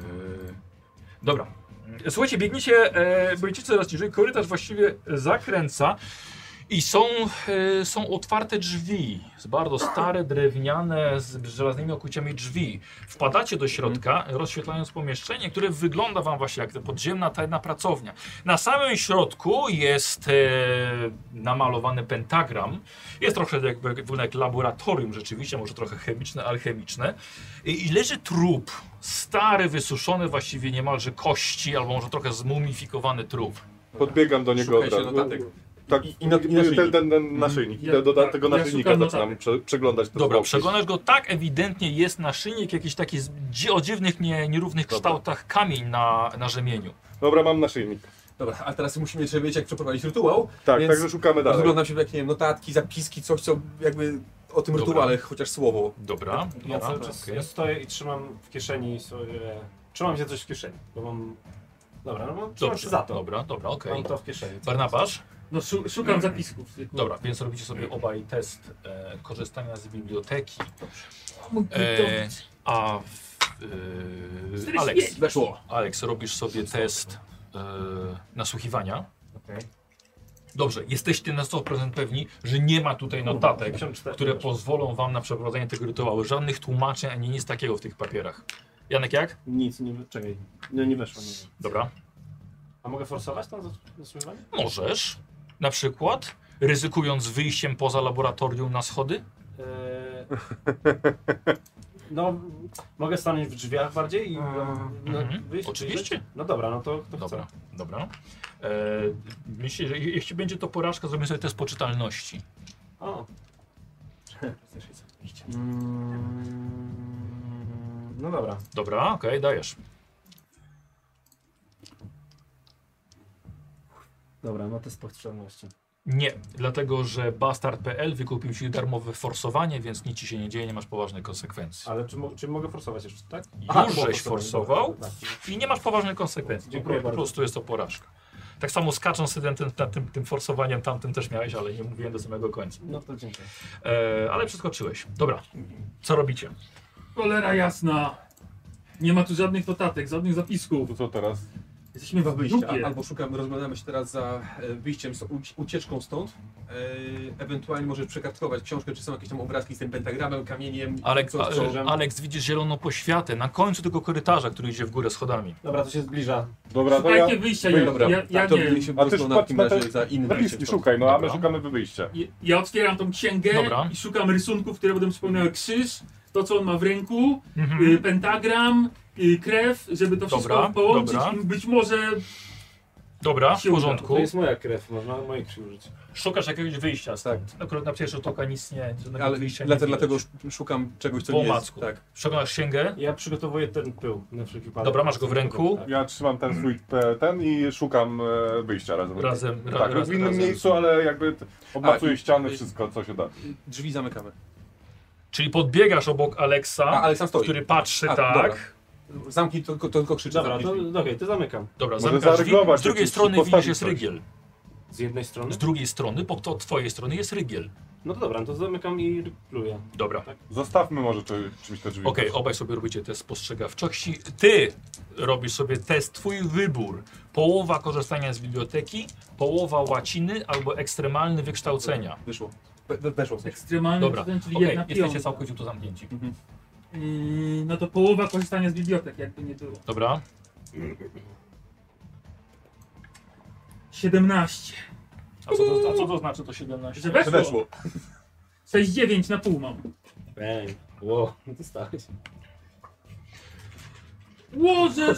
dobra. Słuchajcie, biegniecie, e, boicie coraz niżej. Korytarz właściwie zakręca. I są, e, są otwarte drzwi, z bardzo stare, drewniane, z żelaznymi okuciami drzwi. Wpadacie do środka, rozświetlając pomieszczenie, które wygląda wam właśnie jak podziemna tajna pracownia. Na samym środku jest e, namalowany pentagram. Jest trochę jakby wygląda jak laboratorium rzeczywiście, może trochę chemiczne, alchemiczne. I, i leży trup, stary, wysuszony właściwie niemalże kości, albo może trochę zmumifikowany trup. Podbiegam do niego od Szukajcie razu. notatek. Tak, I- i na- i ten, naszyjnik. ten, ten naszyjnik. Ja- Idę do tak, tego ja naszyjnika, szukam zaczynam notatek. prze, przeglądać te Dobra, zwłoki. przeglądasz go tak, ewidentnie jest naszyjnik, jakiś taki z- dzi- o dziwnych, nie, nierównych Dobra. kształtach kamień na, na rzemieniu. Dobra, mam naszyjnik. Dobra, a teraz musimy jeszcze wiedzieć, jak przeprowadzić rytuał. Tak, Więc także szukamy dalej. Rozglądam się w jakieś nie wiem, notatki, zapiski, coś, co jakby o tym Dobra. rytuale, chociaż słowo. Dobra, Ja dobra, cały czas okej. ja stoję i trzymam w kieszeni sobie... Trzymam się coś w kieszeni, bo mam... Dobra, no bo trzymam Dobrze, się za to. dobra, dobra, okej. Mam to w kieszeni. Barnabasz? No szu, szukam zapisków. Dobra, więc robicie sobie obaj test e, korzystania z biblioteki. Mógł E, to być. a e, Aleks, Weszło. Aleks, robisz sobie test e, nasłuchiwania. Okej. Dobrze, jesteście na sto procent pewni, że nie ma tutaj notatek, pięćdziesiąt cztery. które pozwolą wam na przeprowadzenie tego rytuału. Żadnych tłumaczeń ani nic takiego w tych papierach. Janek, jak? Nic, nie... Czekaj. Nie, nie weszło. Nie. Dobra. A mogę forsować to zasłuchiwanie? Możesz, na przykład, ryzykując wyjściem poza laboratorium na schody? Eee, no, mogę stanąć w drzwiach bardziej i no, Mhm, wyjść? oczywiście. wyjść? No dobra, no to, to Dobra, chcę. dobra. E, myślę, że je- jeśli będzie to porażka, zrobimy sobie test poczytalności. O. Mm, no dobra. Dobra, okej, dajesz. Dobra, no test poczytalności. Nie, dlatego że Bastard kropka p l wykupił ci darmowe forsowanie, więc nic ci się nie dzieje, nie masz poważnych konsekwencji. Ale czy, mo czy mogę forsować jeszcze, tak? Już Aha, żeś było forsował forsowanie, tak. i nie masz poważnych konsekwencji. Dziękuję po bardzo. prostu jest to porażka. Tak samo skacząc sobie tym, tym, tym, tym forsowaniem tamtym też miałeś, ale nie mówiłem do samego końca. No to dziękuję. E, ale przeskoczyłeś. Dobra, co robicie? Cholera jasna. Nie ma tu żadnych notatek, żadnych zapisków. To co teraz? Jesteśmy Dwa w wyjścia. dupie. Albo szukamy, rozglądamy się teraz za e, wyjściem, z uci- ucieczką stąd. E, ewentualnie możesz przekartkować książkę, czy są jakieś tam obrazki z tym pentagramem, kamieniem. Aleks, co, co, Aleks, widzisz zieloną poświatę na końcu tego korytarza, który idzie w górę schodami. Dobra, to się zbliża. Dobra, to ja... Szukajcie wyjścia, ja, Dobra, ja, ja tak, to nie by się A ty było na patrz takim na razie te za innym zapiski, wyjściem. szukaj, no a my Dobra. szukamy wyjścia. Ja, ja otwieram tą księgę Dobra. i szukam rysunków, które będą przypominały krzyż, to co on ma w ręku, Mhm. y, pentagram, y, krew, żeby to wszystko Dobra, połączyć dobra. i być może Dobra, w Się uda. porządku. To jest moja krew, można mojej krwi użyć. Szukasz jakiegoś wyjścia stąd. Akurat na pierwszy rzut oka nic nie, żadnego Ale wyjścia dlatego, nie dlatego widać. szukam czegoś, co Po nie jest. omacku. Tak. Ściągasz księgę. Ja przygotowuję ten pył na wszelki wypadek. Dobra, masz go w ręku. Tak. Ja trzymam ten swój e, ten i szukam e, wyjścia razem. Razem, ra, Tak, raz, w innym razem. miejscu, ale jakby t- obmacuję A, i- ściany, i- wszystko co się da. Drzwi zamykamy. Czyli podbiegasz obok Aleksa, A, Aleks tam stoi. który patrzy A, tak. dobra. Zamknij, to, to, to tylko krzyczy. Dobra, to zamknij drzwi. okej, to zamykam. Dobra, Może zamykasz drzwi. zaryglować Z drugiej jakieś, strony widzisz postawić jest coś. rygiel. Z jednej strony? Z drugiej strony, po to twojej strony jest rygiel. No to dobra, no to zamykam i pluję. Dobra. Zostawmy może czy, czymś te drzwi. Okej, obaj sobie robicie test spostrzegawczości. Ty robisz sobie test, twój wybór. Połowa korzystania z biblioteki, połowa łaciny albo ekstremalne wykształcenia. Wyszło. We, we, weszło w sensie. ekstremalny, Dobra, czyli okej, jedna jesteście piąta. całkowicie tu zamknięci. Mhm. Yy, no to połowa korzystania z bibliotek, jakby nie było. Dobra. siedemnaście. A co to, a co to znaczy to siedemnaście? Że weszło. Weszło. sześć dziewięć na pół mam. Bang. Wow, no to stałeś. Łożesz!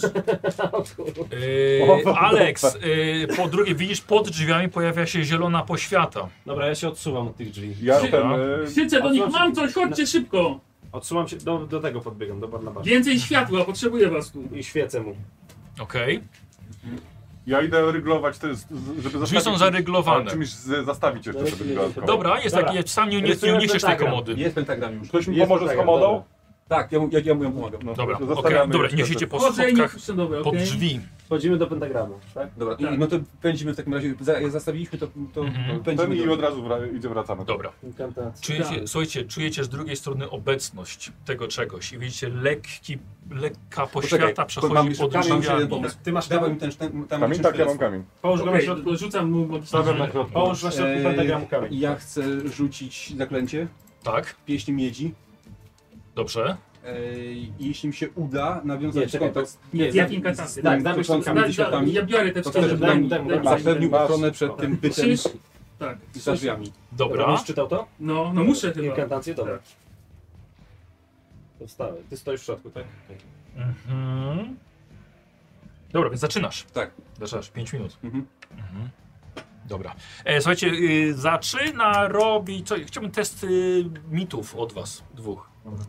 Yy, Aleks, yy, po drugie widzisz pod drzwiami pojawia się zielona poświata. Dobra, ja się odsuwam od tych drzwi. Ja Krzy- ten... e, Krzyczę do A nich, co- mam coś, chodźcie szybko! Odsuwam się, do, do tego podbiegam, do Barnabasza. Więcej światła, potrzebuję was tu. I świecę mu. Okej. Ja idę ryglować, to jest, żeby Drzwi są zaryglowane. Ale czymś z, zastawić jeszcze, żeby dodatkowo. Dobra, jest Dobra. taki, sam nie, nie, nie Rysuję uniesiesz tej pentagram. komody. Jest pentagram już. Ktoś mi Jest pomoże z pentagram, komodą? dobra. Tak, ja, mu- ja, ja mu ją pomagam. No, Dobra, to okej, zostawiamy dobra, jeszcze niesiecie te- po Wchodzę i nie schodkach puszczę, dobra, pod okej? drzwi. Wchodzimy do pentagramu, tak? Dobra, Tak. i, no to pędzimy w takim razie. Za, jak zastawiliśmy to, to Mhm. pędzimy. Ten i do- od razu wra- idzie wracamy. Dobra. Inkantacja. Czujecie, Tak. słuchajcie, czujecie z drugiej strony obecność tego czegoś i widzicie lekki, lekka Poczekaj, poświata to przechodzi mam jeszcze- pod mam jeszcze jeden drzwiami. pomysł. Ty masz Dawaj kamień? mi ten, ten tam Kamień? gdzieś Tak, ja mam telefon. kamień. Połóż go na Okej, środku. to rzucam mu magiczny Stawiam na żel. środku. Połóż na środku Eee, pentagramu kamień. Ja chcę rzucić zaklęcie, Tak, pieśń miedzi. dobrze. Eee, I jeśli mi się uda Nie, nawiązać czekaj, kontakt z Nie, Nie, jak za- inkantację. tak, Tak, damy początkami sztukę. da- ze światami, ja biorę te to cztery. chcę, żeby daj nam mu, daj mu, daj daj mu. mu. zapewnił Masz- ochronę przed tym bytem Krzyż? Tak. i za drzwiami. Dobra. Będziesz czytał to? No, no muszę chyba. Inkantację? Dobra. Tak. To wstałe. Ty stoisz w środku, tak? Okej. Mhm. Dobra, więc zaczynasz. Tak. Zaczynasz, pięć minut. Mhm. Mhm. Dobra. E, słuchajcie, y, zaczyna robić. Co, chciałbym test y, mitów od was dwóch.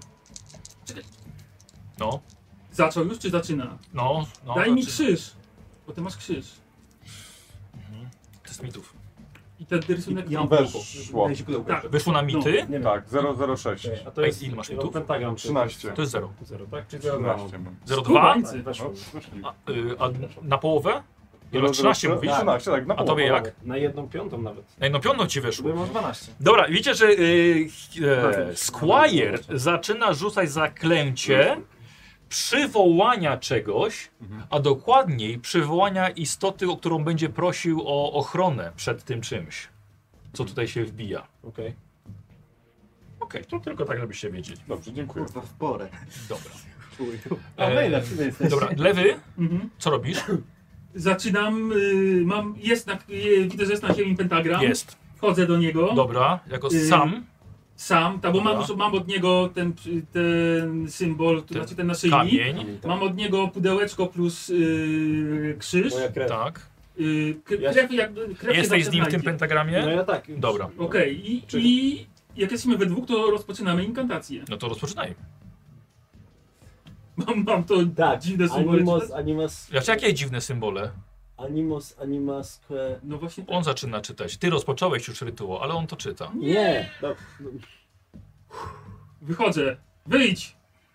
No, Zaczął już czy zaczyna? no, no. Daj mi zaczyna. krzyż. Bo ty masz krzyż. Mhm. Test mitów. I ten rysunek. Ja mam Weszło. pudełko. Daj ci pudełko. Tak. Wyszło na mity. Nie Tak, zero zero sześć. A to A jest ile masz ja mitów? mam pentagram. trzynaście. To jest zero. Zero, tak? Czyli zero dwa. trzynaście mam. zero dwa. Skubańcy. Weszło. No, wyszli. A, y, a na połowę? Ja Zero, mam trzynaście zero, mówisz? trzynaście, tak, na A połowę. tobie jak? Na jedną piątą nawet. Na jedną piątą ci wyszło. Byłem o dwanaście. Dobra, widzicie, że y, e, Squire zaczyna rzucać zaklęcie przywołania czegoś, a dokładniej przywołania istoty, o którą będzie prosił o ochronę przed tym czymś, co tutaj się wbija. Okej. Okej, to tylko tak, żebyście wiedzieli. Dobrze, dziękuję. Kurwa, w porę. Dobra. A my na czym jesteśmy? Dobra, lewy, Mhm. co robisz? Zaczynam. Y, mam. Jest na. Y, widzę, że jest na ziemi pentagram. Jest. Wchodzę do niego. Dobra, jako Y, sam, Sam, tak, bo mam, Dobra. mam od niego ten, ten symbol, to Ten znaczy ten naszyjnik. kamień, Mam od niego pudełeczko plus y, krzyż. Moja krew. tak. Y, k- Ja- krew, jak, krew się Jesteś zawsze z nim w tym znajdzie. pentagramie? No ja tak. Dobra. Okej, i, Czy- i jak jesteśmy we dwóch, to rozpoczynamy inkantację. No to rozpoczynaj. Mam, mam to Tak. dziwne symbole. Animos, czytać? animas, Znaczy, jakie dziwne symbole? animos, animas, que... No właśnie. On zaczyna czytać. Ty rozpocząłeś już rytuał, ale on to czyta. Nie! No, Wychodzę. Wyjdź!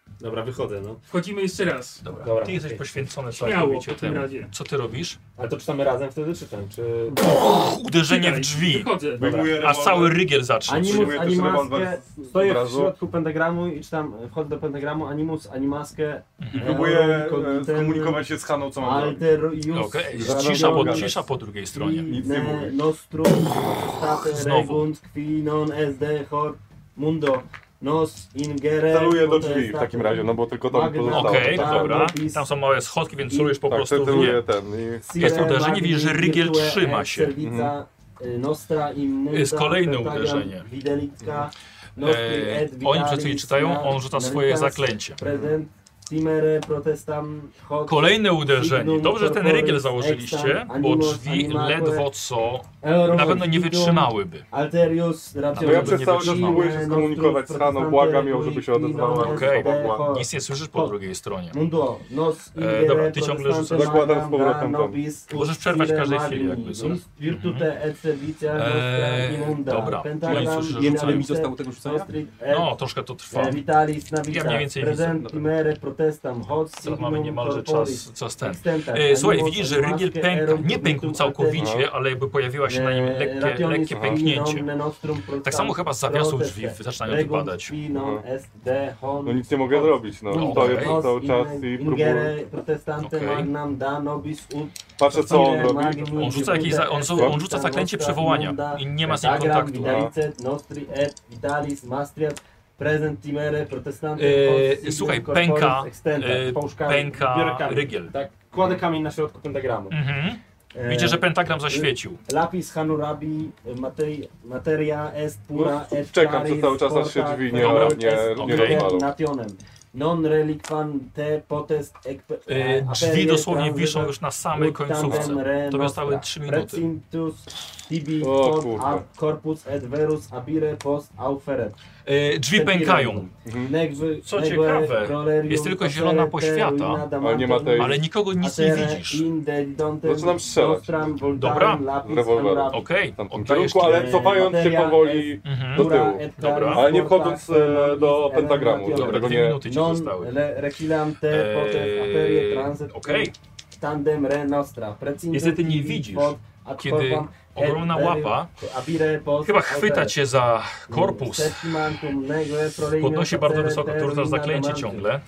Dobra, wychodzę, no. Wchodzimy jeszcze raz. Dobra. Dobra, Ty jesteś okej. poświęcony Śmiało, całkowicie w tym temu. razie. Co ty robisz? Ale to czytamy razem wtedy, czy ten, czy... Uderzenie w Czekaj, drzwi. Wychodzę. Wyjmuję Aż cały rygiel zacznie. Animus, Przyjmuję też animaskę, rewolwer z stoję w obrazu. środku pentagramu i czytam, wchodzę do pentagramu, animus, animaskę, I próbuję e, skomunikować się z Haną, co mam zrobić. Alter, Okej, Jus, cisza, po, gadać. cisza po drugiej stronie. Nic nie mówię. Nostrum, State, Znowu. Regund, Quinon, S D, Hor, Mundo, Nos, Ingere, Celuję do Potestate, drzwi w takim razie, no bo tylko to mi Magna, pozostało. Okej, Tak, dobra. napis. Tam są małe schodki, więc celujesz po Tak, prostu w celuję nie. ten i... Sire, Jest uderzenie, Magni, widzisz, że rygiel Virtue, trzyma et się. Serviza, y, Nostra, Immunta, Jest kolejne Pentagram, uderzenie. Widelitka, Nostri, E, et oni przed chwilą Vitalis, czytają, on rzuca swoje Naritas, zaklęcie. Prezent, Timere, Protestam, Hot, Kolejne uderzenie. Signum, Dobrze, że ten Corporis, rygiel założyliście, Extant, bo Animus, drzwi Animaque, ledwo co Euro, na pewno nie Vidum, wytrzymałyby. Alterius, No Rationem. ja przez cały czas wytrzymał. próbuję się skomunikować z Haną, błagam ją, żeby się odezwała. Okej. Pomogła. Nic nie słyszysz po drugiej stronie. Mundo, nos, E, ingere, dobra, ty ciągle protestante, rzucasz. Zakładam z magam, powrotem da, ten. nobis, Możesz przerwać w sire, każdej magni, chwili, jakby co. vis- Virtute et servitia nostra Eee, immunda, dobra. pentagram, No i cóż, Ile rzucają. mi zostało tego rzucania? nostri et No, troszkę to trwa. e, vitalis navitas, Ja mniej więcej present, widzę. timere, protestam, hoc, Teraz mamy signum, niemalże corporis, czas, czas ten. extentat, E, słuchaj, animos, widzisz, że rygiel animasque, pęka. erum, Nie pękł tubitum, całkowicie, alter- ale jakby pojawiła się na nim e, lekkie, rationis lekkie finem pęknięcie. omne nostrum protestam, Tak samo chyba z zawiasów drzwi proteste, zaczynają regum wypadać. finon Mhm. est de hon, No nic nie mogę zrobić, no. No, Stoję okej. przez cały czas i próbuję. Ingere, protestante, Okej. magnam, da, nobis, ut, Patrzę co on Sire, robi. magni, On rzuca, jakieś, za- on, on rzuca zaklęcie przywołania i nie ma z nim Pentagram, kontaktu. Vidalice, nostri et vitalis, mastriat, present timere, protestante, Eee, hoc, słuchaj, signum, pęka, corporis, extentat, e, pączkami. pęka Biorę kamień. rygiel. Tak, kładę kamień na środku pentagramu. Mhm. E, Widzicie, że pentagram zaświecił. Lapis Hanurabi, materi, materia est pura No, et czekam, claris, że cały czas aż się porta, drzwi nie- quod nie- est nie inter rozwalą. nationem. Non relicvan te potest ecpe, E, drzwi aperie dosłownie transitat wiszą już na samej ut końcówce. tandem re To zostały nostra. trzy minuty. Precintus tibi O quod kurde. ab corpus et verus abire post auferet. E, drzwi pękają, Negwy, Co negue ciekawe, rolerium jest tylko facere zielona te poświata, ruina ale nie ma damantum tej- ale nikogo nic nie atere widzisz. indelidontem Zaczynam strzelać. nostram voltarem Dobra. lapis Rewolwerem. Hanurabi. Okej, W tamtym oddajesz kierunku, ale e, cofając się materia powoli Mhm. do Dura tyłu. et Dobra. claris Ale nie porta wchodząc e, do nobis pentagramu. elevationem. Dobra, Tego dwie nie... minuty ci Non zostały. le requilam te potest aperie transit Eee, Okej, tandem re nostra. Precintum Niestety nie tibi widzisz, quod ad kiedy corpam et ogromna verium łapa abire post chyba chwyta auferet. cię za korpus. Septimantum negue prolinium Podnosi bardzo facere wysoko, te tu rzucasz ruina zaklęcie damantum. ciągle.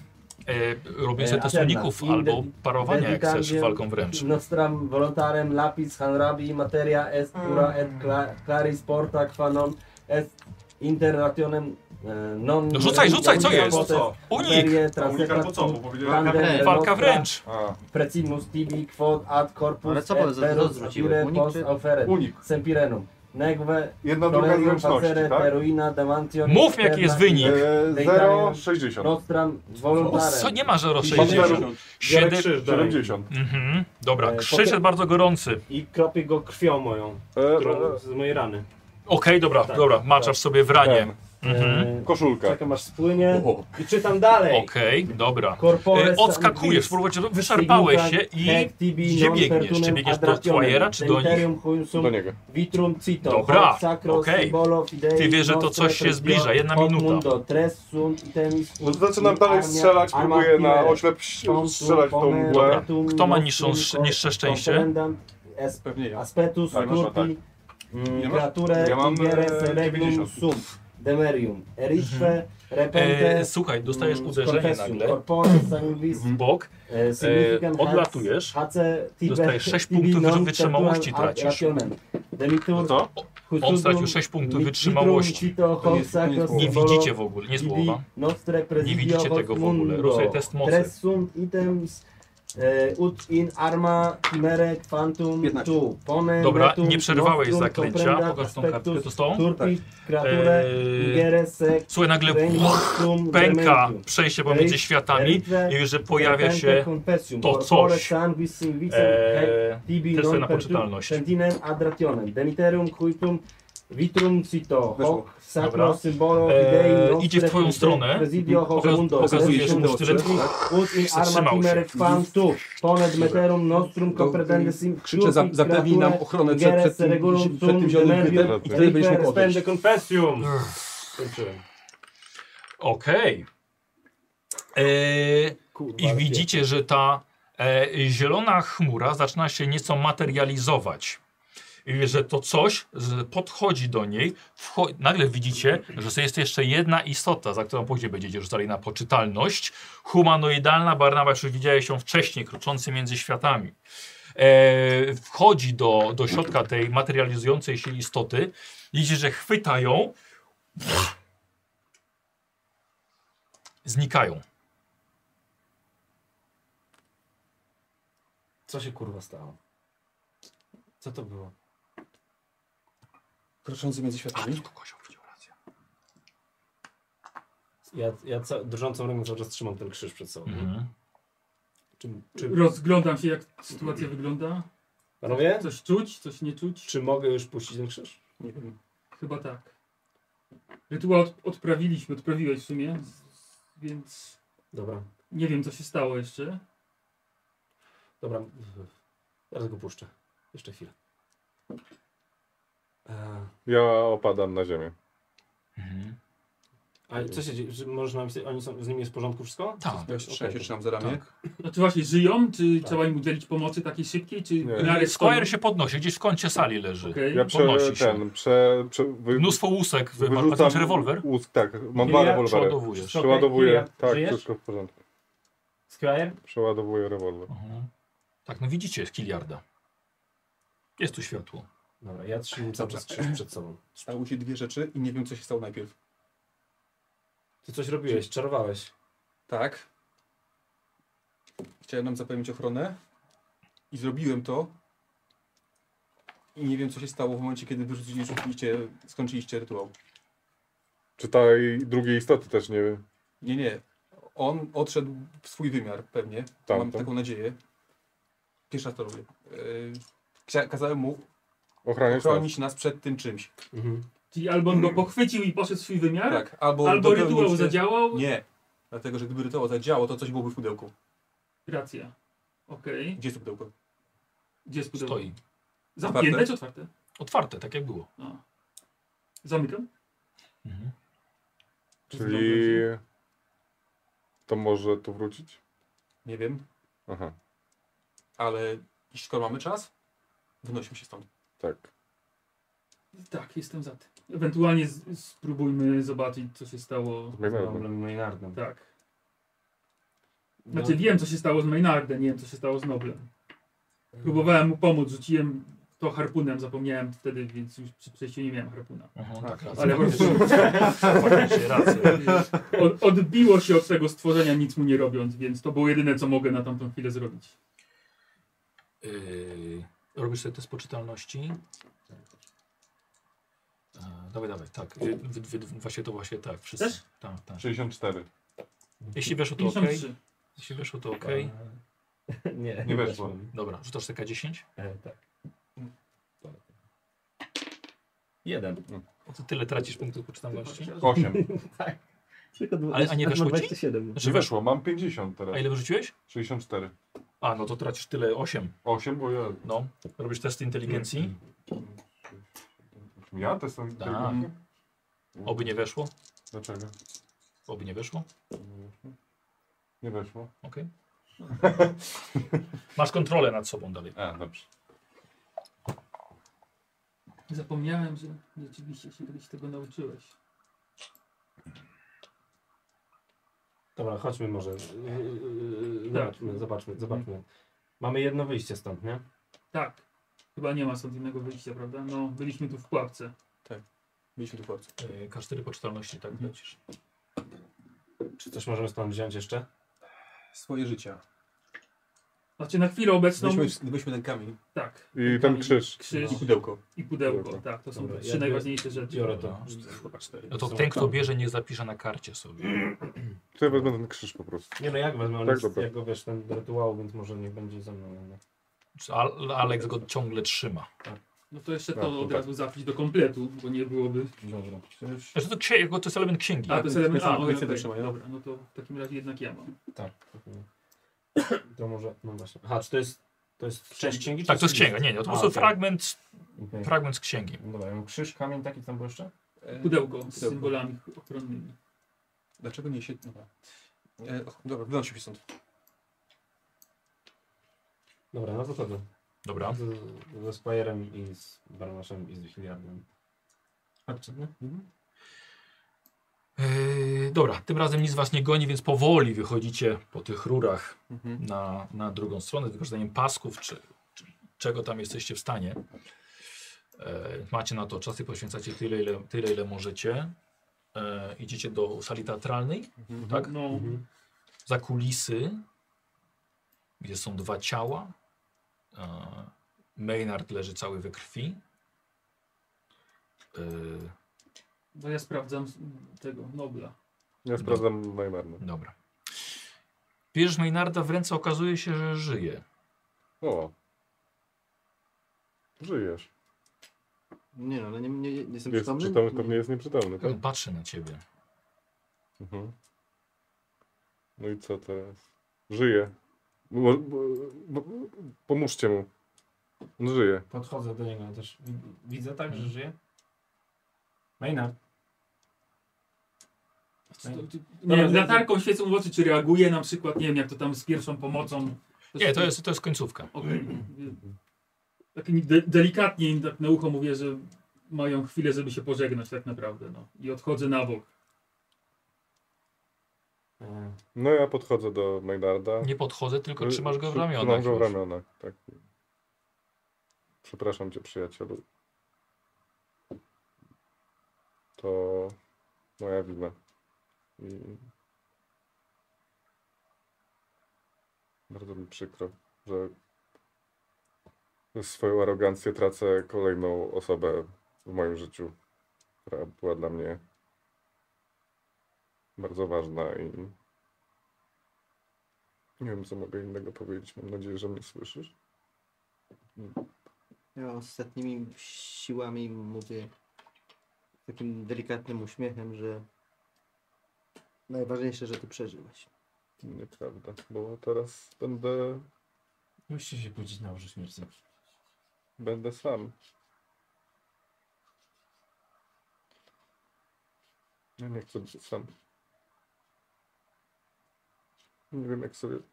E, robię sobie E, test Aterna. uników Inde- albo parowania jak chcesz, Dedicantium walką wręcz. Nostram voluntarem lapis hanrabi materia est pura et cla- claris porta quanon est inter rationem e, non... No rzucaj, rzucaj, co jest? Potest Unik! aperie Unika po co? transequatum Bo powiedziałem... Walka wręcz. Walka wręcz. A, Precimus tibi quod ad corpus Ale co powiedz, et że verus zwróciłeś? abire Unik post czy- auferet. unik. Sempirenum. Negve Jedna druga prolenium zręczności, facere tak? te ruina damantion Mów mi, jaki jest wynik. E, zero przecinek sześćdziesiąt. Nostram O, voluntarem. co, nie ma zero Mam sześćdziesiąt. zero Biorę Siedem... krzyż do ręki. siedemdziesiąt. Mhm. Dobra, E, krzyż potem- jest bardzo gorący. I kropię go krwią moją, E, którą e, z mojej rany. Okej, dobra, Tak, dobra, tak. maczasz sobie w ranie. ten, Mhm. E, koszulka. Czekam aż spłynie O. i czytam dalej. Okej, dobra. Corpore E, odskakujesz, spróbować, wyczerpałeś się i gdzie biegniesz? Czy biegniesz do Twajera, czy do nich? Do niego. Vitrum cito, Dobra, hoc sacro okej. symbolo fidei Ty wiesz, że to nostre coś się per zbliża, Dio, jedna hoc minuta. mundo, tres sunt itemis No, ut zaczynam in dalej armia, strzelać, arma próbuję na filere. oślep ś- strzelać w tą mgłę. Dobra. Tum Kto ma nostrum niższą- niższe szczęście? comprendam es- Pewnie ja. Aspetus Tak, masz turpi atak. mm, Ja mam- creature ja mam, ingere e, seregnum dziewięćdziesiąt. sum demerium erisfe repente E, słuchaj, dostajesz mm, uderzenie confessium, nagle corpore sanguis w bok. e, significant E, odlatujesz. hace tibe- Dostajesz sześć tibi punktów non wytrzymałości perturam ad tracisz. rationem. Demitur No co? On stracił sześć punktów wytrzymałości. To nie jest- to nie jest Nie słowo. widzicie w ogóle, nie słowa. Nie widzicie tego w ogóle. Rób sobie test mocy. Tres sunt items e, ut in arma timere quantum piętnaście. tu. Pone Dobra, metum nie przerwałeś nostrum zaklęcia. comprendat Pokaż tą aspectus kartkę, to z tą. turpi creature Eee, ingere sec Słuchaj, nagle regnum pęka dementium. przejście pomiędzy światami i już, że pojawia Repente się confessium, to corpore coś. sanguis singvisem, Eee, tibi test sobie non na pertu- poczytalność. sentinem ad rationem. Demiterum cuitum vitrum cito, Weszło. hoc sacro Dobra. symbolo Eee, fidei nostre idzie w twoją quinque stronę. presidio hoc Pokaz- mundo, pokazujesz presidium mu sztylet. stryfi, ut in arma Zatrzymał timere się. quam tu, poned meterum nostrum compredende sim Krzyczę, za, zapewnij nam ochronę przed, przed, tym, przed tym zielonym bytem i wtedy będziesz mógł odejść. confessium. Skończyłem. Okej. E, Kurwa, I ale widzicie, że ta e, zielona chmura zaczyna się nieco materializować. I że to coś że podchodzi do niej. Wcho- nagle widzicie, że jest jeszcze jedna istota, za którą później będziecie rzucali na poczytalność. Humanoidalna. Barnaba, już widziałeś ją wcześniej, kroczący między światami. E, wchodzi do, do środka tej materializującej się istoty. Widzicie, że chwyta ją. Znikają. Co się kurwa stało? Co to było? Kroczący między światami. Ja, ja ca- drżącą ręką cały czas trzymam ten krzyż przed sobą. Mhm. Czy, czy, Rozglądam się, jak sytuacja wygląda. panowie, Coś czuć, coś nie czuć? czy mogę już puścić ten krzyż? Nie wiem. Chyba tak. Rytuał od, odprawiliśmy, odprawiłeś w sumie, z- więc Dobra, nie wiem, co się stało jeszcze. dobra. Zaraz go puszczę. Jeszcze chwilę. Eee, Ja opadam na ziemię. Mhm. a co się dzieje? Że można, oni są, z nimi jest w porządku wszystko? Tak. Ja się, okay. się trzymam za ramię. Znaczy właśnie, żyją? Czy Tak. trzeba im udzielić pomocy takiej szybkiej? Czy Nie. w miarę Squire się podnosi, gdzieś w kącie sali leży. Okej. Ja prze, Podnosi się. ten, prze, prze, wy, Mnóstwo łusek. Wy, masz wyrzucam masz rewolwer? Łusk, tak, mam Kilia, dwa rewolwery. Przeładowujesz. Przeładowuję, Kilia, tak, żyjesz? wszystko w porządku. Squire? Przeładowuję rewolwer. Mhm. Tak, no widzicie, jest Kiliarda. Jest tu światło. Dobra, ja trzymam cały czas krzyż przed sobą. Stały się dwie rzeczy i nie wiem, co się stało najpierw. Ty coś robiłeś, czarowałeś. Tak. Chciałem nam zapewnić ochronę i zrobiłem to. I nie wiem, co się stało w momencie, kiedy wyrzuciliście, skończyliście rytuał. Czy tej drugiej istoty też nie wiem? Nie, nie. On odszedł w swój wymiar pewnie. Tam, Mam tam. taką nadzieję. Pierwszy raz to robię. Yy, chcia- kazałem mu Ochraniać nas. chronić nas przed tym czymś. Mhm. Czyli albo on go pochwycił i poszedł w swój wymiar, Tak. Albo, albo dopełnił rytuał się- zadziałał. Nie. Dlatego, że gdyby rytuał zadziałał, to coś byłoby w pudełku. Racja. Okej. Gdzie jest to pudełko? Gdzie jest pudełko? Stoi. Zamknięte Otwarte? czy otwarte? Otwarte, tak jak było. A. Zamykam. Mhm. Czyli to może tu wrócić? Nie wiem. Aha, Ale skoro mamy czas, wynosimy się stąd. tak. Tak, jestem za tym. Ewentualnie z, spróbujmy zobaczyć, co się stało. Z Maynardem. Noblem Maynardem. Tak. No, Znaczy wiem, co się stało z Maynardem, nie wiem, co się stało z Noblem. Próbowałem mu pomóc, rzuciłem to harpunem, zapomniałem wtedy, więc już przy przejściu nie miałem harpuna. Mhm, tak, racja. Ale po prostu Faktycznie, racja. od, odbiło się od tego stworzenia, nic mu nie robiąc, więc to było jedyne, co mogę na tamtą chwilę zrobić. Yy, robisz sobie test poczytalności. E, dawaj, dawaj, tak. Wy, wy, wy, właśnie to właśnie tak. Wszyscy. Też? Tak, tak. sześćdziesiąt cztery. Jeśli weszło to ok. pięćdziesiąt trzy. Jeśli weszło to ok. Nie, Nie weszło. Dobra, rzucasz T K dziesięć? E, tak. Jeden. O to tyle tracisz punktów poczytalności. osiem. Tak. Ale a nie weszło ci? dwadzieścia siedem. Znaczy Weszło, mam pięćdziesiąt A teraz. ile wyrzuciłeś? sześćdziesiąt cztery. A, no to tracisz tyle, osiem. osiem, bo ja... No. Robisz test inteligencji. Ja to są... Tak. Oby nie weszło. Dlaczego? Oby nie weszło. Nie weszło. Okej. Masz kontrolę nad sobą dalej. A, dobrze. Zapomniałem, że rzeczywiście się kiedyś tego nauczyłeś. Dobra, chodźmy może. Yy, Zobaczmy, zobaczmy, zobaczmy. Mamy jedno wyjście stąd, nie? Tak. Chyba nie ma stąd innego wyjścia, prawda? No, byliśmy tu w pułapce. Byliśmy tu w chłopcu. Yy, K cztery poczytalności, tak lecisz. Czy coś możemy stąd wziąć jeszcze? Swoje życia. Znaczy na chwilę obecną... Gdybyśmy, gdybyśmy ten kamień Tak. I ten krzyż. Krzyż i pudełko. i pudełko. Pudełko. Tak, to są Dobra, trzy ja biorę- najważniejsze rzeczy. Biorę to. No to ten, kto bierze, niech zapisze na karcie sobie. To ja wezmę ten krzyż po prostu. Nie no, jak wezmę, on Tak, jest, dobra. jak go wiesz, ten do rytuału, więc może niech będzie ze mną. No. Al Alex go ciągle trzyma. No to jeszcze A, to to od tak. razu zapisz do kompletu, bo nie byłoby... Dobra. Znaczy to, księ to jest element księgi. A, to jest element... A, Więcej- okej, więcej okej. dotrzymaj, no. Dobra, no to w takim razie jednak ja mam. Tak. To może, no właśnie. Aha, czy to jest, to jest część księgi? czy Tak, to jest list? księga. Nie, nie, to po A, prostu okej. fragment, Okej. fragment z księgi. Dobra, ja mam krzyż, kamień taki, co tam było jeszcze? E, Pudełko z pudełko. symbolami ochronnymi. Dlaczego nie się... Dobra. E, dobra, wyłączył się stąd. Dobra, no to to. Dobra. Z, ze Squire'em i z Barnaszem i z Hilliardem. Chodźcie, nie? Mhm. Yy, dobra, tym razem nic was nie goni, więc powoli wychodzicie po tych rurach Mhm. na, na drugą stronę z wykorzystaniem pasków, czy, czy czego tam jesteście w stanie. Yy, macie na to czas i poświęcacie tyle, ile, tyle, ile możecie. Yy, idziecie do sali teatralnej, Mhm. tak? No, Mhm. Za kulisy, gdzie są dwa ciała. Yy, Maynard leży cały we krwi. Yy, bo ja sprawdzam tego Nobla. Ja sprawdzam Maynarda. Dobra. Bierzesz Maynarda w ręce, okazuje się, że żyje. O. Żyjesz. Nie no, ale nie, nie, nie jestem Jest przytomny. przytomny, pewnie jest nieprzytomny, tak? On patrzy na ciebie. Mhm. No i co teraz? Żyje. Mo- bo- bo- Pomóżcie mu. On żyje. Podchodzę do niego też. wi- Widzę tak, że żyje? Maynard. Nie wiem, latarką świecą w oczy, czy reaguje na przykład, nie wiem, jak to tam z pierwszą pomocą. Nie, to jest, to jest końcówka. Okej. Tak de delikatnie im tak na ucho mówię, że mają chwilę, żeby się pożegnać tak naprawdę, no. I odchodzę na bok. E, No ja podchodzę do Maynarda. Nie podchodzę, tylko trzymasz go w Trzy- ramionach. Trzymam go w już. ramionach, tak. Przepraszam cię, przyjacielu. To moja wina. I bardzo mi przykro, że przez swoją arogancję tracę kolejną osobę w moim życiu, która była dla mnie bardzo ważna i nie wiem, co mogę innego powiedzieć. Mam nadzieję, że mnie słyszysz. Ja ostatnimi siłami mówię takim delikatnym uśmiechem, że najważniejsze, że ty przeżyłeś. Nieprawda, bo teraz będę, Musicie się budzić na łożu śmierci. będę sam. Ja nie chcę być sam. Nie wiem, jak sobie...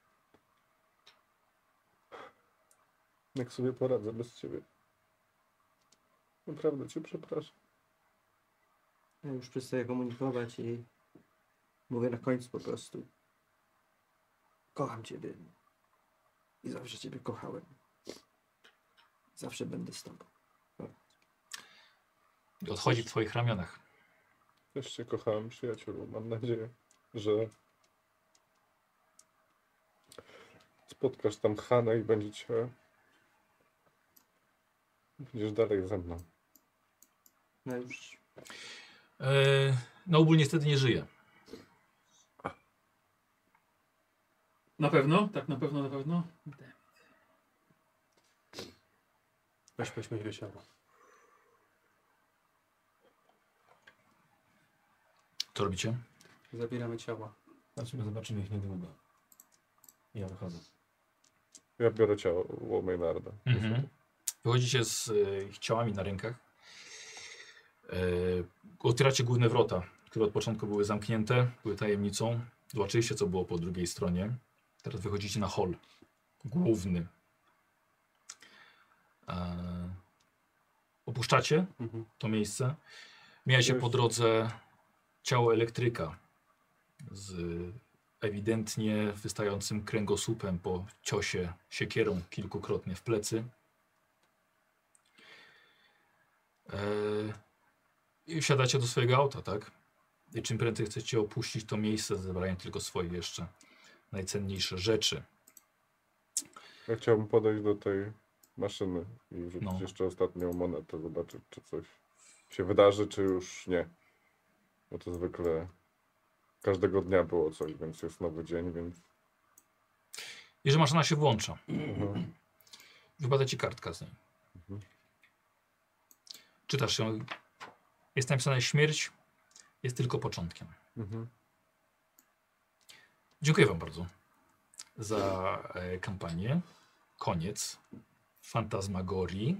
Jak sobie poradzę bez ciebie. Naprawdę cię przepraszam. Ja już przestaję komunikować i mówię na końcu po prostu. Kocham ciebie. I zawsze ciebie kochałem. Zawsze będę z tobą. I odchodzi w twoich ramionach. Też cię kochałem, przyjacielu. Mam nadzieję, że spotkasz tam Hanę i będziecie... Będziesz dalej ze mną. No już. Eee, Noble niestety nie żyje. Na pewno? Tak, na pewno, na pewno? Weź weźmy jego ciało. Co robicie? Zabieramy ciała. Zobaczymy, zobaczymy ich niedługo. Ja wychodzę. Ja biorę ciało Maynarda. Mhm. Wychodzicie z e, ich ciałami na rękach. E, otwieracie główne wrota, które od początku były zamknięte, były tajemnicą. Zobaczyliście, co było po drugiej stronie. Teraz wychodzicie na hol główny. E, opuszczacie Mhm. to miejsce. Mijacie po drodze ciało elektryka z ewidentnie wystającym kręgosłupem po ciosie siekierą kilkukrotnie w plecy. Eee, I wsiadacie do swojego auta, tak? I czym prędzej chcecie opuścić to miejsce, zabrając tylko swoje jeszcze najcenniejsze rzeczy. Ja chciałbym podejść do tej maszyny i wrzucić No. jeszcze ostatnią monetę, zobaczyć, czy coś się wydarzy, czy już nie. Bo to zwykle każdego dnia było coś, więc jest nowy dzień, więc... I że maszyna się włącza. Mhm. Wypada ci kartka z niej. Mhm. Czytasz ją. Jest napisane: śmierć jest tylko początkiem. Mhm. Dziękuję wam bardzo za e, kampanię. Koniec Fantasmagorii.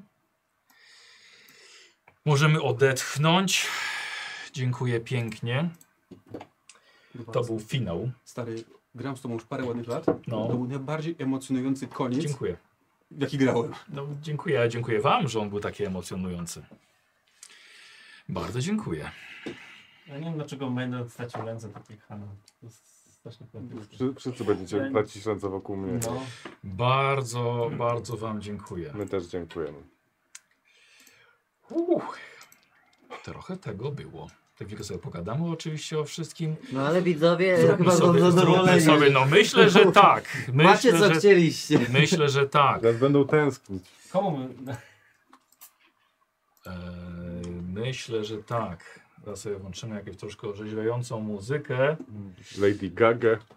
Możemy odetchnąć. Dziękuję pięknie. To był finał. Stary, gram z tobą już parę ładnych lat. No. To był najbardziej emocjonujący koniec, Dziękuję. w jaki grałem. No, dziękuję, dziękuję wam, że on był taki emocjonujący. Bardzo dziękuję. Ja nie wiem dlaczego Maynard stracił ręce takich Hanna. To jest strasznie kompletne. Wszy- Wszyscy będziecie tracić ręce wokół mnie. No. Bardzo, bardzo wam dziękuję. My też dziękujemy. Uch, trochę tego było. Tak chwilkę sobie pogadamy oczywiście o wszystkim. No ale widzowie Zróbmy chyba są sobie, zróbmy zadowoleni. sobie, no myślę, że tak. Myślę, Macie co że, chcieliście. myślę, że tak. Teraz będą tęsknić. Komu my... Eee, myślę, że tak. Teraz sobie włączymy jakąś troszkę orzeźwiającą muzykę. Lady Gaga. Eee,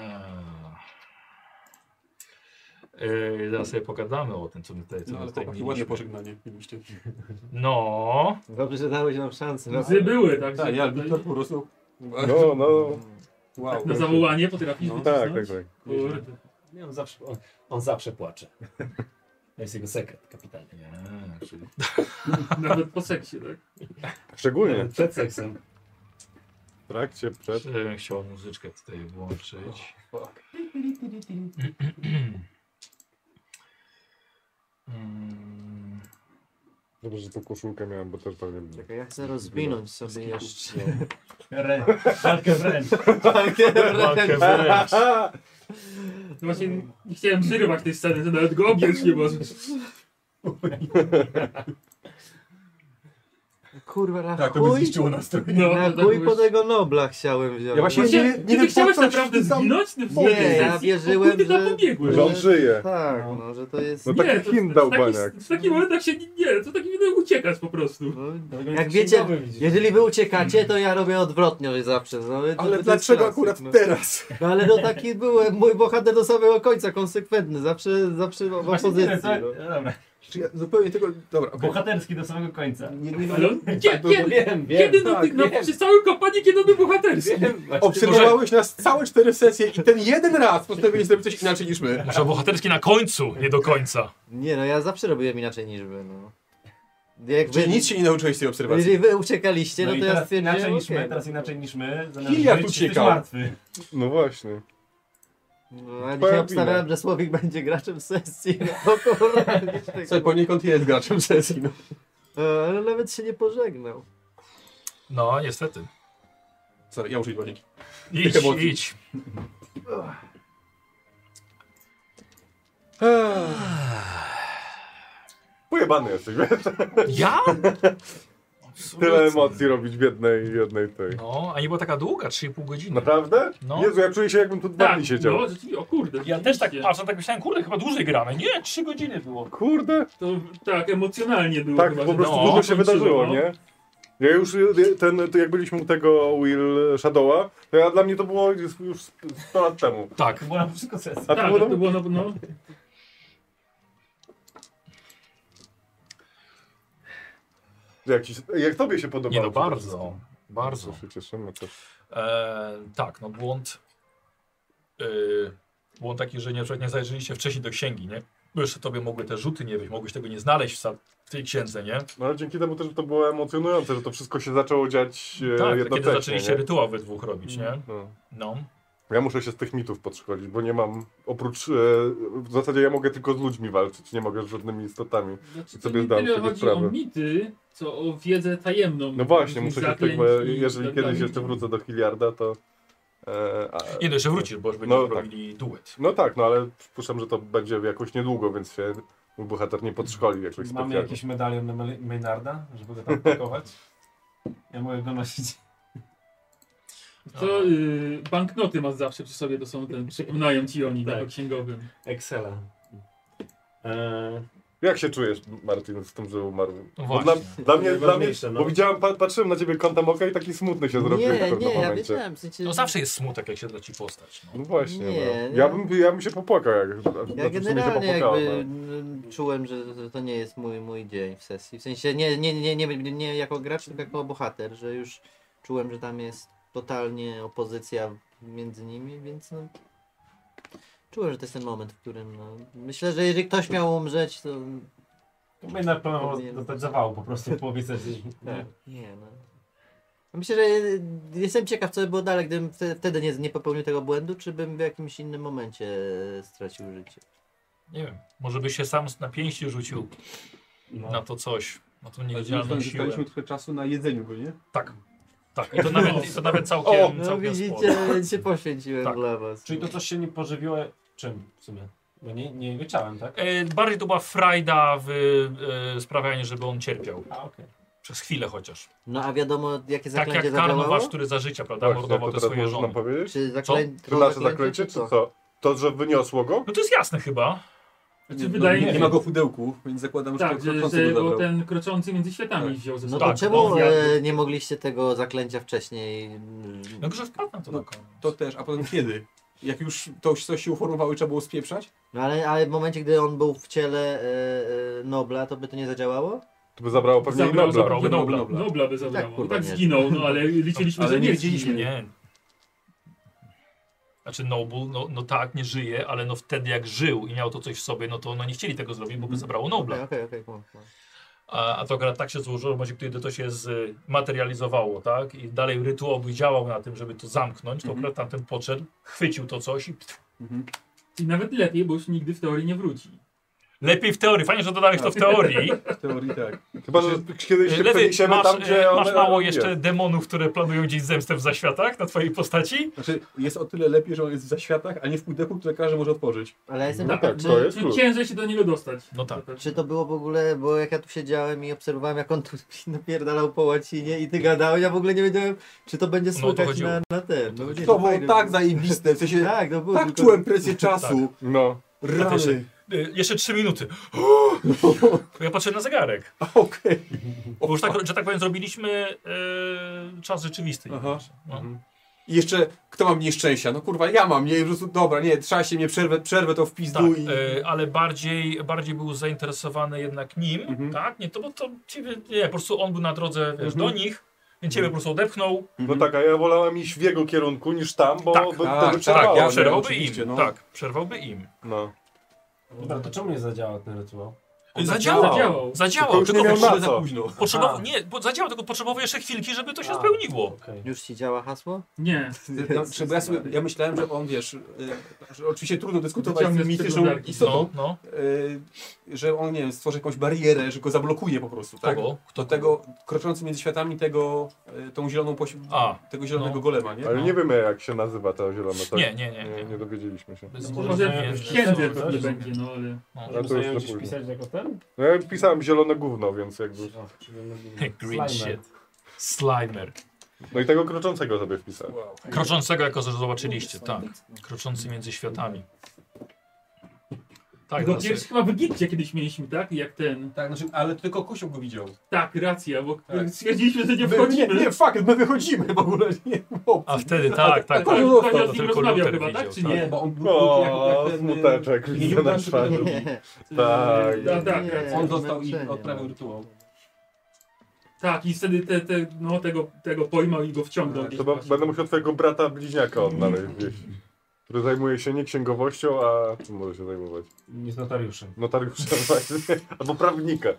eee, zaraz sobie pogadamy o tym, co my tutaj, co No, my ale tutaj chłopaki, ładne mieliśmy. pożegnanie mieliście. No, Dobrze, że dałeś nam szansę. No. Łzy były, tak? Tak, że ja tutaj- Wiktor po prostu... No, no. Wow. Na zawołanie potrafisz No, Tak, wycisnąć? tak, tak. Kurde. Nie, on, zawsze, on, on zawsze płacze. To jest jego sekret, kapitanie. nie, czyli Nawet po seksie, tak? Szczególnie Przed seksem. w trakcie, przed. ja bym chciał muzyczkę tutaj włączyć. Mm, Dobrze, że tą koszulkę miałem, bo też pewnie... Czekaj, ja chcę rozwinąć sobie jeszcze. Rę... Walkę wręcz. walkę wręcz. No właśnie nie chciałem przerywać tej sceny, że nawet go objąć nie możesz. Kurwa, na Tak, to by chuj, zniszczyło nastrój. No, na to chuj tak po byłeś- tego Nobla chciałem wziąć. Ja właśnie Właśnie, nie, ty nie wiem, chciałeś po co naprawdę tam- zginąć? No, w Nie, tej ja sesji? wierzyłem, O chuj ty tam że- pobiegłeś? Że on żyje. Tak, no, że to jest... No Nie, taki to- Chin w dał takim- baniak. W takim momentach się nie, nie, to taki widok uciekasz po prostu. No, jak wiecie, jeżeli wy uciekacie, to ja robię odwrotnie zawsze. No, to- Ale to dlaczego jest akurat klasyk, no. teraz? No ale no taki byłem, mój bohater do samego końca, konsekwentny, zawsze, zawsze w Właśnie tyle, opozycji. co? No. Dobra. Czy ja zupełnie tego... Dobra, okej. Bohaterski do samego końca. Nie, nie, Ale on, kie, Tak, to- kiedy, Wiem, wiem. kiedy no, tak, no, wiem. przez całą kampanię, kiedy on był bohaterski? Wiem, właśnie. Obserwowałeś nas całe cztery sesje i ten jeden raz postanowiłeś zrobić coś inaczej niż my. Może bohaterski na końcu, nie do końca. Nie no, ja zawsze robiłem inaczej niż wy, no. Jak wy, Czyli nic się nie nauczyłeś z tej obserwacji. jeżeli wy uciekaliście, no, No i to ja teraz stwierdziłem, inaczej niż my, okej, teraz no. inaczej niż my. Zamiast Hilliard żyć, jesteś uciekał. martwy. No właśnie. No, a Twoja dzisiaj obstawiałem, wina. że Słowik będzie graczem sesji. No kurwa, Co poniekąd jest graczem sesji. No. E, ale nawet się nie pożegnał. No, niestety. Sorry, ja muszę iść do łazienki. Idź, Tych emocji. idź. Pojebany jesteś, wiesz? Ja? Tyle emocji robić w jednej, jednej tej. No, a nie była taka długa, trzy i pół godziny. Naprawdę? No. Jezu, ja czuję się jakbym tu dwa Tak, dni siedział. no, rzeczywiście, o kurde. Ja też tak rzeczywiście. patrzę, tak myślałem, kurde, chyba dłużej gramy. Nie, trzy godziny było. Kurde. To tak, emocjonalnie było Tak, chyba. po że prostu no, dużo się kończyło, wydarzyło, no. nie? Ja już, ten, to jak byliśmy u tego Will Shadowa, to ja, dla mnie to było już już sto lat temu. Tak. To była na wszystko sesja. A Tak, to było, to było no, no, jak, ci, jak tobie się podobało? Nie no, przede bardzo, wszystkim? bardzo. się cieszymy też. E, tak, no błąd. E, błąd taki, że nie, nie zajrzeliście wcześniej do księgi, nie? Bo jeszcze tobie mogły te rzuty nie być, mogłeś tego nie znaleźć w, sa- w tej księdze, nie? No ale dzięki temu też to było emocjonujące, że to wszystko się zaczęło dziać e, Tak, to jednocześnie. kiedy zaczęliście nie? rytuał we dwóch robić, nie? No. No. Ja muszę się z tych mitów podszkolić, bo nie mam, oprócz, e, w zasadzie ja mogę tylko z ludźmi walczyć, nie mogę z żadnymi istotami. Znaczy, I to sobie nie zdałem tyle sobie chodzi sprawę. o mity, co o wiedzę tajemną. No właśnie, Różnych muszę się z zaklęć tego, i jeżeli tak kiedyś dalej. jeszcze wrócę do Hilliarda, to... E, a, Nie no, jeszcze wrócisz, bo już będziemy No tak. robili duet. No tak, no ale przypuszczam, że to będzie jakoś niedługo, więc się mój bohater nie podszkoli jakoś Mamy specjalnie. jakiś medalion na Mel- Maynarda, żeby go tam pakować? Ja mogę go nosić. To y, banknoty masz zawsze przy sobie, to są ten, przypominają ci oni Tak. jako księgowym. Excela. Eee, Jak się czujesz, Martin, z tym, że umarł? No Bo dla, właśnie. dla mnie, dla mnie, Najważniejsze, no. bo widziałem, pa, patrzyłem na ciebie kątem oka i taki smutny się zrobił w Nie, pewnym nie, ja momencie. wiedziałem, w sensie... No zawsze jest smutek, jak się traci postać. No. No właśnie, Nie, no. nie. Ja, bym, ja bym się popłakał, jak Ja znaczy, w sumie się generalnie popłakałem, jakby ale- mm, czułem, że że to nie jest mój, mój dzień w sesji. W sensie nie, nie, nie, nie, nie, nie jako gracz, tylko jako bohater, że już czułem, że tam jest totalnie opozycja między nimi, więc no... Czułem, że to jest ten moment, w którym no... Myślę, że jeżeli ktoś miał umrzeć, to... to Maynard planował Powinien- dostać zawału po prostu w połowie sesji. Tak. Nie no... Myślę, że jestem ciekaw, co by było dalej, gdybym wte- wtedy nie, nie popełnił tego błędu, czy bym w jakimś innym momencie stracił życie. Nie wiem, może by się sam na pięści rzucił No. na to coś, na tą Ale niewidzialną siłę. zyskaliśmy trochę czasu na jedzeniu go, nie? Tak, tak. I to nawet, i to nawet całkiem, No całkiem widzicie, sporo. więc się poświęciłem Tak. dla was. Czyli to coś się nie pożywiło czym w sumie? Bo nie, nie jego ciałem, tak? E, bardziej to była frajda w e, sprawianiu, żeby on cierpiał. A, okej. Przez chwilę chociaż. No a wiadomo, jakie Tak zaklęcie jak zadziałało? Karnowacz, który za życia, prawda, Właśnie, mordował to te teraz swoje możesz nam żony. powiedzieć? Czy zaklę... Czy to nasze zaklęcie, czy co? To, że wyniosło go? No to jest jasne chyba. Znaczy, Nie, wydaje no, mi nie się, ma go w pudełku, więc zakładam, że tak, to że, kroczący że go bo zabrał. ten kroczący między światami Tak. wziął ze No sobą. to Tak, czemu no. e, nie mogliście tego zaklęcia wcześniej? No że wpadł na to No, na koniec. To też, a potem kiedy? Jak już to coś się uformowało i trzeba było spieprzać? No ale, ale w momencie, gdy on był w ciele e, e, Nobla, to by to nie zadziałało? To by zabrało pewnie Zabrał, i Nobla. zabrał. Nie Nobla. Nobla. Nobla by zabrało. Tak, I kurwa, tak nie. zginął, no ale liczyliśmy, Ale że nie nie widzieliśmy. zginie. Nie. Znaczy Noble, no, no tak, nie żyje, ale no wtedy jak żył i miał to coś w sobie, no to no nie chcieli tego zrobić, bo by zabrało Nobla. Okej, okej, okej. kumam, kumam. A, a to akurat tak się złożyło, w momencie, kiedy to się zmaterializowało, tak? I dalej rytuał by działał na tym, żeby to zamknąć, to Mhm. akurat tamten podszedł, chwycił to coś i pff, Mhm. I nawet lepiej, bo już nigdy w teorii nie wróci. lepiej w teorii. Fajnie, że dodałeś to w teorii. W teorii tak. Chyba, że kiedyś się Lewy, przeniesiemy masz, tam, gdzie e, masz one- mało jest. jeszcze demonów, które planują gdzieś zemstę w zaświatach na twojej postaci? Znaczy, jest o tyle lepiej, że on jest w zaświatach, a nie w pudełku, które każdy może otworzyć. Ale ja jestem No ciekaw, tak, czy, to jest Czy klucz. ciężej się do niego dostać. No tak. czy to było w ogóle, bo jak ja tu siedziałem i obserwowałem, jak on tu napierdalał po łacinie i ty gadałeś, ja w ogóle nie wiedziałem, czy to będzie No, to słychać chodziło. na, na ten. No, nie, To było fajne tak zajebiste, w sensie Tak, to było tak tylko... czułem presję czasu. No. Rany. Y, jeszcze trzy minuty. Ja patrzę na zegarek. Okej. Bo już tak, że tak powiem, zrobiliśmy e, czas rzeczywisty. Aha. No. Mhm. I jeszcze, kto ma mniej szczęścia? No kurwa, ja mam, nie, po prostu, dobra, nie, trzeba się mnie przerwę, przerwę to w pizdu Tak, i... e, ale bardziej, bardziej był zainteresowany jednak nim, Mhm. tak? Nie, to bo to ciebie, nie, po prostu on był na drodze wiesz, Mhm. do nich, więc ciebie po prostu odepchnął. No tak, a ja wolałem iść w jego kierunku niż tam, bo Tak, by tak, wtedy tak, przerwało. ja nie? Przerwałby oczywiście, im. no. Tak, przerwałby im. No. Dobra, to czemu nie zadziałał ten rytuał? Zadziałał. Zadziałał. Zadziałał. Tylko już Tylko nie miał potrzeba- na za co. późno. potrzebował, A. nie, bo zadziałał, tylko potrzebował jeszcze chwilki, żeby to się A. spełniło. Okej. Już ci działa hasło? Nie. No, czy, bo ja, sobie, ja myślałem, że on, wiesz, y, że oczywiście trudno dyskutować z Wyciągnę z mityczną przeglądarki. istotą, No, no. y, że on, nie wiem, stworzy jakąś barierę, że go zablokuje po prostu, tak? Kogo? To tego, kroczący między światami tego, y, tą zieloną, poś... A, tego zielonego no. golema, nie? Ale No. nie wiemy, jak się nazywa to zielone. Tak? Nie, nie, nie. Nie, nie. nie dowiedzieliśmy się. Bez- No, nie może wiem, w że- księdze że- pewnie że- będzie, no ale... No. to Żeby już sobie za ją gdzieś późno. pisać jako ten? No ja pisałem zielone gówno, więc jakby... O, czyli Green Slimer. shit. Slimer. No i tego kroczącego sobie wpisałem. Wow. Kroczącego, jako że zobaczyliście, tak. Kroczący między światami. Tak, No teraz pierwszy chyba w Egipcie kiedyś mieliśmy, tak? Jak ten... Tak, znaczy, ale tylko Kościół go widział. Tak, racja, bo Tak. stwierdziliśmy, że nie My, wchodzimy. nie, nie, fakt, my wychodzimy w ogóle, nie A wtedy, tak, tak, Kościół tak. został, Kościół to z nim tylko rozmawiał Luther chyba, widział, tak? Czy tak. nie? bo on był O, jak, jak ten... smuteczek nie, widzę nie na udało się tego twarzy. zrobić. Tak. Tak, tak. Nie. On został i zmęczenie, odprawił no. rytuał. Tak, i wtedy te, te, no, tego, tego pojmał i go wciągnął. To ba- będę musiał twojego brata bliźniaka odnaleźć gdzieś. Który zajmuje się nie księgowością, a czym może się zajmować? Nie z notariuszem. Notariuszem właśnie. Albo prawnika.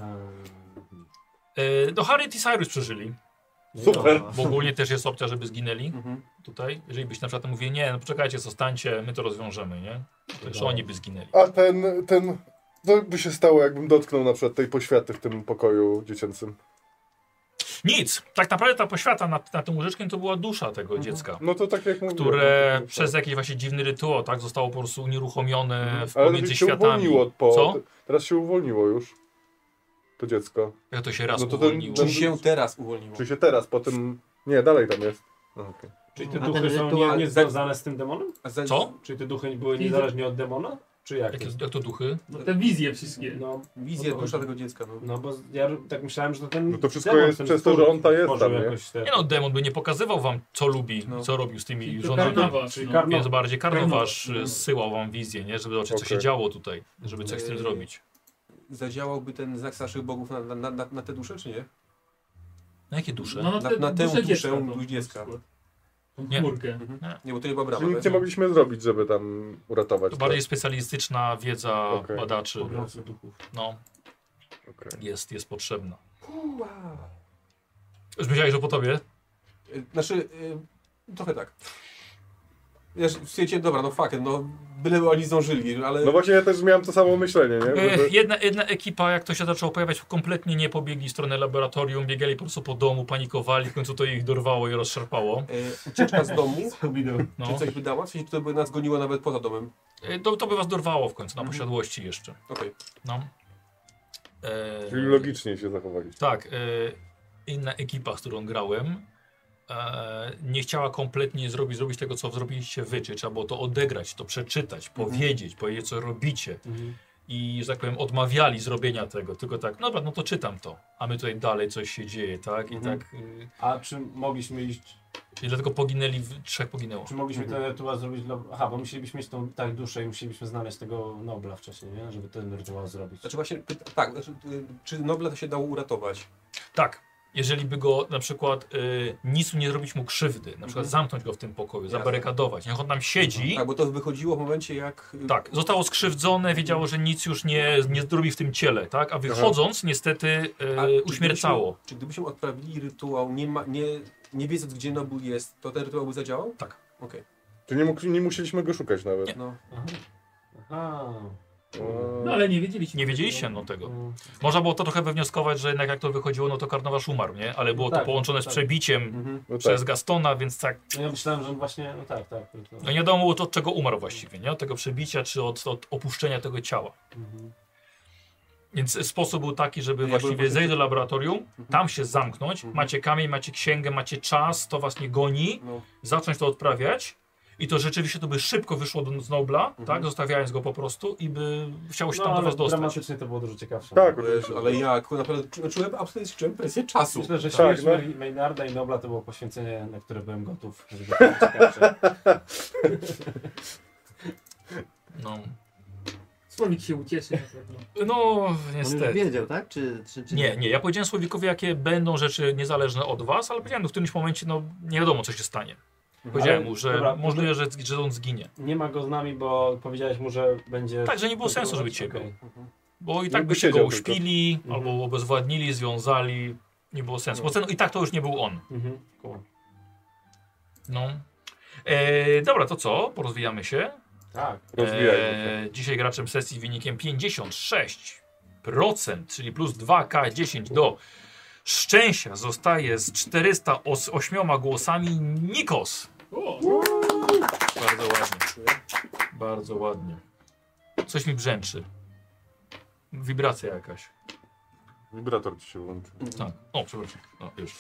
E, No Harriet i Cyrus przeżyli. Super. Bo ogólnie też jest opcja, żeby zginęli Mhm. tutaj. Jeżeli byś na przykład mówił, nie, no poczekajcie, zostańcie, my to rozwiążemy, nie? To już oni by zginęli. A ten, ten... Co by się stało, jakbym dotknął na przykład tej poświaty w tym pokoju dziecięcym? Nic! Tak naprawdę ta poświata nad, nad tym łóżeczkiem to była dusza tego dziecka. No to tak jak mówiłem. Które no to- przez jakiś właśnie dziwny rytuał, tak, zostało po prostu unieruchomione w Ale pomiędzy to się światami. uwolniło po... Co? Teraz się uwolniło już. To dziecko. Jak to się raz No to ten- uwolniło? ten- Czy się teraz uwolniło? Czy się teraz po tym... Nie, dalej tam jest. A, okej. Czyli te A duchy ten są rytuał- nie, nie związane z tym demonem? A za- Co? Czy te duchy były niezależnie od demona? Czy jak? Jak, jest? jak to duchy? No, te wizje wszystkie. No, Wizja, o to dusza chodzi. tego dziecka, no. No bo ja tak myślałem, że to ten No to wszystko demon, jest ten przez to, stwór że on ta jest tworzył tam, nie? jakoś te... Nie no, demon by nie pokazywał wam, co lubi, No. co robił z tymi Czyli to żonami. karnawał, Czyli no. karno- Więc bardziej karnowasz Karnowasz, no. zsyłał wam wizję, nie? Żeby zobaczyć, co się Okej. działo tutaj. Żeby coś z tym Eee, zrobić. Zadziałałby ten znak starszych bogów na, na, na, na te dusze, czy nie? Na jakie dusze? No, Na- te na tę dusze duszę dziecka, dusz no, dziecka. na przykład. Tą Nie. chmurkę. Mhm. Nie. Nie, bo to nie była brama. Czyli nic nie tak? mogliśmy zrobić, żeby tam uratować To to. bardziej specjalistyczna wiedza Okej. badaczy. Pogrący duchów. No, Okej. jest, jest potrzebna. Wow. Już myślałeś, że po tobie? Y, Znaczy, y, trochę tak. Wiesz, w świecie, dobra, no fuck, no byleby oni zdążyli, ale... No właśnie ja też miałem to samo myślenie, nie? E, Żeby... Jedna, jedna ekipa, jak to się zaczęło pojawiać, kompletnie nie pobiegli w stronę laboratorium, biegali po prostu po domu, panikowali, w końcu to ich dorwało i rozszarpało. Y, Ucieczka z domu, No. czy coś wydała? Coś, które by nas goniło nawet poza domem? E, To, to by was dorwało w końcu, na Mhm. posiadłości jeszcze. Okej. No. E, Czyli logicznie się zachowali. Tak, e, inna ekipa, z którą grałem, e, nie chciała kompletnie zrobić, zrobić tego, co zrobiliście wy, czyli trzeba było to odegrać, to przeczytać, powiedzieć, powiedzieć, co robicie. Mhm. I, że tak powiem, odmawiali zrobienia tego, tylko tak, no dobra, no to czytam to, a my tutaj dalej coś się dzieje, tak? I Mhm. tak. Y, A czy mogliśmy iść, I dlatego poginęli, w, trzech poginęło. czy mogliśmy Mhm. ten rytuał zrobić dla... Aha, bo musielibyśmy mieć tą tak duszę i musielibyśmy znaleźć tego Nobla wcześniej, nie? Żeby ten rytuał zrobić. Znaczy właśnie, pyta, tak, znaczy, y, czy Nobla to się dało uratować? Tak. Jeżeli by go na przykład y, nic nie zrobić mu krzywdy, na przykład Mhm. zamknąć go w tym pokoju, Jasne. zabarykadować, niech on tam siedzi. Tak, bo to wychodziło w momencie jak... y, Tak, zostało skrzywdzone, wiedziało, że nic już nie, nie zrobi w tym ciele, tak? A wychodząc niestety A y, czy uśmiercało. Gdybyśmy, czy gdybyśmy odprawili rytuał, nie, ma, nie, nie wiedząc gdzie Nobul jest, to ten rytuał by zadziałał? Tak. Okej. To nie, mógł, nie musieliśmy go szukać nawet. Nie. No. Aha. Aha. No ale nie wiedzieliśmy. Nie wiedzieliście no tego. Mm. Można było to trochę wywnioskować, że jednak jak to wychodziło, no to karnowasz umarł, nie? Ale było No tak, to połączone z tak. przebiciem Mhm. No przez tak. Gastona, więc tak. No ja myślałem, że właśnie, no tak, tak. No to... No nie wiadomo było to, od czego umarł właściwie, nie? Od tego przebicia, czy od, od opuszczenia tego ciała. Mhm. Więc sposób był taki, żeby Ja byłem właściwie właśnie- zejść do laboratorium, Mhm. tam się zamknąć, Mhm. macie kamień, macie księgę, macie czas, to was nie goni, No. zacząć to odprawiać i to rzeczywiście to by szybko wyszło do, z Nobla, Mhm. tak? Zostawiając go po prostu i by chciało się No tam do ale was dostać. dramatycznie to było dużo ciekawsze. Tak, Wiesz, oczywiście. ale jak? Naprawdę czu- czułem absolutnie czułem presję czasu. Myślę, że Tak, śmierć no. Maynarda i Nobla to było poświęcenie, na które byłem gotów, żeby to było ciekawsze. No, Słowik się ucieszy na pewno. no On już niestety. wiedział, tak? Czy, czy, czy Nie, nie, ja powiedziałem Słowikowi, jakie będą rzeczy niezależne od was, ale powiedziałem, no w którymś momencie, no nie wiadomo, co się stanie. Powiedziałem Ale- mu, że dobra, możliwe, że, że on zginie. Nie ma go z nami, bo powiedziałeś mu, że będzie... Tak, że nie było sensu, żeby ciekał. Okej. Bo i tak Jakby by się go siedział uśpili, tylko. albo obezwładnili, związali. Nie było sensu. Bo ten, i tak to już nie był on. Mhm. Cool. No. E, dobra, to co? Porozwijamy się. Tak. Rozwijajmy się. E, dzisiaj graczem sesji z wynikiem pięćdziesiąt sześć procent, czyli plus dwa K dziesięć do szczęścia zostaje z czterysta osiem głosami Nikos. Bardzo ładnie. Bardzo ładnie. Coś mi brzęczy. Wibracja jakaś. Wibrator ci się włączył. Tak. O, przepraszam. No, już.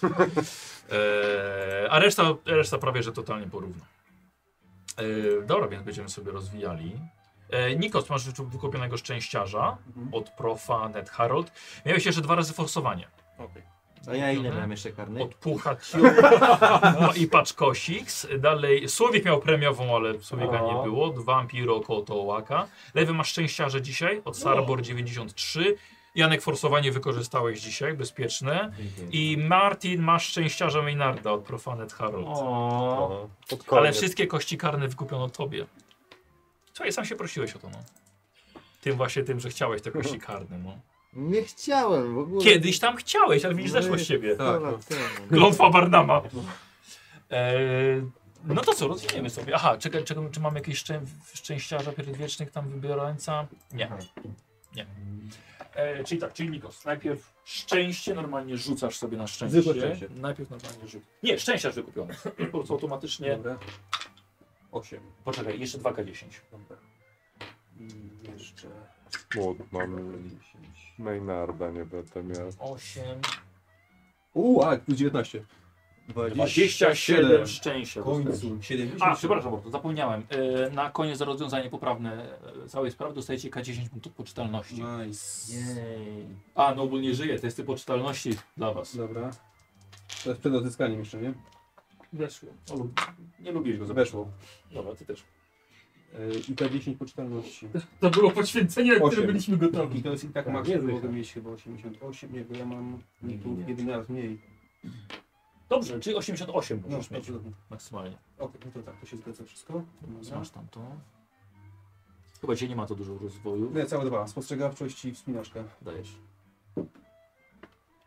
Eee, a reszta, reszta prawie, że totalnie porówno. Eee, dobra, więc będziemy sobie rozwijali. Eee, Nikos, masz wykupionego szczęściarza od profa Net Harold. Miałeś jeszcze dwa razy forsowanie. Okej. A ja ile miałem jeszcze karny? Od Puchatiu no i Paczkosiks. Dalej Słowik miał premiową, ale Słowika O. nie było. Vampiro Kotołaka. Lewy masz szczęściarze dzisiaj od Sarbor dziewięćdziesiąt trzy. Janek, forsowanie wykorzystałeś dzisiaj, bezpieczne. I Martin masz szczęściarza Maynarda od Profanet Harold. O. Pod Ale koniec. wszystkie kości karne wykupiono tobie. Słuchaj, sam się prosiłeś o to, no. Tym właśnie tym, że chciałeś te kości karne, no. Nie chciałem w ogóle. Kiedyś tam chciałeś, ale widzisz, No zeszło z i ciebie. sto Tak, lat temu. Klątwa Barnama. Eee, no to co, rozwiniemy sobie. Aha, czekaj, czekaj czy mamy jakieś szczę szczęściarza przedwiecznych tam wybierająca? Nie. Nie. E, czyli tak, czyli Nikos. Najpierw szczęście, normalnie rzucasz sobie na szczęście. Zwykłe szczęście. Najpierw normalnie rzuć. Nie, szczęściarz wykupione. Po prostu automatycznie. Dobra. osiem. Poczekaj, jeszcze dwa K dziesięć. Dobra. I jeszcze Młot mamy. Maynarda nie będę miał. osiem. Uuu, a, plus dziewiętnaście. dwadzieścia siedem szczęścia. W końcu. siedemdziesiąt. A, przepraszam, bo zapomniałem. E, na koniec za rozwiązanie poprawne e, całej sprawy dostajecie K dziesięć punktów poczytalności. Nice. Jej. A, no ogólnie żyje, testy poczytalności dla was. Dobra. To jest przed odzyskaniem jeszcze, nie? Weszło. O, lub- nie lubisz go za Weszło. Dobra, ty też. Yy, I K dziesięć poczytalności. To było poświęcenie, na które Osiem. byliśmy gotowi. I to jest i tak Tak, maks, nie mogę zdycha. mieć chyba osiemdziesiąt osiem, nie, bo ja mam Nie, tu nie. jeden raz mniej. Dobrze, czyli osiemdziesiąt osiem No, możesz mieć dobrze, dobrze. maksymalnie. Okej, no to tak, to się zgadza wszystko. Dobra. Masz tam to. Chyba dzisiaj nie ma to dużo rozwoju. Nie, całe dwa. Spostrzegawczość i wspinaczka. Dajesz.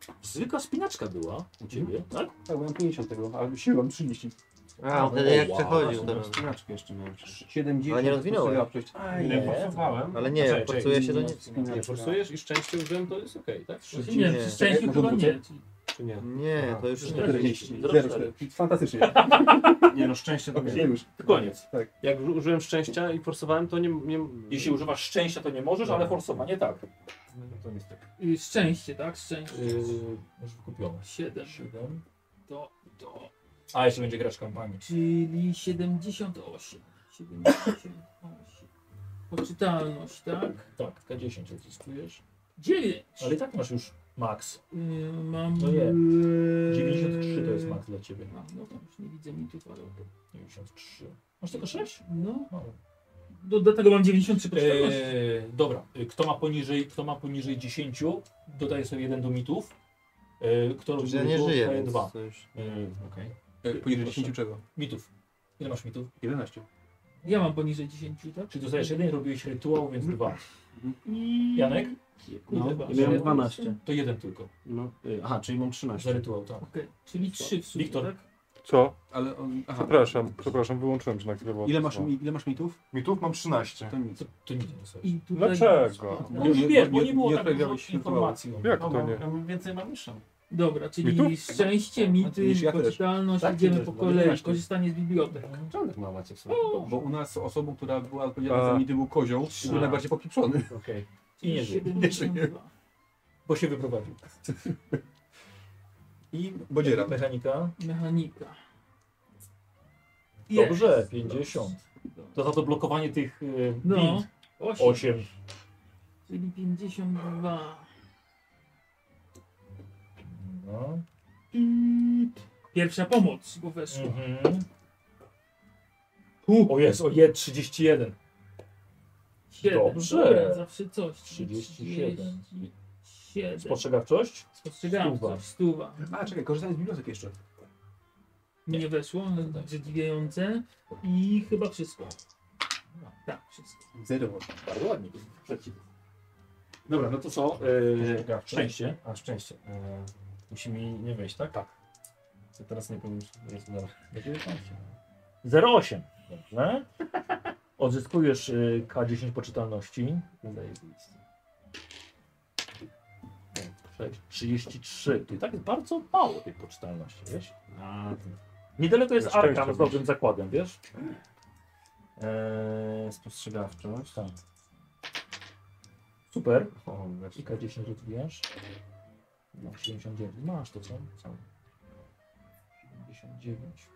Zwykła spinaczka była u ciebie, tak? Tak, byłem pięćdziesiąt tego, a siłą trzydzieści. A, wtedy jak wow. przechodził To teraz. spinaczkę jeszcze miałem. siedemdziesiąt. Ale nie rozwinąłeś. Nie, forsowałem. Ale nie, Czekaj, forsuje się to nie. czekaj, Nie forsujesz i szczęście użyłem, to jest okej, tak? Nie wiem, czy szczęście chyba nie. Czy nie? Nie, to już czterdzieści. Zero, fantastycznie. Nie no, szczęście to Nie, nie. już. Koniec. Tak. Jak uży- użyłem szczęścia i forsowałem, to nie... nie... Jeśli używasz szczęścia, to nie możesz, ale forsowanie tak. No to niestety. Y, Szczęście, tak? Szczęście. Yy, już wykupione. siedem. siedem. To, to. A, jeszcze będzie gracz kampanii. Czyli siedemdziesiąt osiem. siedemdziesiąt osiem. Poczytalność, tak? Tak, K dziesięć odzyskujesz. dziewięć. Ale i tak masz już max. Yy, mam. No nie. yy, dziewięćdziesiąt trzy to jest max dla ciebie. A, no to już nie widzę mi tu ale dziewięćdziesiąt trzy. Masz tylko sześć? No. No. Do, do tego mam dziewięćdziesiąt trzy poczytalności. Eee, dobra, Y, kto ma poniżej, kto ma poniżej dziesięć, dodaje sobie jeden do mitów. Eee, kto robi Ja nie mitów, żyję, daje więc dwa. to już... Eee, okej. Poniżej dziesięć czego? Mitów. Ile masz mitów? jedenaście. Ja mam poniżej dziesięć, tak? Czyli dostajesz jeden, robiłeś rytuał, więc dwa. I... Janek? Kurde, No, chyba. ja miałem dwanaście. To jeden tylko. No, y, aha, czyli mam Za trzynaście. rytuał, tak. Okej, czyli trzy w sumie, Wiktor. tak? Co? Ale on... Aha. Przepraszam, przepraszam, wyłączyłem się na chwilę. bo- Ile masz, mi- ile masz mitów? Mitów mam trzynaście. To nic. To, to nic nie dostajesz. I tutaj... Dlaczego? No nie wiesz, bo nie było nie tak dużo odprawiałeś informacji. Jak No, to mam, nie? ja mam więcej mam niż on. Dobra, czyli Mitów? szczęście, mity, Niż ja też. poczytalność, Tak, idziemy też, po bo kolei, jedenaście. korzystanie z bibliotek. Żadnych ma macie w sobie. Bo u nas osobą, która była odpowiedzialna A. za mity był kozioł i był A. najbardziej popieprzony. Okej. I nie żyje, siedemdziesiąt dwa. bo się wyprowadził. I bodziera. Mechanika. Mechanika. Dobrze, Jest. pięćdziesiąt. To za to blokowanie tych y, No, bind. osiem. osiem. Czyli pięćdziesiąt dwa. No. I pierwsza pomoc, bo weszło. Mhm. O jest, o je, trzydzieści jeden. siedem. Dobrze. Dobra, zawsze coś. trzydzieści siedem. siedem. Spostrzegawczość? Spostrzegam Stuwa. coś. Stuwa. A, czekaj, korzystanie z bibliotek jeszcze. Nie weszło, ale zadziwiające. I chyba wszystko. Tak, wszystko. Zero. Bardzo ładnie. Przeciw. Dobra, no to co? Yy, szczęście. A, szczęście. E, musi mi nie wejść, tak? Tak. To teraz nie powiem, że jest dobra. zero przecinek osiem. Dobrze. Odzyskujesz y, K dziesięć poczytalności. sześć, trzydzieści trzy. To i tak jest bardzo mało tej poczytalności, wiesz? A, Niedaleko jest Szczęście Arkham z masz. dobrym zakładem, wiesz? e, spostrzegawczość. Tak. Super. O, I weszło. K dziesięć rozwijasz. No, siedemdziesiąt dziewięć. Masz to co? Cały. siedemdziesiąt dziewięć.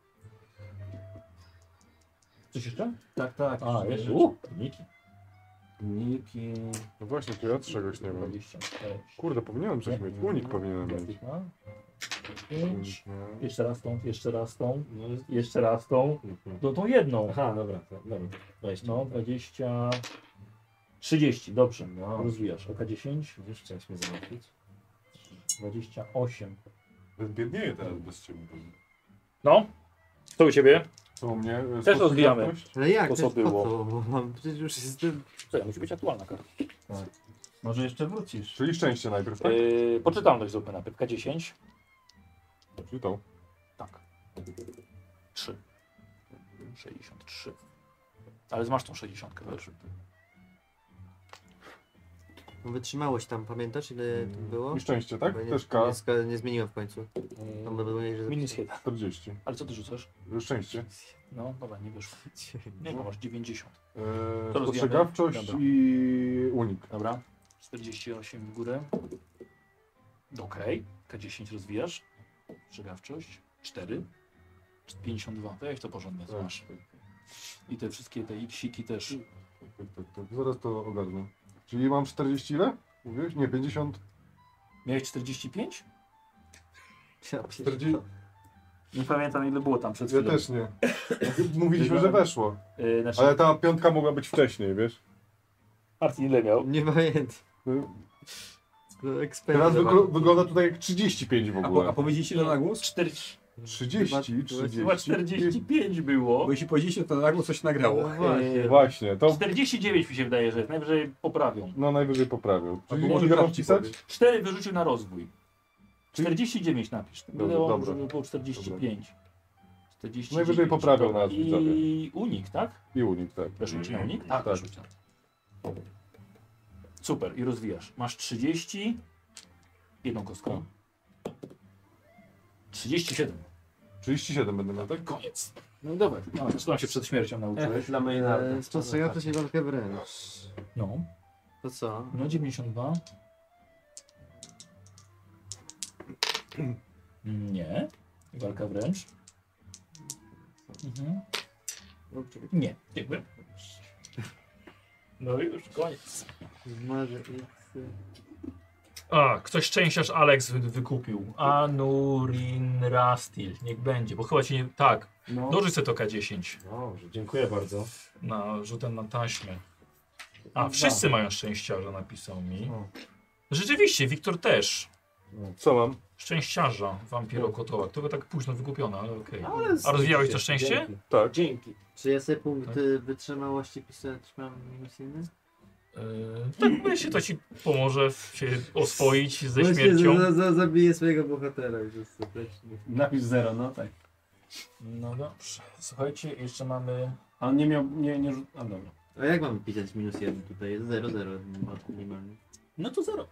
Coś jeszcze? Tak, tak. A, jeszcze jeszcze. rzeczy. U, Niki. Niki. No właśnie, to ja czegoś nie wiem. dwadzieścia sześć. Kurde, powinienem coś mieć. Unik powinienem mieć. Jakich ma? Unik, pięć. nie. Jeszcze raz tą, jeszcze raz tą, No, jest... jeszcze raz tą. Mhm. No tą jedną. Aha, dobra, to, dobra. Wejście. No, dwadzieścia. trzydzieści, dobrze. No. Rozwijasz. O K dziesięć. Wiesz, chciałeś mnie załatwić? dwadzieścia osiem. Biednieję teraz bez ciebie. No. Co u ciebie? Co u mnie? Też rozwijamy. Spostrzegawczość? Ale jak? To co To jest po było? co? Bo mam, przecież już jestem... Co, ja musi być aktualna karta. Może jeszcze wrócisz. Czyli szczęście najpierw, tak? Yy, poczytalność zróbmy najpierw. K dziesięć. Czyli tą. Tak. trzy. sześćdziesiąt trzy. Ale masz tą sześćdziesiątkę. Wiesz? Wytrzymałość tam, pamiętasz ile to było? I szczęście, tak? Bo nie, Też K. Nie, ska- nie zmieniłem w końcu. Tam by było mniej, że Minus jeden. czterdzieści. Ale co ty rzucasz? Szczęście. No, dobra, nie wyszło. Nie, bo masz dziewięćdziesiąt. Eee, To rozwijamy? spostrzegawczość Dobra. i unik. Dobra. czterdzieści osiem w górę. Okej. K dziesięć rozwijasz. Spostrzegawczość. cztery. pięćdziesiąt dwa. To jak to porządnie Tak. masz. I te wszystkie te iksiki też. Tak, tak, tak. Zaraz to ogarnę. Czyli mam czterdzieści ile? Mówiłeś? Nie, pięćdziesiąt. Miałeś czterdzieści pięć? czterdzieści. Nie pamiętam ile było tam przed Ja chwilą. też nie. Mówiliśmy, że weszło. Yy, znaczy, Ale ta piątka mogła być wcześniej, wiesz? Arti ile miał? Nie pamiętam. No, To ekspert. Teraz wygl wygląda tutaj jak trzydzieści pięć w A, po, ogóle. a powiedzieliście to na głos? czterdzieści. trzydzieści, Chyba trzydzieści. czterdzieści pięć było. Bo jeśli powiedzieliście to na głos, coś nagrało. No właśnie. Właśnie, to czterdzieści dziewięć mi się wydaje, że jest. Najwyżej poprawią. no najwyżej poprawił. A Czyli może ile mam Graf ci pisać? powie. cztery wyrzucił na rozwój. czterdzieści dziewięć napisz. Dobra, Było, dobra. żeby było czterdzieści pięć. czterdzieści Najwyżej dziewięć. poprawią Dobra. nas widzowie. I unik, tak? I unik, tak. Weszło ci na unik? Tak, Tak. weszło ci na Super, i rozwijasz. Masz trzydzieści. Jedną kostką. trzydzieści siedem. trzydzieści siedem będę miał, tak? Koniec. No dobra, no, zresztą się przed śmiercią nauczyłeś. Dla Maynarda. Eee, Spostrzegawczość i walkę wręcz. No, To co? no dziewięćdziesiąt dwa. Nie. Walka wręcz. Mhm. Nie, dziękuję. No i już koniec. Może X. A, ktoś szczęściarz Alex wy, wykupił. Anurin Rastil. Niech będzie, bo chyba ci nie... Tak, No. dorzuć sobie to K dziesięć. Dobrze, dziękuję bardzo. Na rzutem na taśmę. A, wszyscy mają szczęściarza, napisał mi. No. Rzeczywiście, Wiktor też. Co mam? Szczęściarza, wampirokotoła. To by tak późno wykupione, ale okej. Ale A rozwijałeś to szczęście? Dzięki. Tak. Dzięki. Czy ja sobie punkt y, wytrzymałości pisuję, czy mam minus inny? Yy, tak, myślę, to ci pomoże w- się oswoić ze Właśnie śmiercią. za, za, zabiję swojego bohatera już ostatecznie. Napisz zero, no tak. No dobrze. Słuchajcie, jeszcze mamy... A on nie miał, nie, nie rzut... A dobra. A jak mamy pisać minus jeden tutaj? Jest zero, zero minimalnie. No to zero.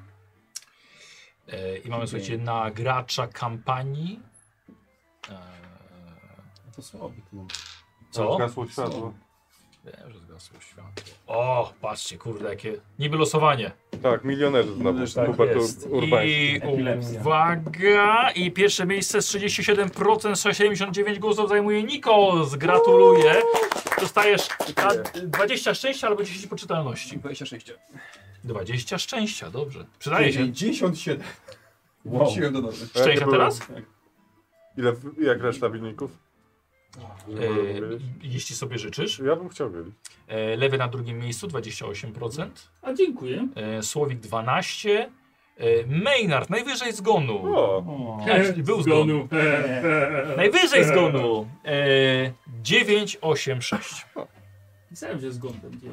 E, I mamy, słuchajcie, na gracza kampanii. E, To słaby tu mam. co? Zgasło światło. Wiem, że zgasło światło. O, patrzcie, kurde, jakie... Niby losowanie. Tak, milionerzy znowu. Tak Hubert jest. Urbański. I Epilepsja. uwaga! I pierwsze miejsce z trzydzieści siedem procent, siedemdziesiąt dziewięć głosów zajmuje Nikos. Gratuluję. Dostajesz a, dwadzieścia szczęścia albo dziesięć poczytalności. dwadzieścia sześć. dwadzieścia szczęścia, dobrze. Przydaje się. pięćdziesiąt siedem. Wow. Wróciłem do normy. A jakie Szczęścia były- teraz? Ile, jak reszta wyników? E, jeśli sobie życzysz. Ja bym chciał wiedzieć. E, lewy na drugim miejscu dwadzieścia osiem procent. A dziękuję. E, Słowik dwanaście procent. E, Maynard najwyżej zgonu. O, O. Tak, był zgonu. Najwyżej zgonu. E, dziewięć osiem sześć. Pisałem, że zgon będzie.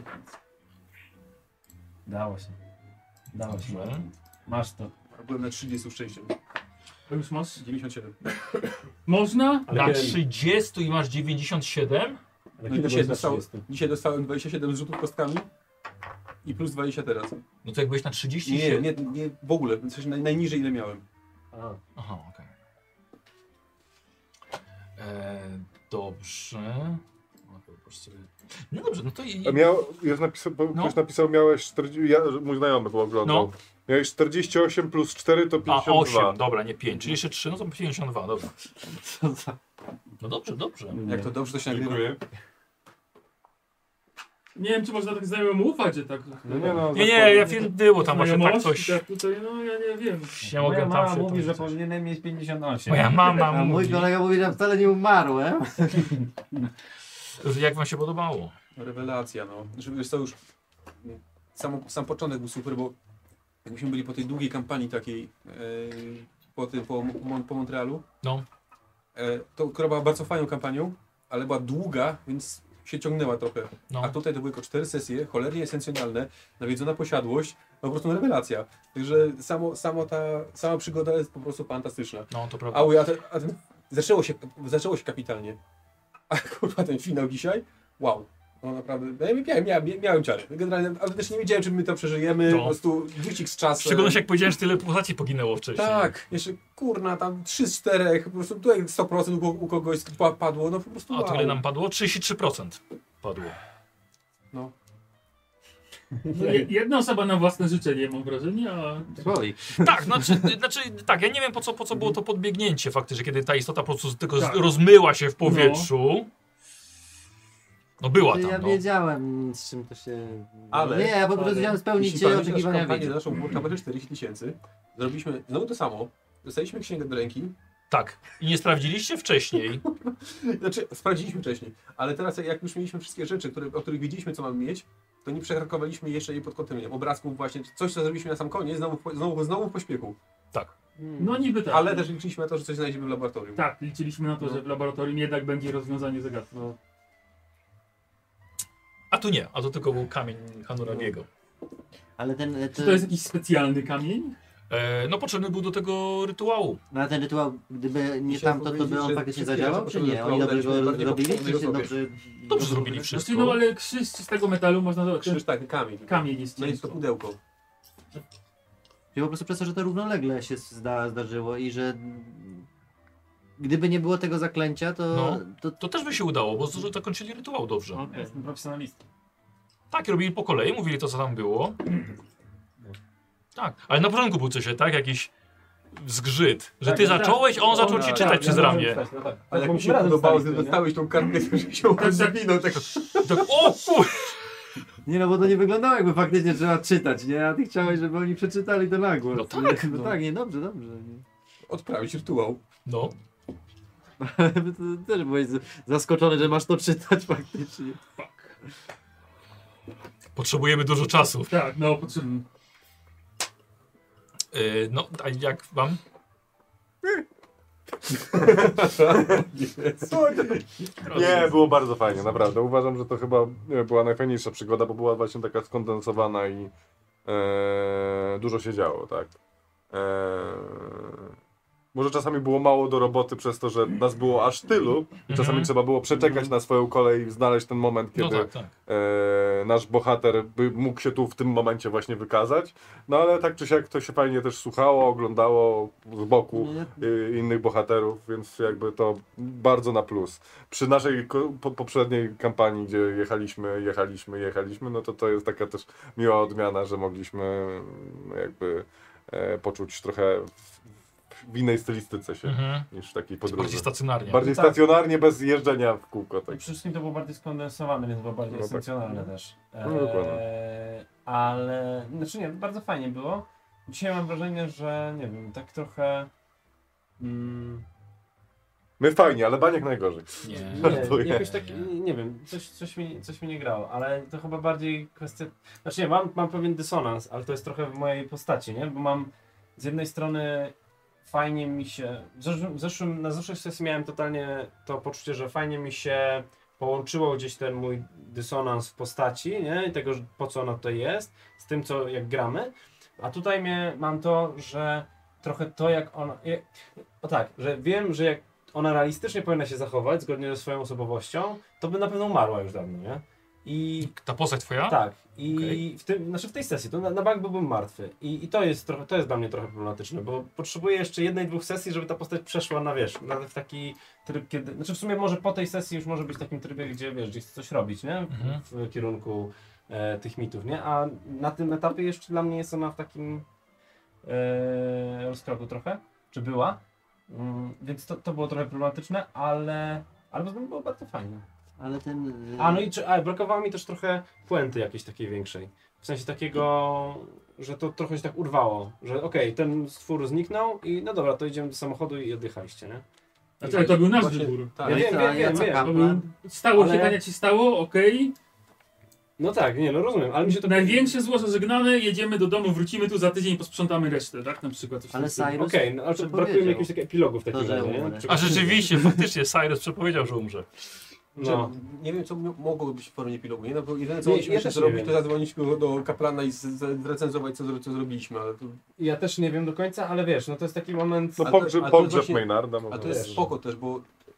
Dało się. Dało się. Dobrze. Masz to. Byłem na trzydziestu szczęściem. A już masz? dziewięćdziesiąt siedem. Można? Na kiedy- trzydzieści i masz dziewięćdziesiąt siedem? Ale No kiedy dzisiaj, byłeś na dostał, trzydziestu? dzisiaj dostałem dwadzieścia siedem zrzutów kostkami i plus dwadzieścia teraz. No to jak byłeś na trzydzieści Nie, siedem? nie, nie w ogóle. Coś naj, najniżej ile miałem. A. Aha, okej. E, Dobrze. O, to już sobie- No dobrze, no to i... a miał, jest napisał, bo No. ktoś napisał, miałeś czterdzieści, ja, mój znajomy był oglądał. No. Miałeś czterdzieści osiem plus cztery to A, pięćdziesiąt dwa. osiem, dobra, nie pięć, czyli jeszcze trzy, no to pięćdziesiąt dwa, dobra. Co za... No dobrze, dobrze. Jak to dobrze to się nagrywa. Dziękuję. Nie wiem, czy można tak znajomemu ufać, że tak... No nie no, Nie, nie, ja wiem, było tam właśnie tak Znajomości, coś... tak tutaj, no ja nie wiem. Nie Moja mogę tam mama się... mówi, to- że powinienem mieć pięćdziesiąt osiem. Moja mama A mój mówi... kolega mówi, że wcale nie umarłem. Jak wam się podobało? Rewelacja, no. Żeby wiesz co, już sam, sam początek był super, bo jakbyśmy byli po tej długiej kampanii takiej e, po, tym, po, Mon- po Montrealu, No. e, to która była bardzo fajną kampanią, ale była długa, więc się ciągnęła trochę. No. A tutaj to były tylko cztery sesje, cholernie esencjonalne, nawiedzona posiadłość, no po prostu rewelacja. Także samo, samo ta, sama przygoda jest po prostu fantastyczna. No, to prawda. A, oj, a, ten, a ten, zaczęło, się, zaczęło się kapitalnie. A kurwa ten finał dzisiaj, wow. No naprawdę, ja miałem, miałem, miałem ciarę. Generalnie, ale też nie wiedziałem, czy my to przeżyjemy, No. po prostu wyścig z czasem. W szczególności jak powiedziałem, że tyle postaci poginęło wcześniej. Tak, jeszcze kurna, tam trzy z czterech, po prostu tutaj sto procent u, u kogoś pa- padło, no po prostu A wow. to ile nam padło? trzydzieści trzy procent padło. No. No, je- jedna osoba na własne życzenie, mam wrażenie, a... Słowik. Tak, znaczy, znaczy, tak, ja nie wiem po co, po co było to podbiegnięcie faktycznie, kiedy ta istota po prostu tylko Tak. z, rozmyła się w powietrzu. No była Ja tam, no. wiedziałem, z czym to się... Ale- Nie, ja po prostu ale chciałem spełnić Jeśli pamiętasz oczekiwania kampanię widzów. naszą Warhammer czterdzieści tysięcy, zrobiliśmy znowu to samo, dostaliśmy księgę do ręki, Tak. I nie sprawdziliście wcześniej. znaczy sprawdziliśmy wcześniej, ale teraz jak już mieliśmy wszystkie rzeczy, które, o których wiedzieliśmy co mamy mieć, to nie przeharkowaliśmy jeszcze jej pod kątem nie wiem, obrazków właśnie, coś co zrobiliśmy na sam koniec, znowu, w po- znowu, znowu w pośpiechu. Tak. No niby tak. Ale też liczyliśmy na to, że coś znajdziemy w laboratorium. Tak, liczyliśmy na to, że w laboratorium jednak będzie rozwiązanie zagadki. No. A tu nie, a to tylko był kamień Hanurabiego. Ale ten... Czy to jest jakiś specjalny kamień? E, no potrzebny był do tego rytuału. No a ten rytuał, gdyby nie Chciałem tamto, to powiedzieć, by on że faktycznie wszystkie zadziałał, rzeczy czy nie? Oni potrzebne dobrze daliśmy go bardziej zrobili, czy podpowiedzi się sobie. dobrze... Dobrze zrobili wszystko. Znaczy, no ale krzyż z tego metalu można do... Krzyż tak, kamień. Kamień jest No jest to ciężko. pudełko. Czyli po prostu przez to, że to równolegle się zda, zdarzyło i że gdyby nie było tego zaklęcia, to... No. to... To też by się udało, bo z- zakończyli rytuał dobrze. Okej. Jestem profesjonalistą. Tak, robili po kolei, mówili to, co tam było. Tak, ale na początku był coś, tak? Jakiś zgrzyt, że Tak, ty tak. zacząłeś, a on zaczął ci tak, czytać ja przez mogłem ramię. czytać, no tak. Ale jak Bo mi się razem podobało, że staliśmy, nie? dostałeś tą kartkę, to się Tak, tak. zawinął, tak Tak, o kur... Nie no, bo to nie wyglądało jakby faktycznie trzeba czytać, nie? A ty chciałeś, żeby oni przeczytali to na głos. No tak, No, no. tak, nie, dobrze, dobrze. Nie. odprawić rytuał. No. Ale to też byłeś z- zaskoczony, że masz to czytać faktycznie. Potrzebujemy dużo czasu. Tak, no potrzebny. Yy, no, a jak wam? Nie, było bardzo fajnie, naprawdę. Uważam, że to chyba nie, była najfajniejsza przygoda, bo była właśnie taka skondensowana i e, dużo się działo, tak. E, może czasami było mało do roboty przez to, że nas było aż tylu i czasami Mhm. trzeba było przeczekać na swoją kolej i znaleźć ten moment, No kiedy tak, tak. e, nasz bohater by mógł się tu w tym momencie właśnie wykazać. No ale tak czy siak to się fajnie też słuchało, oglądało z boku Nie, y, innych bohaterów, więc jakby to bardzo na plus. Przy naszej ko- po, poprzedniej kampanii, gdzie jechaliśmy, jechaliśmy, jechaliśmy, no to to jest taka też miła odmiana, że mogliśmy mm, jakby e, poczuć trochę w, w innej stylistyce się Mhm. niż w takiej Bardziej podróży. stacjonarnie. Bardziej Tak. stacjonarnie, bez jeżdżenia w kółko. I Tak. przede wszystkim to było bardziej skondensowane, więc było bardziej No tak. esencjonalne też. No dokładnie. Eee, ale, znaczy nie, bardzo fajnie było. Dzisiaj mam wrażenie, że nie wiem, tak trochę... Mm, My fajnie, ale Baniak najgorzej. Nie. Żartuję. nie, jakoś tak, nie, nie wiem, coś, coś, mi, coś mi nie grało, ale to chyba bardziej kwestia... Znaczy nie, mam, mam pewien dysonans, ale to jest trochę w mojej postaci, nie? Bo mam z jednej strony fajnie mi się... W zeszłym, w zeszłym, na zeszłej sesji miałem totalnie to poczucie, że fajnie mi się połączyło gdzieś ten mój dysonans w postaci, nie? I tego, że po co ona tutaj jest, z tym, co jak gramy. A tutaj mnie, mam to, że trochę to, jak ona... je- O tak, że wiem, że jak ona realistycznie powinna się zachować, zgodnie ze swoją osobowością, to by na pewno umarła już dawno, nie? I Ta postać twoja? tak, i Okej. w tym, znaczy w tej sesji, to na, na bank byłbym martwy. I, i to jest trochę, to jest dla mnie trochę problematyczne, bo potrzebuję jeszcze jednej, dwóch sesji, żeby ta postać przeszła na, wiesz, nawet w taki tryb, kiedy, znaczy w sumie może po tej sesji już może być w takim trybie, gdzie, wiesz, gdzie chce coś robić, nie? W, Mhm. w kierunku e, tych mitów, nie? A na tym etapie jeszcze dla mnie jest ona w takim e, rozkroku trochę, czy była. Mm, więc to, to było trochę problematyczne, ale, ale poza tym było bardzo fajne. ale ten... y, A no i czy, a, brakowało mi też trochę puenty jakiejś takiej większej. W sensie takiego, że to trochę się tak urwało, że okej, ten stwór zniknął i no dobra, to idziemy do samochodu i oddychajcie, nie? A to, to był nasz Właśnie- wybór. Tak. Ja wiem, co, wiem, a wiem, co wiem. To był, kaplan? stało Ale- się tak jak się stało, okej. No tak, nie, no rozumiem, ale mi się to... Największe zło żegnane, jedziemy do domu, wrócimy tu za tydzień, posprzątamy resztę, tak? Na przykład. coś w Ale tym stylu. Cyrus Okej, no ale to przepowiedział. brakuje mi jakiegoś takiego epilogu w To, takim że razie, nie? umrę. Czy- A rzeczywiście, faktycznie Cyrus przepowiedział, że umrze. No. Że nie wiem, co mi- mogło być w formie epilogu. Nie? No, bo jedyne, co Nie, mogliśmy ja jeszcze też nie zrobić, wiem. to zadzwonić go do kaplana i z- z- zrecenzować, co, zro- co zrobiliśmy, ale to, Ja też nie wiem do końca, ale wiesz, no to jest taki moment... No A to- pogrzeb, a to pogrzeb właśnie- Maynarda. a może to jest wiesz. spoko też, bo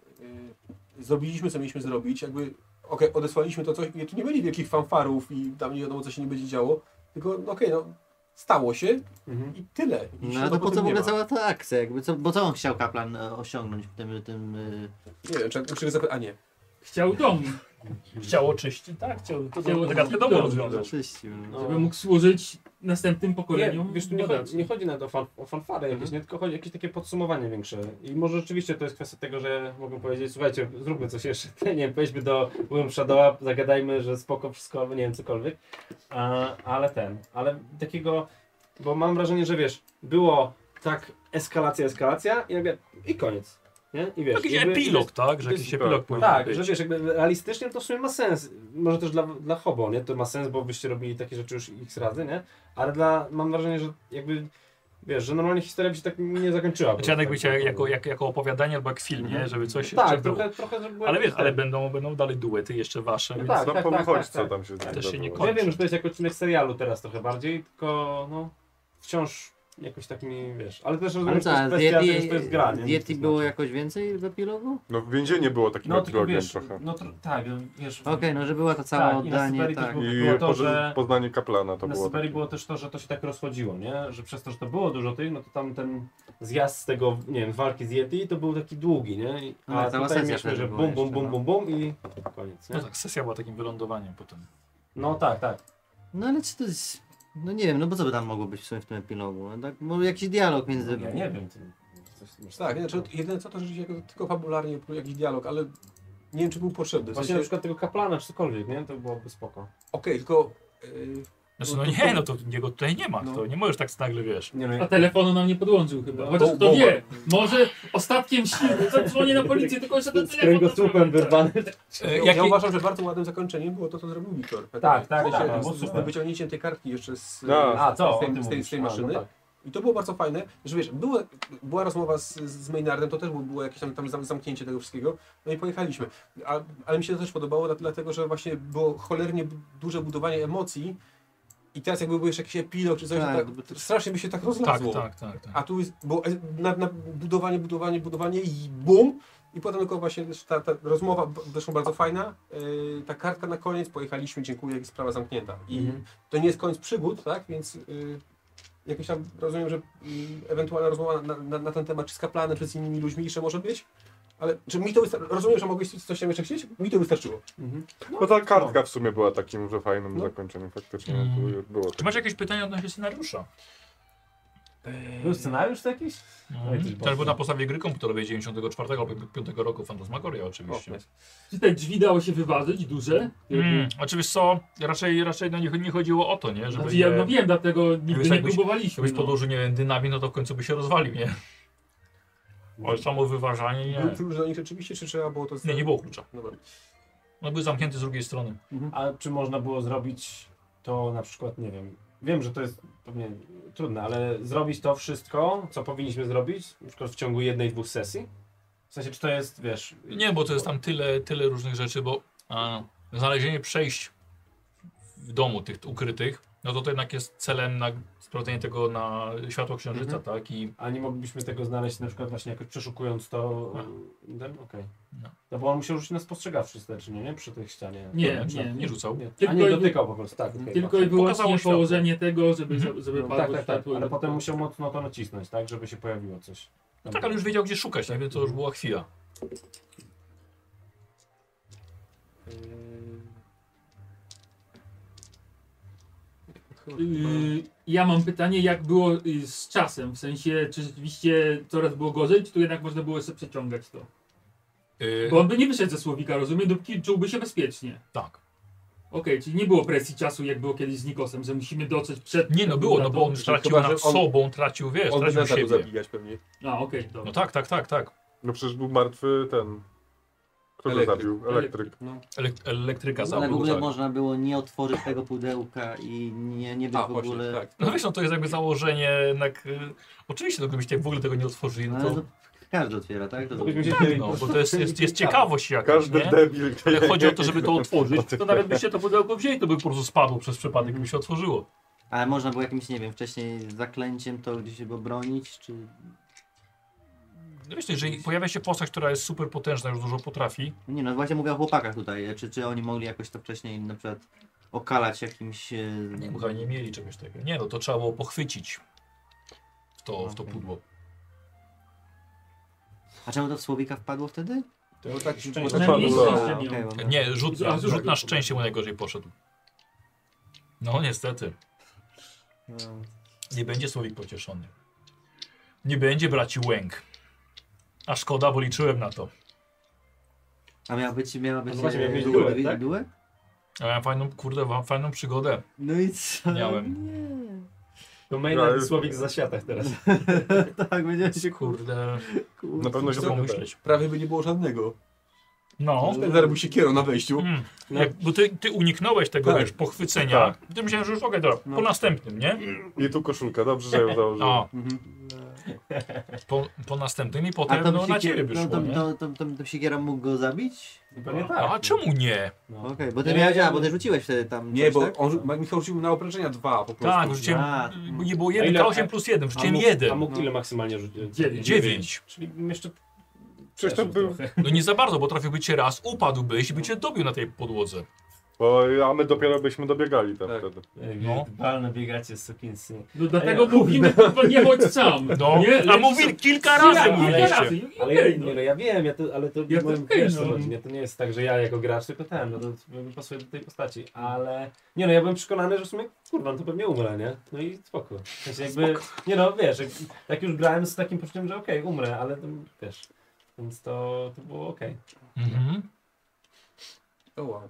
y, zrobiliśmy, co mieliśmy zrobić, jakby okej, odesłaliśmy to coś, tu nie byli wielkich fanfarów i tam nie wiadomo, co się nie będzie działo, tylko no, okej, no stało się Mhm. i tyle. I No się ale to na po co potem w nie ogóle ma. cała ta akcja? Jakby co, bo co on chciał kaplan e, osiągnąć w tym... tym y... Nie wiem, czy muszę zapytać, a nie. Chciał dom, Chciał oczyścić, tak, chciał to Chciał- zagadkę domu dom. rozwiązać. Oczywiście, no. żeby mógł służyć następnym Nie, pokoleniom. wiesz, tu nie badaczy. chodzi, nie chodzi nawet o, fan, o fanfary jakieś, nie, tylko chodzi o jakieś takie podsumowanie większe. I może rzeczywiście to jest kwestia tego, że mogą powiedzieć, słuchajcie, zróbmy coś jeszcze, nie wiem, pojedźmy do William Shadowa, zagadajmy, że spoko wszystko, albo nie wiem, cokolwiek. A, ale ten, ale takiego, bo mam wrażenie, że wiesz, było tak eskalacja, eskalacja i nagle, i koniec. Nie? I wiesz, Jakiś jakby- epilog, tak? Że to jakiś jest- epilog powinien Tak, być. że wiesz, jakby realistycznie to w sumie ma sens. Może też dla, dla Hobo, nie? To ma sens, bo byście robili takie rzeczy już x razy, nie? Ale dla, mam wrażenie, że jakby, wiesz, że normalnie historia by się tak nie zakończyła. Znaczy, Janek by tak, chciał jako, jako, jako opowiadanie albo jak film, nie? Żeby coś jeszcze Tak, było. trochę, trochę żeby było Ale wiesz, jakiś ale ten- będą, będą dalej duety jeszcze wasze, No więc tak, No tak, po tak, wychodź, tak, co tak. tam się Też się nie zdarzyło. kończy. Ja wiem, że to jest jako odcinek serialu teraz trochę bardziej, tylko no wciąż jakoś tak mi, wiesz, ale też Ale rozumiem, że to co, jest z kwestia, Yeti, że to jest gra, nie? z Yeti było jakoś więcej w epilogu? No więzienie było takim No tylko epilogiem wiesz, trochę. no tro, tak, wiesz. Okej, no że była ta cała tak, i na oddanie, Syberii tak. też było, I było to, po- że poznanie kaplana to na było. Syberii takie- było też to, że to się tak rozchodziło, nie? Że przez to, że to było dużo tych, no to tam ten zjazd z tego, nie wiem, walki z Yeti to był taki długi, nie? I- No, A cała tutaj sesja mieliśmy, wtedy że była bum, bum, jeszcze, bum, no. bum, bum i koniec, nie? No tak, sesja była takim wylądowaniem potem. No tak, tak. No ale czy to jest... No nie wiem, no bo co by tam mogło być w sumie w tym epilogu? No, tak, może jakiś dialog między... Ja nie wiem. To, coś, coś Tak, nie, znaczy, jedyne co to rzeczywiście jako- tylko fabularnie jakiś dialog, ale nie wiem czy był potrzebny. W Właśnie sensie, na przykład tego kaplana czy cokolwiek, nie? To byłoby spoko. Okej, tylko... Yy, Znaczy, no nie, no to jego tutaj nie ma, No. to nie możesz tak nagle, wiesz. Nie, no, A telefonu nam nie podłączył chyba. No, Chociaż bo- kto bo- wie, może ostatkiem sił zadzwonię na policję, tylko że ten z telefon... kręgosłupem wyrwany. E, ja, jakie- ja uważam, że bardzo ładnym zakończeniem było to, co zrobił Wiktor. Tak, tak, W sensie, tak, z- było z, super. z wyciągnięciem tej kartki jeszcze z, A, z, co? z, tej, O tym z, tej, z tej mówisz. A, no maszyny. tak. I to było bardzo fajne, że wiesz, było, była rozmowa z, z Maynardem, to też było, było jakieś tam, tam zam- zamknięcie tego wszystkiego, no i pojechaliśmy. A, ale mi się to też podobało, dla- dlatego że właśnie było cholernie bu- duże budowanie emocji i teraz jakby był jeszcze jakiś epilog czy coś, Tak, tak, bo to- strasznie by się tak Tak, rozlazło. tak, tak. tak. A tu jest, było e- na, na budowanie, budowanie, budowanie i bum! I potem tylko właśnie ta, ta rozmowa, b- zresztą bardzo fajna, yy, ta kartka na koniec, pojechaliśmy, dziękuję, i sprawa zamknięta. I Mhm. to nie jest koniec przygód, tak? Więc yy, jakoś tam rozumiem, że yy, ewentualna rozmowa na, na, na ten temat, czy z kaplanem, czy z innymi ludźmi jeszcze może być, ale czy mi to wystarczy? Rozumiem, że mogłeś coś tam jeszcze chcieć? Mi to wystarczyło. Mhm. Bo ta kartka w sumie była takim, że fajnym No. zakończeniem faktycznie. Mm. Było, było Czy masz jakieś pytania odnośnie scenariusza? Był scenariusz jakiś? Oj, coś Mhm. Też był bardzo. na podstawie gry komputerowej dziewięćdziesiątego czwartego albo piątego roku Fantasmagoria oczywiście. O, Czy te drzwi dało się wyważyć, duże? Mm, oczywiście co, raczej, raczej no, nie, nie chodziło o to, nie? Żeby Znaczy, ja nie, no wiem, dlatego nigdy Jakbyś- nie jakbyś- próbowaliśmy. Jakbyś no. podłożył, nie wiem, dynamit, no to w końcu by się rozwalił, nie? Ale samo wyważanie nie. Był klucz do nich rzeczywiście, czy trzeba było to... Nie, nie było klucza. Dobra. No był zamknięty z drugiej strony. A czy można było zrobić to na przykład, nie wiem, wiem, że to jest pewnie trudne, ale zrobić to wszystko, co powinniśmy zrobić, na przykład w ciągu jednej, dwóch sesji? W sensie, czy to jest, wiesz... Nie, bo to jest tam tyle, tyle różnych rzeczy, bo a, znalezienie przejść w domu tych ukrytych, no to to jednak jest celem na sprawdzenie tego na światło księżyca, Mhm. tak? I A nie moglibyśmy tego znaleźć na przykład właśnie jakoś przeszukując to... Ten? Okej. No. No bo on musiał rzucić na spostrzegawczy czy nie, nie? Przy tej ścianie. Nie, nie, nie, nie rzucał. Nie. A Tylko nie i- dotykał po prostu, tak. okej, Tylko tak. i wyłącznie Pokazało światło. położenie tego, żeby, Mhm. żeby No, padło tak, tak, tak, światło. ale potem musiał mocno to nacisnąć, tak, żeby się pojawiło coś. No tak, ale już wiedział, gdzie szukać, nie? Więc to już była chwila. Yy, ja mam pytanie, jak było y, z czasem? W sensie, czy rzeczywiście coraz było gorzej, czy tu jednak można było jeszcze przeciągać to? Yy, Bo on by nie wyszedł ze słowika, rozumiem, dopóki czułby się bezpiecznie. tak. Okej, czyli nie było presji czasu, jak było kiedyś z Nikosem, że musimy dotrzeć przed... Nie, no było, no bo on tracił Chyba, że nad on- sobą, tracił, wiesz, On by tracił nas zaczął siebie. zabijać pewnie. A, okej, dobra. No tak, tak, tak, tak. No przecież był martwy ten... Kto go Elektryk. zabił? Elektryk. No. Elek- elektryka Ale w zabił, ogóle tak. można było nie otworzyć tego pudełka i nie, nie być A, w właśnie, ogóle... tak. No wiesz, no to jest jakby założenie jednak... Y, oczywiście, no gdybyście w ogóle tego nie otworzyli, No, no ale to... to każdy otwiera, tak? To Byśmy się Tak, chcieli- no, bo to jest, jest, jest ciekawość jakaś, Każdy nie? debil. Ale chodzi o to, żeby to otworzyć, to nawet byście to pudełko wzięli, to by po prostu spadło przez przypadek, gdyby się otworzyło. Ale można było jakimś, nie wiem, wcześniej zaklęciem to gdzieś go bronić, czy... No wiesz, jeżeli pojawia się postać, która jest super potężna, już dużo potrafi, Nie no, właśnie mówię o chłopakach tutaj, czy, czy oni mogli jakoś to wcześniej na przykład okalać jakimś... e, nie, bo chyba nie mieli czegoś takiego. Nie, no to trzeba było pochwycić w to, w to Okej. pudło. A czemu to w słowika wpadło wtedy? To tak, Szczęście. bo Przynajmniej Spadło. szczęście A, miał. okej, bo- Nie, rzut, A, rzut rzut. na szczęście mu najgorzej poszedł. No niestety. no. Nie będzie Słowik pocieszony. Nie będzie braci Łęk. A szkoda, bo liczyłem na to. A miała być, miała być... No właśnie, miał e, być duet, duet, tak? duet? A miałem fajną, kurde, mam fajną przygodę. No i co? Miałem. Nie. To Maynard i Słowik za światach teraz. Tak, będziemy się kur... Kurde, kur... Na pewno się co pomyśleć. pomyśleć. prawie by nie było żadnego. No. Ten zaraz był siekierą na wejściu. Mm. Jak, bo ty, ty uniknąłeś tego, Tak. wiesz, pochwycenia. Tak. Ty myślałem, że już okej, dobra, No. po następnym, nie? I tu koszulka, dobrze, że ją założyłem. O, Mhm. po, po następnym i A potem tą, no, na ciebie siekier, wyszło, tą, nie? tą, tą, tą, tą siekierą mógł go zabić? Pewnie tak. A czemu nie? No. Okej, bo ty Nie, miałeś, nie, a, bo ty rzuciłeś wtedy tam Nie, coś, bo tak? on, rzu- Michał rzucił na obrażenia dwa po prostu. Tak, rzuciłem, A. bo nie było A jeden, ile- K osiem plus jeden, A rzuciłem mógł, jeden. a mógł No. ile maksymalnie rzucić? Dziewięć. Dziewięć. Czyli jeszcze... Przecież to przeszło był... trochę. No nie za bardzo, bo trafiłby cię raz, upadłbyś i by cię dobił na tej podłodze. Bo, a my dopiero byśmy dobiegali tam Tak. wtedy. No. Walne biegacie, sukinsy. No dlatego mówimy, kurwa, nie chodź sam. No, Nie, a leć mówili sam. kilka razy Kilka mówiliście. razy. Ale Okej, ja, no. nie, no, ja wiem, ja to, ale to Ja moim, to- wiesz, no. co chodzi, nie, to nie jest tak, że ja jako gracz, tylko ten, no to mi pasuje do tej postaci, ale nie no, ja byłem przekonany, że w sumie, kurwa, no to pewnie umrę, nie? No i spoko. W sensie jakby, nie no, wiesz, jak, jak już grałem z takim poczuciem, że okej, umrę, ale to, wiesz, więc to, to było okej. Mhm. O, wow.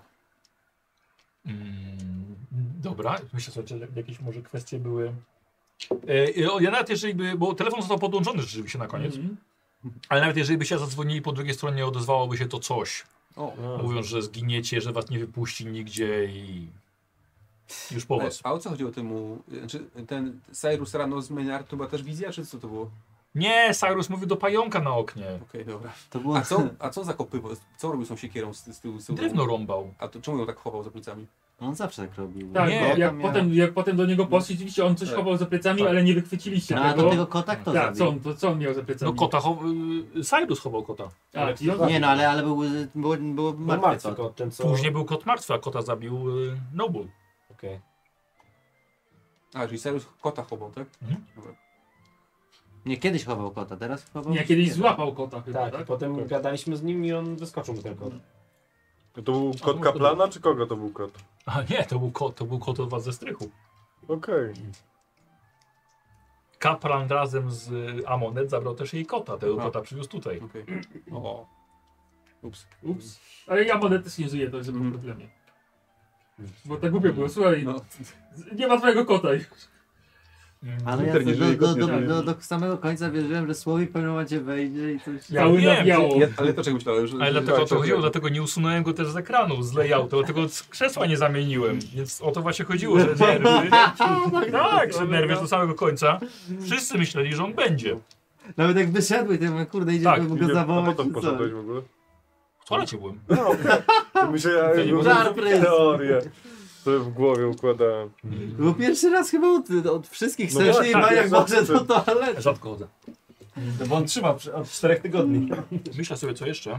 Mm, dobra, myślę sobie, że jakieś może kwestie były. E, o, ja nawet jeżeli by, bo telefon został podłączony rzeczywiście na koniec, Mhm. ale nawet jeżeli by się zadzwonili po drugiej stronie, odezwałoby się to coś. O. No. Mówiąc, że zginiecie, że was nie wypuści nigdzie i już po was. A o co chodziło temu? Czy ten Cyrus rano z Maynard to była też wizja, czy co to było? Nie, Cyrus mówił do pająka na oknie. Okej, dobra. To było... A co, a co zakopywał? Co robił z tą siekierą z, z tyłu? Z tyłu? Drewno rąbał. A to czemu ją tak chował za plecami? On zawsze tak robił. Tak, Nie, bo jak, tam miał- potem, jak potem do niego poszli, rzeczywiście on coś Tak. chował za plecami, Tak. ale nie wychwyciliście A tego. do tego kota kto Tak, zabił? co on, to co on miał za plecami? No kota, chow... y, Cyrus chował kota. A, czyli on Nie no, ale, ale był, było, było No martwy martwy kot. kot, ten co... Później był kot martwy, a kota zabił y, Noble. Okej. A, czyli Cyrus kota chował, tak? Mhm. Dobra. Nie, kiedyś chował kota, teraz chował... nie, kiedyś siekierę. złapał kota chyba, Tak, tak? i potem gadaliśmy z nim i on wyskoczył mu ten kot. To był kot kaplana, czy kogo to był kot? A nie, to był kot, to był kot od was ze strychu. Okej. Kaplan razem z y, Amonet zabrał też jej kota, tego A. kota przywiózł tutaj. Okej. O. Ups. Ups. Ale ja monet też nie żyję, to jest Mhm. w problemie. Bo tak głupio było, słuchaj, No. nie ma twojego kota. Ale ja Winter nie do, żyje, do, kot nie do, żyje. do, do samego końca wierzyłem, że Słowik w pewnym momencie wejdzie i coś... Ja Cały na wiem, biało. Ja, ale dlaczego myślałem, że... Ale że- dlatego o to że- chodziło, dlatego nie usunąłem go też z ekranu, z layoutu, dlatego z krzesła nie zamieniłem, więc o to właśnie chodziło, że nerwy, tak, że nerwy do samego końca, wszyscy myśleli, że on będzie. Nawet jak wyszedłeś, to ja mówię, kurde, idzie Tak, tak, go Idzie- A zawołać, potem czy co? poszedłeś w ogóle? W toalecie byłem. No. To mi się ja To nie było żarty. teorię sobie w głowie układałem. Było pierwszy raz chyba od, od wszystkich No sesji, tak, tak, jak tak, poszedł do tak. toalety. Rzadko chodzę. No bo on trzyma przy- od czterech tygodni. Myślę sobie, co jeszcze.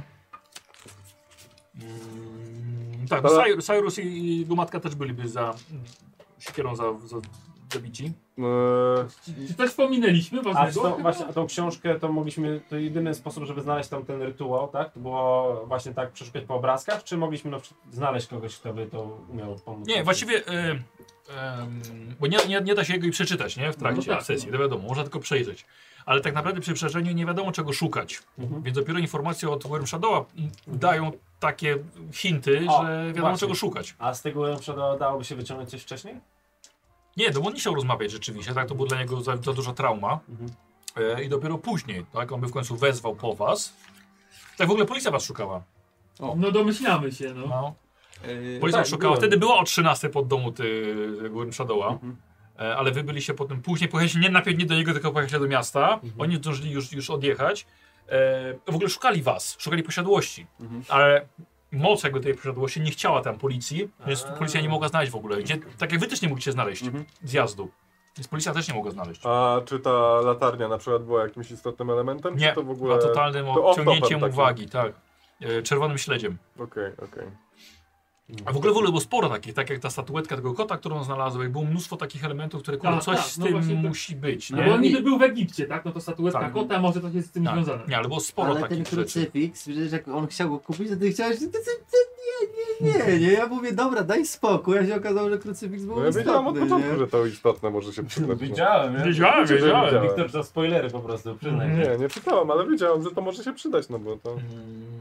Mm, tak, no Ale- Cyrus, Cyrus i i jego matka też byliby za siekierą za, za zabici. Eee, Czy coś wspominaliśmy A ważnego? to, właśnie, a tą książkę to mogliśmy, to jedyny sposób, żeby znaleźć tam ten rytuał, tak? To było właśnie tak przeszukać po obrazkach, czy mogliśmy na przykład znaleźć kogoś, kto by to umiał pomóc? Nie, właściwie, y, em, bo nie, nie, nie da się jego i przeczytać, nie, w trakcie No tak, sesji, no. to wiadomo, można tylko przejrzeć. Ale tak naprawdę przy przeżeniu nie wiadomo czego szukać, Mhm. więc dopiero informacje od Worm Shadowa mm, dają takie hinty, O, że wiadomo właśnie. czego szukać. A z tego Shadow dałoby się wyciągnąć coś wcześniej? Nie, no bo on nie chciał rozmawiać rzeczywiście, tak, to było dla niego za, za duża trauma. Mhm. E, I dopiero później, tak, on by w końcu wezwał po was. Tak w ogóle policja was szukała. No domyślamy się, no. No. Eee, Policja was tak, szukała, byłem. wtedy była o trzynastej pod domu ty, Worm Shadowa. Mhm. E, ale wy byliście potem, później pojechaliście nie najpierw nie do niego, tylko pojechaliście do miasta. Mhm. Oni zdążyli już, już odjechać. E, w ogóle szukali was, szukali posiadłości. Mhm. Ale moc jakby tej posiadłości nie chciała tam policji, więc A. policja nie mogła znaleźć w ogóle. Gdzie, tak jak wy też nie mogliście znaleźć Mhm. zjazdu. Więc policja też nie mogła znaleźć. a czy ta latarnia na przykład była jakimś istotnym elementem? Nie, czy to w ogóle... była totalnym to off-topem odciągnięciem takim. uwagi, tak. E, czerwonym śledziem. Okej, okej. A w ogóle w ogóle było sporo takich, tak jak ta statuetka tego kota, którą znalazłeś, było mnóstwo takich elementów, które kurde, Tak, coś tak, z no tym właśnie to- musi być, No nie? bo on niby był w Egipcie, tak? No to statuetka Tak. kota, może to jest z tym Tak. związane. Nie, ale było sporo Ale ten takich rzeczy. krucyfiks, przecież jak on chciał go kupić, to ty chciałeś, ty, ty, ty, nie, nie, nie, nie, ja mówię, dobra, daj spokój, a się okazało, że krucyfiks był No ja wiedziałem od istotny, początku, nie? że to istotne może się przydać. no. Wiedziałem, ja. Wiedziałem, Oczywiście, że wiedziałem. wiedziałem. Wiktor, to spoilery po prostu, przyznaj. Nie, nie czytałem, ale wiedziałem, że to może się przydać, no bo to... Mm,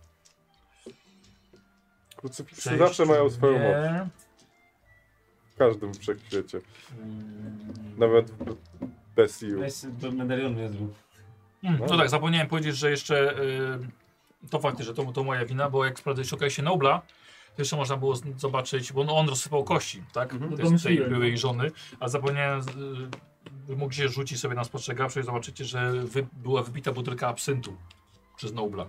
Krucyfiksy przejść zawsze mają swoją moc. nie. W każdym wszechświecie. Mm, Nawet w- bez sił. Weź do medalionu nie zrób. mm, No tak, zapomniałem powiedzieć, że jeszcze y, To faktycznie, to, to moja wina, bo jak sprawdzę, szukaliście Nobla, to jeszcze można było z- zobaczyć, bo on, on rozsypał kości, tak? Mhm. To No jest tej domyśliłem, byłej no. żony, a zapomniałem, z- y, mogliście rzucić sobie na spostrzegawczość i zobaczycie, że wy, była wybita butelka absyntu przez Nobla.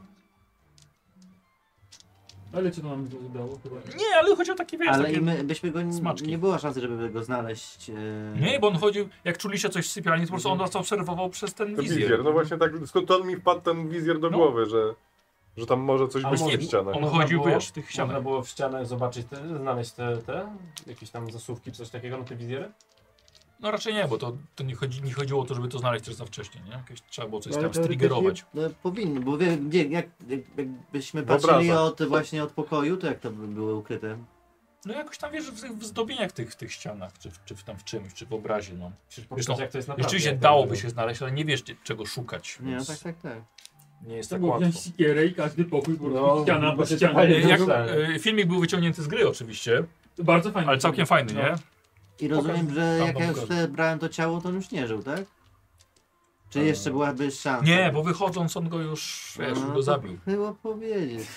Ale co to nam udało? Chyba. Nie, ale chodzi o takie, wiesz, Ale takie... i my, byśmy go, smaczki. nie było szansy, żeby go znaleźć. E... Nie, bo on chodził, jak czuliście coś w sypialni, to po prostu on nas obserwował przez ten Ten wizjer. wizjer, no właśnie tak, skąd on mi wpadł ten wizjer do No. głowy, że, że tam może coś A być w może- tych ścianach. on Można chodził, było- wiesz, w tych ścianach. Można było w ścianach zobaczyć, te, znaleźć te, te, jakieś tam zasówki czy coś takiego na te wizjery? No raczej nie, bo to, to nie, chodzi, nie chodziło o to, żeby to znaleźć też za wcześnie, nie? Jakieś, trzeba było coś Ale tam teoretycznie, striggerować. No, powinno, bo wie, gdzie, jak, jak, jakbyśmy W patrzyli obrazach. od, właśnie od pokoju, to jak to by było ukryte? No jakoś tam, wiesz, w, w zdobieniach tych, w tych ścianach, czy, w- czy w, tam w czymś, czy w obrazie, no. Przecież Wiesz, pokazać, no, jak to jest naprawdę. Rzeczywiście jak to dałoby było. się znaleźć, ale nie wiesz gdzie- czego szukać, Nie, no więc tak, tak, tak. nie jest To tak było łatwo. wziąć sikierę i każdy pokój, po prostu No, ściana po właśnie ścianie. fajnie E, było. Jak, tak. e, filmik był wyciągnięty z gry oczywiście, To bardzo fajnie. ale całkiem fajny, No. nie? I rozumiem, że tam jak wam ja już pokażę. wtedy brałem to ciało, to on już nie żył, tak? Czy jeszcze byłaby szansa? Nie, bo wychodząc on go już, wiesz, już No, go to zabił. Było powiedzieć.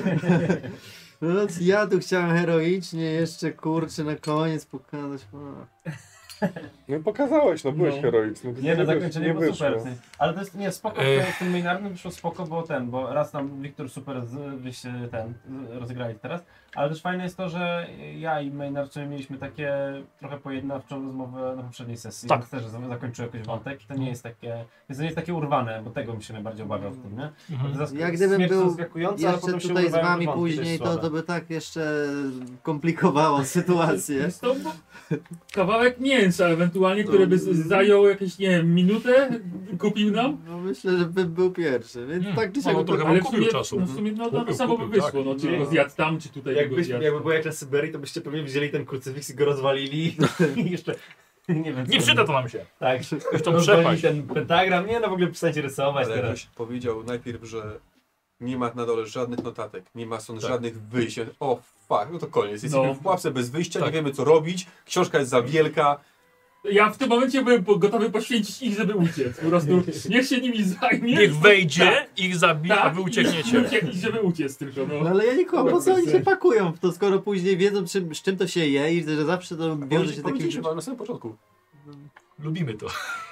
No ja tu chciałem heroicznie jeszcze, kurczę, na koniec pokazać. O. No pokazałeś, no byłeś No. heroiczny. Nie, no wysz- zakończenie nie było super. wyszło. Ale to jest, nie, spoko, Ech. to z tym Maynardem wyszło spoko, bo ten, bo raz tam Wiktor super z, wyście ten, z- rozegrali teraz, ale też fajne jest to, że ja i Maynard sobie mieliśmy takie trochę pojednawczą rozmowę na poprzedniej sesji, Tak. więc też za- zakończył jakoś wątek i to nie jest takie, więc to nie jest takie urwane, bo tego bym się najbardziej obawiał w tym, nie? Mhm. To zask- Ja gdybym śmierć był zaskakująca, ale jeszcze potem się tutaj z urywają wami te wątki, później, jest to, słabe. to by tak jeszcze komplikowało sytuację. Jest to kawałek mięsa ewentualnie, który by z- zajął jakieś, nie wiem, minutę, kupił nam. No myślę, że bym był pierwszy, więc Hmm, tak czy mało siak trochę by- wam Ale w kupił sumie, czasu. no w sumie no, no, to Kupił, samo by kupił, wyszło, tak. no, czy Nie. go zjadł tam, czy tutaj go Jakbyś, zjadł. jakby było jak na Syberii, to byście pewnie wzięli ten krucyfiks i go rozwalili i jeszcze, nie wiem. Nie co- przyda to nam się. Tak, Ktoś to rozwalili przepaść. ten pentagram, nie no w ogóle przestańcie rysować Ale teraz. ktoś powiedział najpierw, że nie ma na dole żadnych notatek, nie ma stąd Tak. żadnych wyjść. O fuck, no to koniec. Jesteśmy No. w pułapce bez wyjścia, Tak. nie wiemy co robić, książka jest za wielka. Ja w tym momencie byłem po- gotowy poświęcić ich, żeby uciec. Po prostu niech się nimi zajmie. Niech wejdzie, Tak. ich zabije, a Tak, wy i- uciekniecie. ucieknij, żeby uciec tylko, No no. ale ja nie kumam, po co oni się pakują w to, skoro później wiedzą czym, z czym to się je i że zawsze to wiąże się takim... Powiedzieliśmy na samym początku. Lubimy to.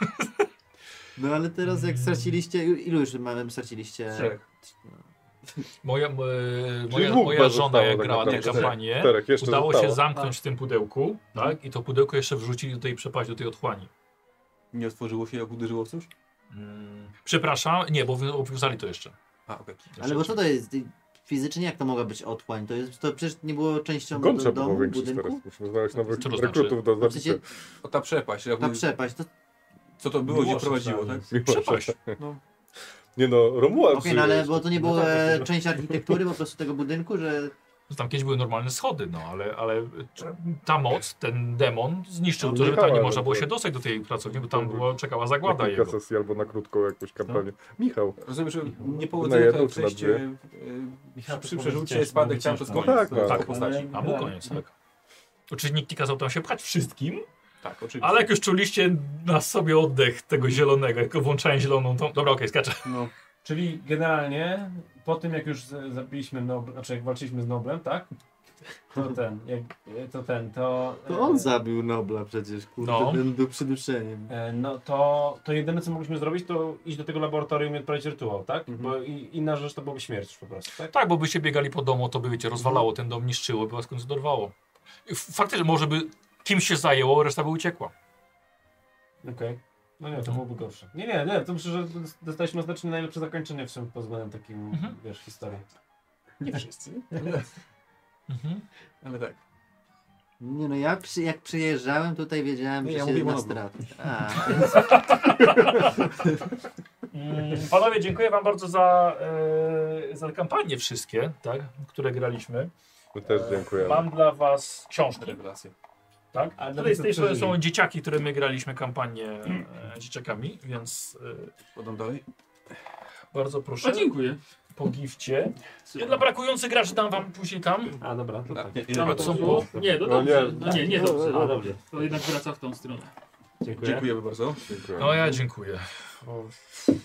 No ale teraz jak straciliście, ilu już mamy straciliście? Trzech. Moja, e, Czyli moja, dwóch moja chyba żona zostało jak tak grała tę naprawdę. kampanię, Czterech, jeszcze udało zostało. się zamknąć w tym pudełku, tak? I to pudełko jeszcze wrzucili do tej przepaści, do tej otchłani. Nie otworzyło się, jak uderzyło w coś? Mm, przepraszam, nie, bo wy obwiązali to jeszcze. A, okej. Ale bo co to jest? Fizycznie jak to mogła być otchłań? To, jest, to przecież nie było częścią Gon do, trzeba domu, było większyć teraz. budynku? Musimy znaleźć nowych Co to rekrutów do No przecież zabicia. O, ta przepaść, jakby, ta przepaść, to co to było, gdzie Miłość prowadziło, trzeba tak? Przepaść. No. Nie no, Romuald okej, no ale żyje bo to nie No było tak, e, to- część architektury po prostu tego budynku, że... No tam kiedyś były normalne schody, no ale, ale ta moc, ten demon zniszczył to, żeby Michała, tam nie można było no to- się dostać do tej pracowni, bo tam to- była, czekała Na zagłada kilka jego. sesji albo na krótką jakąś kampanię. Michał. Rozumiem, że Na niepowodzenie jedną to czy na przejście dwie? y, Michał, przy to przerzucie ciężko, spadek będzie chciałem przez ciężko. koniec. Tak, no. tak, Tak. postaci. A był koniec, tak. Oczywiście nikt nie kazał tam się pchać wszystkim, Tak, oczywiście. ale jak już czuliście na sobie oddech tego zielonego, jak włączałem zieloną, to... Dobra, okej, skaczę. No. Czyli generalnie po tym jak już z- zabiliśmy Nobla, znaczy jak walczyliśmy z Noblem, tak? To ten, jak, to ten, to... To on zabił Nobla przecież, kurde, No. ten był przyduszeniem. E, No to, to jedyne co mogliśmy zrobić to iść do tego laboratorium i odprawić rytuał, tak? Mhm. Bo i, inna rzecz to byłaby śmierć już po prostu, tak? Tak, bo byście biegali po domu, to by wiecie, rozwalało ten dom, niszczyło, by was w końcu dorwało. I f- Faktycznie może by kimś się zajęło, reszta by uciekła. Okej. No nie, to byłoby gorsze. Nie, nie, nie, to myślę, że dostaliśmy znacznie najlepsze zakończenie w sumie pod względem takim, Mhm. wiesz, historii. Nie wszyscy. Mhm. Ale tak. Nie no, ja przy, jak przyjeżdżałem tutaj wiedziałem, Nie, że ja się mówię na o straty. A, Mm, Panowie, dziękuję wam bardzo za, e, za kampanie wszystkie, tak, które graliśmy. My też dziękujemy. Mam dla was książki, Rewelacje. tak? Ale Tutaj z tej strony przeżyli. są dzieciaki, które my graliśmy kampanię e, dzieciakami, więc Podam dalej. e, bardzo proszę, O, dziękuję. po gifcie. Dla brakujących graczy dam wam później tam. A dobra, to tak. Nie, nie, Dobra, nie, to są było? po- Nie, no No nie. dobrze. No nie, nie dobrze. A, dobrze. To jednak wraca w tą stronę. Dziękuję. Dziękujemy bardzo. Dziękuję. No ja dziękuję. O,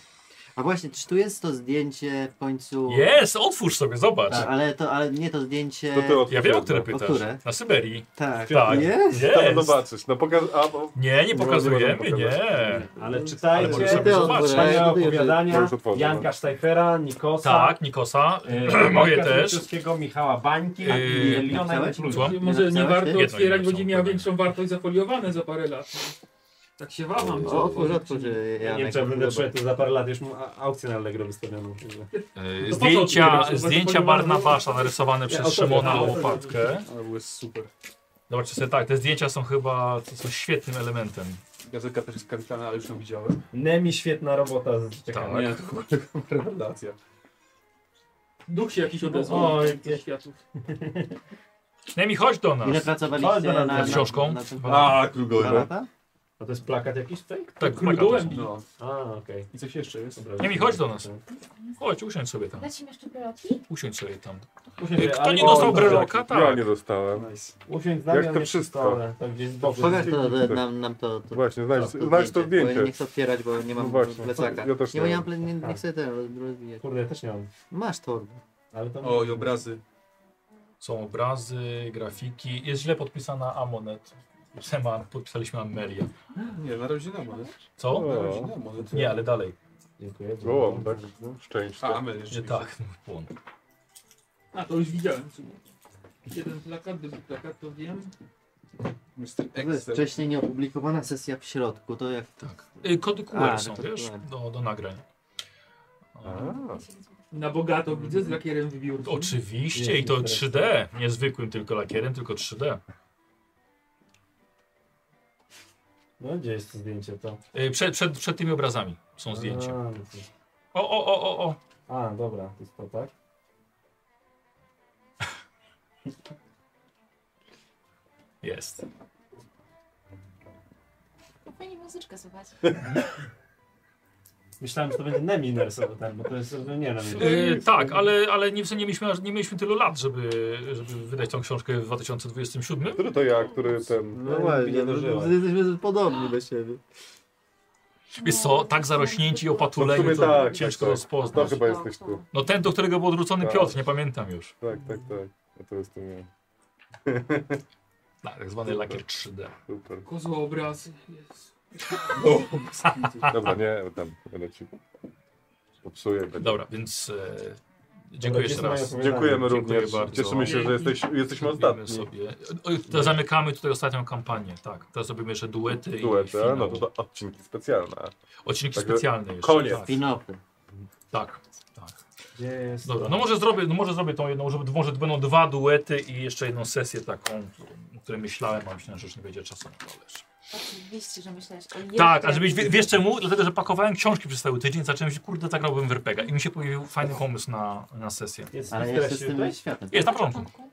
A właśnie, czy tu jest to zdjęcie w końcu... Jest, otwórz sobie, zobacz. Tak, ale, to, ale nie to zdjęcie... To ty otwórz Ja wiem, o jedno. które O pytasz. które? Na Syberii. Tak. Tak. Jest? Jest. Tam zobaczyć. No pokaż... A, bo... Nie, nie No, pokazujemy, nie możemy nie. Ale Ale czytajcie, możesz Ty sobie otwórz, zobaczyć. a ja wspaniałe tutaj już- opowiadania Ja już otworzę, Janka no. Sztajfera, Nikosa, Tak, Nikosa. e, Moje Majka też. Zbyszewskiego, Michała Bańki, Yy, Eliona i napisałeś? Klucz. Słucham? Może nie napisałeś warto ty? Jedno otwierać, nie będzie miała napisałem. większą wartość zafoliowane za parę lat. Tak się waham. czy O, otwórz, otworzyć, otwórz. czy nie. Ja Nie wiem, czy ja będę szedł tu za parę lat, już mam a- aukcję na Allegro wystawioną. E, To Zdjęcia, po co zdjęcia otwierać? Barnabasza narysowane przez o to Szymona chodzi. Łopatkę. Ale było super. Zobaczcie sobie, tak, te zdjęcia są chyba to są świetnym elementem. Gazetka też jest kapitalna, ale już ją widziałem. Nemi, świetna robota. Z... Czekaj, Tak. Nie, to była taka rewelacja. Duch się jakiś odezwał Oj, ze światów. Nemi, chodź do nas. Ile pracowaliście Chodź do nas na, na, z książką. na tym A, Dwa Krugowe. lata? A to jest plakat jakiś fake? Tak, Król plakat. gołębi. No. A, okej. I coś jeszcze jest? Dobra, Nemi, chodź do nas. Chodź, usiądź sobie tam. Dać im jeszcze pelotki? Usiądź sobie tam. Usiądź, Kto ale nie dostał o, breloka? Ja Tak. nie dostałem. Nice. Usiądź z Jak nami, to a nie wszystko? przy stole, tak gdzieś z boku. Pokaż to, to, nam, nam to, to, Właśnie, znajdź, to, znajdź to Bo ja zdjęcie. nie chcę otwierać, bo nie No mam właśnie, plecaka. ja też nie, nie nie, mam. mam ple- nie, nie chcę ten roz- rozwijać. Kurde, ja też nie mam. Masz torbę. Ale to... O, i obrazy. Są obrazy, grafiki. Jest źle podpisana Amonet. Sema, podpisaliśmy Amelia. Nie, na razie na monet. Co? O. Na razie na monet. Nie, ale dalej. Dziękuję. Gołąb, tak? Szczęście. A, Amel Nie jeszcze. tak, błąd. A, to już widziałem w sumie. Jeden plakat, drugi plakat, to wiem. mister To jest Excel. wcześniej nieopublikowana sesja w środku, to jak... Tak. Y, Kody Q A, R są, to wiesz, dokładnie. do, do nagrań. A, Na bogato widzę z lakierem wybiórczym. Oczywiście i to trzy D. Nie zwykłym tylko lakierem, tylko trzy D. No, gdzie jest to zdjęcie to? Y, Przed, przed, przed tymi obrazami są zdjęcia. A, no to- O, o, o, o, o. A, dobra, to jest to, tak? Jest. Fajnie muzyczkę słuchać. Myślałem, że to będzie Nemi narysował ten, bo to jest, nie wiem, Y, tak, ale, ale nie, nie, mieliśmy, aż- nie mieliśmy tylu lat, żeby, żeby wydać tą książkę w dwa tysiące dwudziestym siódmym. który to ja, który ten... No właśnie, nie no, dożyła. jesteśmy podobni do siebie. Wiesz co, tak zarośnięci i opatuleni, No w to sumie tak, ciężko tak, tak. rozpoznać. To chyba jesteś ty. No ten, do którego był odwrócony Tak. Piotr, nie pamiętam już. Tak, tak, tak. A to jestem ja. Tak, tak zwany lakier trzy D. Super. Kozło obrazy. Jest. Dobra, nie, tam będę ci popsuję. Będzie. Dobra, więc e, dziękuję jeszcze raz. Dziękujemy Dziękuję również. bardzo. Cieszymy się, że jesteś, jesteśmy Zrobimy ostatni. sobie. O, to zamykamy tutaj ostatnią kampanię, tak. Teraz robimy jeszcze duety, Duety, i finał. no to, to odcinki specjalne. Odcinki Także specjalne jeszcze. koniec. Tak, Spin-offy. tak. tak. Gdzie jest Dobra, to? no może zrobię, no może zrobię tą jedną, żeby może będą dwa duety i jeszcze jedną sesję taką, o której myślałem, a myślałem, że już nie będzie czasu na to też. Oczywiście, że myślałeś o jeszcze Tak, a żebyś, wie- jakimś- wiesz czemu? Dlatego, że pakowałem książki przez cały tydzień, zacząłem się, kurde, zagrałbym w er pe gie i mi się pojawił fajny pomysł na, na sesję. Jest Ale jest jeszcze z treści tym tutaj? światem. Jest na początku.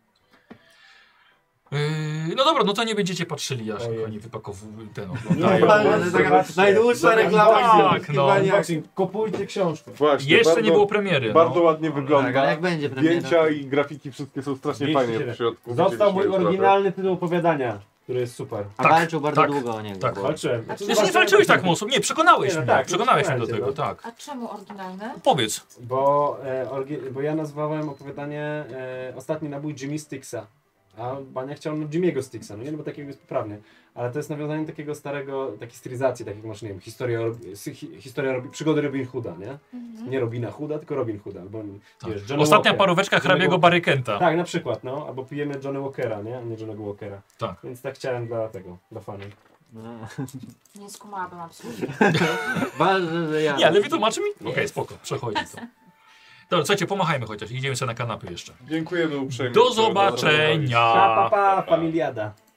Yy, no dobra, no to nie będziecie patrzyli, aż Ojej. oni wypakowują ten No, oglądają. ale Ale taka zobaczcie. najdłuższa Zobacz, reklama. tak, no. Chyba nie- Unboxing. Kupujcie książkę. Właśnie, Jeszcze bardzo, nie było premiery. Bardzo No. ładnie Tak, ale wygląda. jak będzie premiera? Zdjęcia i grafiki wszystkie są strasznie dwieście fajnie siedem. w środku. Został mój Widzieliśmy już oryginalny tytuł opowiadania, który jest super. A Tak, walczył bardzo tak, długo o niego. tak. bo- Walczyłem. A czy- Znaczy nie walczyłeś tak mocno, nie, przekonałeś Nie, no mnie, tak, przekonałeś mnie do przekonajcie, tego, no. tak. A czemu oryginalne? Powiedz. Bo, e, orgi- bo ja nazwałem opowiadanie e, Ostatni nabój Jimmy Sticksa. A Bania chciał no, Jimmy'ego Sticksa, no nie, no bo takiego jest poprawnie. Ale to jest nawiązanie takiego starego, takiej stylizacji, tak jak masz, nie wiem, historia, Rob- hi- historia Robi- przygody Robin Hooda, nie? Mhm. Nie Robina Hooda, tylko Robin Hooda. Albo, Tak. wiesz, Johnny Ostatnia Walker. paróweczka hrabiego Walker. Barykenta. Tak, na przykład, no. Albo pijemy Johnny Walkera, nie? A nie Johnny'ego Walkera. Tak. Więc tak chciałem dla tego, dla fanów. No. Nie skumałabym absolutnie. Ważne, że ja. Nie, ale wytłumaczy mi? Okej, spoko, przechodzi to. Dobra, słuchajcie, pomachajmy chociaż, idziemy sobie na kanapy jeszcze. Dziękujemy uprzejmie. Do zobaczenia! Pa, pa, pa, familiada.